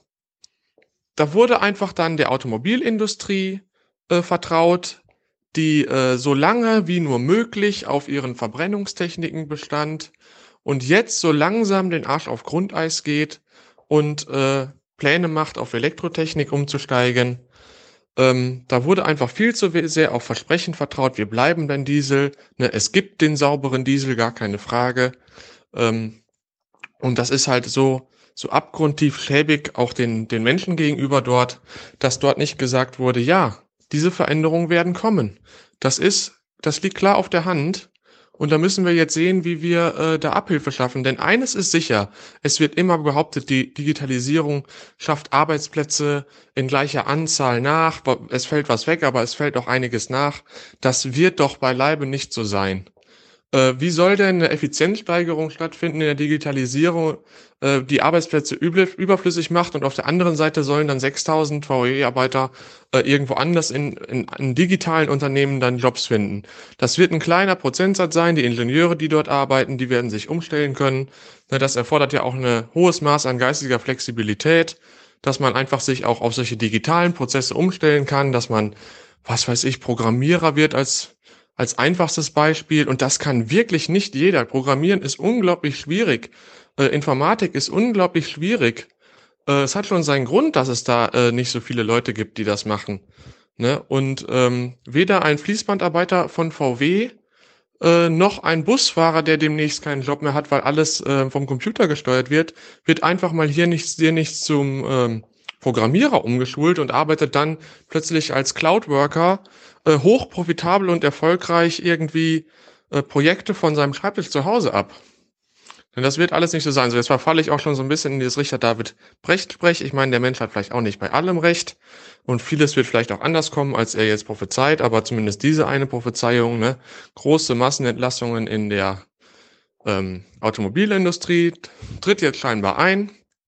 da wurde einfach dann der Automobilindustrie äh, vertraut, die äh, so lange wie nur möglich auf ihren Verbrennungstechniken bestand und jetzt so langsam den Arsch auf Grundeis geht und äh, Pläne macht, auf Elektrotechnik umzusteigen. Ähm, da wurde einfach viel zu sehr auf Versprechen vertraut, wir bleiben beim Diesel, ne, es gibt den sauberen Diesel, gar keine Frage. Ähm, und das ist halt so so abgrundtief schäbig auch den den Menschen gegenüber dort, dass dort nicht gesagt wurde, ja, diese Veränderungen werden kommen. Das ist, das liegt klar auf der Hand. Und da müssen wir jetzt sehen, wie wir äh, da Abhilfe schaffen. Denn eines ist sicher, es wird immer behauptet, die Digitalisierung schafft Arbeitsplätze in gleicher Anzahl nach. Es fällt was weg, aber es fällt auch einiges nach. Das wird doch beileibe nicht so sein. Äh, wie soll denn eine Effizienzsteigerung stattfinden in der Digitalisierung, äh, die Arbeitsplätze üb- überflüssig macht und auf der anderen Seite sollen dann sechstausend V W-Arbeiter äh, irgendwo anders in, in, in digitalen Unternehmen dann Jobs finden. Das wird ein kleiner Prozentsatz sein. Die Ingenieure, die dort arbeiten, die werden sich umstellen können. Ne, das erfordert ja auch ein hohes Maß an geistiger Flexibilität, dass man einfach sich auch auf solche digitalen Prozesse umstellen kann, dass man, was weiß ich, Programmierer wird als als einfachstes Beispiel, und das kann wirklich nicht jeder. Programmieren ist unglaublich schwierig. äh, Informatik ist unglaublich schwierig. Äh, es hat schon seinen Grund, dass es da äh, nicht so viele Leute gibt, die das machen. Ne? Und ähm, weder ein Fließbandarbeiter von V W äh, noch ein Busfahrer, der demnächst keinen Job mehr hat, weil alles äh, vom Computer gesteuert wird, wird einfach mal hier nichts, hier nichts zum ähm, Programmierer umgeschult und arbeitet dann plötzlich als Cloud-Worker äh, hochprofitabel und erfolgreich irgendwie äh, Projekte von seinem Schreibtisch zu Hause ab. Denn das wird alles nicht so sein. So, jetzt verfalle ich auch schon so ein bisschen in dieses Richard David Brecht-Sprech. Ich meine, der Mensch hat vielleicht auch nicht bei allem recht und vieles wird vielleicht auch anders kommen, als er jetzt prophezeit, aber zumindest diese eine Prophezeiung, ne, große Massenentlassungen in der ähm, Automobilindustrie tritt jetzt scheinbar ein.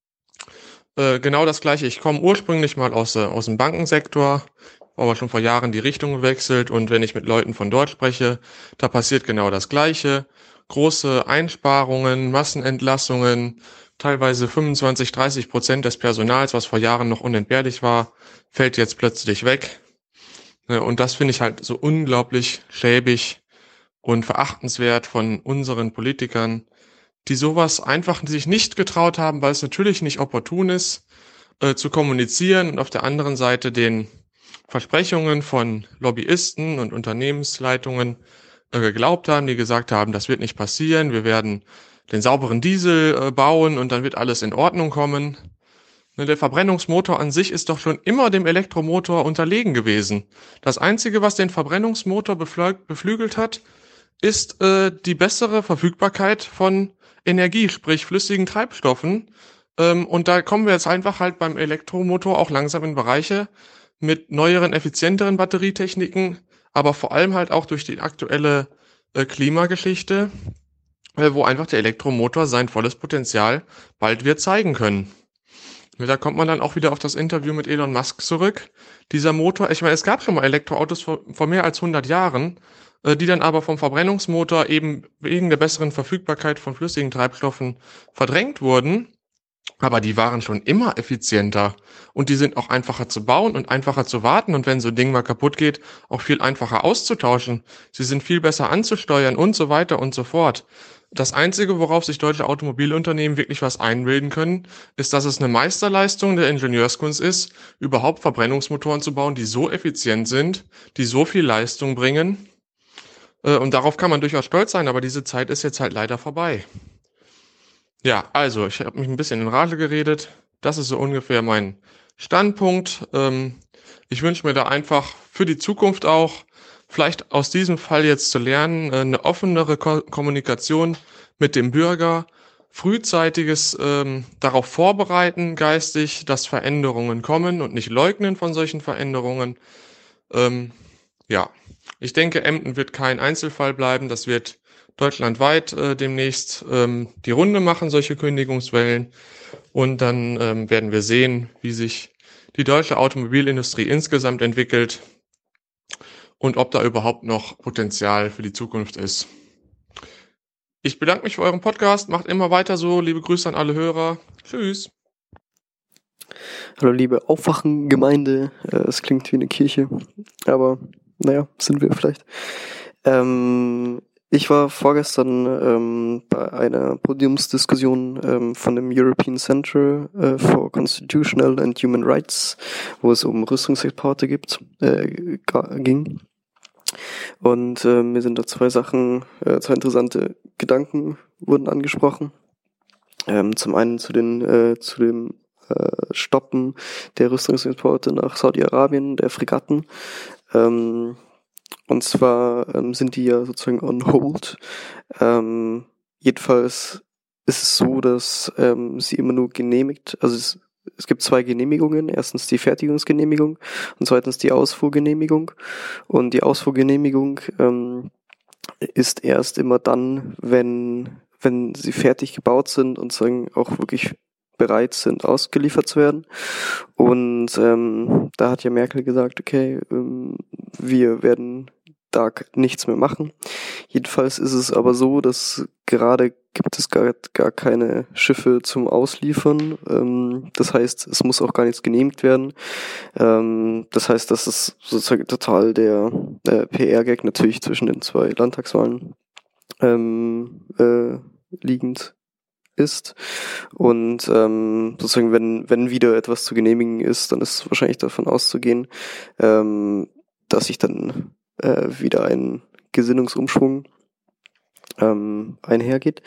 Äh, genau das Gleiche. Ich komme ursprünglich mal aus, äh, aus dem Bankensektor, aber schon vor Jahren die Richtung gewechselt und wenn ich mit Leuten von dort spreche, da passiert genau das Gleiche. Große Einsparungen, Massenentlassungen, teilweise fünfundzwanzig, dreißig Prozent des Personals, was vor Jahren noch unentbehrlich war, fällt jetzt plötzlich weg. Und das finde ich halt so unglaublich schäbig und verachtenswert von unseren Politikern, die sowas einfach sich nicht getraut haben, weil es natürlich nicht opportun ist, äh, zu kommunizieren und auf der anderen Seite den Versprechungen von Lobbyisten und Unternehmensleitungen geglaubt haben, die gesagt haben, das wird nicht passieren, wir werden den sauberen Diesel äh, bauen und dann wird alles in Ordnung kommen. Ne, der Verbrennungsmotor an sich ist doch schon immer dem Elektromotor unterlegen gewesen. Das Einzige, was den Verbrennungsmotor beflü- beflügelt hat, ist äh, die bessere Verfügbarkeit von Energie, sprich flüssigen Treibstoffen. Ähm, und da kommen wir jetzt einfach halt beim Elektromotor auch langsam in Bereiche mit neueren, effizienteren Batterietechniken, aber vor allem halt auch durch die aktuelle äh, Klimageschichte, äh, wo einfach der Elektromotor sein volles Potenzial bald wird zeigen können. Ja, da kommt man dann auch wieder auf das Interview mit Elon Musk zurück. Dieser Motor, ich meine, es gab schon mal Elektroautos vor, vor mehr als hundert Jahren, äh, die dann aber vom Verbrennungsmotor eben wegen der besseren Verfügbarkeit von flüssigen Treibstoffen verdrängt wurden. Aber die waren schon immer effizienter und die sind auch einfacher zu bauen und einfacher zu warten und wenn so ein Ding mal kaputt geht, auch viel einfacher auszutauschen. Sie sind viel besser anzusteuern und so weiter und so fort. Das Einzige, worauf sich deutsche Automobilunternehmen wirklich was einbilden können, ist, dass es eine Meisterleistung der Ingenieurskunst ist, überhaupt Verbrennungsmotoren zu bauen, die so effizient sind, die so viel Leistung bringen. Und darauf kann man durchaus stolz sein, aber diese Zeit ist jetzt halt leider vorbei. Ja, also, ich habe mich ein bisschen in Rage geredet. Das ist so ungefähr mein Standpunkt. Ähm, ich wünsche mir da einfach für die Zukunft auch, vielleicht aus diesem Fall jetzt zu lernen, eine offenere Ko- Kommunikation mit dem Bürger, frühzeitiges ähm, darauf vorbereiten, geistig, dass Veränderungen kommen und nicht leugnen von solchen Veränderungen. Ähm, ja, ich denke, Emden wird kein Einzelfall bleiben. Das wird deutschlandweit äh, demnächst ähm, die Runde machen, solche Kündigungswellen. Und dann ähm, werden wir sehen, wie sich die deutsche Automobilindustrie insgesamt entwickelt und ob da überhaupt noch Potenzial für die Zukunft ist. Ich bedanke mich für euren Podcast. Macht immer weiter so. Liebe Grüße an alle Hörer. Tschüss. Hallo liebe Aufwachen-Gemeinde. Äh, es klingt wie eine Kirche, aber naja, sind wir vielleicht. Ähm... Ich war vorgestern ähm, bei einer Podiumsdiskussion ähm, von dem European Center äh, for Constitutional and Human Rights, wo es um Rüstungsexporte gibt, äh, ging. Und äh, mir sind da zwei Sachen, äh, zwei interessante Gedanken wurden angesprochen. Ähm, zum einen zu den äh, zu dem äh, Stoppen der Rüstungsexporte nach Saudi-Arabien, der Fregatten. Ähm, Und zwar ähm, sind die ja sozusagen on hold. Ähm, jedenfalls ist es so, dass ähm, sie immer nur genehmigt, also es, es gibt zwei Genehmigungen. Erstens die Fertigungsgenehmigung und zweitens die Ausfuhrgenehmigung. Und die Ausfuhrgenehmigung ähm, ist erst immer dann, wenn wenn sie fertig gebaut sind und sagen auch wirklich bereit sind, ausgeliefert zu werden. Und ähm, da hat ja Merkel gesagt, okay, ähm, wir werden da nichts mehr machen. Jedenfalls ist es aber so, dass gerade gibt es gar, gar keine Schiffe zum Ausliefern. Ähm, das heißt, es muss auch gar nichts genehmigt werden. Ähm, das heißt, das ist sozusagen total der äh, P R-Gag natürlich zwischen den zwei Landtagswahlen ähm, äh, liegend. ist. Und ähm, sozusagen, wenn, wenn wieder etwas zu genehmigen ist, dann ist wahrscheinlich davon auszugehen, ähm, dass sich dann äh, wieder ein Gesinnungsumschwung ähm, einhergeht.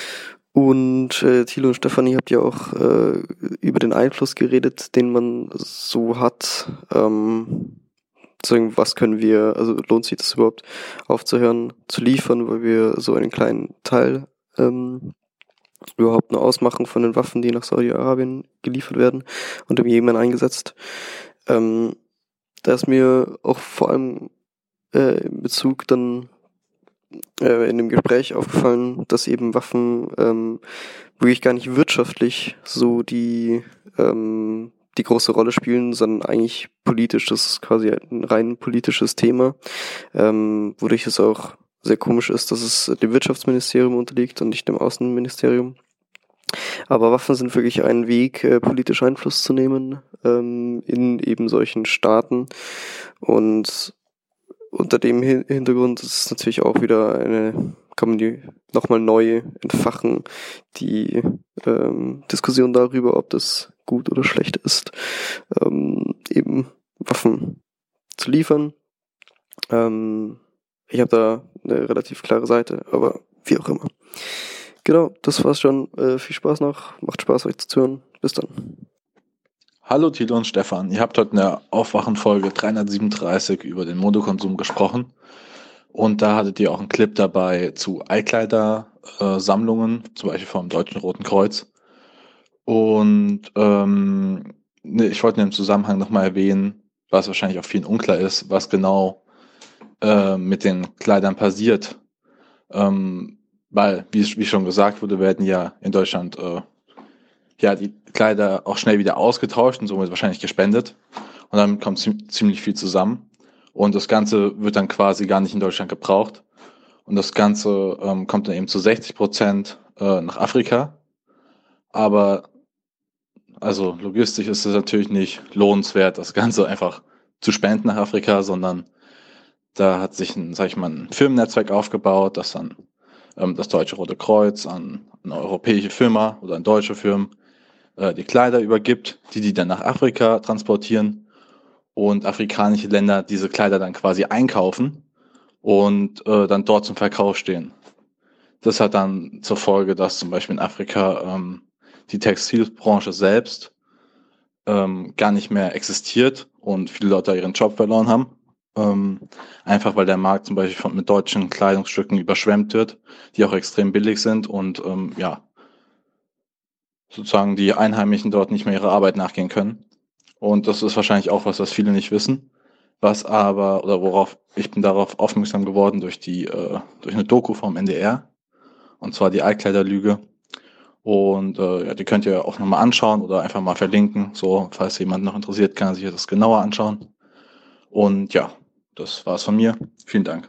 Und äh, Thilo und Stefanie, habt ja auch äh, über den Einfluss geredet, den man so hat. Ähm, sozusagen, was können wir, also lohnt sich das überhaupt aufzuhören, zu liefern, weil wir so einen kleinen Teil ähm, überhaupt nur ausmachen von den Waffen, die nach Saudi-Arabien geliefert werden und im Jemen eingesetzt. Ähm, da ist mir auch vor allem äh, in Bezug dann äh, in dem Gespräch aufgefallen, dass eben Waffen ähm, wirklich gar nicht wirtschaftlich so die ähm, die große Rolle spielen, sondern eigentlich politisch. Das ist quasi ein rein politisches Thema, ähm, wodurch es auch sehr komisch ist, dass es dem Wirtschaftsministerium unterliegt und nicht dem Außenministerium. Aber Waffen sind wirklich ein Weg, äh, politisch Einfluss zu nehmen ähm, in eben solchen Staaten. Und unter dem Hin- Hintergrund ist es natürlich auch wieder eine, kann man die nochmal neu entfachen, die ähm, Diskussion darüber, ob das gut oder schlecht ist, ähm, eben Waffen zu liefern. Ähm, ich habe da eine relativ klare Seite, aber wie auch immer. Genau, das war's schon. Äh, viel Spaß noch. Macht Spaß, euch zuzuhören. Bis dann. Hallo Tilo und Stefan. Ihr habt heute in der Aufwachen-Folge dreihundertsiebenunddreißig über den Modekonsum gesprochen. Und da hattet ihr auch einen Clip dabei zu Altkleider-Sammlungen, zum Beispiel vom Deutschen Roten Kreuz. Und ähm, ne, ich wollte in dem Zusammenhang nochmal erwähnen, was wahrscheinlich auch vielen unklar ist, was genau äh, mit den Kleidern passiert. Ähm, weil, wie, wie schon gesagt wurde, werden ja in Deutschland äh, ja die Kleider auch schnell wieder ausgetauscht und somit wahrscheinlich gespendet. Und dann kommt zi- ziemlich viel zusammen. Und das Ganze wird dann quasi gar nicht in Deutschland gebraucht. Und das Ganze ähm, kommt dann eben zu sechzig Prozent äh, nach Afrika. Aber also logistisch ist es natürlich nicht lohnenswert, das Ganze einfach zu spenden nach Afrika, sondern da hat sich ein, sag ich mal, ein Firmennetzwerk aufgebaut, das dann ähm, das Deutsche Rote Kreuz an eine europäische Firma oder an deutsche Firmen äh, die Kleider übergibt, die die dann nach Afrika transportieren und afrikanische Länder diese Kleider dann quasi einkaufen und äh, dann dort zum Verkauf stehen. Das hat dann zur Folge, dass zum Beispiel in Afrika ähm, die Textilbranche selbst ähm, gar nicht mehr existiert und viele Leute ihren Job verloren haben. Ähm, einfach weil der Markt zum Beispiel von, mit deutschen Kleidungsstücken überschwemmt wird, die auch extrem billig sind und ähm, ja, sozusagen die Einheimischen dort nicht mehr ihrer Arbeit nachgehen können. Und das ist wahrscheinlich auch was, was viele nicht wissen. Was aber, oder worauf, ich bin darauf aufmerksam geworden durch die, äh, durch eine Doku vom N D R. Und zwar die Altkleiderlüge. Und äh, ja, die könnt ihr auch nochmal anschauen oder einfach mal verlinken. So, falls jemand noch interessiert, kann er sich das genauer anschauen. Und ja, das war's von mir. Vielen Dank.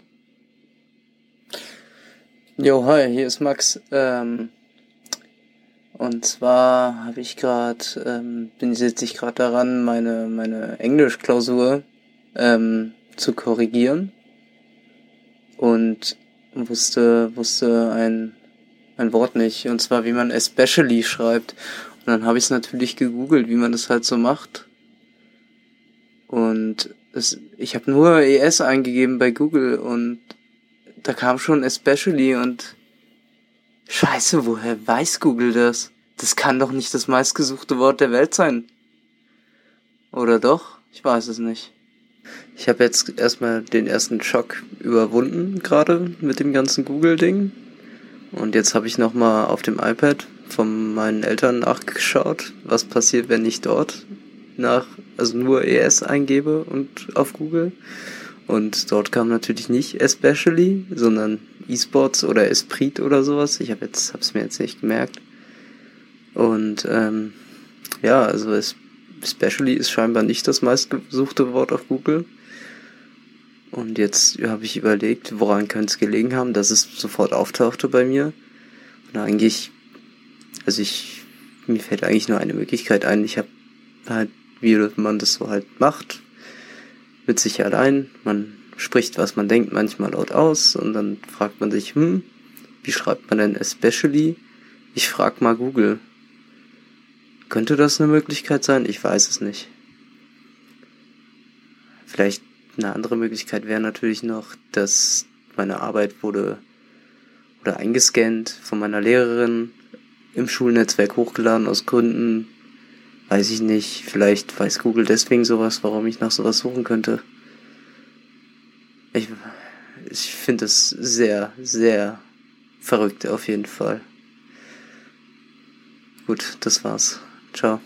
Jo, hi, hier ist Max. Ähm, und zwar habe ich gerade, ähm, bin sitze ich gerade daran, meine meine Englischklausur ähm, zu korrigieren und wusste wusste ein ein Wort nicht, und zwar wie man especially schreibt. Und dann habe ich es natürlich gegoogelt, wie man das halt so macht. Und es, ich habe nur E S eingegeben bei Google und da kam schon especially und Scheiße, woher weiß Google das? Das kann doch nicht das meistgesuchte Wort der Welt sein. Oder doch? Ich weiß es nicht. Ich habe jetzt erstmal den ersten Schock überwunden, gerade mit dem ganzen Google-Ding. Und jetzt habe ich nochmal auf dem iPad von meinen Eltern nachgeschaut, was passiert, wenn ich dort nach, also nur E S eingebe und auf Google. Und dort kam natürlich nicht especially, sondern eSports oder Esprit oder sowas. Ich habe jetzt, hab's mir jetzt nicht gemerkt. Und ähm, ja, also especially ist scheinbar nicht das meistgesuchte Wort auf Google. Und jetzt habe ich überlegt, woran könnte es gelegen haben, dass es sofort auftauchte bei mir. Und eigentlich, also ich, mir fällt eigentlich nur eine Möglichkeit ein. Ich habe halt, wie man das so halt macht, mit sich allein. Man spricht, was man denkt, manchmal laut aus und dann fragt man sich, hm, wie schreibt man denn especially? Ich frag mal Google. Könnte das eine Möglichkeit sein? Ich weiß es nicht. Vielleicht eine andere Möglichkeit wäre natürlich noch, dass meine Arbeit wurde oder eingescannt von meiner Lehrerin im Schulnetzwerk hochgeladen aus Gründen, weiß ich nicht. Vielleicht weiß Google deswegen sowas, warum ich nach sowas suchen könnte. Ich, ich finde es sehr, sehr verrückt auf jeden Fall. Gut, das war's. Ciao.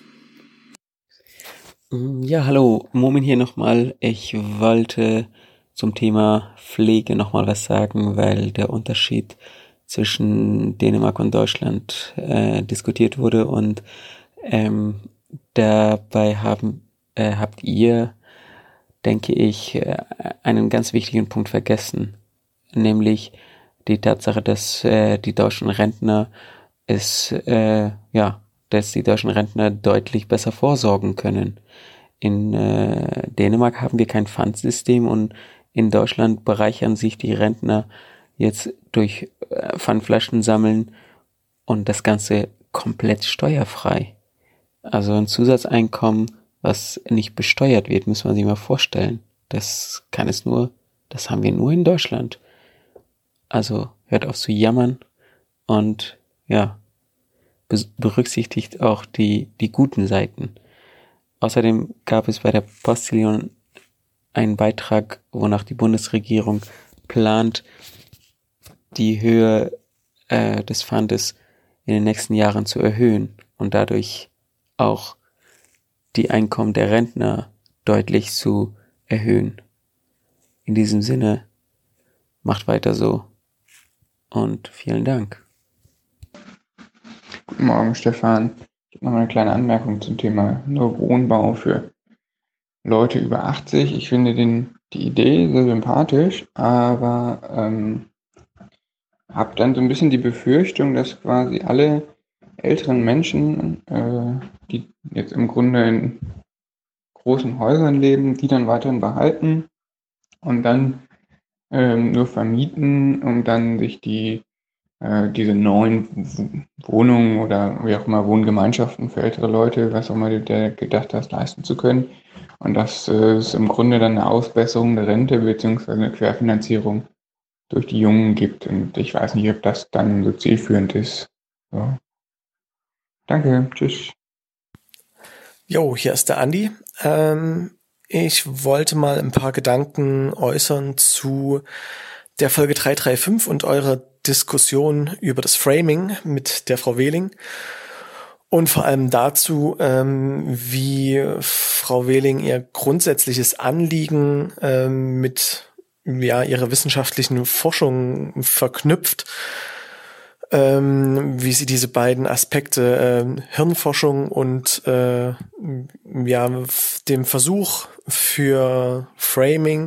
Ja, hallo, Momin hier nochmal. Ich wollte zum Thema Pflege nochmal was sagen, weil der Unterschied zwischen Dänemark und Deutschland äh, diskutiert wurde und ähm, dabei haben äh, habt ihr, denke ich, äh, einen ganz wichtigen Punkt vergessen, nämlich die Tatsache, dass äh, die deutschen Rentner es, äh, ja, dass die deutschen Rentner deutlich besser vorsorgen können. In äh, Dänemark haben wir kein Pfandsystem und in Deutschland bereichern sich die Rentner jetzt durch äh, Pfandflaschen sammeln und das Ganze komplett steuerfrei. Also ein Zusatzeinkommen, was nicht besteuert wird, muss man sich mal vorstellen. Das kann es nur, das haben wir nur in Deutschland. Also hört auf zu jammern und ja, berücksichtigt auch die, die guten Seiten. Außerdem gab es bei der Postillon einen Beitrag, wonach die Bundesregierung plant, die Höhe äh, des Pfandes in den nächsten Jahren zu erhöhen und dadurch auch die Einkommen der Rentner deutlich zu erhöhen. In diesem Sinne, macht weiter so und vielen Dank. Guten Morgen, Stefan. Ich habe noch eine kleine Anmerkung zum Thema nur Wohnbau für Leute über achtzig. Ich finde den, die Idee sehr sympathisch, aber ähm, habe dann so ein bisschen die Befürchtung, dass quasi alle älteren Menschen, äh, die jetzt im Grunde in großen Häusern leben, die dann weiterhin behalten und dann ähm, nur vermieten, um dann sich die diese neuen Wohnungen oder wie auch immer Wohngemeinschaften für ältere Leute, was auch immer der gedacht hat, leisten zu können. Und das ist im Grunde dann eine Ausbesserung der Rente bzw. eine Querfinanzierung durch die Jungen gibt. Und ich weiß nicht, ob das dann so zielführend ist. So. Danke, tschüss. Jo, hier ist der Andi. Ähm, ich wollte mal ein paar Gedanken äußern zu der Folge drei drei fünf und eurer Diskussion über das Framing mit der Frau Wehling und vor allem dazu, ähm, wie Frau Wehling ihr grundsätzliches Anliegen ähm, mit ja ihrer wissenschaftlichen Forschung verknüpft, ähm, wie sie diese beiden Aspekte äh, Hirnforschung und äh, ja dem Versuch für Framing,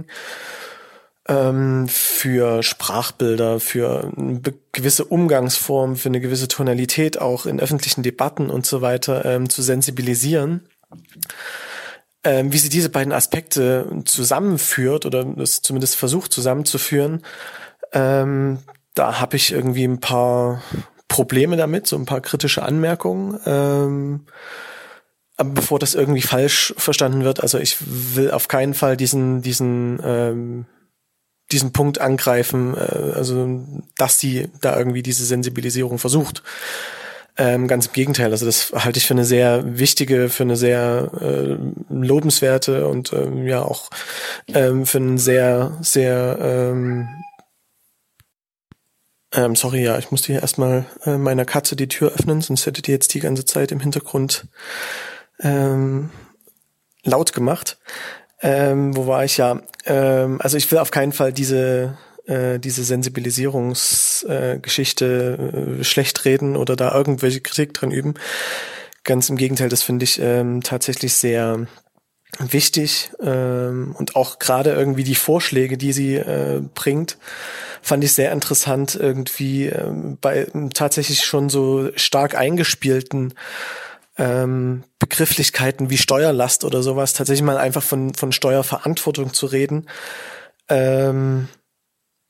für Sprachbilder, für eine gewisse Umgangsform, für eine gewisse Tonalität auch in öffentlichen Debatten und so weiter ähm, zu sensibilisieren. Ähm, wie sie diese beiden Aspekte zusammenführt oder das zumindest versucht zusammenzuführen, ähm, da habe ich irgendwie ein paar Probleme damit, so ein paar kritische Anmerkungen. Ähm, aber bevor das irgendwie falsch verstanden wird, also ich will auf keinen Fall diesen diesen ähm, diesen Punkt angreifen, äh, also dass sie da irgendwie diese Sensibilisierung versucht. Ähm, ganz im Gegenteil, also das halte ich für eine sehr wichtige, für eine sehr äh, lobenswerte und ähm, ja auch ähm, für einen sehr, sehr ähm, ähm, sorry, ja, ich musste hier erstmal äh, meiner Katze die Tür öffnen, sonst hätte die jetzt die ganze Zeit im Hintergrund ähm, laut gemacht. Ähm, wo war ich ja? Ähm, also ich will auf keinen Fall diese äh, diese Sensibilisierungsgeschichte äh, schlecht reden oder da irgendwelche Kritik dran üben. Ganz im Gegenteil, das finde ich ähm, tatsächlich sehr wichtig ähm, und auch gerade irgendwie die Vorschläge, die sie äh, bringt, fand ich sehr interessant irgendwie ähm, bei tatsächlich schon so stark eingespielten Ähm, Begrifflichkeiten wie Steuerlast oder sowas, tatsächlich mal einfach von von Steuerverantwortung zu reden, ähm,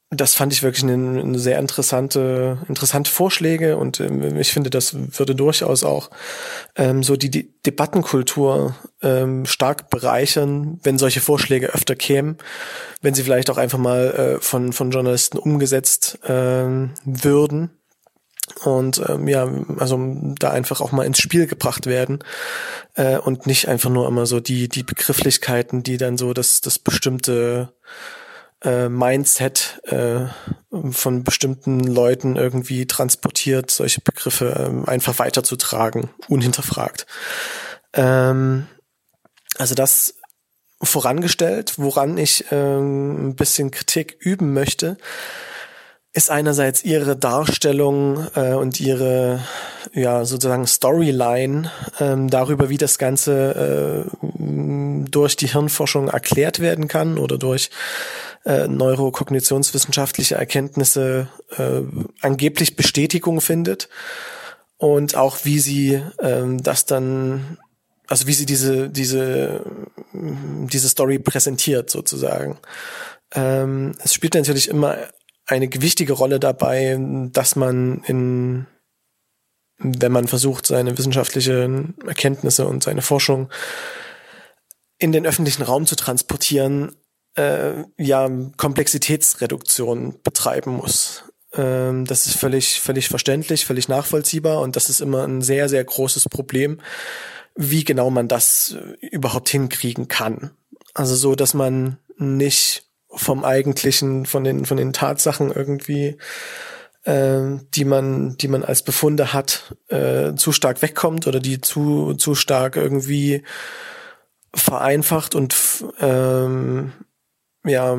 das fand ich wirklich eine, eine sehr interessante, interessante Vorschläge und ähm, ich finde, das würde durchaus auch ähm, so die, die Debattenkultur ähm, stark bereichern, wenn solche Vorschläge öfter kämen, wenn sie vielleicht auch einfach mal äh, von von Journalisten umgesetzt ähm, würden und ähm, ja, also da einfach auch mal ins Spiel gebracht werden äh, und nicht einfach nur immer so die die Begrifflichkeiten, die dann so das das bestimmte Äh, Mindset äh, von bestimmten Leuten irgendwie transportiert, solche Begriffe ähm, einfach weiterzutragen, unhinterfragt. Ähm, also das vorangestellt, woran ich ähm, ein bisschen Kritik üben möchte, ist einerseits ihre Darstellung äh, und ihre ja sozusagen Storyline ähm, darüber, wie das Ganze äh, durch die Hirnforschung erklärt werden kann oder durch äh, neurokognitionswissenschaftliche Erkenntnisse äh, angeblich Bestätigung findet und auch wie sie ähm, das dann, also wie sie diese diese diese Story präsentiert sozusagen. Ähm, es spielt natürlich immer eine gewichtige Rolle dabei, dass man in, wenn man versucht, seine wissenschaftlichen Erkenntnisse und seine Forschung in den öffentlichen Raum zu transportieren, äh, ja, Komplexitätsreduktion betreiben muss. Ähm, das ist völlig, völlig verständlich, völlig nachvollziehbar und das ist immer ein sehr, sehr großes Problem, wie genau man das überhaupt hinkriegen kann. Also so, dass man nicht vom eigentlichen, von den von den Tatsachen irgendwie, äh, die man die man als Befunde hat, äh, zu stark wegkommt oder die zu zu stark irgendwie vereinfacht und ähm, ja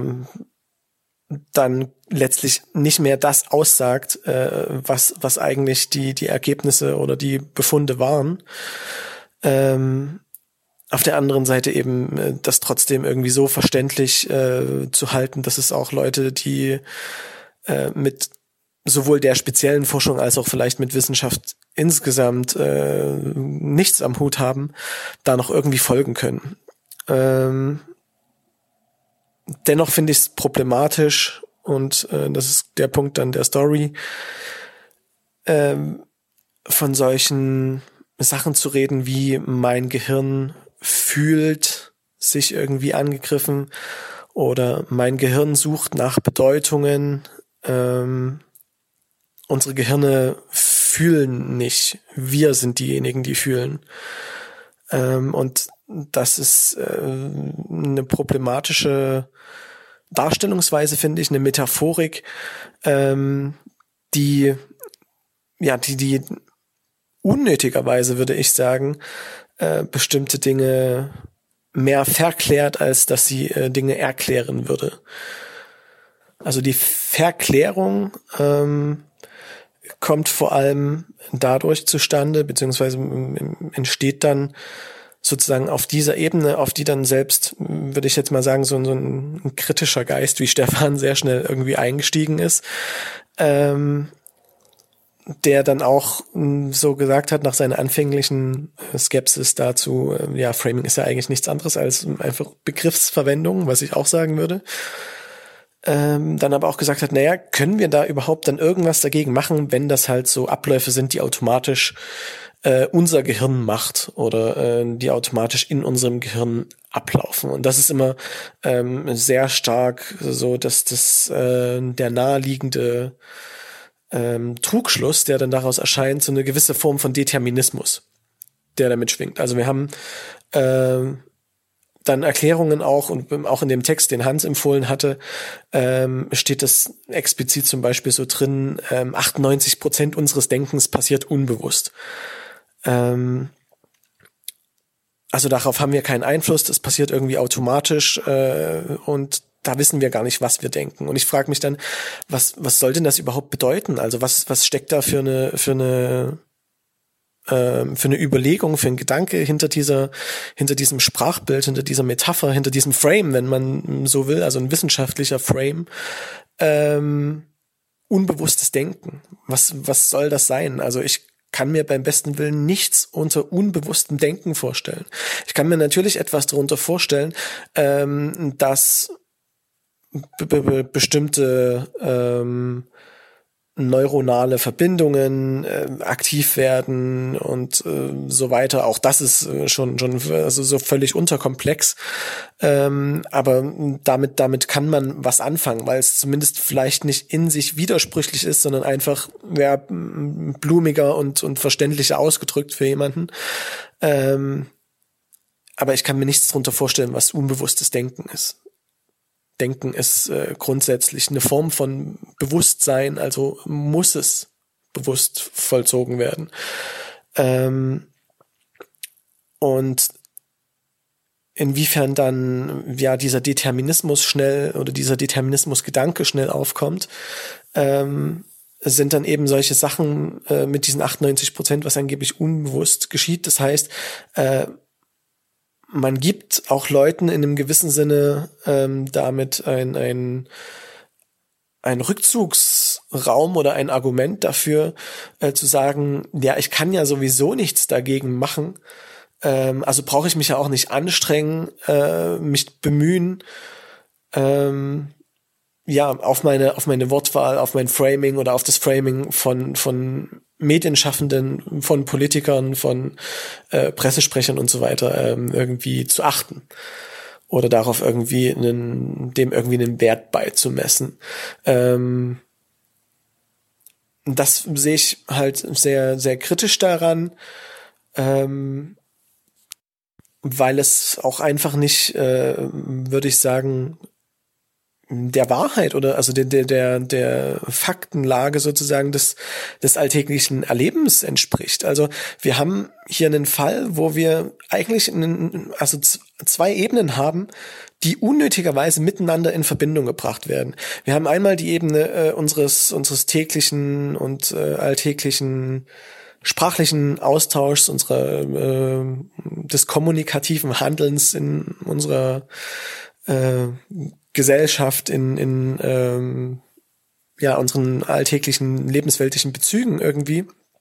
dann letztlich nicht mehr das aussagt, äh, was was eigentlich die die Ergebnisse oder die Befunde waren. Ähm, Auf der anderen Seite eben äh, das trotzdem irgendwie so verständlich äh, zu halten, dass es auch Leute, die äh, mit sowohl der speziellen Forschung als auch vielleicht mit Wissenschaft insgesamt äh, nichts am Hut haben, da noch irgendwie folgen können. Ähm, dennoch finde ich es problematisch und äh, das ist der Punkt dann der Story, äh, von solchen Sachen zu reden wie mein Gehirn fühlt sich irgendwie angegriffen oder mein Gehirn sucht nach Bedeutungen. Ähm, unsere Gehirne fühlen nicht. Wir sind diejenigen, die fühlen. Ähm, und das ist äh, eine problematische Darstellungsweise, finde ich, eine Metaphorik, ähm, die, ja, die, die unnötigerweise, würde ich sagen, äh, bestimmte Dinge mehr verklärt, als dass sie äh, Dinge erklären würde. Also die Verklärung ähm, kommt vor allem dadurch zustande, beziehungsweise entsteht dann sozusagen auf dieser Ebene, auf die dann selbst, würde ich jetzt mal sagen, so, so ein, ein kritischer Geist wie Stefan sehr schnell irgendwie eingestiegen ist, ähm, der dann auch mh, so gesagt hat, nach seiner anfänglichen äh, Skepsis dazu, äh, ja, Framing ist ja eigentlich nichts anderes als einfach Begriffsverwendung, was ich auch sagen würde, ähm, dann aber auch gesagt hat, naja, können wir da überhaupt dann irgendwas dagegen machen, wenn das halt so Abläufe sind, die automatisch äh, unser Gehirn macht oder äh, die automatisch in unserem Gehirn ablaufen. Und das ist immer ähm, sehr stark so, dass das äh, der naheliegende Ähm, Trugschluss, der dann daraus erscheint, so eine gewisse Form von Determinismus, der damit schwingt. Also wir haben äh, dann Erklärungen auch, und auch in dem Text, den Hans empfohlen hatte, ähm, steht das explizit zum Beispiel so drin, ähm, achtundneunzig Prozent unseres Denkens passiert unbewusst. Ähm, also darauf haben wir keinen Einfluss, das passiert irgendwie automatisch äh, und da wissen wir gar nicht, was wir denken. Und ich frage mich dann, was was soll denn das überhaupt bedeuten? Also was was steckt da für eine für eine ähm, für eine Überlegung, für einen Gedanke hinter dieser hinter diesem Sprachbild, hinter dieser Metapher, hinter diesem Frame, wenn man so will, also ein wissenschaftlicher Frame, ähm, unbewusstes Denken. Was was soll das sein? Also ich kann mir beim besten Willen nichts unter unbewusstem Denken vorstellen. Ich kann mir natürlich etwas darunter vorstellen, ähm, dass be- be- bestimmte ähm, neuronale Verbindungen äh, aktiv werden und äh, so weiter. Auch das ist äh, schon schon also so völlig unterkomplex. Ähm, aber damit damit kann man was anfangen, weil es zumindest vielleicht nicht in sich widersprüchlich ist, sondern einfach ja blumiger und und verständlicher ausgedrückt für jemanden. Ähm, aber ich kann mir nichts darunter vorstellen, was unbewusstes Denken ist. Denken ist äh, grundsätzlich eine Form von Bewusstsein, also muss es bewusst vollzogen werden. Ähm, und inwiefern dann ja dieser Determinismus schnell oder dieser Determinismus-Gedanke schnell aufkommt, ähm, sind dann eben solche Sachen äh, mit diesen achtundneunzig Prozent, was angeblich unbewusst geschieht. Das heißt, äh, man gibt auch Leuten in einem gewissen Sinne ähm, damit ein, ein, ein Rückzugsraum oder ein Argument dafür, äh, zu sagen, ja, ich kann ja sowieso nichts dagegen machen, ähm, also brauche ich mich ja auch nicht anstrengen, äh, mich bemühen, ähm, ja, auf meine, auf meine Wortwahl, auf mein Framing oder auf das Framing von, von Medienschaffenden, von Politikern, von äh, Pressesprechern und so weiter ähm, irgendwie zu achten oder darauf irgendwie einen, dem irgendwie einen Wert beizumessen. Ähm, das sehe ich halt sehr, sehr kritisch daran, ähm, weil es auch einfach nicht, äh, würde ich sagen, der Wahrheit oder also der der der der Faktenlage sozusagen des des alltäglichen Erlebens entspricht. Also wir haben hier einen Fall, wo wir eigentlich einen, also z- zwei Ebenen haben, die unnötigerweise miteinander in Verbindung gebracht werden. Wir haben einmal die Ebene äh, unseres unseres täglichen und äh, alltäglichen sprachlichen Austauschs, unserer äh, des kommunikativen Handelns in unserer äh, Gesellschaft, in, in ähm, ja unseren alltäglichen lebensweltlichen Bezügen irgendwie.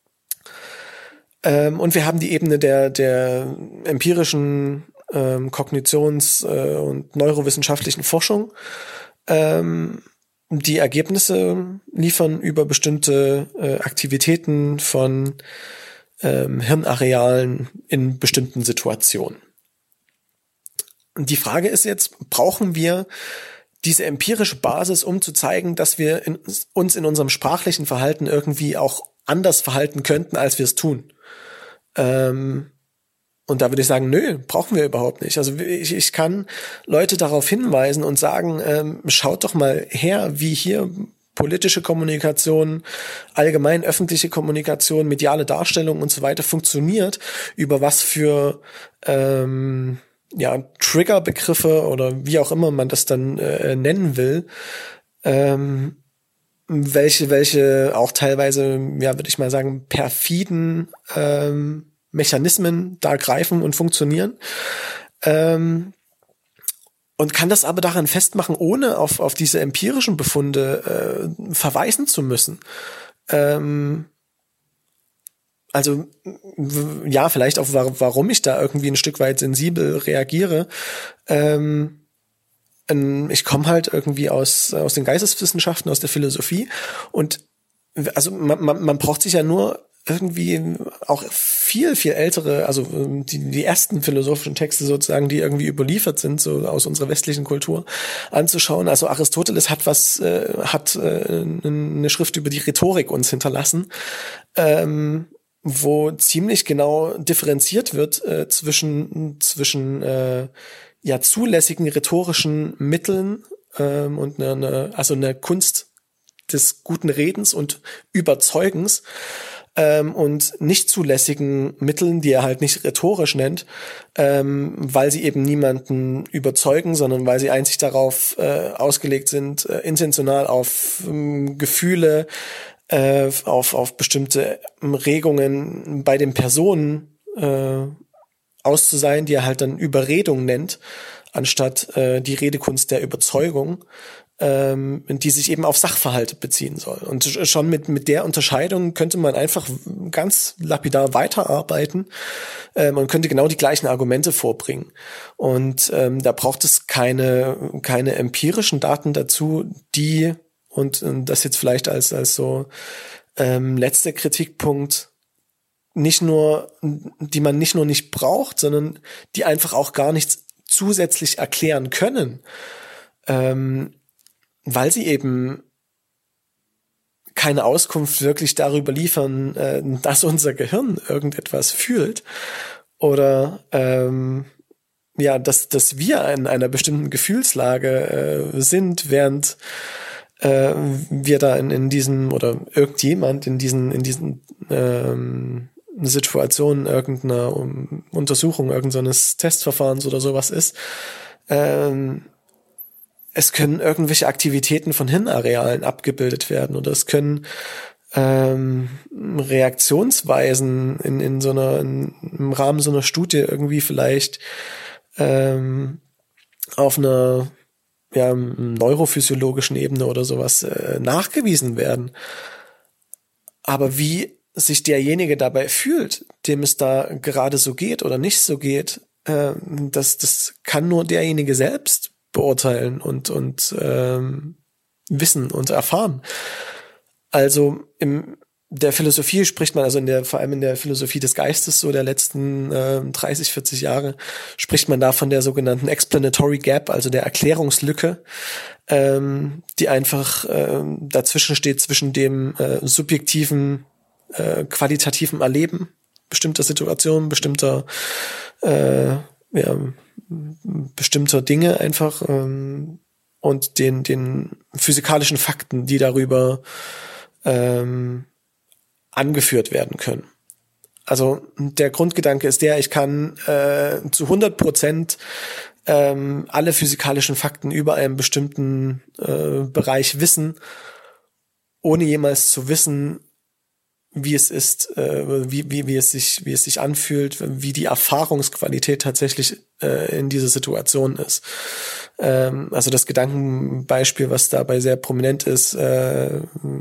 Ähm, und wir haben die Ebene der der empirischen ähm, Kognitions- äh, und neurowissenschaftlichen Forschung. Ähm, die Ergebnisse liefern über bestimmte äh, Aktivitäten von ähm, Hirnarealen in bestimmten Situationen. Und die Frage ist jetzt, brauchen wir diese empirische Basis, um zu zeigen, dass wir in, uns in unserem sprachlichen Verhalten irgendwie auch anders verhalten könnten, als wir es tun? Ähm, und da würde ich sagen, nö, brauchen wir überhaupt nicht. Also ich, ich kann Leute darauf hinweisen und sagen, ähm, schaut doch mal her, wie hier politische Kommunikation, allgemein öffentliche Kommunikation, mediale Darstellung und so weiter funktioniert, über was für ähm, ja, Triggerbegriffe oder wie auch immer man das dann äh, nennen will, ähm, welche, welche auch teilweise, ja, würde ich mal sagen, perfiden ähm, Mechanismen da greifen und funktionieren. Ähm, und kann das aber daran festmachen, ohne auf, auf diese empirischen Befunde äh, verweisen zu müssen. Ähm, Also ja, vielleicht auch, warum ich da irgendwie ein Stück weit sensibel reagiere. Ähm, ich komme halt irgendwie aus aus den Geisteswissenschaften, aus der Philosophie und also man, man, man braucht sich ja nur irgendwie auch viel, viel ältere, also die, die ersten philosophischen Texte sozusagen, die irgendwie überliefert sind, so aus unserer westlichen Kultur, anzuschauen. Also Aristoteles hat was, äh, hat äh, eine Schrift über die Rhetorik uns hinterlassen, ähm, wo ziemlich genau differenziert wird äh, zwischen zwischen äh, ja zulässigen rhetorischen Mitteln ähm, und eine, eine also eine Kunst des guten Redens und Überzeugens ähm, und nicht zulässigen Mitteln, die er halt nicht rhetorisch nennt, ähm, weil sie eben niemanden überzeugen, sondern weil sie einzig darauf äh, ausgelegt sind, äh, intentional auf ähm, Gefühle, äh, auf auf bestimmte Regungen bei den Personen äh, aus zu sein, die er halt dann Überredung nennt, anstatt äh, die Redekunst der Überzeugung. ähm, die sich eben auf Sachverhalte beziehen soll. Und schon mit mit der Unterscheidung könnte man einfach ganz lapidar weiterarbeiten. Äh, man könnte genau die gleichen Argumente vorbringen. Und ähm, da braucht es keine keine empirischen Daten dazu, die und, und das jetzt vielleicht als als so ähm, letzter Kritikpunkt nicht nur, die man nicht nur nicht braucht, sondern die einfach auch gar nichts zusätzlich erklären können. Ähm, weil sie eben keine Auskunft wirklich darüber liefern, äh, dass unser Gehirn irgendetwas fühlt oder ähm, ja, dass dass wir in einer bestimmten Gefühlslage äh, sind, während äh, wir da in, in diesem oder irgendjemand in diesen in diesen ähm, Situationen irgendeiner um, Untersuchung irgendeines Testverfahrens oder sowas ist. Ähm, Es können irgendwelche Aktivitäten von Hirnarealen abgebildet werden oder es können ähm, Reaktionsweisen in, in so einer, in, im Rahmen so einer Studie irgendwie vielleicht ähm, auf einer ja, neurophysiologischen Ebene oder sowas äh, nachgewiesen werden. Aber wie sich derjenige dabei fühlt, dem es da gerade so geht oder nicht so geht, äh, das, das kann nur derjenige selbst beurteilen und und ähm, wissen und erfahren. Also in der Philosophie spricht man, also in der vor allem in der Philosophie des Geistes so der letzten äh, dreißig, vierzig Jahre, spricht man da von der sogenannten Explanatory Gap, also der Erklärungslücke, ähm, die einfach äh, dazwischen steht zwischen dem äh, subjektiven, äh, qualitativen Erleben bestimmter Situationen, bestimmter äh, ja, bestimmter Dinge einfach ähm, und den den physikalischen Fakten, die darüber ähm, angeführt werden können. Also der Grundgedanke ist der, ich kann äh, zu hundert Prozent ähm, alle physikalischen Fakten über einen bestimmten äh, Bereich wissen, ohne jemals zu wissen, wie es ist, äh, wie, wie, wie es sich, wie es sich anfühlt, wie die Erfahrungsqualität tatsächlich äh, in dieser Situation ist. Ähm, also das Gedankenbeispiel, was dabei sehr prominent ist, äh,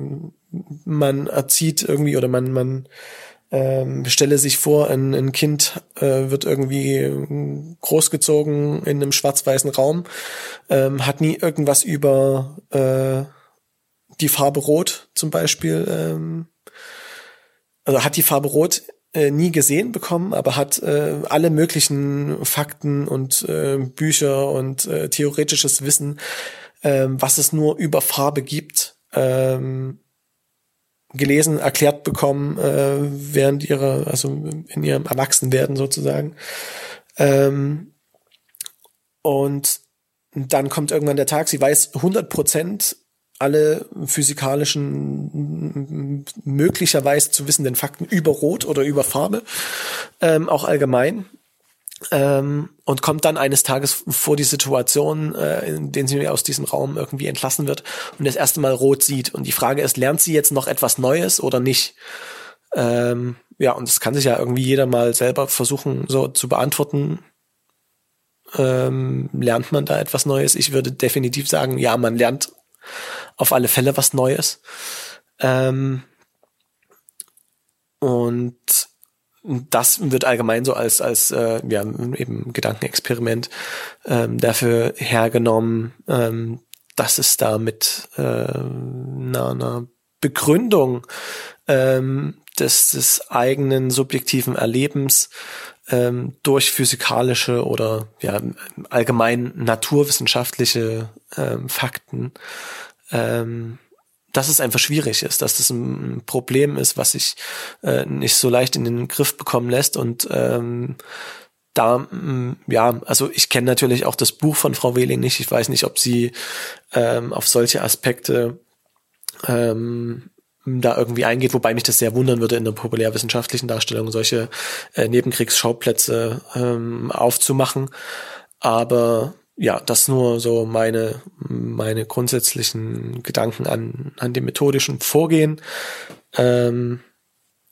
man erzieht irgendwie oder man, man ähm, stelle sich vor, ein, ein Kind äh, wird irgendwie großgezogen in einem schwarz-weißen Raum, ähm, hat nie irgendwas über äh, die Farbe Rot zum Beispiel, ähm, also hat die Farbe Rot äh, nie gesehen bekommen, aber hat äh, alle möglichen Fakten und äh, Bücher und äh, theoretisches Wissen, äh, was es nur über Farbe gibt, ähm, gelesen, erklärt bekommen, äh, während ihrer, also in ihrem Erwachsenwerden sozusagen. Ähm, und dann kommt irgendwann der Tag, sie weiß hundert Prozent alle physikalischen, möglicherweise zu wissenden Fakten über Rot oder über Farbe, ähm, auch allgemein, ähm, und kommt dann eines Tages vor die Situation, äh, in der sie aus diesem Raum irgendwie entlassen wird und das erste Mal Rot sieht. Und die Frage ist, lernt sie jetzt noch etwas Neues oder nicht? Ähm, ja, und das kann sich ja irgendwie jeder mal selber versuchen so zu beantworten. Ähm, lernt man da etwas Neues? Ich würde definitiv sagen, ja, man lernt auf alle Fälle was Neues. Ähm, und das wird allgemein so als als äh, ja eben Gedankenexperiment ähm, dafür hergenommen, ähm, dass es da mit äh, einer, einer Begründung ähm, des, des eigenen subjektiven Erlebens ähm, durch physikalische oder ja allgemein naturwissenschaftliche ähm, Fakten, ähm, dass es einfach schwierig ist, dass das ein Problem ist, was sich äh, nicht so leicht in den Griff bekommen lässt. Und ähm, da, ja, also ich kenne natürlich auch das Buch von Frau Wehling nicht. Ich weiß nicht, ob sie ähm, auf solche Aspekte ähm, da irgendwie eingeht, wobei mich das sehr wundern würde, in der populärwissenschaftlichen Darstellung solche äh, Nebenkriegsschauplätze ähm, aufzumachen. Aber ja, das nur so meine meine grundsätzlichen Gedanken an an dem methodischen Vorgehen. Ähm,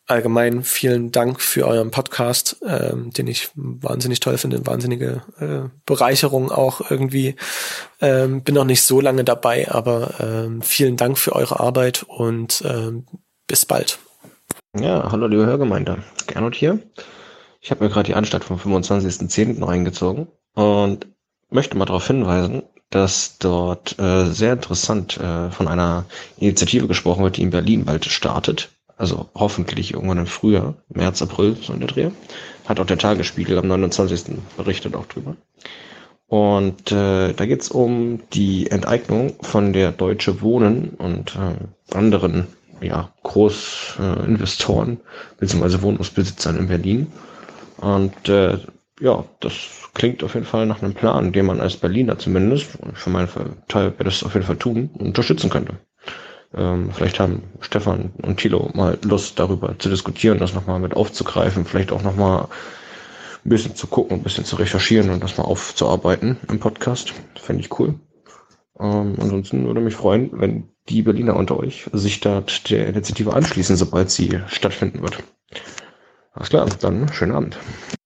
allgemein vielen Dank für euren Podcast, ähm, den ich wahnsinnig toll finde, wahnsinnige äh, Bereicherung auch irgendwie. Ähm, bin noch nicht so lange dabei, aber ähm, vielen Dank für eure Arbeit und ähm, bis bald. Ja, hallo liebe Hörgemeinde, Gernot hier. Ich habe mir gerade die Anstalt vom fünfundzwanzigsten zehnten reingezogen und möchte mal darauf hinweisen, dass dort äh, sehr interessant äh, von einer Initiative gesprochen wird, die in Berlin bald startet. Also hoffentlich irgendwann im Frühjahr, März, April, so in der Dreh. Hat auch der Tagesspiegel am neunundzwanzigsten berichtet auch drüber. Und äh, da geht's um die Enteignung von der Deutsche Wohnen und äh, anderen ja, Großinvestoren äh, bzw. Wohnungsbesitzern in Berlin. Und äh, ja, das klingt auf jeden Fall nach einem Plan, den man als Berliner zumindest, und für meinen Teil werde ich das auf jeden Fall tun, unterstützen könnte. Ähm, vielleicht haben Stefan und Thilo mal Lust, darüber zu diskutieren, das nochmal mit aufzugreifen, vielleicht auch nochmal ein bisschen zu gucken, ein bisschen zu recherchieren und das mal aufzuarbeiten im Podcast. Fände ich cool. Ähm, ansonsten würde mich freuen, wenn die Berliner unter euch sich dort der Initiative anschließen, sobald sie stattfinden wird. Alles klar, dann schönen Abend.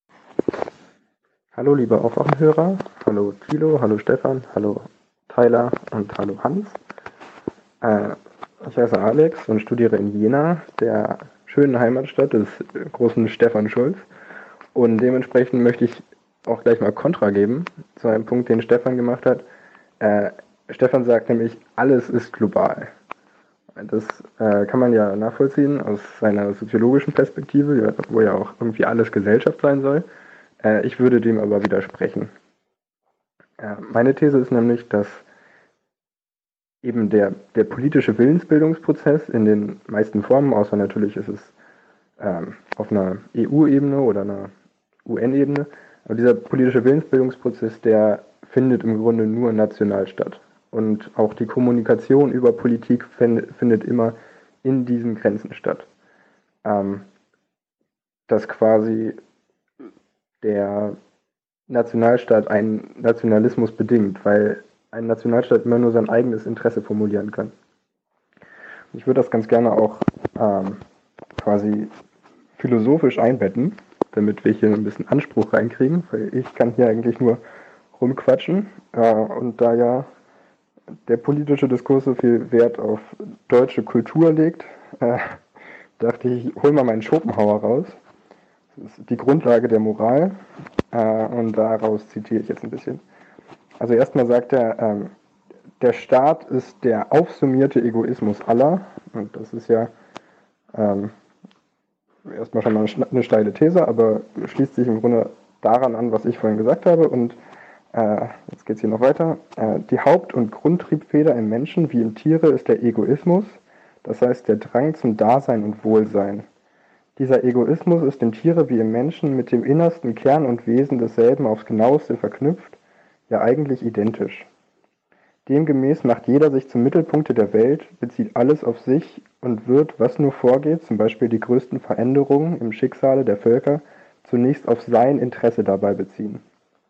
Hallo liebe Aufwachenhörer, hallo Thilo, hallo Stefan, hallo Tyler und hallo Hans. Äh, ich heiße Alex und studiere in Jena, der schönen Heimatstadt des großen Stefan Schulz. Und dementsprechend möchte ich auch gleich mal Kontra geben zu einem Punkt, den Stefan gemacht hat. Äh, Stefan sagt nämlich, alles ist global. Das äh, kann man ja nachvollziehen aus seiner soziologischen Perspektive, wo ja auch irgendwie alles Gesellschaft sein soll. Äh, ich würde dem aber widersprechen. Äh, meine These ist nämlich, dass eben der, der politische Willensbildungsprozess in den meisten Formen, außer natürlich ist es ähm, auf einer E U-Ebene oder einer U N-Ebene, aber dieser politische Willensbildungsprozess, der findet im Grunde nur national statt. Und auch die Kommunikation über Politik find, findet immer in diesen Grenzen statt. Ähm, dass quasi der Nationalstaat einen Nationalismus bedingt, weil ein Nationalstaat immer nur sein eigenes Interesse formulieren kann. Ich würde das ganz gerne auch ähm, quasi philosophisch einbetten, damit wir hier ein bisschen Anspruch reinkriegen, weil ich kann hier eigentlich nur rumquatschen äh, und da ja der politische Diskurs so viel Wert auf deutsche Kultur legt, äh, dachte ich, ich hol mal meinen Schopenhauer raus. Das ist die Grundlage der Moral äh, und daraus zitiere ich jetzt ein bisschen. Also erstmal sagt er, ähm, der Staat ist der aufsummierte Egoismus aller, und das ist ja ähm, erstmal schon mal eine steile These, aber schließt sich im Grunde daran an, was ich vorhin gesagt habe. Und äh, jetzt geht es hier noch weiter. Äh, die Haupt- und Grundtriebfeder im Menschen wie im Tiere ist der Egoismus, das heißt der Drang zum Dasein und Wohlsein. Dieser Egoismus ist im Tiere wie im Menschen mit dem innersten Kern und Wesen desselben aufs Genaueste verknüpft, ja eigentlich identisch. Demgemäß macht jeder sich zum Mittelpunkte der Welt, bezieht alles auf sich und wird, was nur vorgeht, zum Beispiel die größten Veränderungen im Schicksale der Völker, zunächst auf sein Interesse dabei beziehen.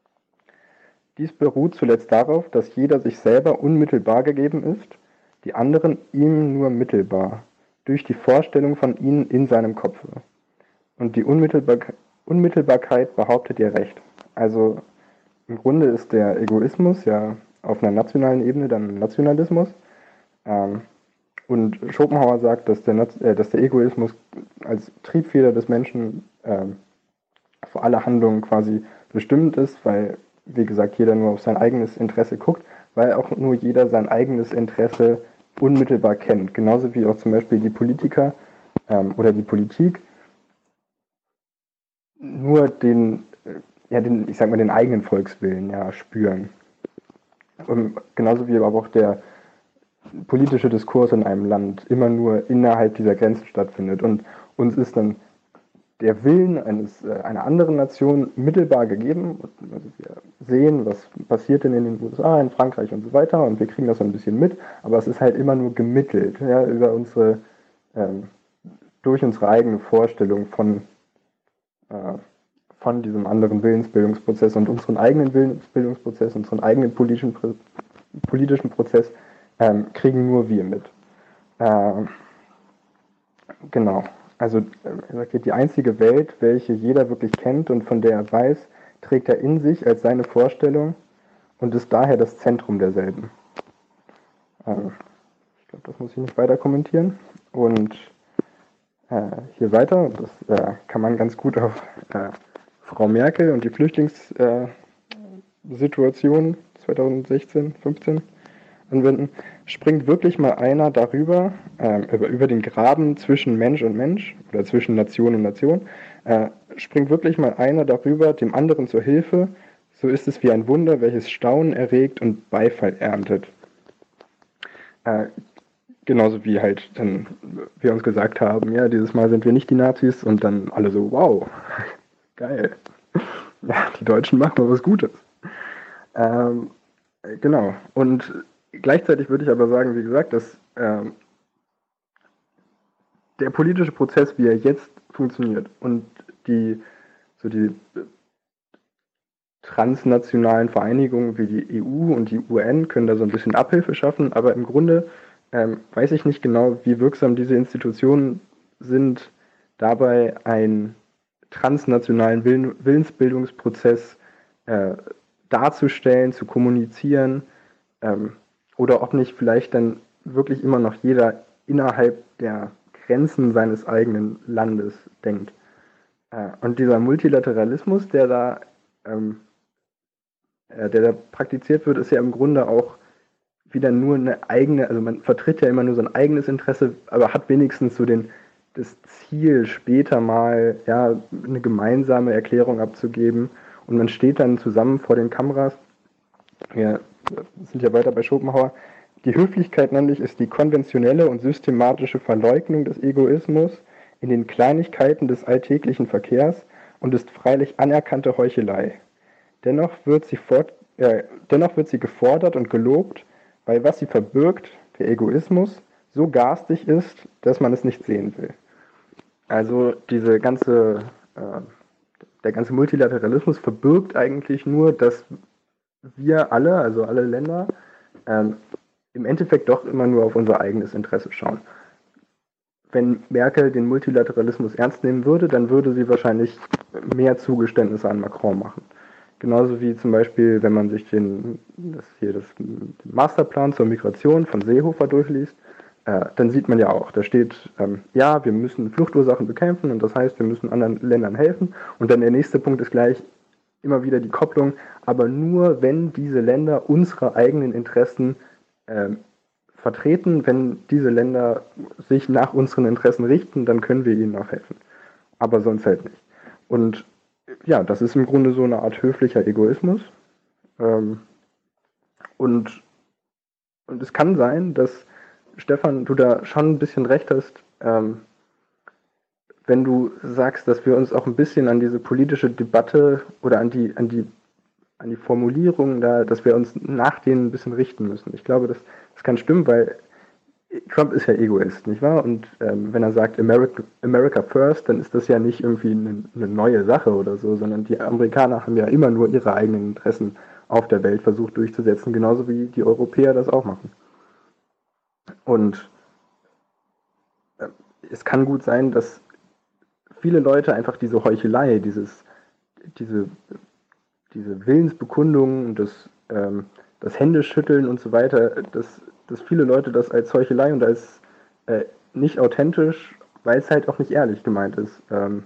Dies beruht zuletzt darauf, dass jeder sich selber unmittelbar gegeben ist, die anderen ihm nur mittelbar, durch die Vorstellung von ihnen in seinem Kopfe. Und die Unmittelbar- Unmittelbarkeit behauptet ihr Recht. Also im Grunde ist der Egoismus ja auf einer nationalen Ebene dann Nationalismus. Ähm, und Schopenhauer sagt, dass der, äh, dass der Egoismus als Triebfeder des Menschen äh, für alle Handlungen quasi bestimmend ist, weil, wie gesagt, jeder nur auf sein eigenes Interesse guckt, weil auch nur jeder sein eigenes Interesse unmittelbar kennt. Genauso wie auch zum Beispiel die Politiker ähm, oder die Politik nur den, ja, den, ich sag mal, den eigenen Volkswillen ja spüren. Und genauso wie aber auch der politische Diskurs in einem Land immer nur innerhalb dieser Grenzen stattfindet. Und uns ist dann der Willen eines, äh, einer anderen Nation mittelbar gegeben. Also wir sehen, was passiert denn in den U S A, in Frankreich und so weiter, und wir kriegen das so ein bisschen mit, aber es ist halt immer nur gemittelt, ja, über unsere, ähm, durch unsere eigene Vorstellung von, äh, von diesem anderen Willensbildungsprozess und unseren eigenen Willensbildungsprozess, unseren eigenen politischen, politischen Prozess ähm, kriegen nur wir mit. Äh, genau. also er sagt, die einzige Welt, welche jeder wirklich kennt und von der er weiß, trägt er in sich als seine Vorstellung und ist daher das Zentrum derselben. Ähm, ich glaube, das muss ich nicht weiter kommentieren. Und äh, hier weiter, das äh, kann man ganz gut auf äh, Frau Merkel und die Flüchtlingssituation äh, zweitausendsechzehn, fünfzehn anwenden. Springt wirklich mal einer darüber, äh, über, über den Graben zwischen Mensch und Mensch oder zwischen Nation und Nation, äh, springt wirklich mal einer darüber, dem anderen zur Hilfe, so ist es wie ein Wunder, welches Staunen erregt und Beifall erntet. Äh, genauso wie halt dann wir uns gesagt haben, ja, dieses Mal sind wir nicht die Nazis und dann alle so, wow, geil. Ja, die Deutschen machen mal was Gutes. Ähm, genau. Und gleichzeitig würde ich aber sagen, wie gesagt, dass ähm, der politische Prozess, wie er jetzt funktioniert und die so die transnationalen Vereinigungen wie die E U und die U N können da so ein bisschen Abhilfe schaffen, aber im Grunde ähm, weiß ich nicht genau, wie wirksam diese Institutionen sind, dabei einen transnationalen Willen, Willensbildungsprozess äh, darzustellen, zu kommunizieren, ähm, oder ob nicht vielleicht dann wirklich immer noch jeder innerhalb der Grenzen seines eigenen Landes denkt. Äh, und dieser Multilateralismus, der da, ähm, äh, der da praktiziert wird, ist ja im Grunde auch wieder nur eine eigene, also man vertritt ja immer nur sein eigenes Interesse, aber hat wenigstens so den, das Ziel, später mal ja, eine gemeinsame Erklärung abzugeben. Und man steht dann zusammen vor den Kameras. Wir sind ja weiter bei Schopenhauer. Die Höflichkeit nämlich ist die konventionelle und systematische Verleugnung des Egoismus in den Kleinigkeiten des alltäglichen Verkehrs und ist freilich anerkannte Heuchelei. Dennoch wird sie, fort, äh, dennoch wird sie gefordert und gelobt, weil was sie verbirgt, der Egoismus, so garstig ist, dass man es nicht sehen will. Also diese ganze, äh, der ganze Multilateralismus verbirgt eigentlich nur, dass wir alle, also alle Länder, ähm, im Endeffekt doch immer nur auf unser eigenes Interesse schauen. Wenn Merkel den Multilateralismus ernst nehmen würde, dann würde sie wahrscheinlich mehr Zugeständnisse an Macron machen. Genauso wie zum Beispiel, wenn man sich den, das hier das den Masterplan zur Migration von Seehofer durchliest, äh, dann sieht man ja auch, da steht, ähm, ja, wir müssen Fluchtursachen bekämpfen und das heißt, wir müssen anderen Ländern helfen. Und dann der nächste Punkt ist gleich immer wieder die Kopplung, aber nur wenn diese Länder unsere eigenen Interessen äh, vertreten, wenn diese Länder sich nach unseren Interessen richten, dann können wir ihnen auch helfen. Aber sonst halt nicht. Und ja, das ist im Grunde so eine Art höflicher Egoismus. Ähm, und, und es kann sein, dass, Stefan, du da schon ein bisschen recht hast, ähm, wenn du sagst, dass wir uns auch ein bisschen an diese politische Debatte oder an die, an die, an die Formulierungen da, dass wir uns nach denen ein bisschen richten müssen. Ich glaube, das, das kann stimmen, weil Trump ist ja Egoist, nicht wahr? Und ähm, wenn er sagt America, America first, dann ist das ja nicht irgendwie eine, eine neue Sache oder so, sondern die Amerikaner haben ja immer nur ihre eigenen Interessen auf der Welt versucht durchzusetzen, genauso wie die Europäer das auch machen. Und äh, es kann gut sein, dass viele Leute einfach diese Heuchelei, dieses, diese, diese Willensbekundungen und das, ähm, das Händeschütteln und so weiter, das dass viele Leute das als Heuchelei und als äh, nicht authentisch, weil es halt auch nicht ehrlich gemeint ist, ähm,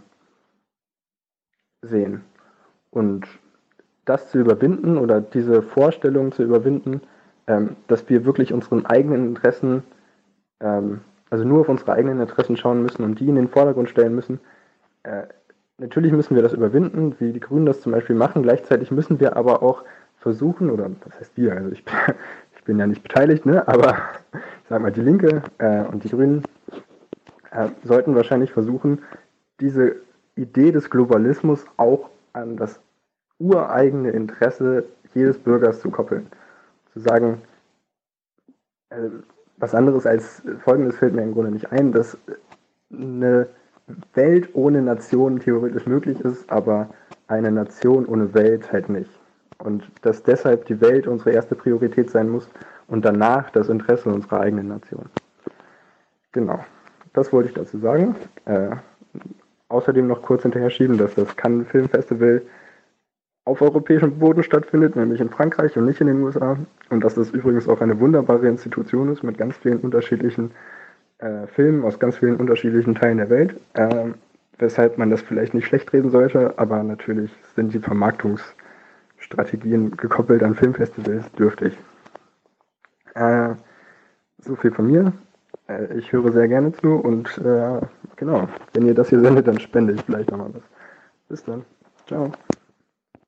sehen. Und das zu überwinden oder diese Vorstellung zu überwinden, ähm, dass wir wirklich unseren eigenen Interessen, ähm, also nur auf unsere eigenen Interessen schauen müssen und die in den Vordergrund stellen müssen, äh, natürlich müssen wir das überwinden, wie die Grünen das zum Beispiel machen. Gleichzeitig müssen wir aber auch versuchen, oder was heißt wir, also ich Ich bin ja nicht beteiligt, ne? Aber ich sag mal, die Linke äh, und die Grünen äh, sollten wahrscheinlich versuchen, diese Idee des Globalismus auch an das ureigene Interesse jedes Bürgers zu koppeln. Zu sagen, äh, was anderes als Folgendes fällt mir im Grunde nicht ein, dass eine Welt ohne Nation theoretisch möglich ist, aber eine Nation ohne Welt halt nicht. Und dass deshalb die Welt unsere erste Priorität sein muss und danach das Interesse unserer eigenen Nation. Genau. das wollte ich dazu sagen. Äh, außerdem noch kurz hinterher schieben, dass das Cannes Film Festival auf europäischem Boden stattfindet, nämlich in Frankreich und nicht in den U S A. Und dass das übrigens auch eine wunderbare Institution ist mit ganz vielen unterschiedlichen äh, Filmen aus ganz vielen unterschiedlichen Teilen der Welt. Äh, weshalb man das vielleicht nicht schlecht reden sollte, aber natürlich sind die Vermarktungsstrategien gekoppelt an Filmfestivals dürftig. Äh, so viel von mir. Äh, ich höre sehr gerne zu und äh, genau, wenn ihr das hier sendet, dann spende ich vielleicht nochmal was. Bis dann. Ciao.